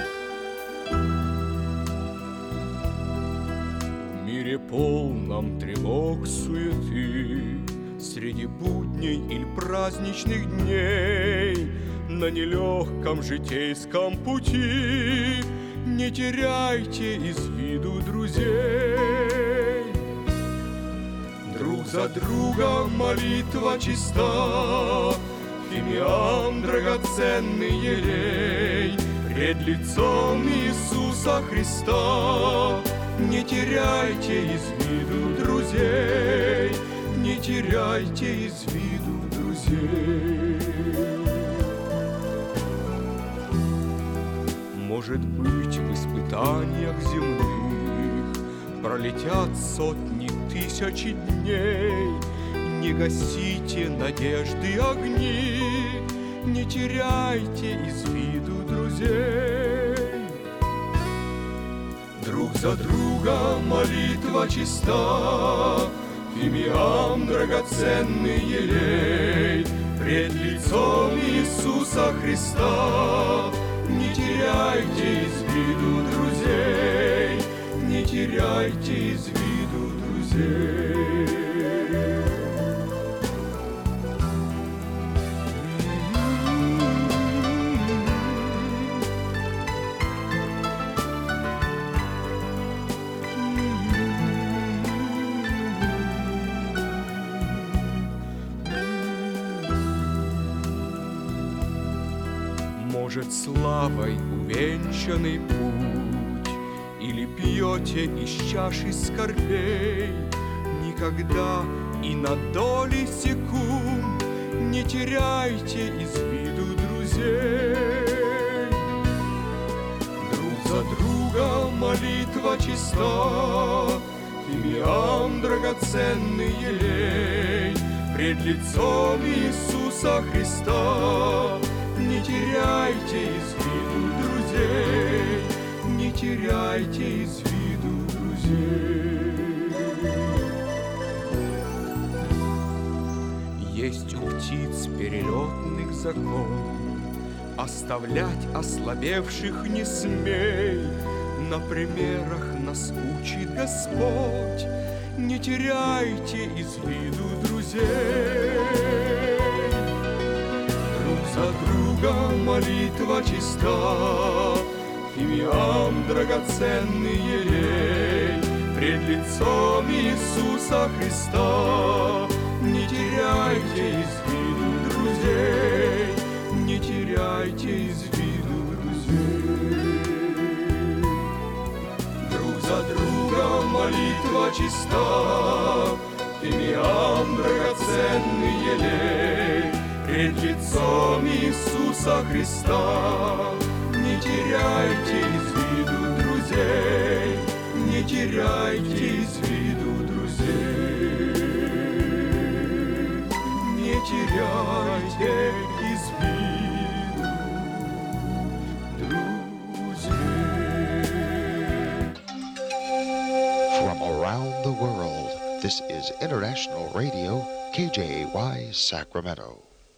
В мире полном тревог, суеты, среди будней или праздничных дней, на нелегком житейском пути не теряйте из виду друзей. Друг за друга молитва чиста, фимиам драгоценный елей, пред лицом Иисуса Христа. Не теряйте из виду друзей, не теряйте из виду друзей. Может быть, в испытаниях земных пролетят сотни, тысячи дней. Не гасите надежды огни, не теряйте из виду друзей. Друг за друга молитва чиста, фимиам драгоценный елей, пред лицом Иисуса Христа. Не теряйте из виду друзей, не теряйте из виду друзей. Может, славой увенчанный путь, или пьете из чаши скорбей, никогда и на доли секунд не теряйте из виду друзей. Друг за друга молитва чиста, фимиам драгоценный елей, пред лицом Иисуса Христа. Не теряйте из виду друзей, не теряйте из виду друзей. Есть у птиц перелетных закон, оставлять ослабевших не смей. На примерах нас учит Господь, не теряйте из виду друзей. друга молитва чиста, фимиам драгоценный елей пред лицом Иисуса Христа. Не теряйте из виду друзей, не теряйте из виду друзей. Друг за друга молитва чиста, фимиам драгоценный елей пред лицом Иисуса Христа. Не теряйте из виду друзей, не теряйте из виду друзей, не теряйте из виду друзей. From around the world, this is International Radio, KJY, Sacramento.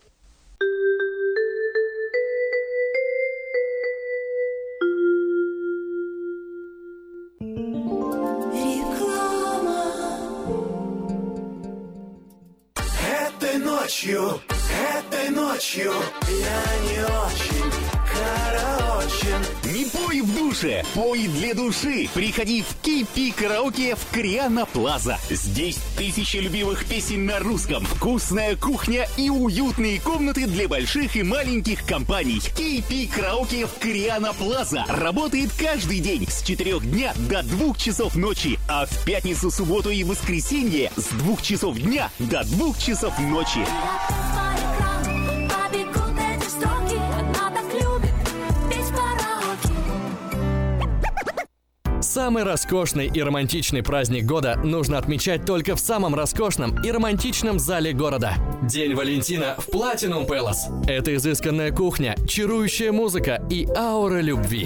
Этой ночью я не очень караочен. Не пой в душе, пой для души. Приходи в KP Караоке в Кориана Плаза. Здесь тысячи любимых песен на русском, вкусная кухня и уютные комнаты для больших и маленьких компаний. KP Караоке в Кориана Плаза работает каждый день с 4 дня до 2 часов ночи, а в пятницу, субботу и воскресенье с 2 часов дня до 2 часов ночи. Самый роскошный и романтичный праздник года нужно отмечать только в самом роскошном и романтичном зале города. День Валентина в Platinum Palace. Это изысканная кухня, чарующая музыка и аура любви.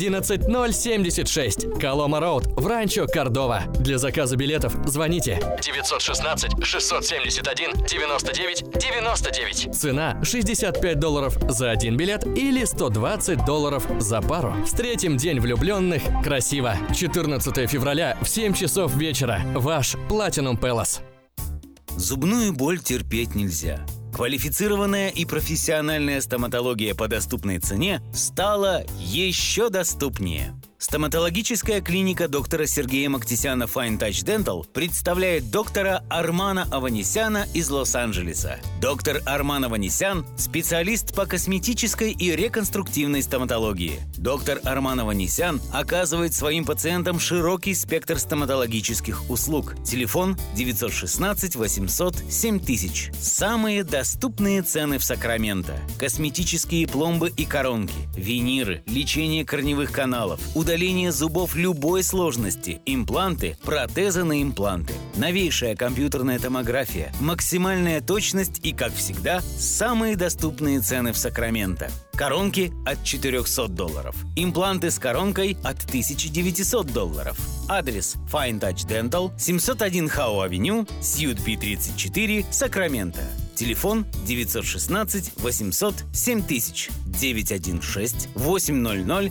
11076 Колома Роуд в Ранчо Кордова. Для заказа билетов звоните 916 671 99 99. Цена $65 за один билет или $120 за пару. Встретим День влюбленных красиво. 14 февраля в 7 часов вечера. Ваш Platinum Palace. Зубную боль терпеть нельзя. Квалифицированная и профессиональная стоматология по доступной цене стала еще доступнее. Стоматологическая клиника доктора Сергея Мактисяна Fine Touch Dental представляет доктора Армана Аванесяна из Лос-Анджелеса. Доктор Арман Аванесян – специалист по косметической и реконструктивной стоматологии. Доктор Арман Аванесян оказывает своим пациентам широкий спектр стоматологических услуг. Телефон 916 800 7000. Самые доступные цены в Сакраменто. Косметические пломбы и коронки, виниры, лечение корневых каналов, удаление зубов любой сложности, импланты, протезы на импланты, новейшая компьютерная томография, максимальная точность и, как всегда, самые доступные цены в Сакраменто. Коронки от $400. Импланты с коронкой от $1900. Адрес Fine Touch Dental, 701 Хау-авеню, Сьют Пи-34, Сакраменто. Телефон 916 800 7000 916 800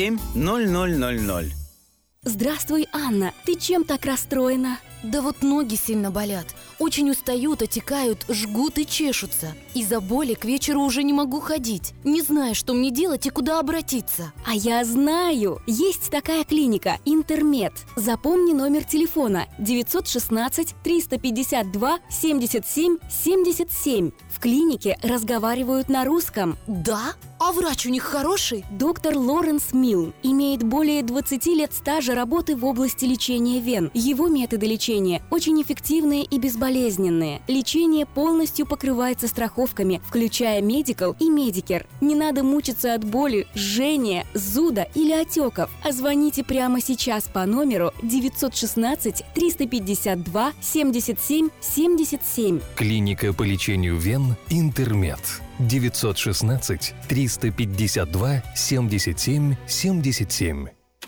7000. Здравствуй, Анна. Ты чем так расстроена? Да вот ноги сильно болят. Очень устают, отекают, жгут и чешутся. Из-за боли к вечеру уже не могу ходить. Не знаю, что мне делать и куда обратиться. А я знаю! Есть такая клиника «Интермед». Запомни номер телефона 916 352 77 77. В клинике разговаривают на русском. Да? А врач у них хороший? Доктор Лоренс Милн имеет более 20 лет стажа работы в области лечения вен. Его методы лечения очень эффективные и безболезненные. Лечение полностью покрывается страховками, включая Medical и Medicare. Не надо мучиться от боли, жжения, зуда или отеков. А звоните прямо сейчас по номеру 916 352 77 77. Клиника по лечению вен «Интермед». 916 352 77 77.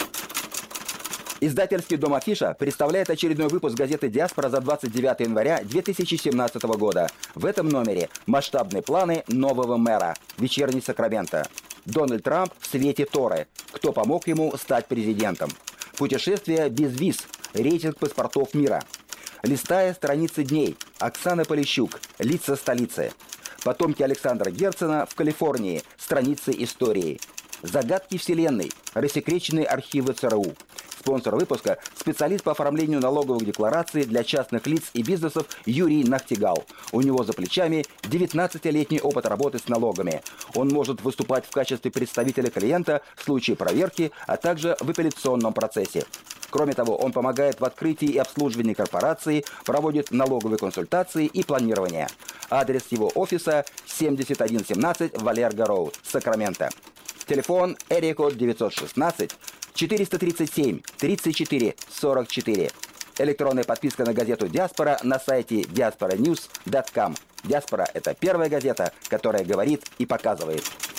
Издательский дом «Афиша» представляет очередной выпуск газеты «Диаспора» за 29 января 2017 года. В этом номере масштабные планы нового мэра. Вечерний Сакраменто. Дональд Трамп в свете Торы. Кто помог ему стать президентом? Путешествие без виз. Рейтинг паспортов мира. Листая страницы дней. Оксана Полищук. Лица столицы. Потомки Александра Герцена в Калифорнии. Страницы истории. Загадки Вселенной. Рассекреченные архивы ЦРУ. Спонсор выпуска – специалист по оформлению налоговых деклараций для частных лиц и бизнесов Юрий Нахтигал. У него за плечами 19-летний опыт работы с налогами. Он может выступать в качестве представителя клиента в случае проверки, а также в апелляционном процессе. Кроме того, он помогает в открытии и обслуживании корпорации, проводит налоговые консультации и планирование. Адрес его офиса 7117 Валерго Роуд, Сакраменто. Телефон эрикод 916 437 34 44. Электронная подписка на газету «Диаспора» на сайте diasporanews.com. «Диаспора» — это первая газета, которая говорит и показывает.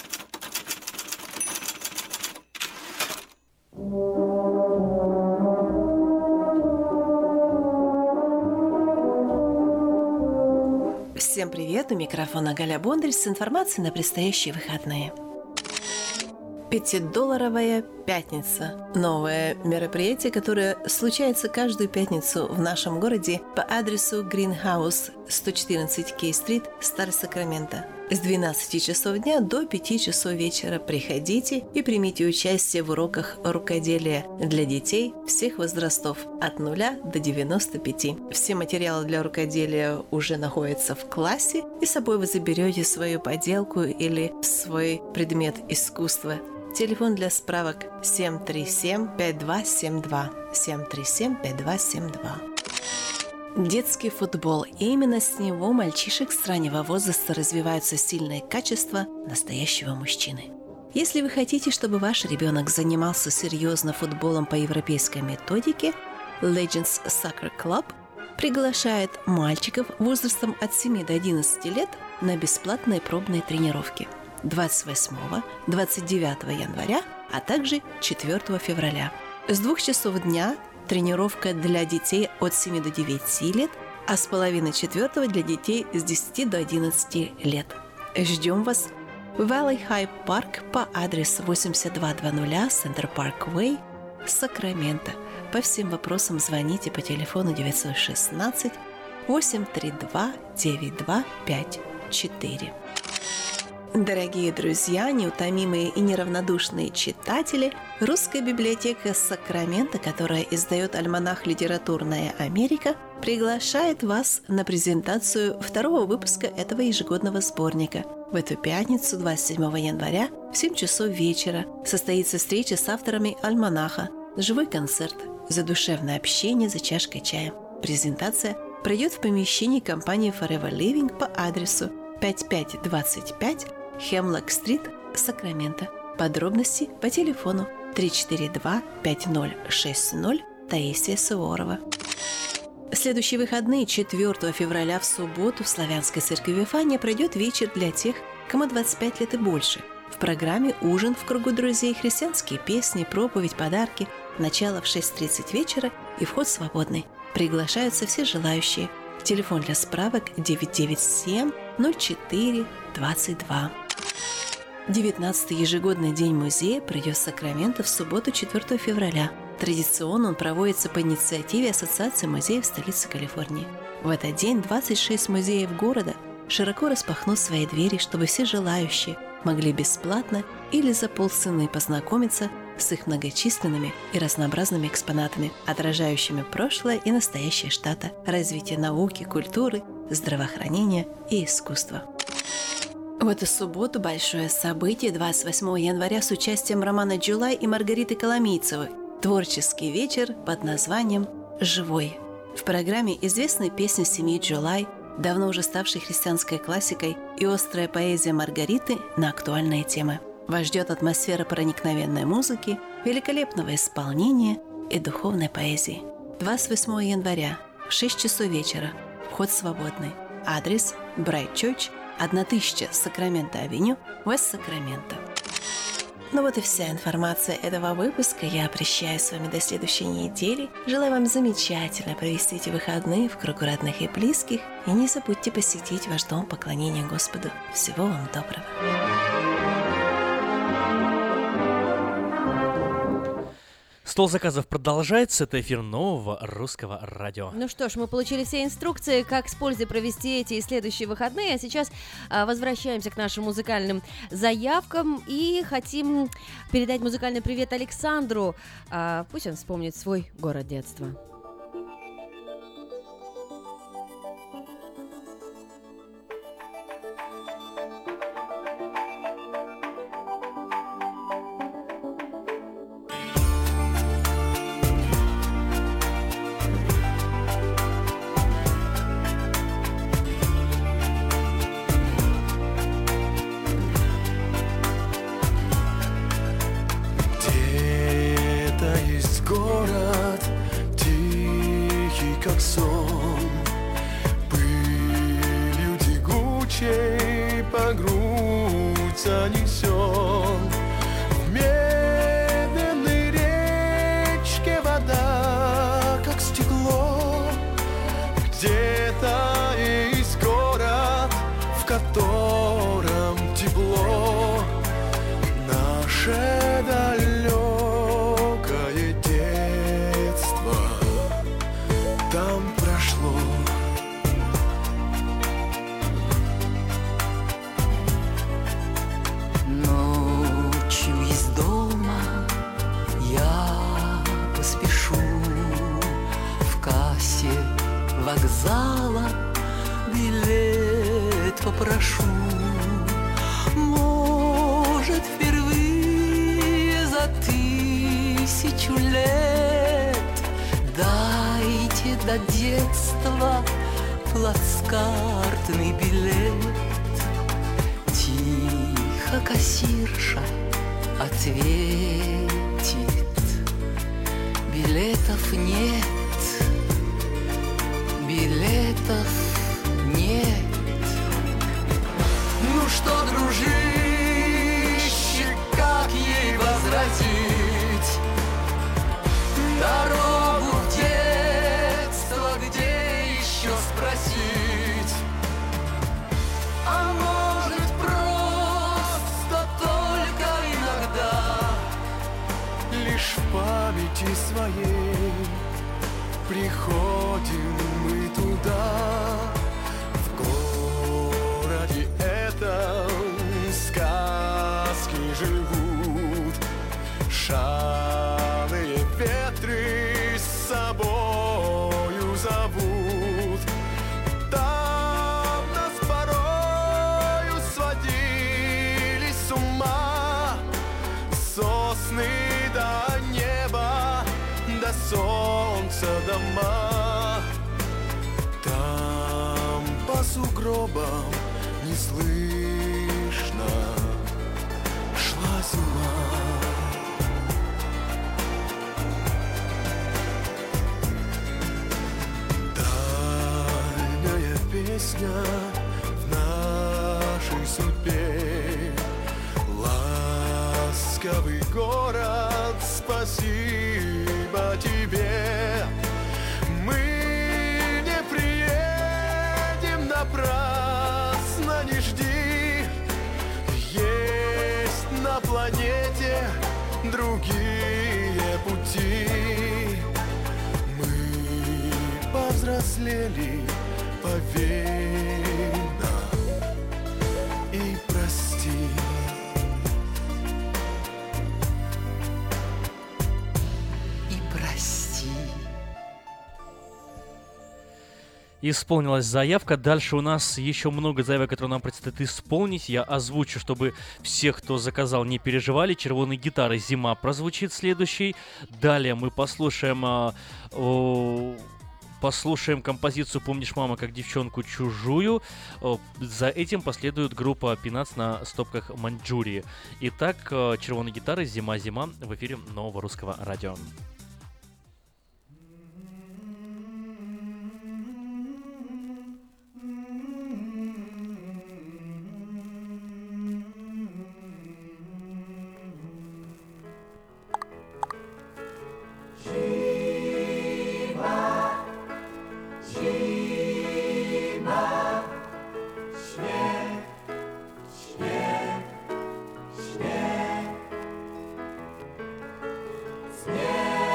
Всем привет! У микрофона Галя Бондарь с информацией на предстоящие выходные. 5-долларовая пятница. Новое мероприятие, которое случается каждую пятницу в нашем городе по адресу Greenhouse 114 Кей-стрит, Старый Сакраменто. С 12 часов дня до 5 часов вечера приходите и примите участие в уроках рукоделия для детей всех возрастов от 0 до 95. Все материалы для рукоделия уже находятся в классе, и с собой вы заберете свою поделку или свой предмет искусства. Телефон для справок 737-5272. 737-5272. Детский футбол. И именно с него мальчишек с раннего возраста развиваются сильные качества настоящего мужчины. Если вы хотите, чтобы ваш ребенок занимался серьезно футболом по европейской методике, Legends Soccer Club приглашает мальчиков возрастом от 7 до 11 лет на бесплатные пробные тренировки 28-29 января, а также 4 февраля. С 2 часов дня тренировка для детей от 7 до 9 лет, а с половины 4 для детей с 10 до 11 лет. Ждем вас в Valley High Park по адресу 8220 Center Parkway, Сакраменто. По всем вопросам звоните по телефону 916 832 9254. Дорогие друзья, неутомимые и неравнодушные читатели, Русская библиотека Сакрамента, которая издает альманах «Литературная Америка», приглашает вас на презентацию второго выпуска этого ежегодного сборника. В эту пятницу, 27 января, в 7 часов вечера состоится встреча с авторами альманаха, живой концерт, задушевное общение за чашкой чая. Презентация пройдет в помещении компании Forever Living по адресу 5525 Хемлок-стрит, Сакраменто. Подробности по телефону 342-5060 Таисия Суворова. Следующие выходные, 4 февраля в субботу, в Славянской церкви Вифания пройдет вечер для тех, кому 25 лет и больше. В программе ужин в кругу друзей, христианские песни, проповедь, подарки. Начало в 6:30 вечера и вход свободный. Приглашаются все желающие. Телефон для справок 997-04-22. 19-й ежегодный день музея пройдет в Сакраменто в субботу, 4 февраля. Традиционно он проводится по инициативе Ассоциации музеев столицы Калифорнии. В этот день 26 музеев города широко распахнут свои двери, чтобы все желающие могли бесплатно или за полцены познакомиться с их многочисленными и разнообразными экспонатами, отражающими прошлое и настоящее штата, развитие науки, культуры, здравоохранения и искусства. В эту субботу большое событие 28 января с участием Романа Джулай и Маргариты Коломийцевой. Творческий вечер под названием «Живой». В программе известные песни семьи Джулай, давно уже ставшей христианской классикой, и острая поэзия Маргариты на актуальные темы. Вас ждет атмосфера проникновенной музыки, великолепного исполнения и духовной поэзии. 28 января в 6 часов вечера. Вход свободный. Адрес Bright Church, 1000 Сакраменто-авеню, Вест-Сакраменто. Ну вот и вся информация этого выпуска. Я прощаюсь с вами до следующей недели. Желаю вам замечательно провести эти выходные в кругу родных и близких. И не забудьте посетить ваш дом поклонения Господу. Всего вам доброго. Стол заказов продолжается. Это эфир нового русского радио. Ну что ж, мы получили все инструкции, как с пользой провести эти и следующие выходные. А сейчас возвращаемся к нашим музыкальным заявкам и хотим передать музыкальный привет Александру. Пусть он вспомнит свой город детства. Вокзала билет попрошу. Может, впервые за 1000 лет дайте до детства плацкартный билет. Тихо кассирша ответит: билетов нет. Билетов нет. Ну что, дружище, как ей возразить? Дорогу в детство, где еще спросить? А может, просто только иногда лишь в памяти своей приходим мы туда, в городе этом сказки живут, шалые ветры с собою зовут. Там нас порою сводили с ума сосны до неба, до солнца дома. Там по сугробам неслышно шла зима. Дальняя песня в нашей судьбе. Ласковый город, спасибо тебе. Мы не приедем напрасно, не жди. Есть на планете другие пути. Мы повзрослели, поверь нам и прости. Исполнилась заявка. Дальше у нас еще много заявок, которые нам предстоит исполнить. Я озвучу, чтобы все, кто заказал, не переживали. «Червоные гитары. Зима» прозвучит следующий. Далее мы послушаем композицию «Помнишь, мама, как девчонку чужую». За этим последует группа «Пинац» на стопках Маньчжурии. Итак, «Червоные гитары. Зима, зима» в эфире нового русского радио. Yeah.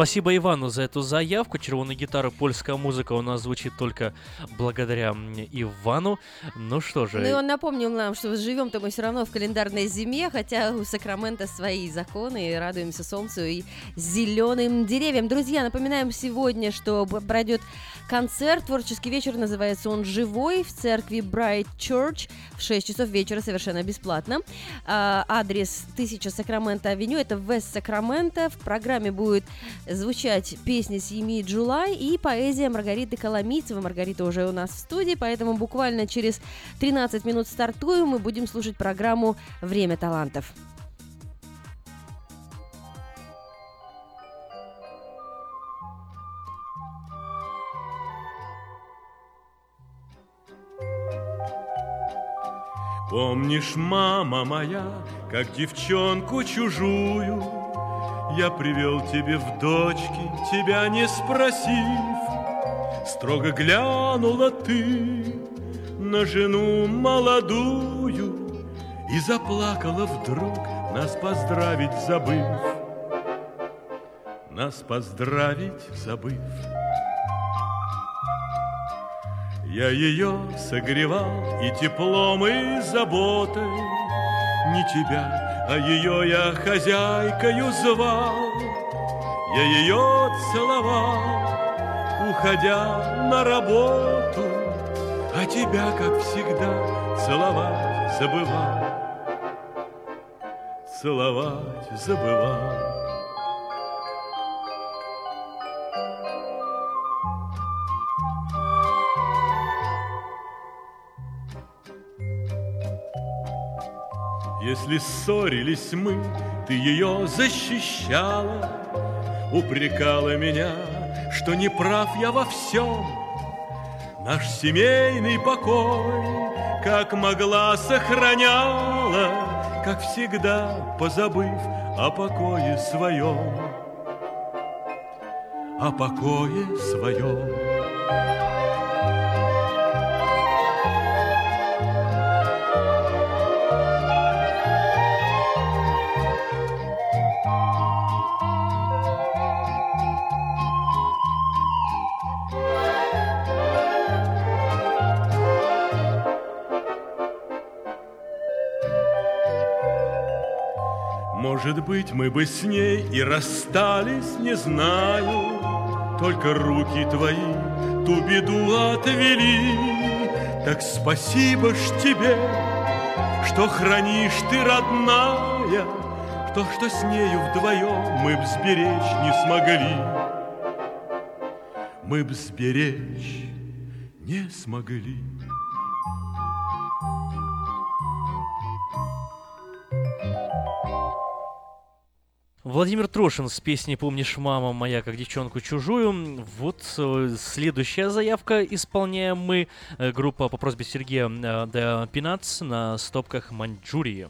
Спасибо Ивану за эту заявку. Червоная гитара, польская музыка у нас звучит только благодаря Ивану. Ну что же. Ну и он напомнил нам, что живем-то мы все равно в календарной зиме, хотя у Сакрамента свои законы, и радуемся солнцу и зеленым деревьям. Друзья, напоминаем сегодня, что пройдет концерт, творческий вечер, называется он «Живой», в церкви Bright Church в 6 часов вечера, совершенно бесплатно. Адрес 1000 Сакраменто-авеню, это Вест Сакраменто. В программе будет звучать песни семьи Джулай и поэзия Маргариты Коломийцевой. Маргарита уже у нас в студии, поэтому буквально через 13 минут стартуем, мы будем слушать программу «Время талантов». Помнишь, мама моя, как девчонку чужую я привел тебе в дочки, тебя не спросив. Строго глянула ты на жену молодую и заплакала вдруг, нас поздравить забыв. Нас поздравить забыв. Я ее согревал и теплом, и заботой, не тебя, а ее я хозяйкою звал. Я ее целовал, уходя на работу, а тебя, как всегда, целовать забывал. Целовать забывал. Если ссорились мы, ты ее защищала, упрекала меня, что не прав я во всем. Наш семейный покой, как могла, сохраняла, как всегда, позабыв о покое своем. О покое своем. Может быть, мы бы с ней и расстались, не знаю, только руки твои ту беду отвели. Так спасибо ж тебе, что хранишь ты, родная, то, что с нею вдвоем мы б сберечь не смогли. Мы б сберечь не смогли. Владимир Трошин с песней «Помнишь, мама моя, как девчонку чужую». Вот следующая заявка исполняем мы. Группа по просьбе Сергея The Peanuts на стопках «Маньчжурии».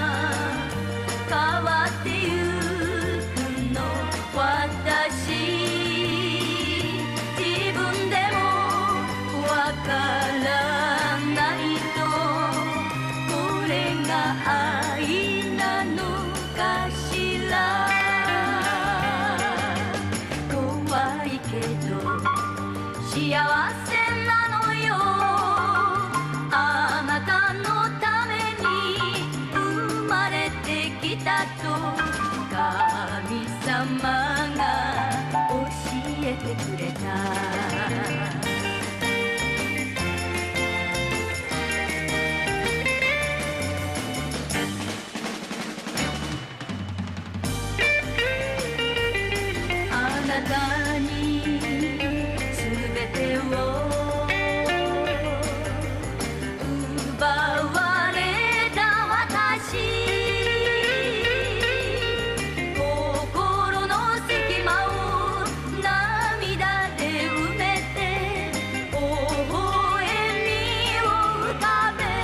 See きたと神様が教えてくれたあなたにすべてを奪われた私心の隙間を涙で埋めて微笑みを浮かべ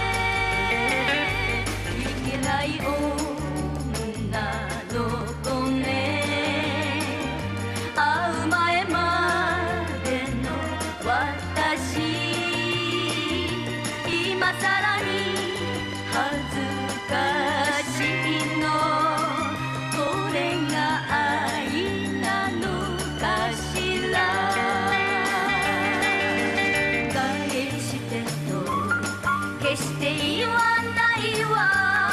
いけない女の子ね会う前までの私今さらに恥ずかしいのこれが愛なのかしら返してと決して言わないわ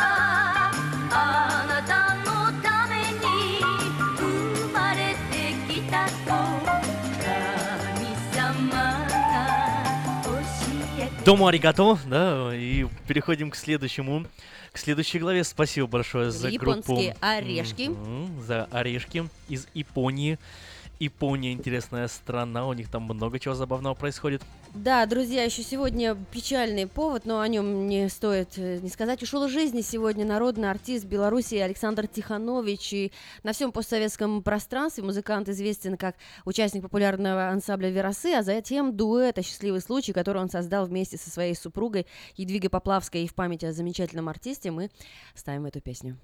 あなたのために生まれてきたと神様が教えて Дому аригато, да, и переходим к следующей главе. Спасибо большое за Японские группу. орешки. За орешки из Японии. Япония интересная страна, у них там много чего забавного происходит. Да, друзья, еще сегодня печальный повод, но о нем не стоит не сказать. Ушел из жизни сегодня народный артист Беларуси Александр Тиханович. И на всем постсоветском пространстве музыкант известен как участник популярного ансамбля «Веросы», а затем дуэта «Счастливый случай», который он создал вместе со своей супругой Едвигой Поплавской. И в память о замечательном артисте мы ставим эту песню.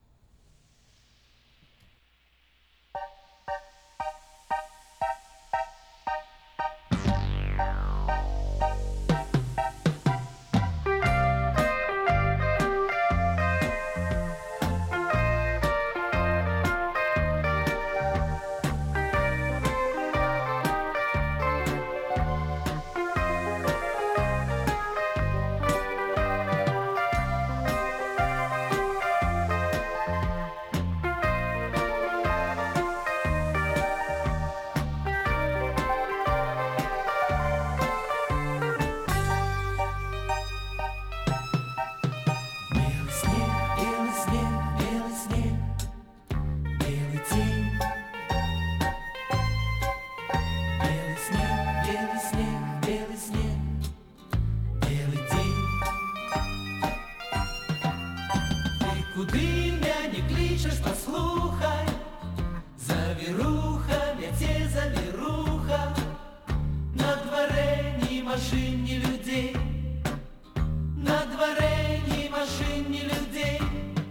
Куди меня кличеш, послухай, завіруха, м'яте завіруха, на дворе ні машин, ні людей, на дворе ні машин, ні людей.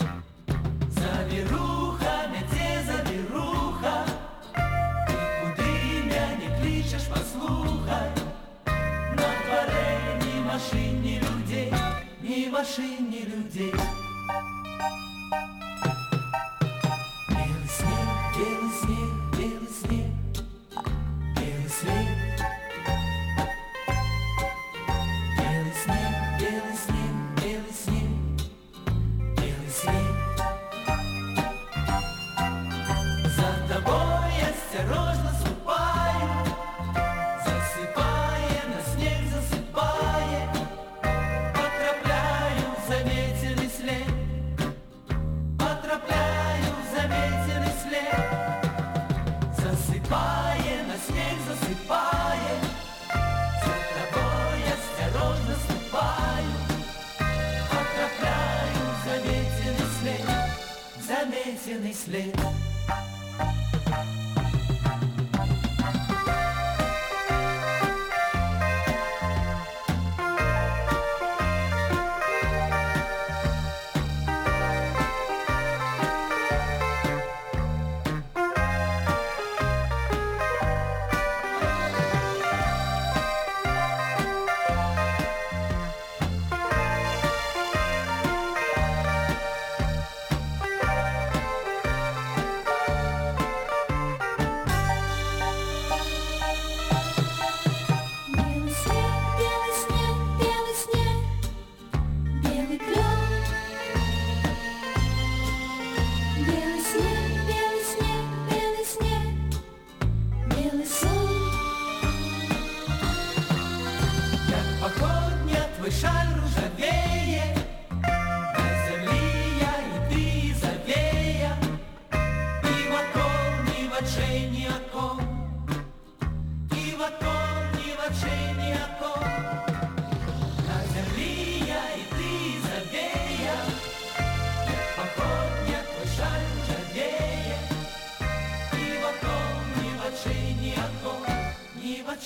Завіруха, м'яте завіруха, ти куди меня кличеш, послухай, на дворе ні машин, ні людей, ні машин, ні людей. Белый снег, белый снег, белый снег. Белый снег, белый снег, белый снег, белый снег. За тобой осторожно ступаю, засыпая на снег, засыпая, потрапляю в заметенный след, потрапляю в заметенный след. Засыпая на снег, засыпая, за тобой осторожно ступаю, потрапляю в заметенный след, заметенный след.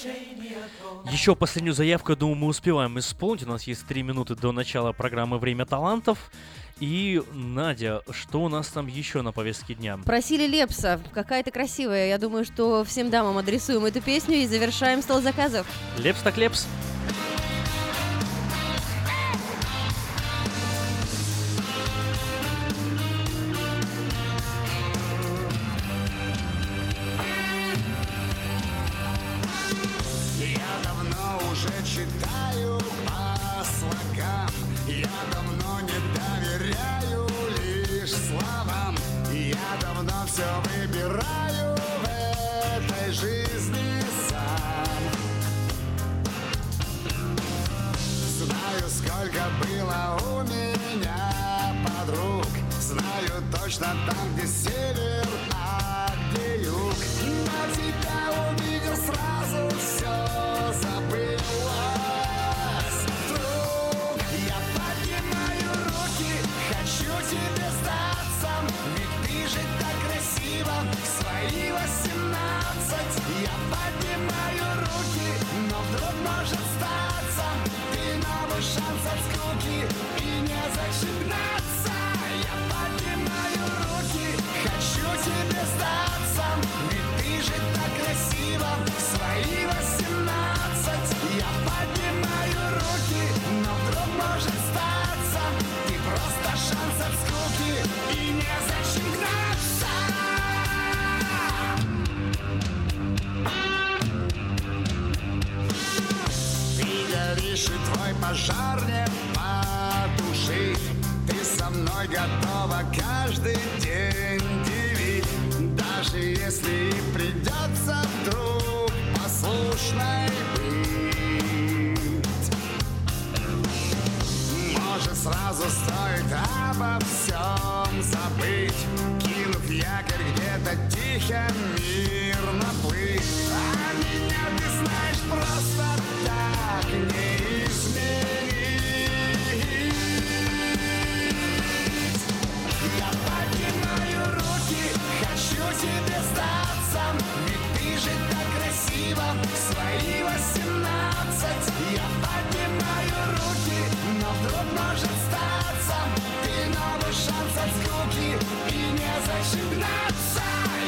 Еще последнюю заявку, я думаю, мы успеваем исполнить. У нас есть 3 минуты до начала программы «Время талантов». И, Надя, что у нас там еще на повестке дня? Просили Лепса, какая-то красивая. Я думаю, что всем дамам адресуем эту песню и завершаем стол заказов. Лепс так лепс. Я давно уже читаю по слогам, я давно не доверяю лишь словам, я давно все выбираю в этой жизни сам. Знаю, сколько было у меня подруг, знаю точно там, где север, а где юг. Но тебя увидел сразу, все забылось. Вдруг я поднимаю руки, хочу тебе сдаться, ведь ты же так красива в свои 18. Я поднимаю руки, но вдруг может статься, ты новый шанс от скуки и не зачигнаться. Я поднимаю руки, хочу тебе сдаться, ведь ты же так красива в свои 18. Я поднимаю руки, но вдруг может статься, ты просто шанс от скуки и не зачигнаться. Ты горишь, и твой пожар не потушить. Ты со мной готова каждый день делить, даже если и придется вдруг послушной быть. Может, сразу стоит обо всем забыть, кинув якорь где-то тихо, мирно плыть. А меня, ты знаешь, просто так не изменить. Я поднимаю руки, хочу тебе сдаться, ведь ты же так красива в свои 18. Я поднимаю руки, но вдруг может статься, ты новый шанс от скуки и не зачигнаться.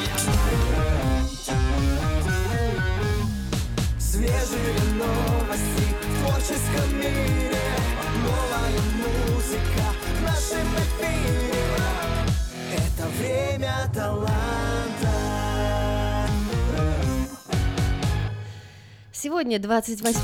Свежие новости в творческом мире, новая музыка в нашем эфире. Это время таланта. Сегодня 28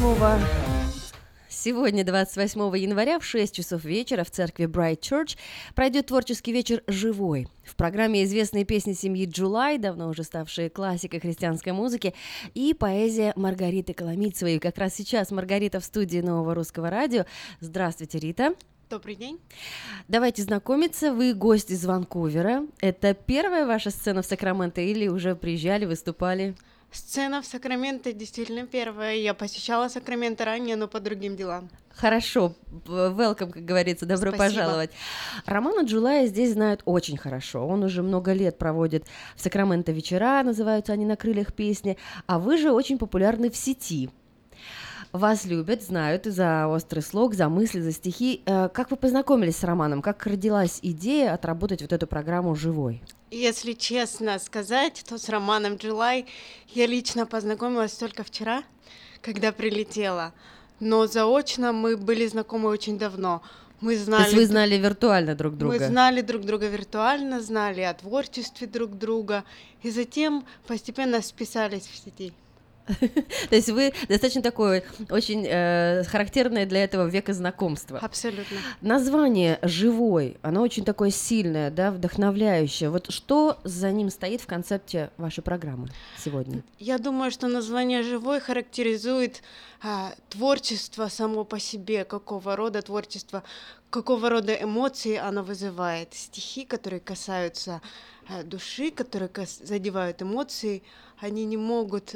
января в 6 часов вечера в церкви Bright Church пройдет творческий вечер «Живой». В программе известные песни семьи Джулай, давно уже ставшие классикой христианской музыки, и поэзия Маргариты Коломийцевой. И как раз сейчас Маргарита в студии Нового Русского Радио. Здравствуйте, Рита. Добрый день. Давайте знакомиться. Вы гость из Ванкувера. Это первая ваша сцена в Сакраменто или уже приезжали, выступали? Сцена в Сакраменто действительно первая. Я посещала Сакраменто ранее, но по другим делам. Хорошо, welcome, как говорится, добро пожаловать. Романа Джулая здесь знают очень хорошо. Он уже много лет проводит в Сакраменто вечера, называются они «На крыльях песни», а вы же очень популярны в сети. Вас любят, знают за острый слог, за мысли, за стихи. Как вы познакомились с Романом? Как родилась идея отработать вот эту программу «Живой»? Если честно сказать, то с Романом Джулай я лично познакомилась только вчера, когда прилетела. Но заочно мы были знакомы очень давно. Мы знали... То есть вы знали виртуально друг друга? Мы знали друг друга виртуально, знали о творчестве друг друга, и затем постепенно списались в сети. То есть вы достаточно такое, очень характерное для этого века знакомства. Абсолютно. Название «Живой», оно очень такое сильное, да, вдохновляющее. Вот что за ним стоит в концепте вашей программы сегодня? Я думаю, что название «Живой» характеризует творчество само по себе, какого рода творчество, какого рода эмоции оно вызывает. Стихи, которые касаются души, которые задевают эмоции, они не могут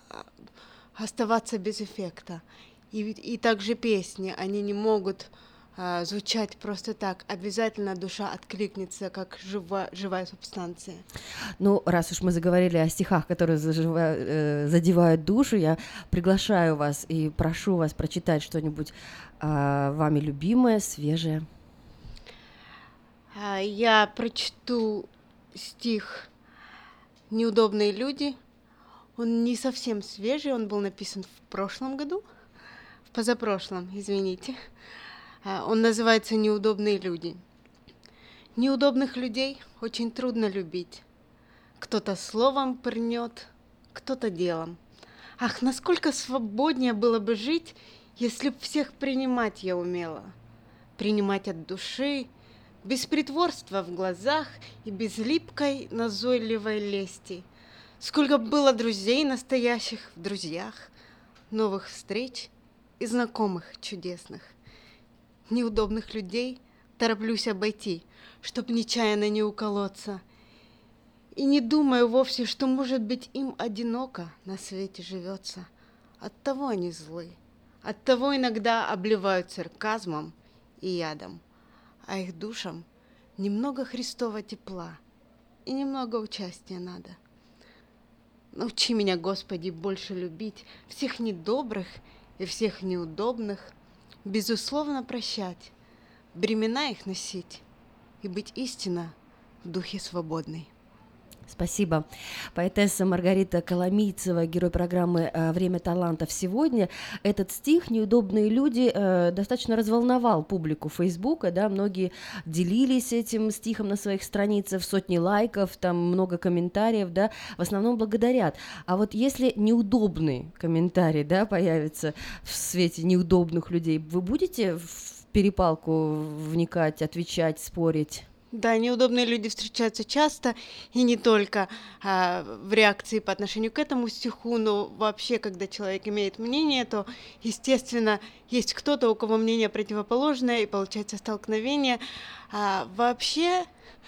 оставаться без эффекта. И также песни, они не могут звучать просто так. Обязательно душа откликнется, как живая субстанция. Ну, раз уж мы заговорили о стихах, которые задевают душу, я приглашаю вас и прошу вас прочитать что-нибудь вами любимое, свежее. Я прочту стих «Неудобные люди». Он не совсем свежий, он был написан в прошлом году, в позапрошлом, извините. Он называется «Неудобные люди». Неудобных людей очень трудно любить. Кто-то словом пырнет, кто-то делом. Ах, насколько свободнее было бы жить, если б всех принимать я умела. Принимать от души, без притворства в глазах и без липкой назойливой лести. Сколько было друзей настоящих в друзьях, новых встреч и знакомых чудесных. Неудобных людей тороплюсь обойти, чтоб нечаянно не уколоться. И не думаю вовсе, что, может быть, им одиноко на свете живется. Оттого они злы, оттого иногда обливают сарказмом и ядом, а их душам немного Христова тепла и немного участия надо. Научи меня, Господи, больше любить всех недобрых и всех неудобных, безусловно прощать, бремена их носить и быть истинно в духе свободной. Спасибо. Поэтесса Маргарита Коломийцева, герой программы «Время талантов» сегодня. Этот стих «Неудобные люди» достаточно разволновал публику Фейсбука, да, многие делились этим стихом на своих страницах, сотни лайков, там много комментариев, да, в основном благодарят. А вот если неудобный комментарий, да, появится в свете неудобных людей, вы будете в перепалку вникать, отвечать, спорить? Да, неудобные люди встречаются часто, и не только в реакции по отношению к этому стиху, но вообще, когда человек имеет мнение, то, естественно, есть кто-то, у кого мнение противоположное, и получается столкновение. Вообще,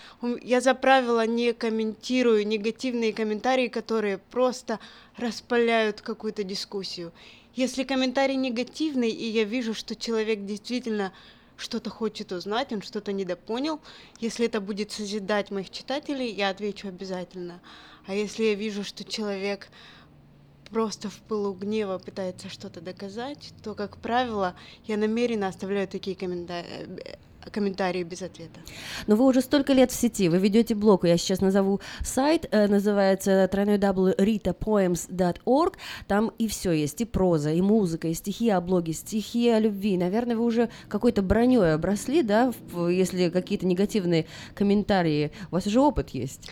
я за правило не комментирую негативные комментарии, которые просто распаляют какую-то дискуссию. Если комментарий негативный, и я вижу, что человек действительно что-то хочет узнать, он что-то недопонял. Если это будет созидать моих читателей, я отвечу обязательно. А если я вижу, что человек просто в пылу гнева пытается что-то доказать, то, как правило, я намеренно оставляю такие комментарии без ответа. Но вы уже столько лет в сети, вы ведете блог, я сейчас назову сайт, называется www.ritapoems.org, там и все есть, и проза, и музыка, и стихи о блоге, стихи о любви. Наверное, вы уже какой-то броней обросли, да, если какие-то негативные комментарии, у вас уже опыт есть?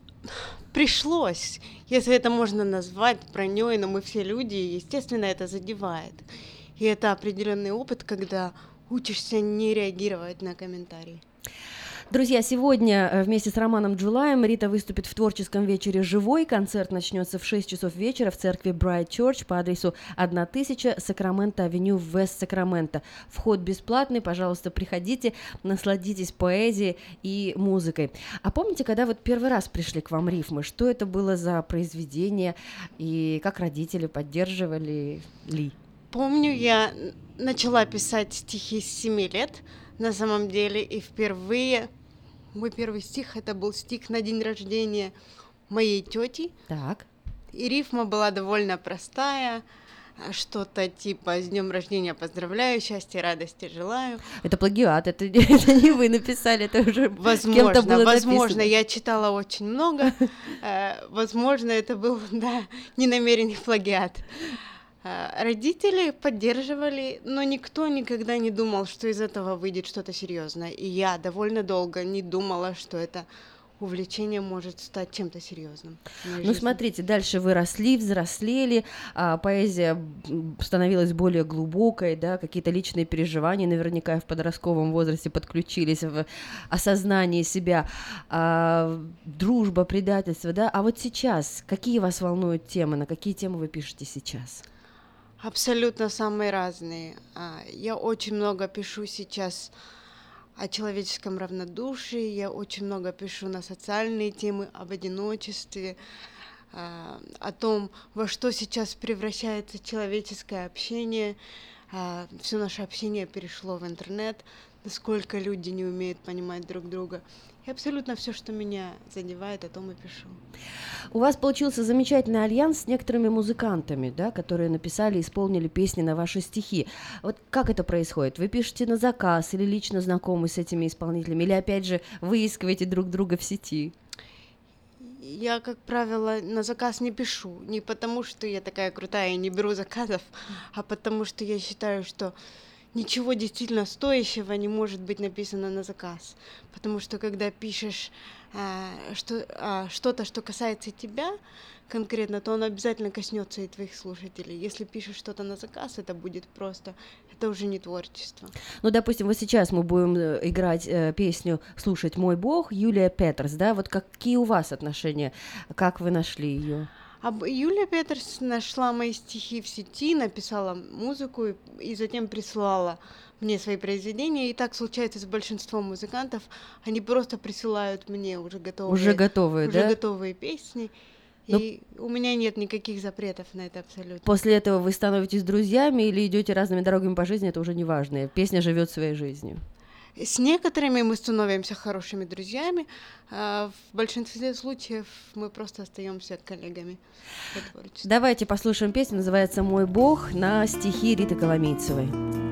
Пришлось, если это можно назвать броней, но мы все люди, и, естественно, это задевает. И это определенный опыт, когда учишься не реагировать на комментарии. Друзья, сегодня вместе с Романом Джулаем Рита выступит в творческом вечере «Живой». Концерт начнется в 6 часов вечера в церкви Bright Church по адресу 1000 Сакраменто-авеню в Вест-Сакраменто. Вход бесплатный, пожалуйста, приходите, насладитесь поэзией и музыкой. А помните, когда вот первый раз пришли к вам рифмы, что это было за произведение и как родители поддерживали ли? Помню, я начала писать стихи с 7 лет, на самом деле, и впервые мой первый стих, это был стих на день рождения моей тети. Так. И рифма была довольно простая, что-то типа «С днем рождения поздравляю, счастья, радости желаю». Это плагиат, это не вы написали, это уже кем-то было Возможно, я читала очень много, возможно, это был, да, ненамеренный плагиат. Родители поддерживали, но никто никогда не думал, что из этого выйдет что-то серьезное. И я довольно долго не думала, что это увлечение может стать чем-то серьезным. Ну, смотрите, дальше вы росли, взрослели, поэзия становилась более глубокой, да, какие-то личные переживания наверняка в подростковом возрасте подключились в осознании себя, дружба, предательство, да. А вот сейчас какие вас волнуют темы, на какие темы вы пишете сейчас? Абсолютно самые разные. Я очень много пишу сейчас о человеческом равнодушии, я очень много пишу на социальные темы, об одиночестве, о том, во что сейчас превращается человеческое общение. все наше общение перешло в интернет, насколько люди не умеют понимать друг друга. И абсолютно все, что меня задевает, о том и пишу. У вас получился замечательный альянс с некоторыми музыкантами, да, которые написали и исполнили песни на ваши стихи. Вот как это происходит? Вы пишете на заказ или лично знакомы с этими исполнителями? Или, опять же, выискиваете друг друга в сети? Я, как правило, на заказ не пишу. Не потому, что я такая крутая и не беру заказов, а потому, что я считаю, что ничего действительно стоящего не может быть написано на заказ. Потому что когда пишешь что-то, что касается тебя конкретно, то оно обязательно коснется и твоих слушателей. Если пишешь что-то на заказ, это будет просто, это уже не творчество. Ну, допустим, вот сейчас мы будем играть песню «Слушать мой Бог» Юлия Петерс, да, вот какие у вас отношения, как вы нашли ее? Юлия Петерс нашла мои стихи в сети, написала музыку и затем прислала мне свои произведения. И так случается с большинством музыкантов. Они просто присылают мне уже готовые песни. И у меня нет никаких запретов на это абсолютно. После этого вы становитесь друзьями или идете разными дорогами по жизни, это уже не важно. Песня живет своей жизнью. С некоторыми мы становимся хорошими друзьями, а в большинстве случаев мы просто остаемся коллегами по творчеству. Давайте послушаем песню, называется «Мой Бог» на стихи Риты Коломийцевой.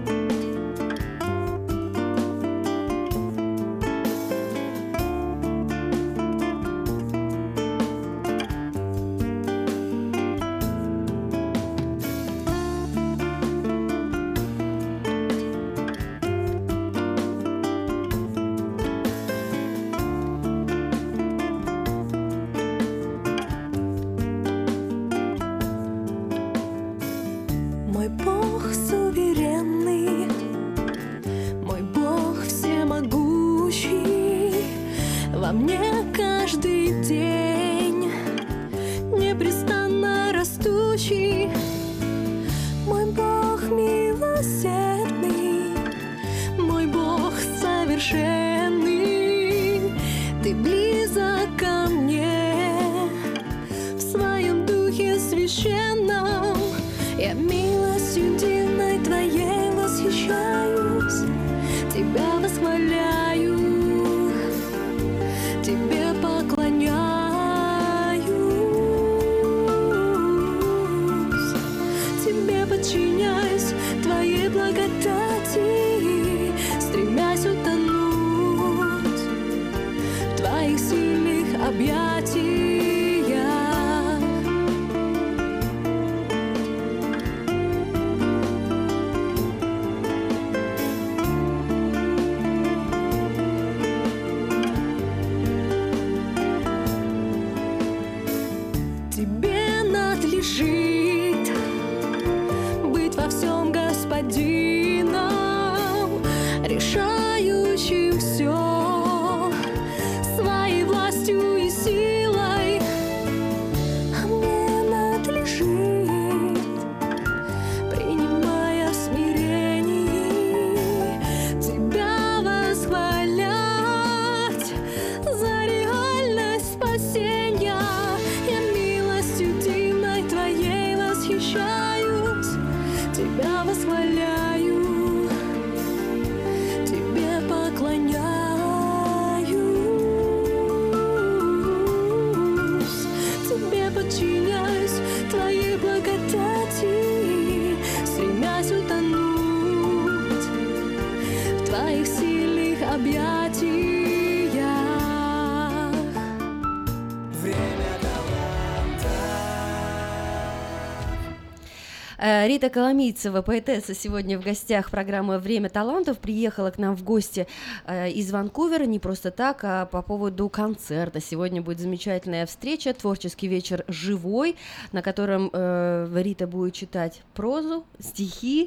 Рита Коломийцева, поэтесса, сегодня в гостях программы «Время талантов», приехала к нам в гости из Ванкувера не просто так, а по поводу концерта. Сегодня будет замечательная встреча, творческий вечер «Живой», на котором Рита будет читать прозу, стихи,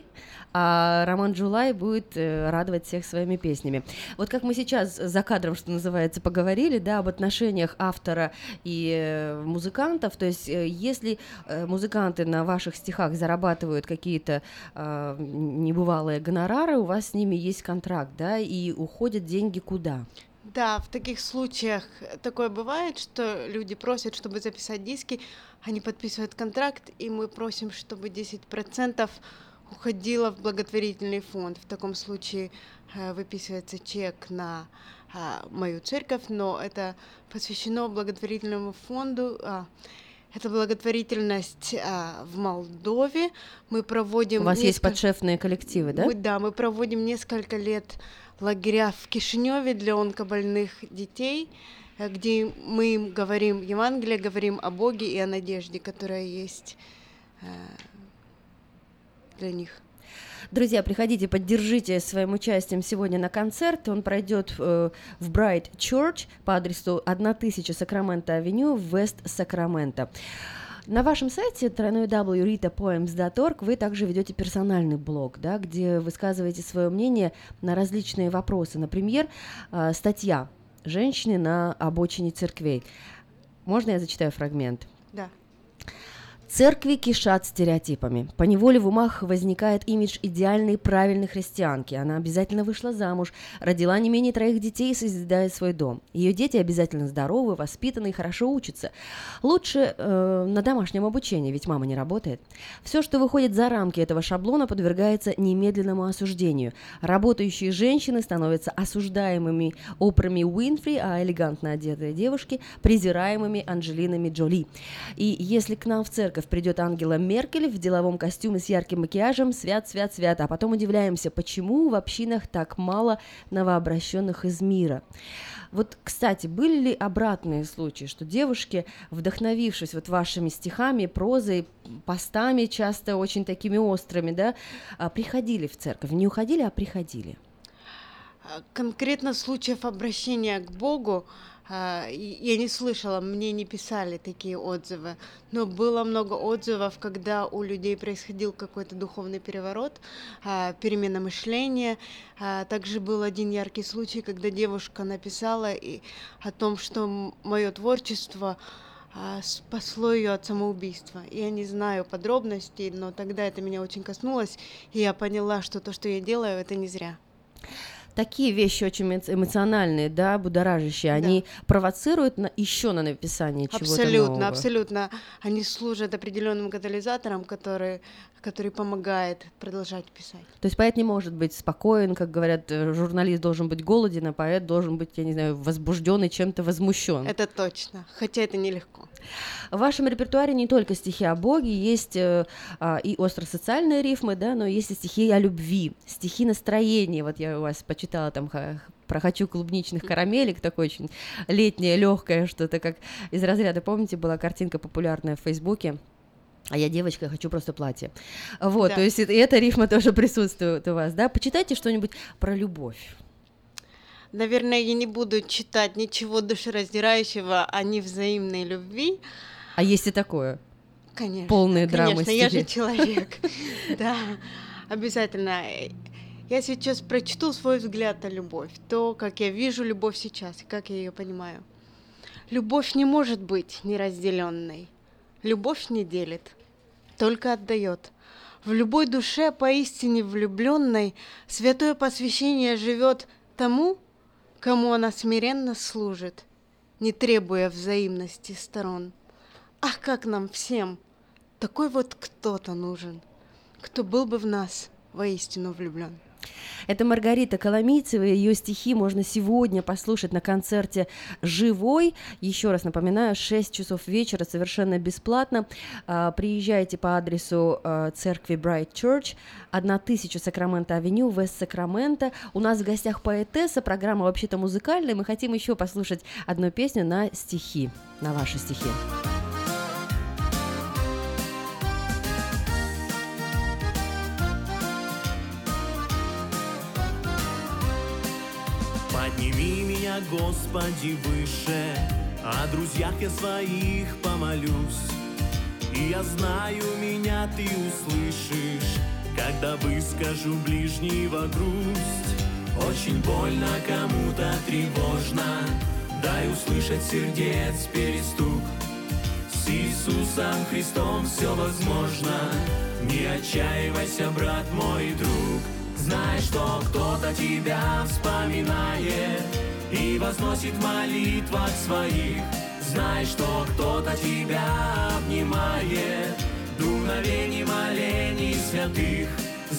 а Роман Джулай будет радовать всех своими песнями. Вот как мы сейчас за кадром, что называется, поговорили, да, об отношениях автора и музыкантов, то есть если музыканты на ваших стихах зарабатывают какие-то небывалые гонорары, у вас с ними есть контракт, да, и уходят деньги куда? Да, в таких случаях такое бывает, что люди просят, чтобы записать диски, они подписывают контракт, и мы просим, чтобы 10% уходила в благотворительный фонд. В таком случае выписывается чек на мою церковь, но это посвящено благотворительному фонду. Это благотворительность в Молдове. Мы проводим... У вас есть подшефные коллективы, да? Да, мы проводим несколько лет лагеря в Кишиневе для онкобольных детей, где мы им говорим Евангелие, говорим о Боге и о надежде, которая есть для них. Друзья, приходите, поддержите своим участием сегодня на концерт. Он пройдет в Bright Church по адресу 1000 Сакраменто-авеню, Вест-Сакраменто. На вашем сайте www.ritapoems.org вы также ведете персональный блог, да, где высказываете свое мнение на различные вопросы. Например, статья «Женщины на обочине церквей». Можно я зачитаю фрагмент? Да. Церкви кишат стереотипами. Поневоле в умах возникает имидж идеальной правильной христианки. Она обязательно вышла замуж, родила не менее 3 детей и созидает свой дом. Ее дети обязательно здоровы, воспитаны и хорошо учатся. Лучше на домашнем обучении, ведь мама не работает. Все, что выходит за рамки этого шаблона, подвергается немедленному осуждению. Работающие женщины становятся осуждаемыми Опроми Уинфри, а элегантно одетые девушки – презираемыми Анджелинами Джоли. И если к нам в церковь придет Ангела Меркель в деловом костюме с ярким макияжем, свят, свят, свят, а потом удивляемся, почему в общинах так мало новообращенных из мира. Вот, кстати, были ли обратные случаи, что девушки, вдохновившись вот вашими стихами, прозой, постами, часто очень такими острыми, да, приходили в церковь? Не уходили, а приходили? Конкретно случаев обращения к Богу я не слышала, мне не писали такие отзывы, но было много отзывов, когда у людей происходил какой-то духовный переворот, перемена мышления. Также был один яркий случай, когда девушка написала о том, что мое творчество спасло ее от самоубийства. Я не знаю подробностей, но тогда это меня очень коснулось, и я поняла, что то, что я делаю, это не зря. Такие вещи очень эмоциональные, да, будоражащие, да. Они провоцируют еще на написание чего-то нового. Абсолютно. Они служат определенным катализатором, который помогает продолжать писать. То есть поэт не может быть спокоен, как говорят, журналист должен быть голоден, а поэт должен быть, я не знаю, возбужден и чем-то возмущен. Это точно, хотя это нелегко. В вашем репертуаре не только стихи о Боге, есть и остросоциальные рифмы, да, но есть и стихи о любви, стихи настроения. Вот я у вас почитала там про «Хочу клубничных карамелек», такое очень летнее, легкое, что-то как из разряда, помните, была картинка популярная в Фейсбуке, а я девочка, хочу просто платье. Вот, да. То есть и эта рифма тоже присутствует у вас, да? Почитайте что-нибудь про любовь. Наверное, я не буду читать ничего душераздирающего о невзаимной любви. А есть и такое? Конечно. Полные драмы. Конечно, я же человек. Да, обязательно. Я сейчас прочту свой взгляд на любовь, то, как я вижу любовь сейчас и как я ее понимаю. Любовь не может быть неразделенной. Любовь не делит, только отдает. В любой душе поистине влюбленной святое посвящение живет тому, кому она смиренно служит, не требуя взаимности сторон. Ах, как нам всем такой вот кто-то нужен, кто был бы в нас воистину влюблен. Это Маргарита Коломийцева, ее стихи можно сегодня послушать на концерте «Живой». Еще раз напоминаю, 6 часов вечера, совершенно бесплатно. Приезжайте по адресу церкви Bright Church, 1000 Сакраменто-авеню, Вест-Сакраменто. У нас в гостях поэтесса, программа вообще-то музыкальная. Мы хотим еще послушать одну песню на стихи, на ваши стихи. Подними меня, Господи, выше, о друзьях я своих помолюсь. И я знаю, меня ты услышишь, когда выскажу ближнего грусть. Очень больно, кому-то тревожно, дай услышать сердец перестук. С Иисусом Христом все возможно, не отчаивайся, брат мой и друг. Знай, что кто-то тебя вспоминает и возносит в молитвах своих. Знай, что кто-то тебя обнимает дуновением молений святых.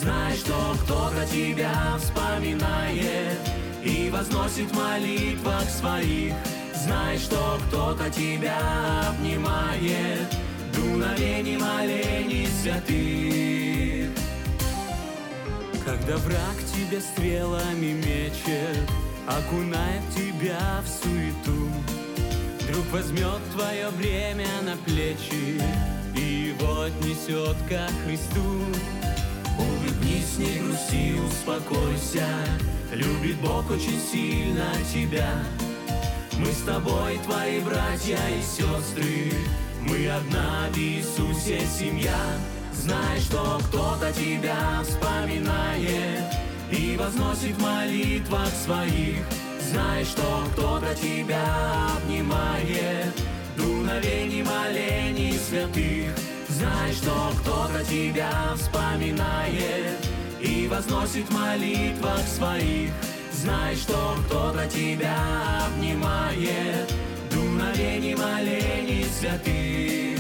Знай, что кто-то тебя вспоминает и возносит в молитвах своих. Знай, что кто-то тебя обнимает дуновением молений святых. Когда враг тебя стрелами мечет, окунает тебя в суету, вдруг возьмет твое бремя на плечи и его отнесет ко Христу. Улыбнись, не грусти, успокойся, любит Бог очень сильно тебя. Мы с тобой, твои братья и сестры, мы одна в Иисусе семья. Знай, что кто-то тебя вспоминает и возносит в молитвах своих. Знай, что кто-то тебя обнимает дуновением молений святых. Знай, что кто-то тебя вспоминает и возносит в молитвах своих. Знай, что кто-то тебя обнимает дуновением молений святых.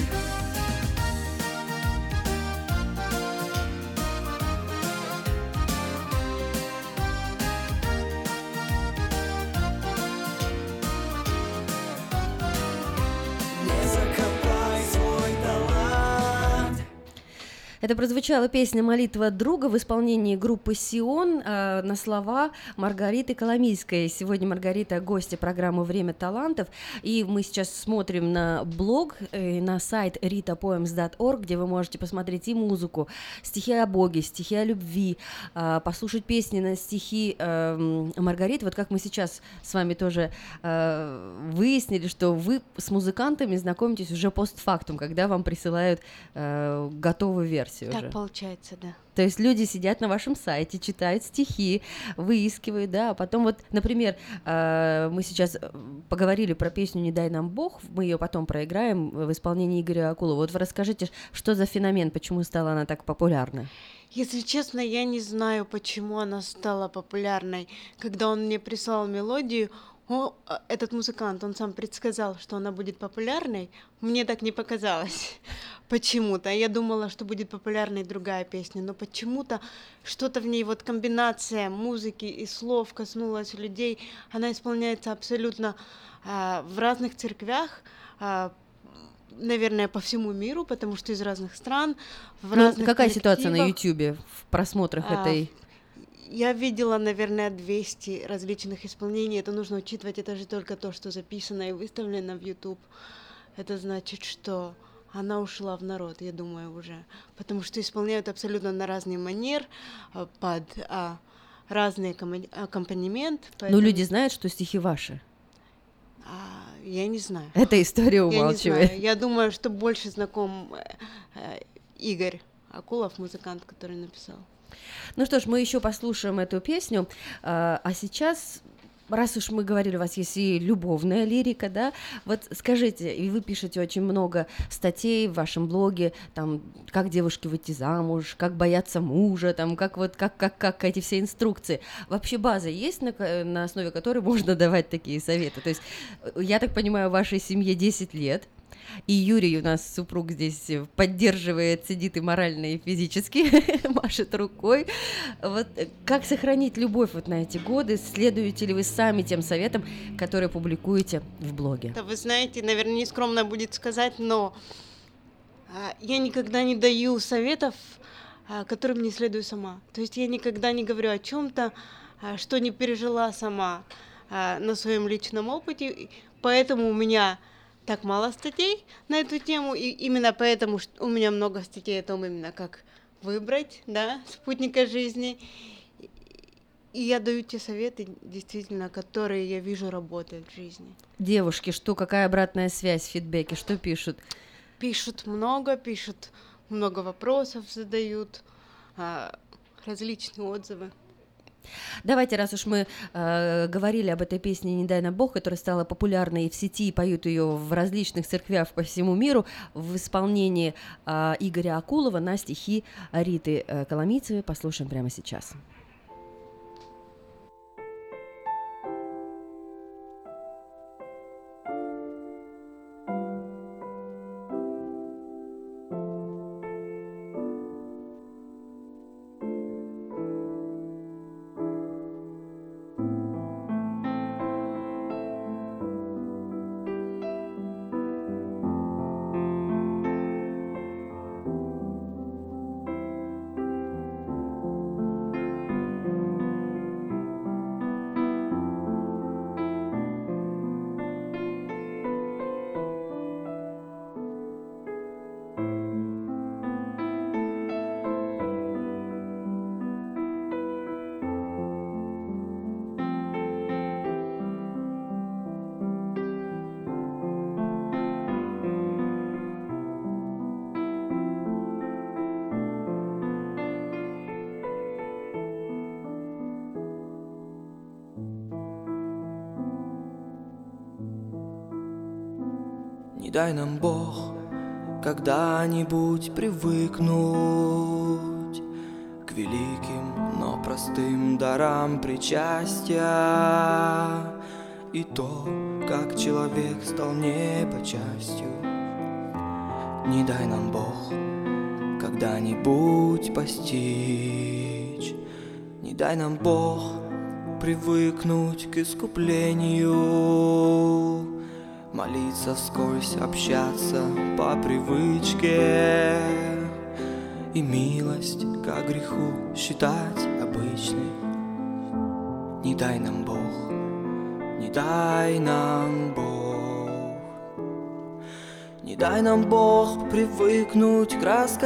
Это прозвучала песня «Молитва друга» в исполнении группы «Сион» на слова Маргариты Коломийской. Сегодня Маргарита — гостья программы «Время талантов», и мы сейчас смотрим на блог, на сайт ritapoems.org, где вы можете посмотреть и музыку, стихи о Боге, стихи о любви, послушать песни на стихи Маргариты. Вот как мы сейчас с вами тоже выяснили, что вы с музыкантами знакомитесь уже постфактум, когда вам присылают готовую версию. Так уже получается, да. То есть люди сидят на вашем сайте, читают стихи, выискивают, да, а потом вот, например, мы сейчас поговорили про песню «Не дай нам Бог», мы ее потом проиграем в исполнении Игоря Акулова. Вот вы расскажите, что за феномен, почему стала она так популярна? Если честно, я не знаю, почему она стала популярной. Когда он мне прислал мелодию, этот музыкант, он сам предсказал, что она будет популярной. Мне так не показалось почему-то. Я думала, что будет популярной другая песня, но почему-то что-то в ней, вот комбинация музыки и слов коснулась людей. Она исполняется абсолютно в разных церквях, наверное, по всему миру, потому что из разных стран, в разных какая ситуация на коллективах. YouTube в просмотрах этой? Я видела, наверное, 200 различных исполнений. Это нужно учитывать, это же только то, что записано и выставлено в YouTube. Это значит, что она ушла в народ, я думаю, уже. Потому что исполняют абсолютно на разный манер, под разный аккомпанемент. Поэтому... Ну, люди знают, что стихи ваши? Я не знаю. Эта история умалчивает. Я думаю, что больше знаком Игорь Акулов, музыкант, который написал. Ну что ж, мы еще послушаем эту песню, а сейчас, раз уж мы говорили, у вас есть и любовная лирика, да, вот скажите, и вы пишете очень много статей в вашем блоге, там, как девушке выйти замуж, как бояться мужа, там, как эти все инструкции. Вообще база есть, на основе которой можно давать такие советы? То есть, я так понимаю, в вашей семье 10 лет, и Юрий у нас, супруг, здесь поддерживает, сидит и морально, и физически, машет рукой. Вот как сохранить любовь вот на эти годы? Следуете ли вы сами тем советам, которые публикуете в блоге? Да, вы знаете, наверное, нескромно будет сказать, но я никогда не даю советов, которым не следую сама. То есть я никогда не говорю о чем-то, что не пережила сама на своем личном опыте, поэтому у меня так мало статей на эту тему, и именно поэтому у меня много статей о том, именно как выбрать, да, спутника жизни. И я даю те советы, действительно, которые я вижу работают в жизни. Девушки, какая обратная связь, фидбэки, что пишут? Пишут много вопросов задают, различные отзывы. Давайте, раз уж мы говорили об этой песне «Не дай нам Бог», которая стала популярной в сети, и поют ее в различных церквях по всему миру, в исполнении Игоря Акулова на стихи Риты Коломийцевой, послушаем прямо сейчас. Не дай нам, Бог, когда-нибудь привыкнуть к великим, но простым дарам причастия и то, как человек стал не по частью. Не дай нам, Бог, когда-нибудь постичь. Не дай нам, Бог, привыкнуть к искуплению, молиться вскользь, общаться по привычке и милость ко греху считать обычной. Не дай нам, Бог, не дай нам, Бог, не дай нам, Бог, привыкнуть к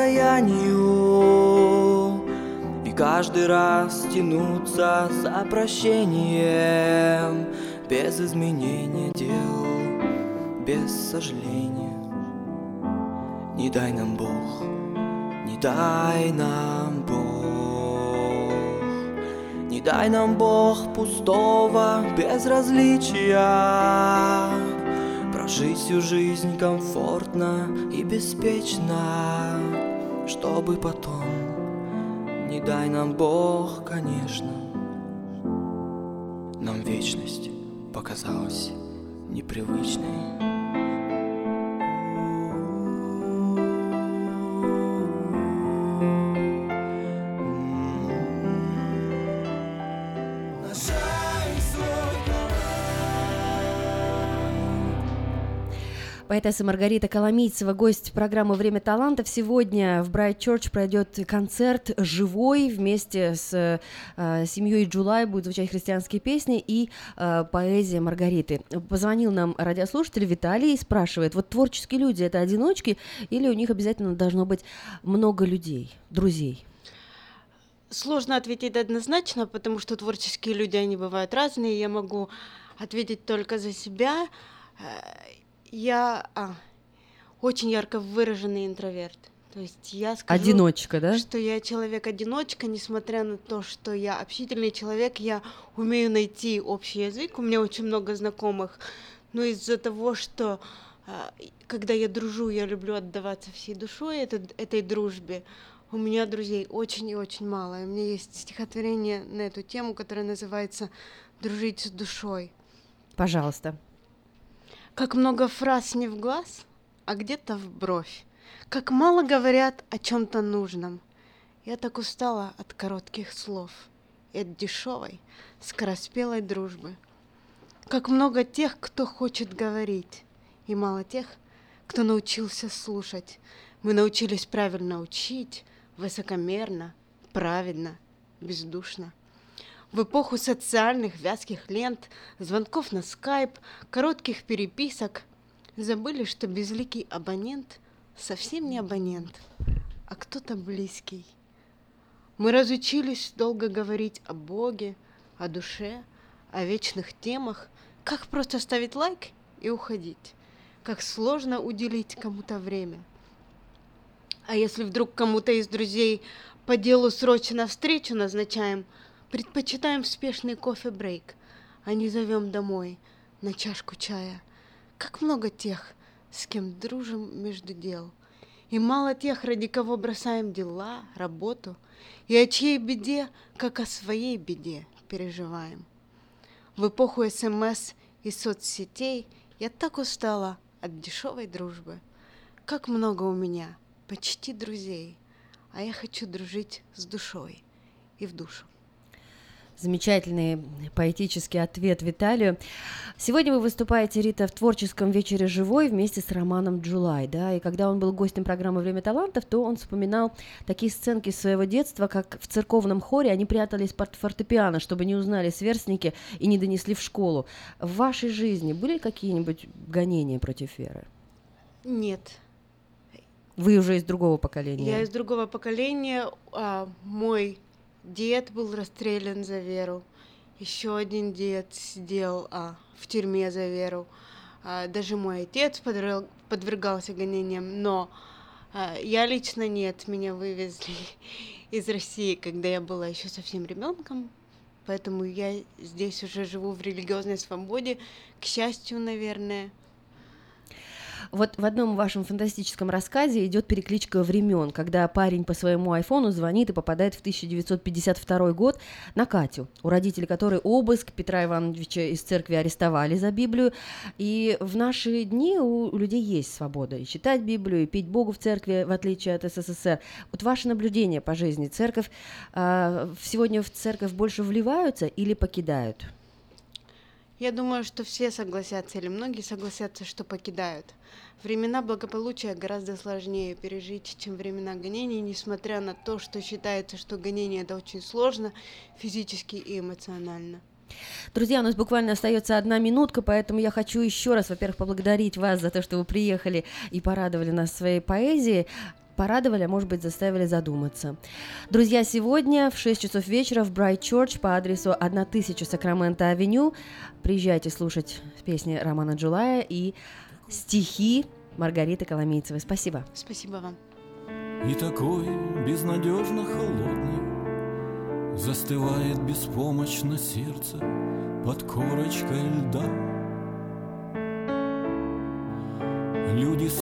раскаянию и каждый раз тянуться за прощением без изменения дел, без сожаления. Не дай нам, Бог, не дай нам, Бог, не дай нам, Бог, пустого безразличия, прожить всю жизнь комфортно и беспечно, чтобы потом, не дай нам, Бог, конечно, нам вечность показалась непривычной. Поэтесса Маргарита Коломийцева, гость программы «Время талантов». Сегодня в Bright Church пройдет концерт живой. Вместе с семьей Джулай будут звучать христианские песни и поэзия Маргариты. Позвонил нам радиослушатель Виталий и спрашивает, вот творческие люди — это одиночки или у них обязательно должно быть много людей, друзей? Сложно ответить однозначно, потому что творческие люди, они бывают разные. Я могу ответить только за себя. Я очень ярко выраженный интроверт. То есть я скажу, одиночка, да? Что я человек-одиночка, несмотря на то, что я общительный человек, я умею найти общий язык. У меня очень много знакомых, но из-за того, что когда я дружу, я люблю отдаваться всей душой этой дружбе, у меня друзей очень и очень мало. И у меня есть стихотворение на эту тему, которое называется «Дружить с душой». Пожалуйста. Как много фраз не в глаз, а где-то в бровь. Как мало говорят о чем-то нужном. Я так устала от коротких слов и от дешевой, скороспелой дружбы. Как много тех, кто хочет говорить, и мало тех, кто научился слушать. Мы научились правильно учить, высокомерно, праведно, бездушно. В эпоху социальных вязких лент, звонков на скайп, коротких переписок забыли, что безликий абонент совсем не абонент, а кто-то близкий. Мы разучились долго говорить о Боге, о душе, о вечных темах, как просто ставить лайк и уходить, как сложно уделить кому-то время. А если вдруг кому-то из друзей по делу срочно встречу назначаем, предпочитаем спешный кофе-брейк, а не зовем домой на чашку чая. Как много тех, с кем дружим между дел, и мало тех, ради кого бросаем дела, работу, и о чьей беде, как о своей беде, переживаем. В эпоху СМС и соцсетей я так устала от дешевой дружбы. Как много у меня почти друзей, а я хочу дружить с душой и в душу. Замечательный поэтический ответ Виталию. Сегодня вы выступаете, Рита, в творческом вечере «Живой» вместе с Романом Джулай, да, и когда он был гостем программы «Время талантов», то он вспоминал такие сценки своего детства, как в церковном хоре они прятались под фортепиано, чтобы не узнали сверстники и не донесли в школу. В вашей жизни были какие-нибудь гонения против веры? Нет. Вы уже из другого поколения? Я из другого поколения. Мой дед был расстрелян за веру. Еще один дед сидел в тюрьме за веру. Даже мой отец подвергался гонениям, но я лично нет. Меня вывезли из России, когда я была еще совсем ребенком. Поэтому я здесь уже живу в религиозной свободе. К счастью, наверное. Вот в одном вашем фантастическом рассказе идет перекличка времен, когда парень по своему айфону звонит и попадает в 1952 год на Катю, у родителей которой обыск, Петра Ивановича из церкви арестовали за Библию. И в наши дни у людей есть свобода и читать Библию, и петь Богу в церкви, в отличие от СССР. Вот ваше наблюдение по жизни. Церковь, сегодня в церковь больше вливаются или покидают? Я думаю, что все согласятся, или многие согласятся, что покидают. Времена благополучия гораздо сложнее пережить, чем времена гонений, несмотря на то, что считается, что гонение — это очень сложно физически и эмоционально. Друзья, у нас буквально остается 1 минутка, поэтому я хочу еще раз, во-первых, поблагодарить вас за то, что вы приехали и порадовали нас своей поэзией. Порадовали, а может быть, заставили задуматься. Друзья, сегодня в 6 часов вечера в Bright Church по адресу 1000 Сакраменто-авеню приезжайте слушать песни Романа Джулая и стихи Маргариты Коломейцевой. Спасибо. Спасибо вам. И такой безнадежно холодный застывает беспомощно сердце под корочкой льда. Люди